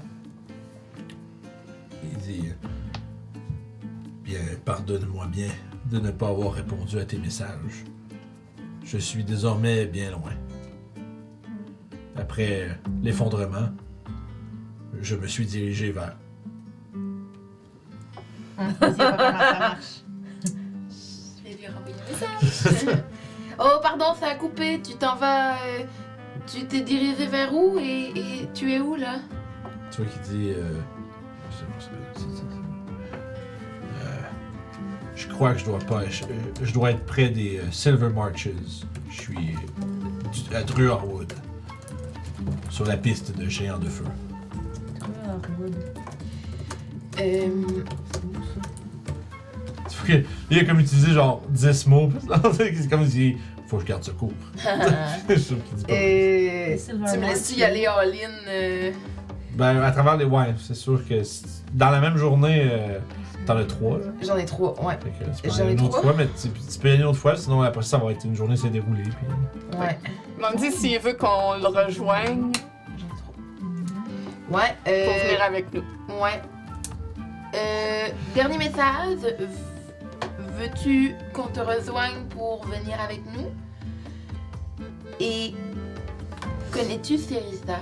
il dit bien, pardonne-moi bien de ne pas avoir répondu à tes messages. Je suis désormais bien loin. Après l'effondrement, je me suis dirigé vers. Je sais pas comment ça marche. Je vais lui renvoyer un message. Oh, pardon, ça a coupé. Tu t'en vas. Tu t'es dirigé vers où et tu es où là? Tu vois qu'il dit. Je sais pas, je crois que je dois pas. Je dois être près des Silver Marches. Je suis à Druarwood. Sur la piste de géants de feu. Tu vois qu'il a comme utilisé genre 10 mots. C'est comme si. Faut que je garde ce cours. Je suis sûr qu'il dit pas. Tu me laisses-tu y aller all-in? Ben, à travers les. Ouais, c'est sûr que dans la même journée, t'en as 3. Là. J'en ai 3, ouais. Fait que tu peux J'en aller ai une autre 3. fois, mais tu peux y aller une autre fois, sinon après ça va être une journée, c'est déroulé. Puis... Ouais. Il m'a dit s'il veut qu'on le rejoigne Ouais. pour venir avec nous. Ouais. Dernier message. Veux-tu qu'on te rejoigne pour venir avec nous? Et connais-tu Cérissa?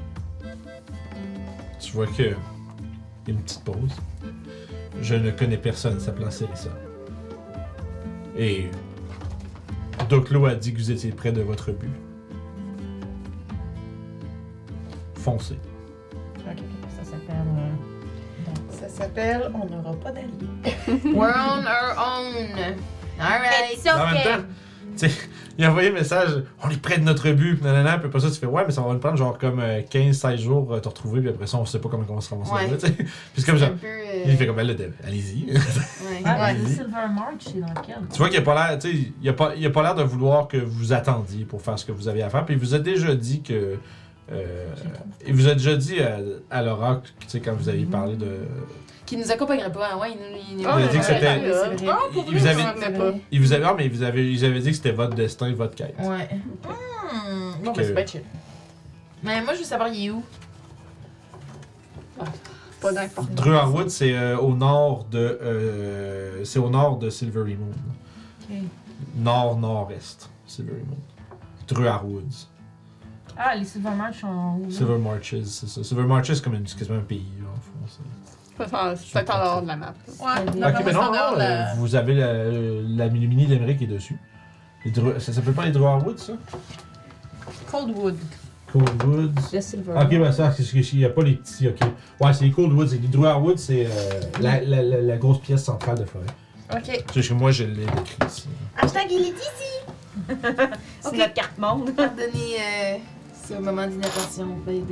Tu vois que. Il y a une petite pause. Je ne connais personne s'appelant Cérissa. Et. Doclo a dit que vous étiez près de votre but. Foncez. Ok, ça s'appelle. Ça s'appelle On n'aura pas d'alliés. We're on our own. Alright. It's En même okay. temps, tu sais, il a envoyé un message, on est près de notre but, puis nanana, puis après ça, tu fais, ouais, mais ça va nous prendre genre comme 15-16 jours te retrouver, puis après ça, on sait pas comment on va se ramasser Ouais. là, tu sais. Puis c'est comme Un genre, peu. il fait comme, ben là, allez-y. Ouais. Ah, Ouais. le Silver March, c'est dans lequel? Tu vois qu'il a pas l'air, tu sais, il a pas l'air de vouloir que vous attendiez pour faire ce que vous avez à faire, puis il vous a déjà dit que. Il vous a déjà dit à l'oracle, tu sais, quand vous aviez parlé de. Qui nous accompagnerait pas, hein? Ouais, il nous. Il a dit que c'était- C'est vrai. pour Il vous avait- ça venait pas. Il vous avait, mais ils avaient dit que c'était votre destin, votre quête. Ouais. Bon, Que- ben, c'est pas chill. Mais moi, je veux savoir, il est où? Pas d'importance. Druarwood, c'est au nord de. C'est au nord de Silvery Moon. Ok. Nord-nord-est, Silvery Moon. Druarwoods. Ah, les Silver March sont où? là? Silver Marches, c'est ça. Silver Marches, c'est comme quasiment un pays, là, en fond. C'est peut-être en dehors de la map. Ouais, Ok, Ok, mais non, non, vous avez la mini Limerick qui est dessus. Ça s'appelle pas les Druarwoods, ça? Coldwood. Coldwoods. Le Silver Ok, ben ça, c'est il n'y a pas les petits, ok. Ouais, c'est les Coldwoods. Les Druarwoods, c'est la grosse pièce centrale de forêt. Ok. Tu sais que moi, je l'ai décrit ici. Hashtag il est ici. C'est Ok. notre carte monde. Pardonnez ce moment d'inattention.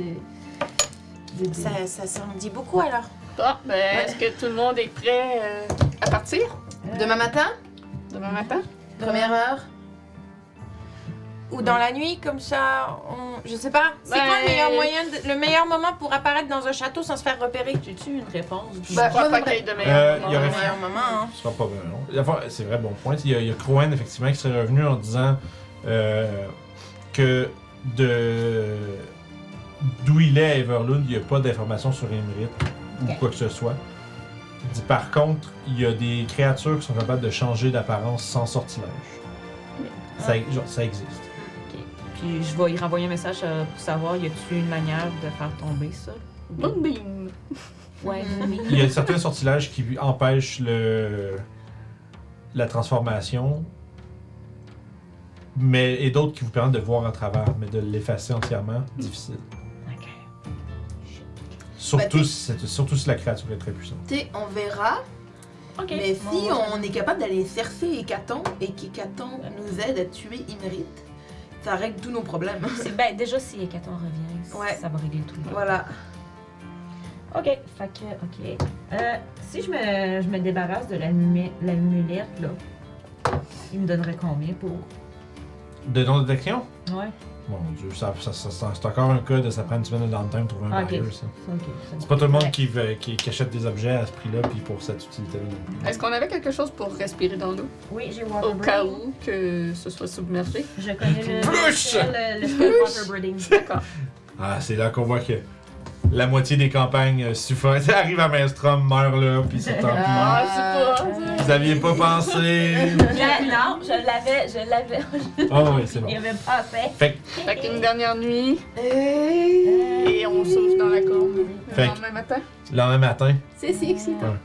Ça s'en dit beaucoup alors. Ah, ben, est-ce que tout le monde est prêt à partir Demain matin, demain matin? première heure. Ou dans la nuit, comme ça, je sais pas. C'est Ben- quoi le meilleur moyen, le meilleur moment pour apparaître dans un château sans se faire repérer? J'ai-tu une réponse? Je Bah, crois moi, pas qu'il y ait de il y meilleur aurait- Le moment. meilleur moment, hein. Ce sera pas bien long. Enfin, c'est vrai, bon point. Il y a Crowen, effectivement, qui serait revenu en disant que d'où il est à Everloon, il n'y a pas d'informations sur Emerit ou Ok. quoi que ce soit. Il dit, par contre, il y a des créatures qui sont capables de changer d'apparence sans sortilège. Ça existe. Puis je vais y renvoyer un message pour savoir, y a-tu une manière de faire tomber ça? Boom, bing. Ouais, Il y a certains sortilèges qui empêchent la transformation, et d'autres qui vous permettent de voir à travers, mais de l'effacer entièrement, difficile. Ok. Surtout, Bah, surtout si la créature est très puissante. Tu sais, on verra. Ok. Mais Bon, si ouais. on est capable d'aller chercher Hécaton et qu'Hécaton nous aide à tuer Imrith, ça règle tous nos problèmes. Ben, déjà, si Hécaton revient, Ouais. ça va régler tout. Voilà. Ok, fait que, ok. Si je me débarrasse de l'amulette, là, il me donnerait combien pour. De nom de détection? Ouais. Mon Dieu, c'est encore un cas de ça prend une semaine de downtime pour trouver un Ok. buyer, ça. Ok. C'est pas tout le monde Ouais. qui achète des objets à ce prix-là, puis pour cette utilité-là non plus. Est-ce qu'on avait quelque chose pour respirer dans l'eau? Oui, j'ai water Au cas où que ce soit submergé. Je connais Plush! le spell water breathing. D'accord. Ah, c'est là qu'on voit que la moitié des campagnes suffisent. Arrive à Maelstrom, meurt là, puis c'est tant pis. Ah, c'est pas. Vous aviez pas pensé. Non, je l'avais. Ah oui, c'est bon. Il avait pas fait. Fait qu'une dernière nuit Hey. et on souffle dans la courbe le Fait que- lendemain matin. Le lendemain matin. C'est si excitant.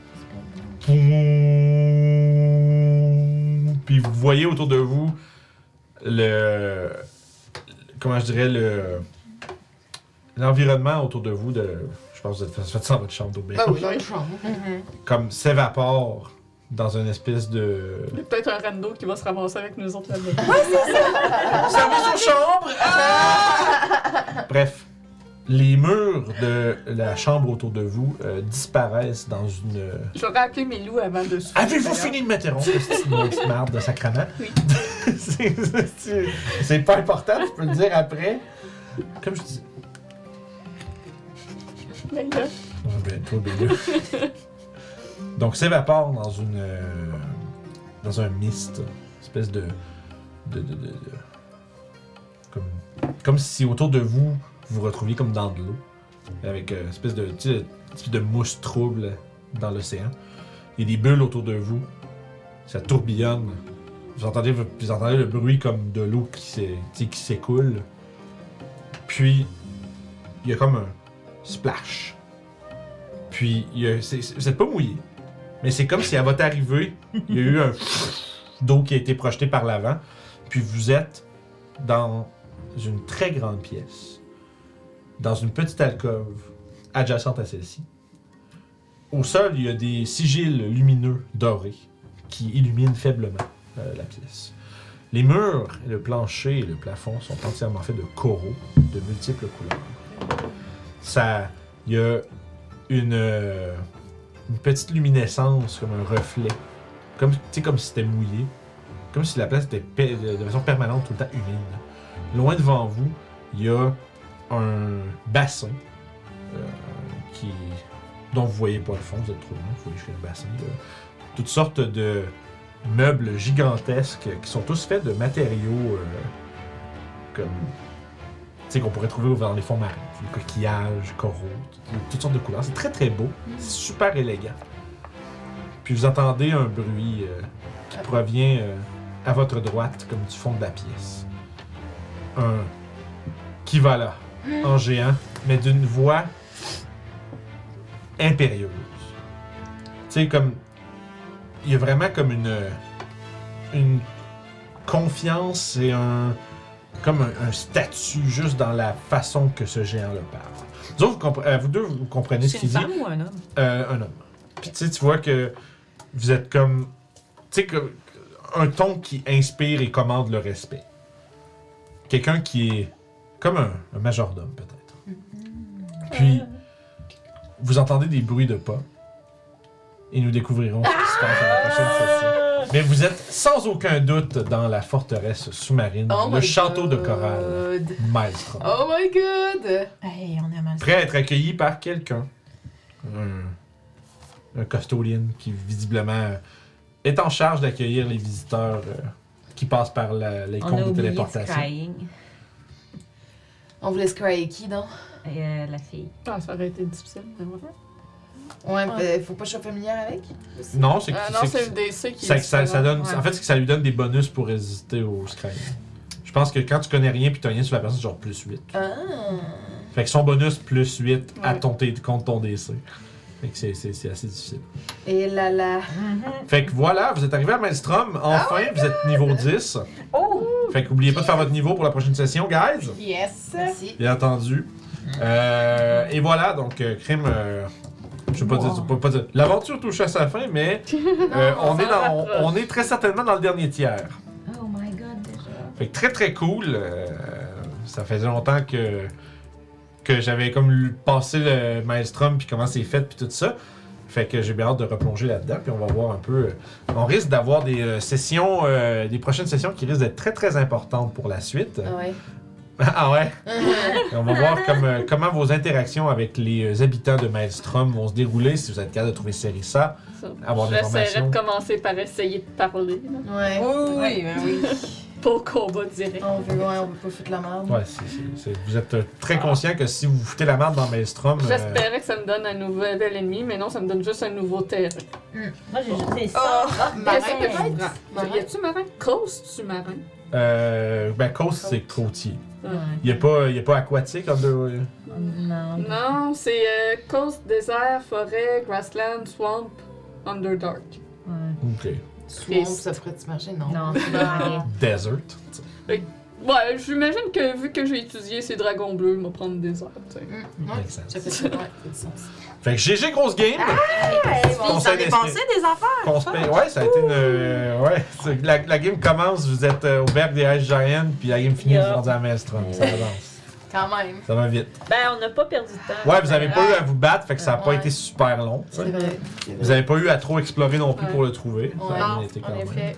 Puis vous voyez autour de vous le. Comment je dirais l'environnement autour de vous de. Je pense que vous êtes fait ça dans votre chambre d'auberge. Bah oui, dans une chambre. Comme s'évapore dans une espèce de. Il y a peut-être un rando qui va se ramasser avec nous autres là-bas. Service aux chambres! Ah! Bref, les murs de la chambre autour de vous disparaissent dans une. J'aurais appelé mes loups avant de souffler. Avez-vous d'ailleurs. fini de m'interrompre, cette petite marde de sacrement? Oui. C'est pas important, tu peux le dire après. Comme je dis. Mais là, Ben, toi, Bélieu. Donc, s'évapore dans une. Dans un mist. Une espèce de comme si autour de vous, vous vous retrouviez comme dans de l'eau. Avec une espèce de, tu sais, une espèce de mousse trouble dans l'océan. Il y a des bulles autour de vous. Ça tourbillonne. Vous entendez le bruit comme de l'eau qui s'écoule. Puis, il y a comme un splash. Puis, vous êtes pas mouillé. Mais c'est comme si à votre arrivée, il y a eu un d'eau qui a été projeté par l'avant. Puis vous êtes dans une très grande pièce. Dans une petite alcôve adjacente à celle-ci. Au sol, il y a des sigils lumineux dorés qui illuminent faiblement la pièce. Les murs, le plancher et le plafond sont entièrement faits de coraux de multiples couleurs. Il y a une petite luminescence, comme un reflet. Comme si c'était mouillé. Comme si la place était de façon permanente, tout le temps humide. Loin devant vous, il y a un bassin dont vous voyez pas le fond, vous êtes trop loin, il faut aller jusqu'à le bassin. Il y a toutes sortes de meubles gigantesques qui sont tous faits de matériaux comme qu'on pourrait trouver dans les fonds marins. Des coquillages, coraux, toutes sortes de couleurs. C'est très très beau, c'est super élégant. Puis vous entendez un bruit qui provient à votre droite, comme du fond de la pièce. Un qui va là, en géant, mais d'une voix impérieuse. Tu sais, comme. Il y a vraiment comme une confiance et comme un statut juste dans la façon que ce géant-là parle. Vous deux, vous comprenez ce C'est qu'il une dit? femme ou un homme? Un homme. Puis tu sais, tu vois que vous êtes comme. Tu sais, un ton qui inspire et commande le respect. Quelqu'un qui est comme un majordome, peut-être. Puis, vous entendez des bruits de pas. Et nous découvrirons ce qui se passe à la prochaine session. Mais vous êtes sans aucun doute dans la forteresse sous-marine, Oh le my château de God. Corral, Maelstrom. Oh my god! Hey, on a mal. Prêt à être accueilli par quelqu'un. Un custodian qui visiblement est en charge d'accueillir les visiteurs qui passent par les On a comptes de oublié téléportation. Scrying. On vous laisse crayer qui, donc? La fille. Ah, ça aurait été difficile, mais voilà. Ouais, faut pas que je sois familière avec? Non, c'est que Non, c'est le DC qui ça, est ça donne. Ouais. En fait, c'est que ça lui donne des bonus pour résister au scrying. Je pense que quand tu connais rien puis t'as rien sur la personne, c'est genre plus 8. Ah! Fait que son bonus plus 8 à Ouais. contre ton DC. Fait que c'est assez difficile. Et là. Fait que voilà, vous êtes arrivé à Maelstrom. Enfin, vous êtes niveau 10. Oh! Fait que n'oubliez pas de faire votre niveau pour la prochaine session, guys. Yes! Merci. Bien entendu. Et voilà, donc, Crime, je Je peux pas dire. L'aventure touche à sa fin, mais on est très certainement dans le dernier tiers. Oh my god, déjà. Fait que très très cool. Ça faisait longtemps que j'avais comme passé le Maelstrom puis comment c'est fait puis tout ça. Fait que j'ai bien hâte de replonger là-dedans puis on va voir un peu. On risque d'avoir des sessions, des prochaines sessions qui risquent d'être très très importantes pour la suite. Ah ouais. Ah ouais? Et on va voir comment vos interactions avec les habitants de Maelstrom vont se dérouler si vous êtes capable de trouver Serissa. Avoir de J'essaierai l'information. de commencer par essayer de parler là, Ouais. Oui, ben oui. pour le combat direct. On veut pas foutre la merde. Ouais, vous êtes très conscient que si vous foutez la merde dans Maelstrom. J'espérais que ça me donne un nouvel ennemi, mais non, ça me donne juste un nouveau terrain. Moi, j'ai juste des Oh, sorts. marin Qu'est-ce que peut-être? tu Y a-tu marin? Coast-tu marin? Ben, coast, c'est côtier. Ouais. Il n'y a pas aquatique Non. Non, c'est coast, désert, forêt, grassland, swamp, underdark. Ouais. Ok. Swamp, ça ferait t'imaginer, non? Non, c'est pas Desert. Ouais, j'imagine que vu que j'ai étudié ces dragons bleus, je vais prendre désert, tu sais. Ouais, Makes sense. ça fait ça, ouais, ça fait du sens. Fait que GG grosse game. Vous Conseil en d'esprit. dépensé des affaires? Qu'on se paye. Ouais, ça a été une. Ouais, la game commence, vous êtes au Berg des Ice Giants, puis la game finit, vous êtes rendu à Maelstrom. Ça avance. Quand même. Ça va vite. Ben, on n'a pas perdu de temps. Ouais, vous avez pas eu à vous battre, fait que ça a pas Ouais. été super long. tu sais. C'est vrai. Vous avez pas eu à trop explorer non plus Ouais. pour le trouver. Ça a Ouais. bien été quand En même. effet.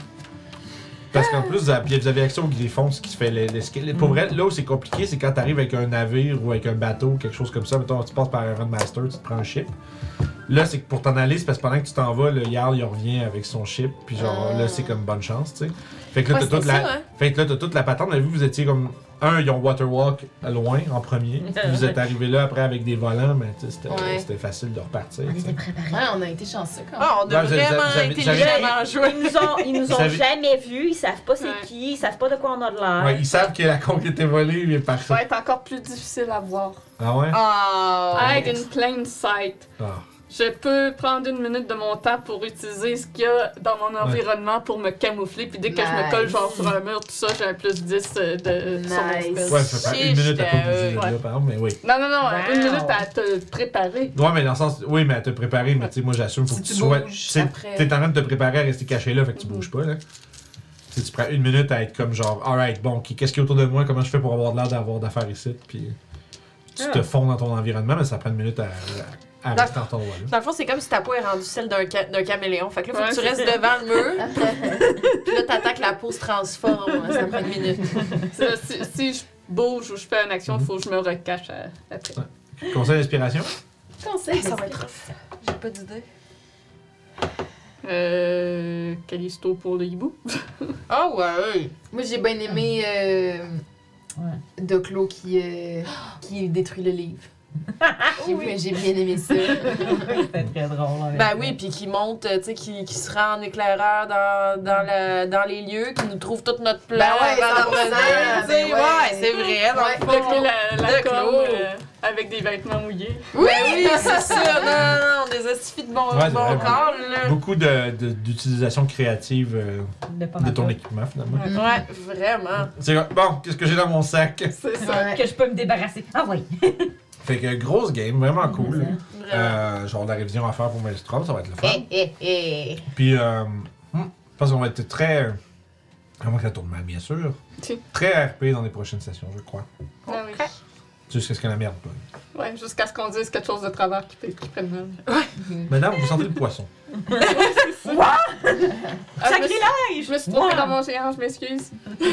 Parce qu'en plus, vous avez accès au griffon, ce qui se fait l'escalade. Pour vrai, là où c'est compliqué, c'est quand t'arrives avec un navire ou avec un bateau, quelque chose comme ça. Mettons, tu passes par un Runmaster, tu te prends un ship. Là, c'est que pour t'en aller, c'est parce que pendant que tu t'en vas, le Jarl, il revient avec son ship. Puis genre, là, c'est comme bonne chance, tu sais. Fait que là, Ouais, t'as toute c'était la... ça, hein. Fait que là, t'as toute la patente. Mais vu que vous étiez comme... Ils ont Waterwalk loin, en premier. Puis vous êtes arrivé là après avec des volants, mais tu sais, Ouais. c'était facile de repartir. On tu sais. était préparés. Ouais, on a été chanceux quand même. Ah, on a Ouais, vous avez- vraiment vous avez- intelligemment joué. Ils nous ont savez- jamais vus, ils savent pas c'est Ouais. qui, ils savent pas de quoi on a de l'air. Ouais, ils savent que la conque était volée, mais Ça parfait. va être encore plus difficile à voir. Ah ouais? Ah. Hide in plain sight. Ah. Je peux prendre 1 minute de mon temps pour utiliser ce qu'il y a dans mon environnement pour me camoufler. Puis dès que je me colle genre sur un mur, tout ça, j'ai un plus 10 sur mon Nice. spell. Ouais, ça fait 1 minute à pas bouger Ouais. là, par exemple, mais oui. Non, Wow. 1 minute à te préparer. Ouais, mais dans le sens. Oui, mais à te préparer, mais tu sais, moi j'assume, faut Si que tu tu sois. bouges Tu après. t'es en train de te préparer à rester caché là, fait que tu bouges pas, là. Tu sais, tu prends 1 minute à être comme genre, alright, bon, qu'est-ce qu'il y a autour de moi, comment je fais pour avoir de l'air d'avoir d'affaires ici, puis tu te fonds dans ton environnement, mais ça prend 1 minute à rester en ton endroit là. Dans le fond, c'est comme si ta peau est rendue celle d'un caméléon. Fait que là, faut Ouais, que tu c'est restes ça. devant le mur. Puis là, t'attends que la peau se transforme. Ça prend 1 minute. Si je bouge ou je fais une action, il faut que je me recache après. Conseil d'inspiration? Conseil, Ça va être rough. J'ai pas d'idée. Callisto pour le hibou. Ah ouais. Moi, j'ai bien aimé Doclo qui détruit le livre. J'ai bien aimé ça. C'était très drôle. Ben oui, puis qui monte, tu sais, qui se rend en éclaireur dans les lieux, qui nous trouve toute notre plan. Ben ouais, avant de 100%, revenir, tu sais, ben ouais. ouais, c'est vrai, dans Ouais. le fond. Bloquer la de corne Claude. avec des vêtements mouillés. Oui, oui, c'est ça. Non, des astifies de bon, Ouais, c'est bon vrai. corps, là. Beaucoup d'utilisation créative de ton équipement finalement. Ouais, vraiment. C'est bon, qu'est-ce que j'ai dans mon sac? C'est ça. Ouais. Que je peux me débarrasser. Ah oui. Fait que grosse game, vraiment cool. Vraiment. Genre de la révision à faire pour Maelstrom, ça va être le fun. Eh. Puis, je pense qu'on va être très. À moins que ça tourne mal, bien sûr. Si. Très RP dans les prochaines sessions, je crois. Ah oui. Jusqu'à ce que la merde pas. Ouais, jusqu'à ce qu'on dise quelque chose de travers qui prenne mal. Madame, vous sentez le poisson. Je me suis trompée dans mon géant, je m'excuse.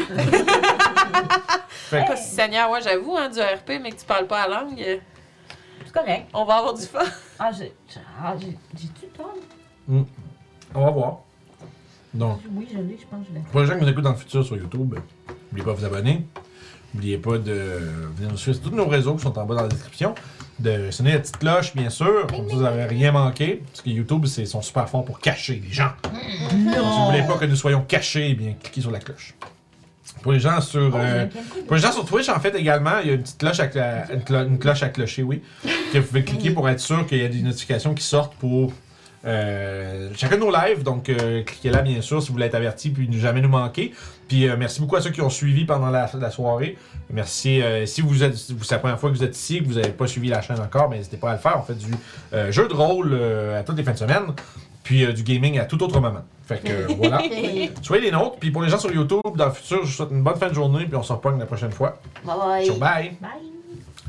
Fait que, Seigneur, ouais, j'avoue, hein, du RP, mais que tu parles pas la langue, C'est correct. on va avoir du fun. J'ai-tu tort? on va voir. Donc, Oui, je l'ai, je pense que je l'ai. pour les gens qui nous écoutent dans le futur sur YouTube, n'oubliez pas de vous abonner. N'oubliez pas de venir nous suivre sur tous nos réseaux qui sont en bas dans la description. De sonner la petite cloche, bien sûr, comme ça vous n'avez rien manqué. Parce que YouTube, ils sont super forts pour cacher les gens. Si vous voulez pas que nous soyons cachés, eh bien, cliquez sur la cloche. Pour les gens sur Twitch, en fait, également, il y a une petite cloche une cloche à clocher, oui. Que vous pouvez cliquer pour être sûr qu'il y a des notifications qui sortent pour chacun de nos lives. Donc, cliquez là, bien sûr, si vous voulez être averti puis ne jamais nous manquer. Puis, merci beaucoup à ceux qui ont suivi pendant la soirée. Merci. Si c'est la première fois que vous êtes ici, que vous n'avez pas suivi la chaîne encore, mais n'hésitez pas à le faire. On fait du jeu de rôle à toutes les fins de semaine. Puis du gaming à tout autre moment. Fait que voilà. Soyez les nôtres. Puis pour les gens sur YouTube, dans le futur, je vous souhaite une bonne fin de journée. Puis on se reprend la prochaine fois. Bye bye. Ciao, bye. Bye!